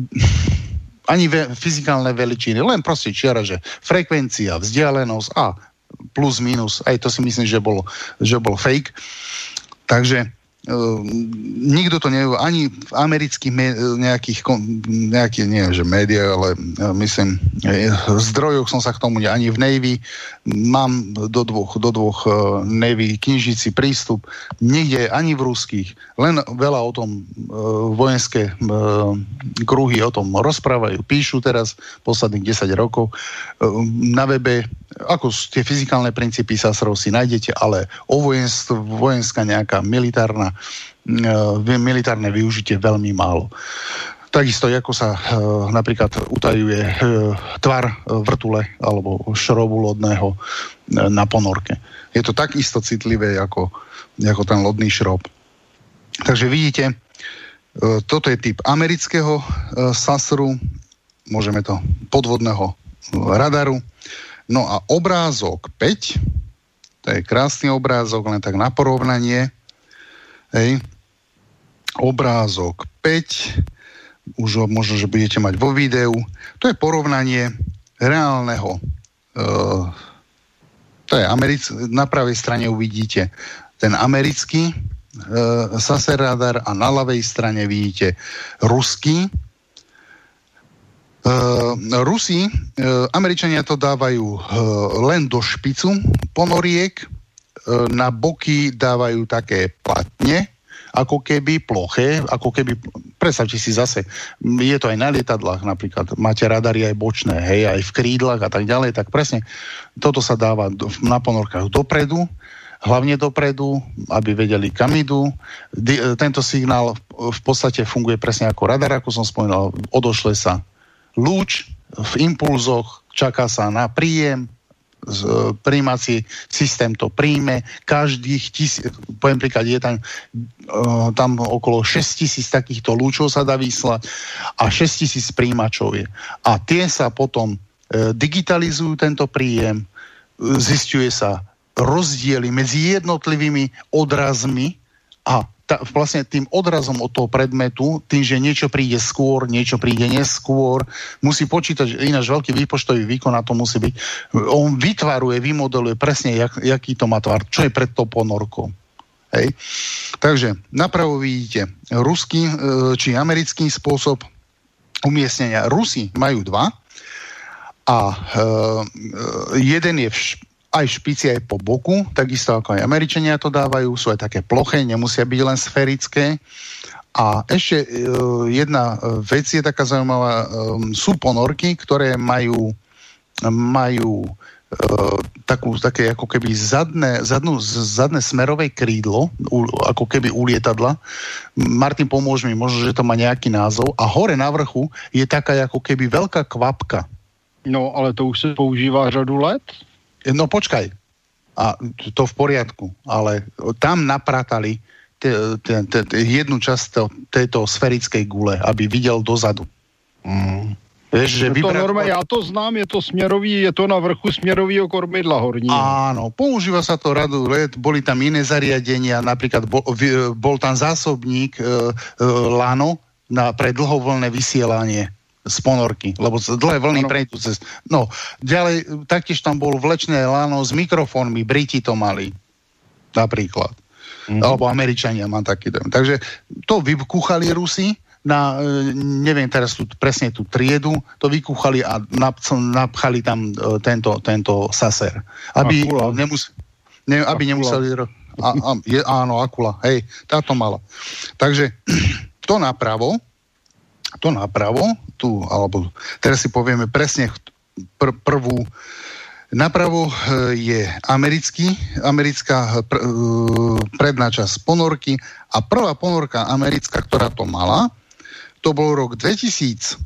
ani ve, fyzikálne veličiny, len proste čiara, že frekvencia, vzdialenosť a plus minus, aj to si myslím, že bolo, že bol fake. Takže Uh, nikto to nevie, ani v amerických me- nejakých, nejakých, neviem, že médiá, ale uh, myslím, v zdrojoch som sa k tomu, ani v Navy, mám do dvoch, do dvoch uh, Navy knižnici prístup, nikde, ani v ruských, len veľa o tom uh, vojenské uh, kruhy o tom rozprávajú, píšu teraz posledných desať rokov. Uh, na webe, ako tie fyzikálne princípy sasrov si nájdete, ale o vojenstv, vojenská nejaká militárna militárne využitie veľmi málo. Takisto, ako sa e, napríklad utajuje e, tvar vrtule alebo šrobu lodného e, na ponorke. Je to takisto citlivé ako, ako ten lodný šrob. Takže vidíte, e, toto je typ amerického e, SASRu, môžeme to podvodného radaru. No a obrázok päť, to je krásny obrázok, len tak na porovnanie. Hej. Obrázok päť, už ho možno, že budete mať vo videu. To je porovnanie reálneho. E, to je Americ- na pravej strane uvidíte ten americký e, SASR radar a na ľavej strane vidíte ruský. E, Rusi, e, Američania to dávajú e, len do špicu ponoriek, e, na boky dávajú také platne, ako keby ploché, ako keby, predstavte si zase, je to aj na lietadlách napríklad, máte radary aj bočné, hej, aj v krídlach a tak ďalej, tak presne toto sa dáva do, na ponorkách dopredu, hlavne dopredu, aby vedeli, kam idú. Di, tento signál v podstate funguje presne ako radar, ako som spomínal, odošle sa lúč v impulzoch, čaká sa na príjem, prijímací systém to príjme, každých tisíc, poviem príklad, je tam, uh, tam okolo šesťtisíc takýchto lúčov sa dá vyslať a šesťtisíc príjimačov je. A tie sa potom uh, digitalizujú tento príjem, zisťuje sa rozdiely medzi jednotlivými odrazmi a ta, vlastne tým odrazom od toho predmetu, tým, že niečo príde skôr, niečo príde neskôr, musí počítať, ináč veľký výpočtový výkon na to musí byť. On vytvaruje, vymodeluje presne, jak, jaký to má tvar, čo je pred tou ponorkou. Hej. Takže napravo vidíte ruský či americký spôsob umiestnenia. Rusi majú dva a e, jeden je v šp- aj špici, aj po boku, takisto ako aj Američania to dávajú, sú aj také ploché, nemusia byť len sférické. A ešte e, jedna vec je taká zaujímavá, e, sú ponorky, ktoré majú, majú e, takú, také ako keby zadné, zadnú, zadné smerové krídlo, u, ako keby u lietadla. Martin, pomôž mi, možno, že to má nejaký názov. A hore na vrchu je taká ako keby veľká kvapka. No, ale to už sa používa řadu let? No počkaj, a to v poriadku, ale tam napratali te, te, te, te, jednu časť to, tejto sferickej gule, aby videl dozadu. Mm. Vieš, že to vybrat... norma, ja to znám, je to smerový, je to na vrchu smerového kormidla horní. Áno, používa sa to radu let, boli tam iné zariadenia, napríklad bol, bol tam zásobník e, e, lano na, pre dlhovlné vysielanie z ponorky, lebo dlhé vlny prejdú cez... No, ďalej, taktiež tam bol vlečné lano s mikrofónmi, Briti to mali, napríklad. Mm-hmm. Alebo Američania, mám taký dojem. Takže to vykúchali Rusi, na, neviem teraz tu, presne tú triedu, to vykúchali a napchali tam tento, tento SASR. Aby, nemus, ne, aby nemuseli... A, a, je, áno, Akula, hej, táto mala. Takže to napravo, to napravo, tu, alebo teraz si povieme presne pr- prvú, napravo je americký, americká pr- predná časť ponorky a prvá ponorka americká, ktorá to mala, to bol rok dvetisíc,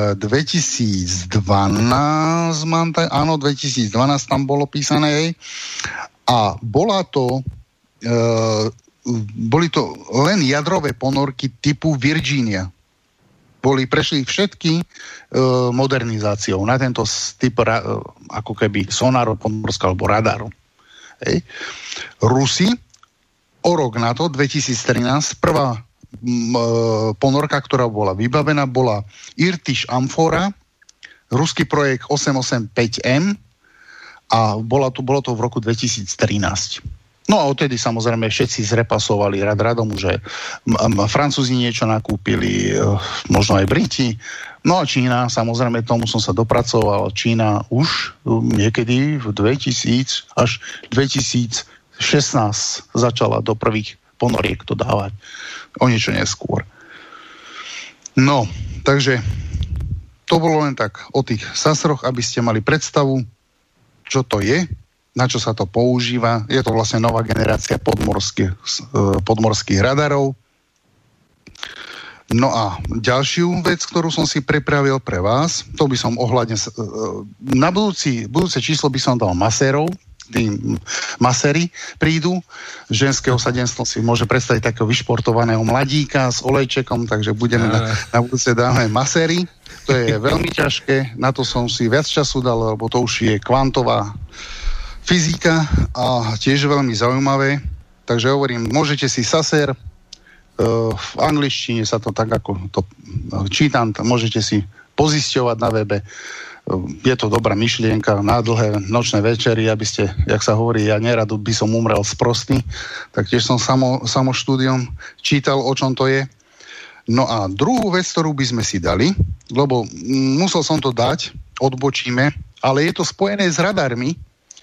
dvetisícdvanásť, mám tak, áno, dvetisícdvanásť tam bolo písané, a bola to e, boli to len jadrové ponorky typu Virginia. Boli, prešli všetky e, modernizáciou na tento typ ra, e, ako keby sonáru ponorska alebo radaru. Hej. Rusi o rok na to, dvetisíctrinásť, prvá m, e, ponorka, ktorá bola vybavená, bola Irtyš Amfora, ruský projekt osemstoosemdesiatpäť em a bola to, bolo to v roku dvetisíctrinásť. No a odtedy samozrejme všetci zrepasovali rad radom, že Francúzi niečo nakúpili, možno aj Briti. No a Čína, samozrejme tomu som sa dopracoval. Čína už niekedy v dvetisíc až dvetisícšestnásť začala do prvých ponoriek to dávať. O niečo neskôr. No, takže to bolo len tak o tých SASRoch, aby ste mali predstavu, čo to je, na čo sa to používa. Je to vlastne nová generácia podmorských, podmorských radarov. No a ďalšiu vec, ktorú som si pripravil pre vás, to by som ohľadne... Na budúci, budúce číslo by som dal masérov, tí maséri prídu, ženské osadenstvo si môže predstaviť takého vyšportovaného mladíka s olejčekom, takže budeme na, na budúce dáme maséri. To je veľmi ťažké, na to som si viac času dal, lebo to už je kvantová fyzika a tiež veľmi zaujímavé. Takže hovorím, môžete si sasér, v angličtine sa to tak ako to čítam, môžete si pozisťovať na webe. Je to dobrá myšlienka na dlhé nočné večery, aby ste, jak sa hovorí, ja nerad by som umrel sprostý, tak tiež som samo, samo štúdiom čítal, o čom to je. No a druhú vec, ktorú by sme si dali, lebo musel som to dať, odbočíme, ale je to spojené s radarmi e,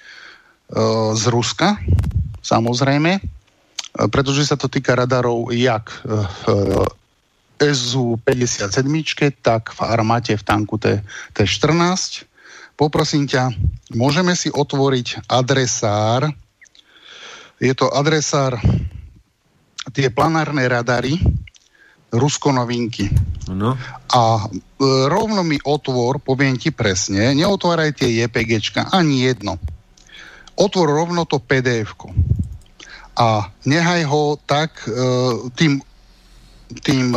z Ruska, samozrejme, pretože sa to týka radarov jak v es u päťdesiatsedem, tak v armáte v tanku té štrnásť. Poprosím ťa, môžeme si otvoriť adresár. Je to adresár tie planárne radary Rusko novinky. No. A e, rovno mi otvor, poviem ti presne, neotváraj tie JPGčka, ani jedno. Otvor rovno to pé dé efko. A nehaj ho tak e, tým, tým e,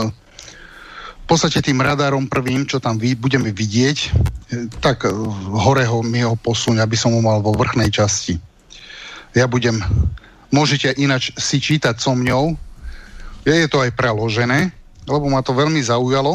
v podstate tým radarom prvým, čo tam vy, budeme vidieť, e, tak e, hore ho mi ho posuň, aby som ho mal vo vrchnej časti. Ja budem, môžete ináč si čítať so mňou, je to aj preložené, lebo ma to veľmi zaujalo.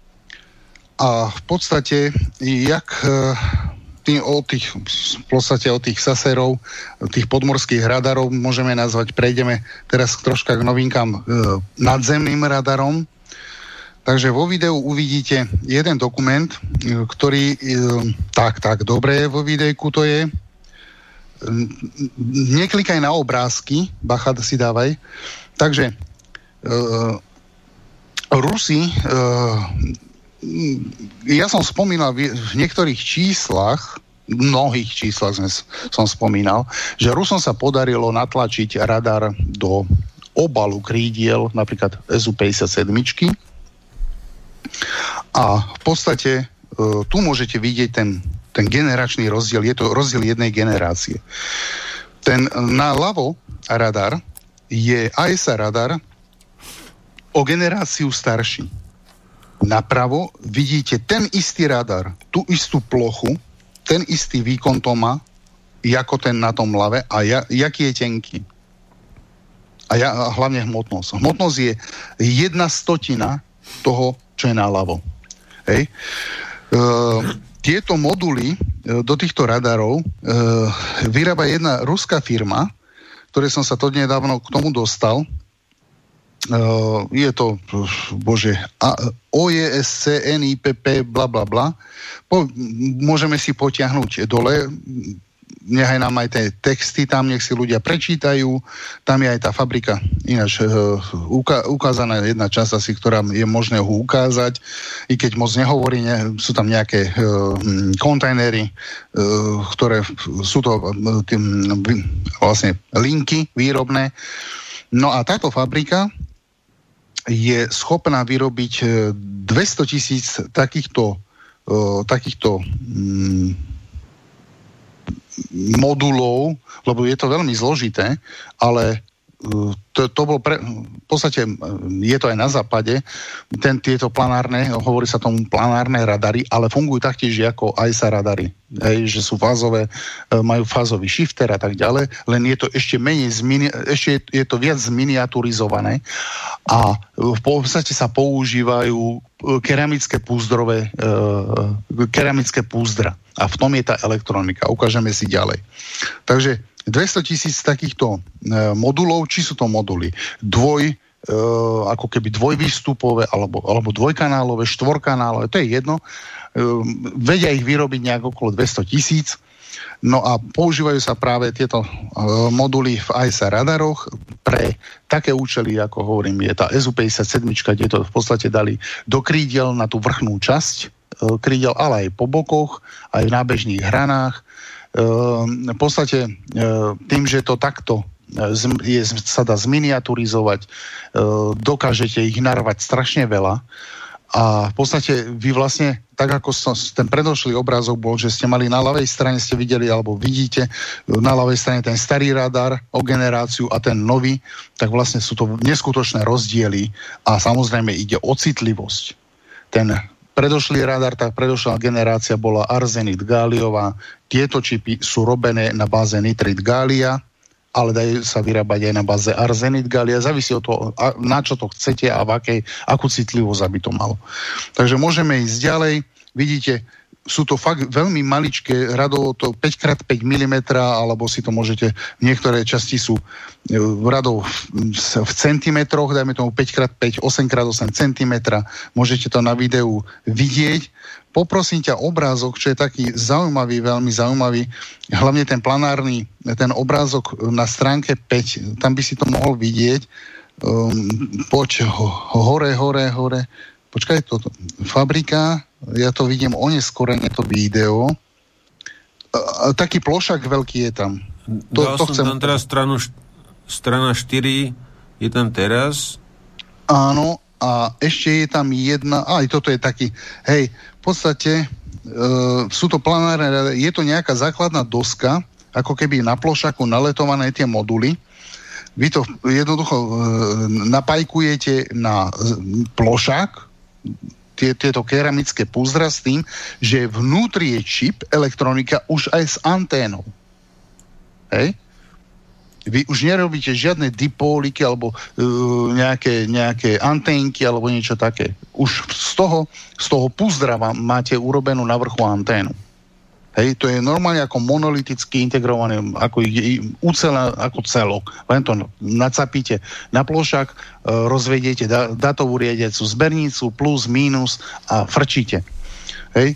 A v podstate, jak... E, o tých, v podstate o tých saserov, tých podmorských radarov môžeme nazvať, prejdeme teraz troška k novinkám e, nadzemným radarom. Takže vo videu uvidíte jeden dokument, e, ktorý e, tak, tak, dobre, vo videjku to je. E, neklikaj na obrázky, bacha si dávaj. Takže e, Rusi e, ja som spomínal v niektorých číslach, mnohých číslach som spomínal, že Rusom sa podarilo natlačiť radar do obalu krídiel, napríklad es u päťdesiatsedem. A v podstate tu môžete vidieť ten, ten generačný rozdiel. Je to rozdiel jednej generácie. Ten naľavo radar je á es á radar o generáciu starší. Napravo vidíte ten istý radar, tú istú plochu, ten istý výkon to má, ako ten na tom ľave a ja, jaký je tenký. A, ja, a hlavne hmotnosť. Hmotnosť je jedna stotina toho, čo je naľavo. Hej. E, tieto moduly e, do týchto radarov e, vyrába jedna ruská firma, ktoré som sa to nedávno k tomu dostal. Uh, je to, bože, ó é es cé en í pé pé, bla, bla, bla. Po, môžeme si potiahnuť dole, nechaj nám aj tie texty, tam nech si ľudia prečítajú, tam je aj tá fabrika, ináč uh, uka- ukázaná jedna časť asi, ktorá je možné ho ukázať, i keď moc nehovorí, ne, sú tam nejaké uh, kontajnery, uh, ktoré sú to uh, tým, vlastne linky výrobné. No a táto fabrika je schopná vyrobiť dvesto tisíc takýchto, uh, takýchto um, modulov, lebo je to veľmi zložité, ale uh, to, to bol pre, v podstate je to aj na západe, ten, tieto planárne, hovorí sa tomu planárne radary, ale fungujú taktiež ako á es á radary, hej, že sú fázové, majú fázový shifter a tak ďalej, len je to ešte menej, zmini- ešte je, je to viac zminiaturizované a v podstate sa používajú keramické púzdrové, e, keramické púzdra a v tom je tá elektronika. Ukážeme si ďalej. Takže dvesto tisíc takýchto e, modulov, či sú to moduly dvoj, e, ako keby dvojvýstupové, alebo, alebo dvojkanálové, štvorkanálové, to je jedno. E, vedia ich vyrobiť nejak okolo dvesto tisíc. No a používajú sa práve tieto e, moduly v á es á radaroch pre také účely, ako hovorím, je tá es u päťdesiatsedem, kde to v podstate dali do krídiel na tú vrchnú časť e, krídiel, ale aj po bokoch, aj v nábežných hranách. E, v podstate e, tým, že to takto je, sa dá zminiaturizovať, dokážete ich narvať strašne veľa. A v podstate vy vlastne, tak ako som, ten predošlý obrázok bol, že ste mali na ľavej strane, ste videli, alebo vidíte na ľavej strane ten starý radar o generáciu a ten nový, tak vlastne sú to neskutočné rozdiely a samozrejme ide o citlivosť. Ten predošlý radar, tá predošlá generácia bola arzenit gáliová, tieto čipy sú robené na báze nitrit gália, ale dajú sa vyrábať aj na báze arzenit gália. Závisí od toho, na čo to chcete a v akej, akú citlivosť aby to malo. Takže môžeme ísť ďalej. Vidíte, sú to fakt veľmi maličké, radovo to päť krát päť milimetrov, alebo si to môžete, niektoré časti sú radov v centimetroch, dajme tomu päť krát päť, osem krát osem centimetra. Môžete to na videu vidieť. Poprosím ťa obrázok, čo je taký zaujímavý, veľmi zaujímavý, hlavne ten planárny, ten obrázok na stránke päť, tam by si to mohol vidieť. Um, poď ho, hore, hore, hore. Počkaj, toto. Fabrika, ja to vidím oneskorene, to video. A, a, taký plošak veľký je tam. To, Dal to som chcem... tam teraz stranu, strana štyri, je tam teraz. Áno, a ešte je tam jedna, aj toto je taký, hej, v podstate e, sú to planárne, je to nejaká základná doska, ako keby na plošaku naletované tie moduly. Vy to jednoducho e, napajkujete na plošák, tie, tieto keramické púzdra s tým, že vnútri je čip, elektronika už aj s anténou. Hej? Vy už nerobíte žiadne dipóliky alebo uh, nejaké, nejaké anténky alebo niečo také. Už z toho, z toho púzdra máte urobenú na vrchu anténu. Hej, to je normálne ako monoliticky integrované, ako ucelené ako celok. Len to nacapíte na plošák, uh, rozvediete da, datovú riadiacu zbernicu, plus, mínus a frčíte. Hej.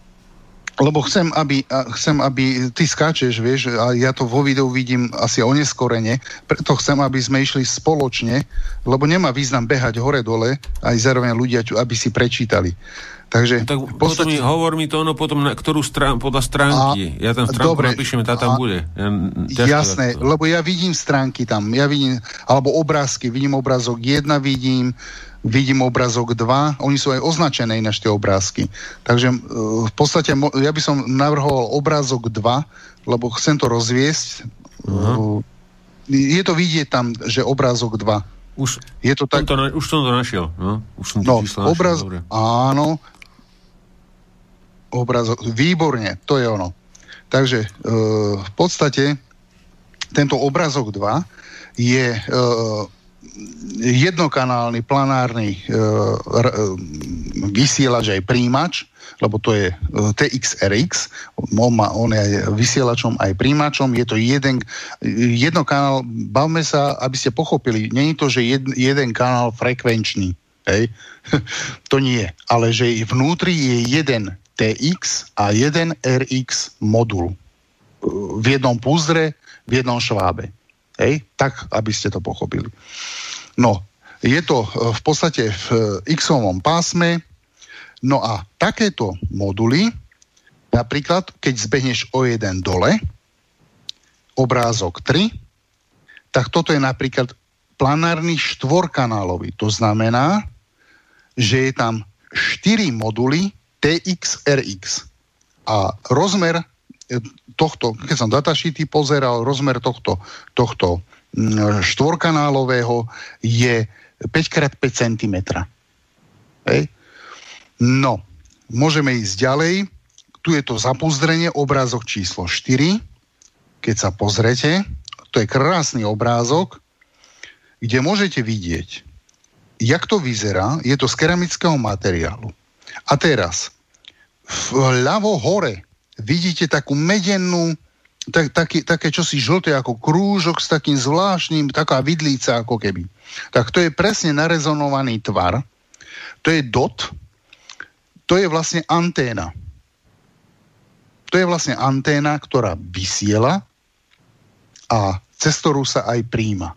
Lebo chcem aby, chcem, aby ty skáčeš, vieš, a ja to vo videu vidím asi oneskorene, preto chcem, aby sme išli spoločne, lebo nemá význam behať hore-dole, aj zároveň ľudia, aby si prečítali. Takže... Tak podstate... potom hovor mi to ono potom, na ktorú strán, podľa stránky. A, ja tam stránku dobre, napíšem, tá tam a, bude. Ja, jasné, lebo ja vidím stránky tam, ja vidím, alebo obrázky, vidím obrázok jedna, vidím vidím obrazok dva, oni sú aj označené ináč tie obrázky. Takže v podstate ja by som navrhoval obrázok dva, lebo chcem to rozviesť. Uh-huh. Je to vidieť tam, že obrázok dva. Už, je to tak... to, už som to našiel. No, už som no obraz... našiel, áno. Obrázok, výborne, to je ono. Takže v podstate tento obrázok dva je jednokanálny planárny e, r, e, vysielač aj príjimač, lebo to je e, té iks er iks, on, má, on je aj vysielačom aj príjimačom, je to jeden, jedno kanál, bavme sa, aby ste pochopili, nie je to, že jed, jeden kanál frekvenčný, hej? To nie, ale že vnútri je jeden té iks a jeden er iks modul v jednom púzdre, v jednom švábe. Hej? Tak, aby ste to pochopili. No, je to v podstate v X-ovom pásme. No a takéto moduly, napríklad, keď zbehneš o jeden dole, obrázok tri, tak toto je napríklad planárny štvorkanálový. To znamená, že je tam štyri moduly té iks er iks. A rozmer tohto, keď som datasheety pozeral, rozmer tohto, tohto štvorkanálového je päť krát päť centimetrov. Hej. No, môžeme ísť ďalej. Tu je to zapúzdrenie, obrázok číslo štyri. Keď sa pozrete, to je krásny obrázok, kde môžete vidieť, jak to vyzerá. Je to z keramického materiálu. A teraz, vľavo hore vidíte takú medennú, tak, taký, také čosi žlté ako krúžok s takým zvláštnym, taká vidlica ako keby. Tak to je presne narezonovaný tvar. To je dot. To je vlastne anténa. To je vlastne anténa, ktorá vysiela a cez ktorú sa aj príjma.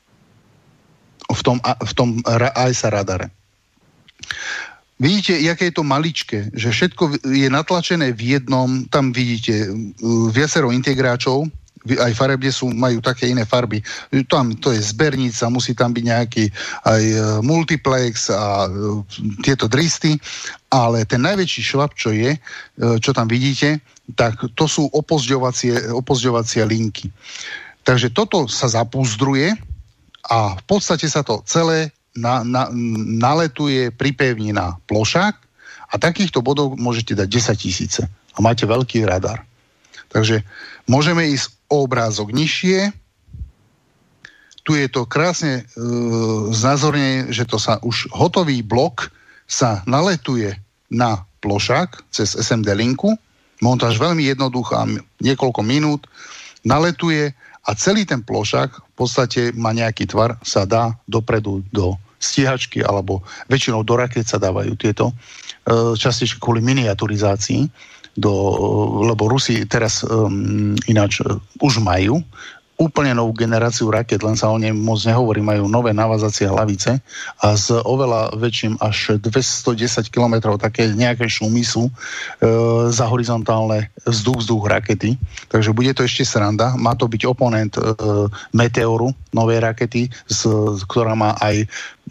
V tom, v tom á es á radare. Vidíte, jaké je to maličké, že všetko je natlačené v jednom, tam vidíte viacero integráčov, aj farebne sú, majú také iné farby. Tam to je zbernica, musí tam byť nejaký aj multiplex a tieto dristy, ale ten najväčší švab, čo je, čo tam vidíte, tak to sú opozdňovacie, opozdňovacie linky. Takže toto sa zapúzdruje a v podstate sa to celé na, na, naletuje, pripevní na plošák a takýchto bodov môžete dať desaťtisíce a máte veľký radar. Takže môžeme ísť o obrázok nižšie. Tu je to krásne e, znázornené, že to sa už hotový blok sa naletuje na plošák cez es em dé linku. Montáž veľmi jednoduchá, niekoľko minút, naletuje a celý ten plošák v podstate má nejaký tvar, sa dá dopredu do stíhačky alebo väčšinou do raket sa dávajú tieto e, častejšie kvôli miniaturizácii. Do, lebo Rusi teraz um, ináč uh, už majú úplne novú generáciu raket, len sa o nej moc nehovorí, majú nové navázacie hlavice a s oveľa väčším až dvestodesať kilometrov také nejaké šumy sú e, za horizontálne vzduch-vzduch rakety. Takže bude to ešte sranda. Má to byť oponent e, Meteoru, novej rakety, s, ktorá má aj e,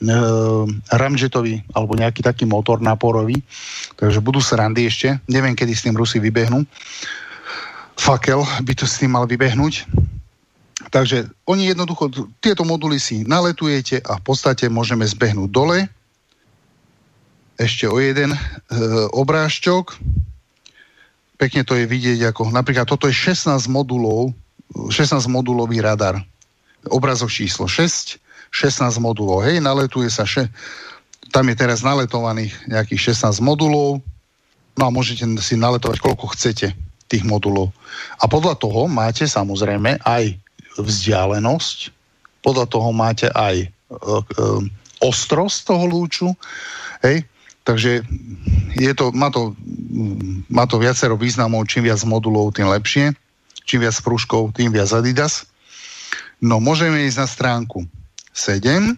ramjetový alebo nejaký taký motor náporový. Takže budú srandy ešte. Neviem, kedy s tým Rusi vybehnú. Fakel by to s tým mal vybehnúť. Takže oni jednoducho, tieto moduly si naletujete a v podstate môžeme zbehnúť dole. Ešte o jeden e, obrážčok. Pekne to je vidieť, ako napríklad toto je šestnásť modulov, šestnásť modulový radar. Obrazok číslo šesť, šestnásť modulov. Hej, naletuje sa, še, tam je teraz naletovaných nejakých šestnásť modulov. No a môžete si naletovať, koľko chcete tých modulov. A podľa toho máte samozrejme aj vzdialenosť, podľa toho máte aj e, e, ostrosť toho lúču, hej, takže je to, má, to, má to viacero významov, čím viac modulov, tým lepšie, čím viac prúžkov, tým viac Adidas. No, môžeme ísť na stránku sedem.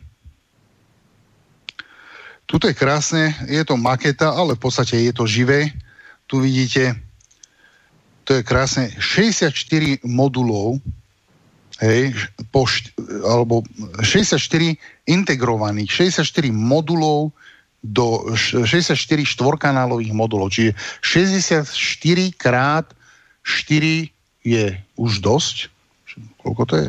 Tuto je krásne, je to maketa, ale v podstate je to živé. Tu vidíte, to je krásne, šesťdesiatštyri modulov, hej, pošt, alebo šesťdesiatštyri integrovaných, šesťdesiatštyri modulov do šesťdesiatštyri štvorkanálových modulov, čiže šesťdesiatštyri krát štyri je už dosť. Koľko to je?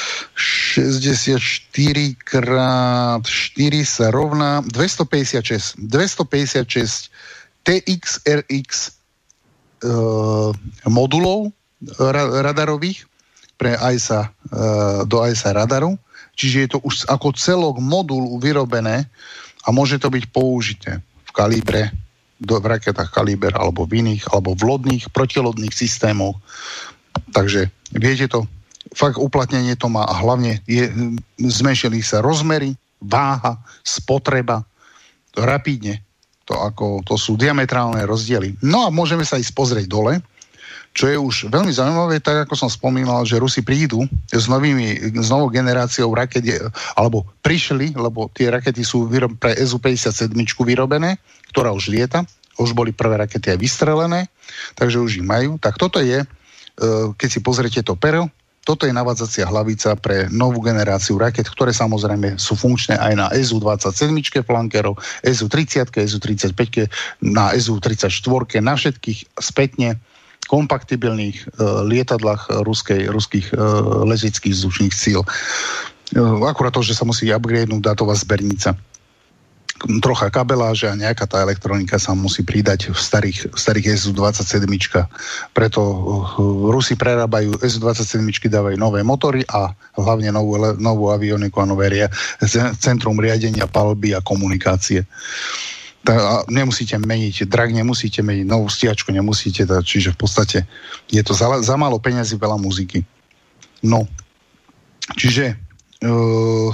šesťdesiatštyri krát štyri sa rovná dvestopäťdesiatšesť. dvestopäťdesiatšesť té iks er iks e, modulov ra, radarových pre í es á, e, do í es á radaru. Čiže je to už ako celok modul vyrobené a môže to byť použité v kalibre, do, v raketách kaliber, alebo v iných, alebo v lodných, protilodných systémoch. Takže viete to, fakt uplatnenie to má a hlavne je, zmenšili sa rozmery, váha, spotreba, to rapidne. To, ako, to sú diametrálne rozdiely. No a môžeme sa ísť pozrieť dole, čo je už veľmi zaujímavé, tak ako som spomínal, že Rusi prídu s, novými, s novou generáciou raket, alebo prišli, lebo tie rakety sú vyrob, pre es u päťdesiatsedem vyrobené, ktorá už lieta, už boli prvé rakety aj vystrelené, takže už ich majú. Tak toto je, keď si pozriete to pero, toto je navádzacia hlavica pre novú generáciu raket, ktoré samozrejme sú funkčné aj na es u dvadsaťsedem flankerov, es u tridsať, es u tridsaťpäť, na es u tridsaťštyri, na všetkých spätne kompatibilných e, lietadlách ruskej, ruských e, leteckých vzdušných síl. E, akurát to, že sa musí upgradenúť dátová zbernica. Trocha kabeláže a nejaká tá elektronika sa musí pridať v starých, v starých es u dvadsaťsedem. Preto uh, Rusi prerábajú es u dvadsaťsedem, dávajú nové motory a hlavne novú, novú avioniku a nové ria, centrum riadenia palby a komunikácie. A nemusíte meniť drak, nemusíte meniť novú stíhačku, nemusíte, tá, čiže v podstate je to za, za málo peňazí, veľa muziky. No, čiže uh,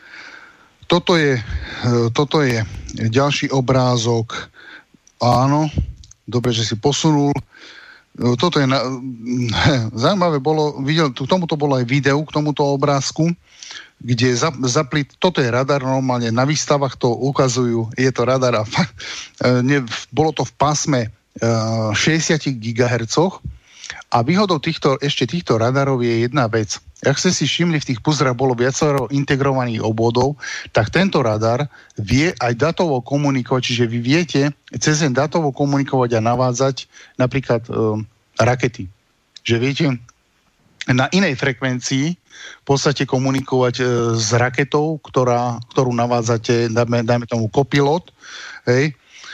toto je, uh, toto je ďalší obrázok. Áno, dobre, že si posunul. Uh, toto je na, uh, zaujímavé bolo, videl, k tomuto bolo aj video, k tomuto obrázku, kde zapli, toto je radar, normálne na výstavách to ukazujú, je to radar a fakt, ne, bolo to v pásme šesťdesiat gigahertzov A výhodou týchto, ešte týchto radarov je jedna vec. Ak ste si všimli, v tých puzrách bolo viacero integrovaných obvodov, tak tento radar vie aj datovo komunikovať, čiže vy viete cez ten datovo komunikovať a navádzať napríklad e, rakety. Že viete na inej frekvencii v podstate komunikovať e, s raketou, ktorá, ktorú navádzate, dajme, dajme tomu kopilot, hej,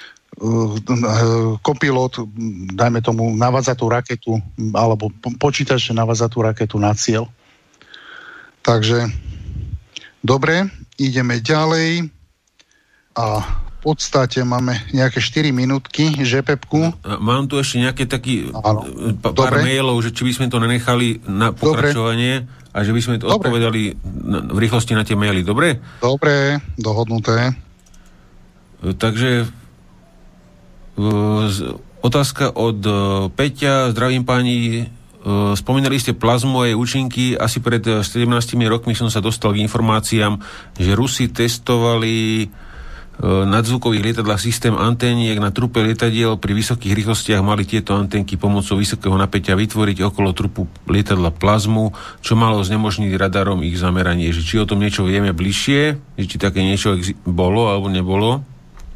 kopilot, dajme tomu, navádza tú raketu, alebo počítač navádza tú raketu na cieľ. Takže, dobre, ideme ďalej a v podstate máme nejaké štyri minútky, že Pepku? Mám tu ešte nejaké taký p- pár mailov, že či by sme to nenechali na pokračovanie dobre. A že by sme to dobre. Odpovedali v rýchlosti na tie maily, dobre? Dobre, dohodnuté. Takže otázka od Peťa. Zdravím páni. Spomínali ste plazmu a jej účinky. Asi pred sedemnástimi rokmi som sa dostal k informáciám, že Rusi testovali nadzvukových lietadlách systém anténiek na trupe lietadiel. Pri vysokých rýchlostiach mali tieto anténky pomocou vysokého napätia vytvoriť okolo trupu lietadla plazmu, čo malo znemožniť radarom ich zameranie. Že či o tom niečo vieme bližšie? Či také niečo bolo alebo nebolo?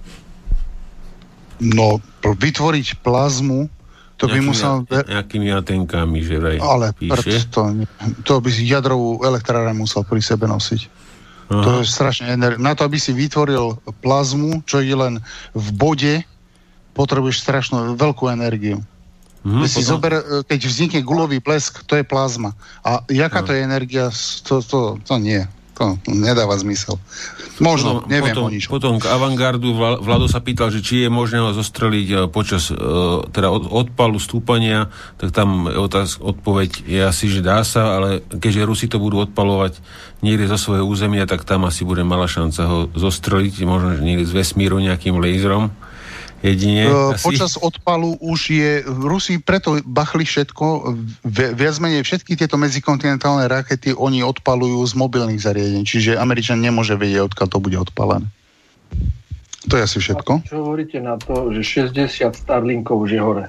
No, vytvoriť plazmu, to by musel... Nejakými antenkami, že vraj ale píše. To, to by si jadrovú elektráreň musel pri sebe nosiť. Aha. To je strašne energie. Na to, aby si vytvoril plazmu, čo je len v bode, potrebuješ strašnú veľkú energiu. Mhm, si zober, keď vznikne gulový blesk, to je plazma. A jaká to je energia, to, to, to nie. To nedáva zmysel. Možno, potom, neviem potom, o ničom. Potom k avantgardu Vlado sa pýtal, že či je možné ho zostreliť počas teda od, odpalu stúpania, tak tam otáz, odpoveď je asi, že dá sa, ale keďže Rusi to budú odpalovať niekde zo svojho územia, tak tam asi bude malá šanca ho zostreliť, možno niekde z vesmíru nejakým laserom. Jedine, uh, počas odpalu už je, Rusi preto bachli všetko, viac menej všetky tieto medzikontinentálne rakety oni odpalujú z mobilných zariadení, čiže Američan nemôže vedieť, odkiaľ to bude odpalené. To je asi všetko. A čo hovoríte na to, že šesťdesiat Starlinkov už je hore?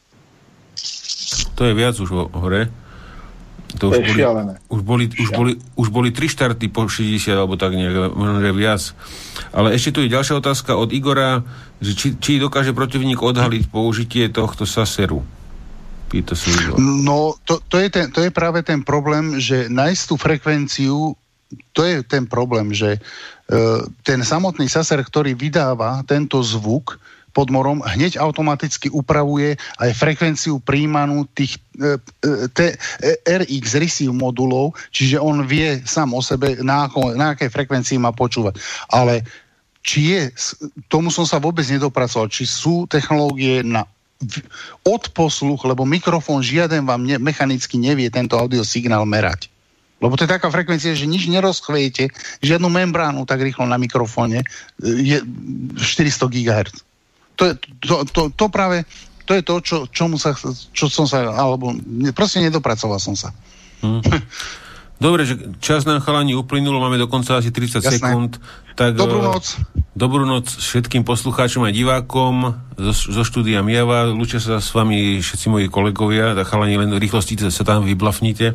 To je viac už hore. To, to už je boli, šialené. Už boli, už, boli, už boli tri štarty po šesťdesiat, alebo tak nejak, možno že viac. Ale ešte tu je ďalšia otázka od Igora, že či, či dokáže protivník odhaliť použitie tohto Saseru. Pýta sa Igor. No, to, to, je ten, to je práve ten problém, že nájsť tú frekvenciu, to je ten problém, že uh, ten samotný Saser, ktorý vydáva tento zvuk pod morom, hneď automaticky upravuje aj frekvenciu príjmanú tých e, e, er iks receive modulov, čiže on vie sám o sebe, na, ako, na akej frekvencii má počúvať. Ale či je, tomu som sa vôbec nedopracoval, či sú technológie na odposluch, lebo mikrofón žiaden vám ne, mechanicky nevie tento audiosignál merať. Lebo to je taká frekvencia, že nič nerozchviejete, žiadnu membránu tak rýchlo na mikrofóne, je štyristo gigahertz. To, to, to, to práve, to je to, čo, čomu sa, čo som sa, alebo proste nedopracoval som sa. Hmm. Dobre, že čas nám chalani uplynulo, máme dokonca asi tridsať Jasné. sekúnd. Tak, dobrú noc. Dobrú noc všetkým poslucháčom a divákom zo, zo štúdia Miava. Lúčia sa s vami všetci moji kolegovia, tak chalani len v rýchlosti sa tam vyblafnite.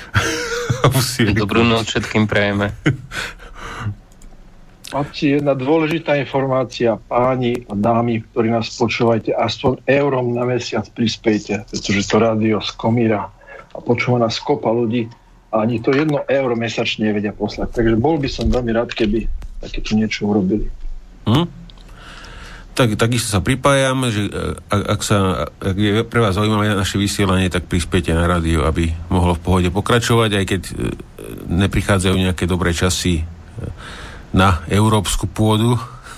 Dobrú noc všetkým prajeme. Máte jedna dôležitá informácia, páni a dámy, ktorí nás počúvajte, aspoň eurom na mesiac prispejte, pretože to rádio skomíra a počúva nás kopa ľudí a ani to jedno euro mesačne nevedia poslať. Takže bol by som veľmi rád, keby takéto niečo urobili. Hm? Tak, takisto sa pripájam, že ak, ak, sa, ak je pre vás zaujímavé naše vysielanie, tak prispiejte na rádio, aby mohlo v pohode pokračovať, aj keď neprichádzajú nejaké dobré časy na európsku pôdu.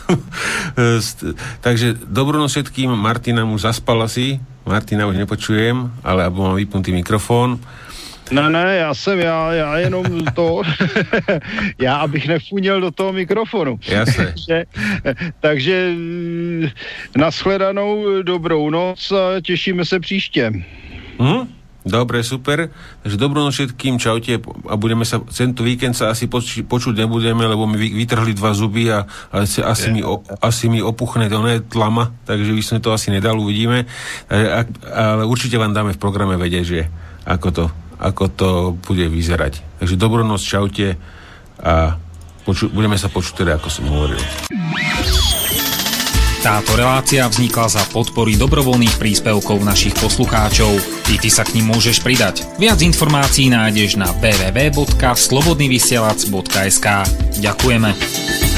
Takže dobrú noc všetkým. Martina už zaspala si. Martina už nepočujem, ale abo mám vypnutý mikrofon. Ne, ne, já jsem, já, já jenom to, já abych nefúněl do toho mikrofonu. Jasne. takže, takže nashledanou, dobrou noc a těšíme se příště. Hm? Dobre, super. Takže dobrú noc všetkým, čaute a budeme sa, tento víkend sa asi poč- počuť nebudeme, lebo mi vytrhli dva zuby a, a asi, mi, o, asi mi opuchne to ne tlama, takže by sme to asi nedal, uvidíme. A, ale určite vám dáme v programe vedieť, že ako to, ako to bude vyzerať. Takže dobrú noc, čaute a poču- budeme sa počuť teda, ako som hovoril. Táto relácia vznikla za podpory dobrovoľných príspevkov našich poslucháčov. I ty sa k nim môžeš pridať. Viac informácií nájdeš na w w w bodka slobodnyvysielac bodka es ka. Ďakujeme.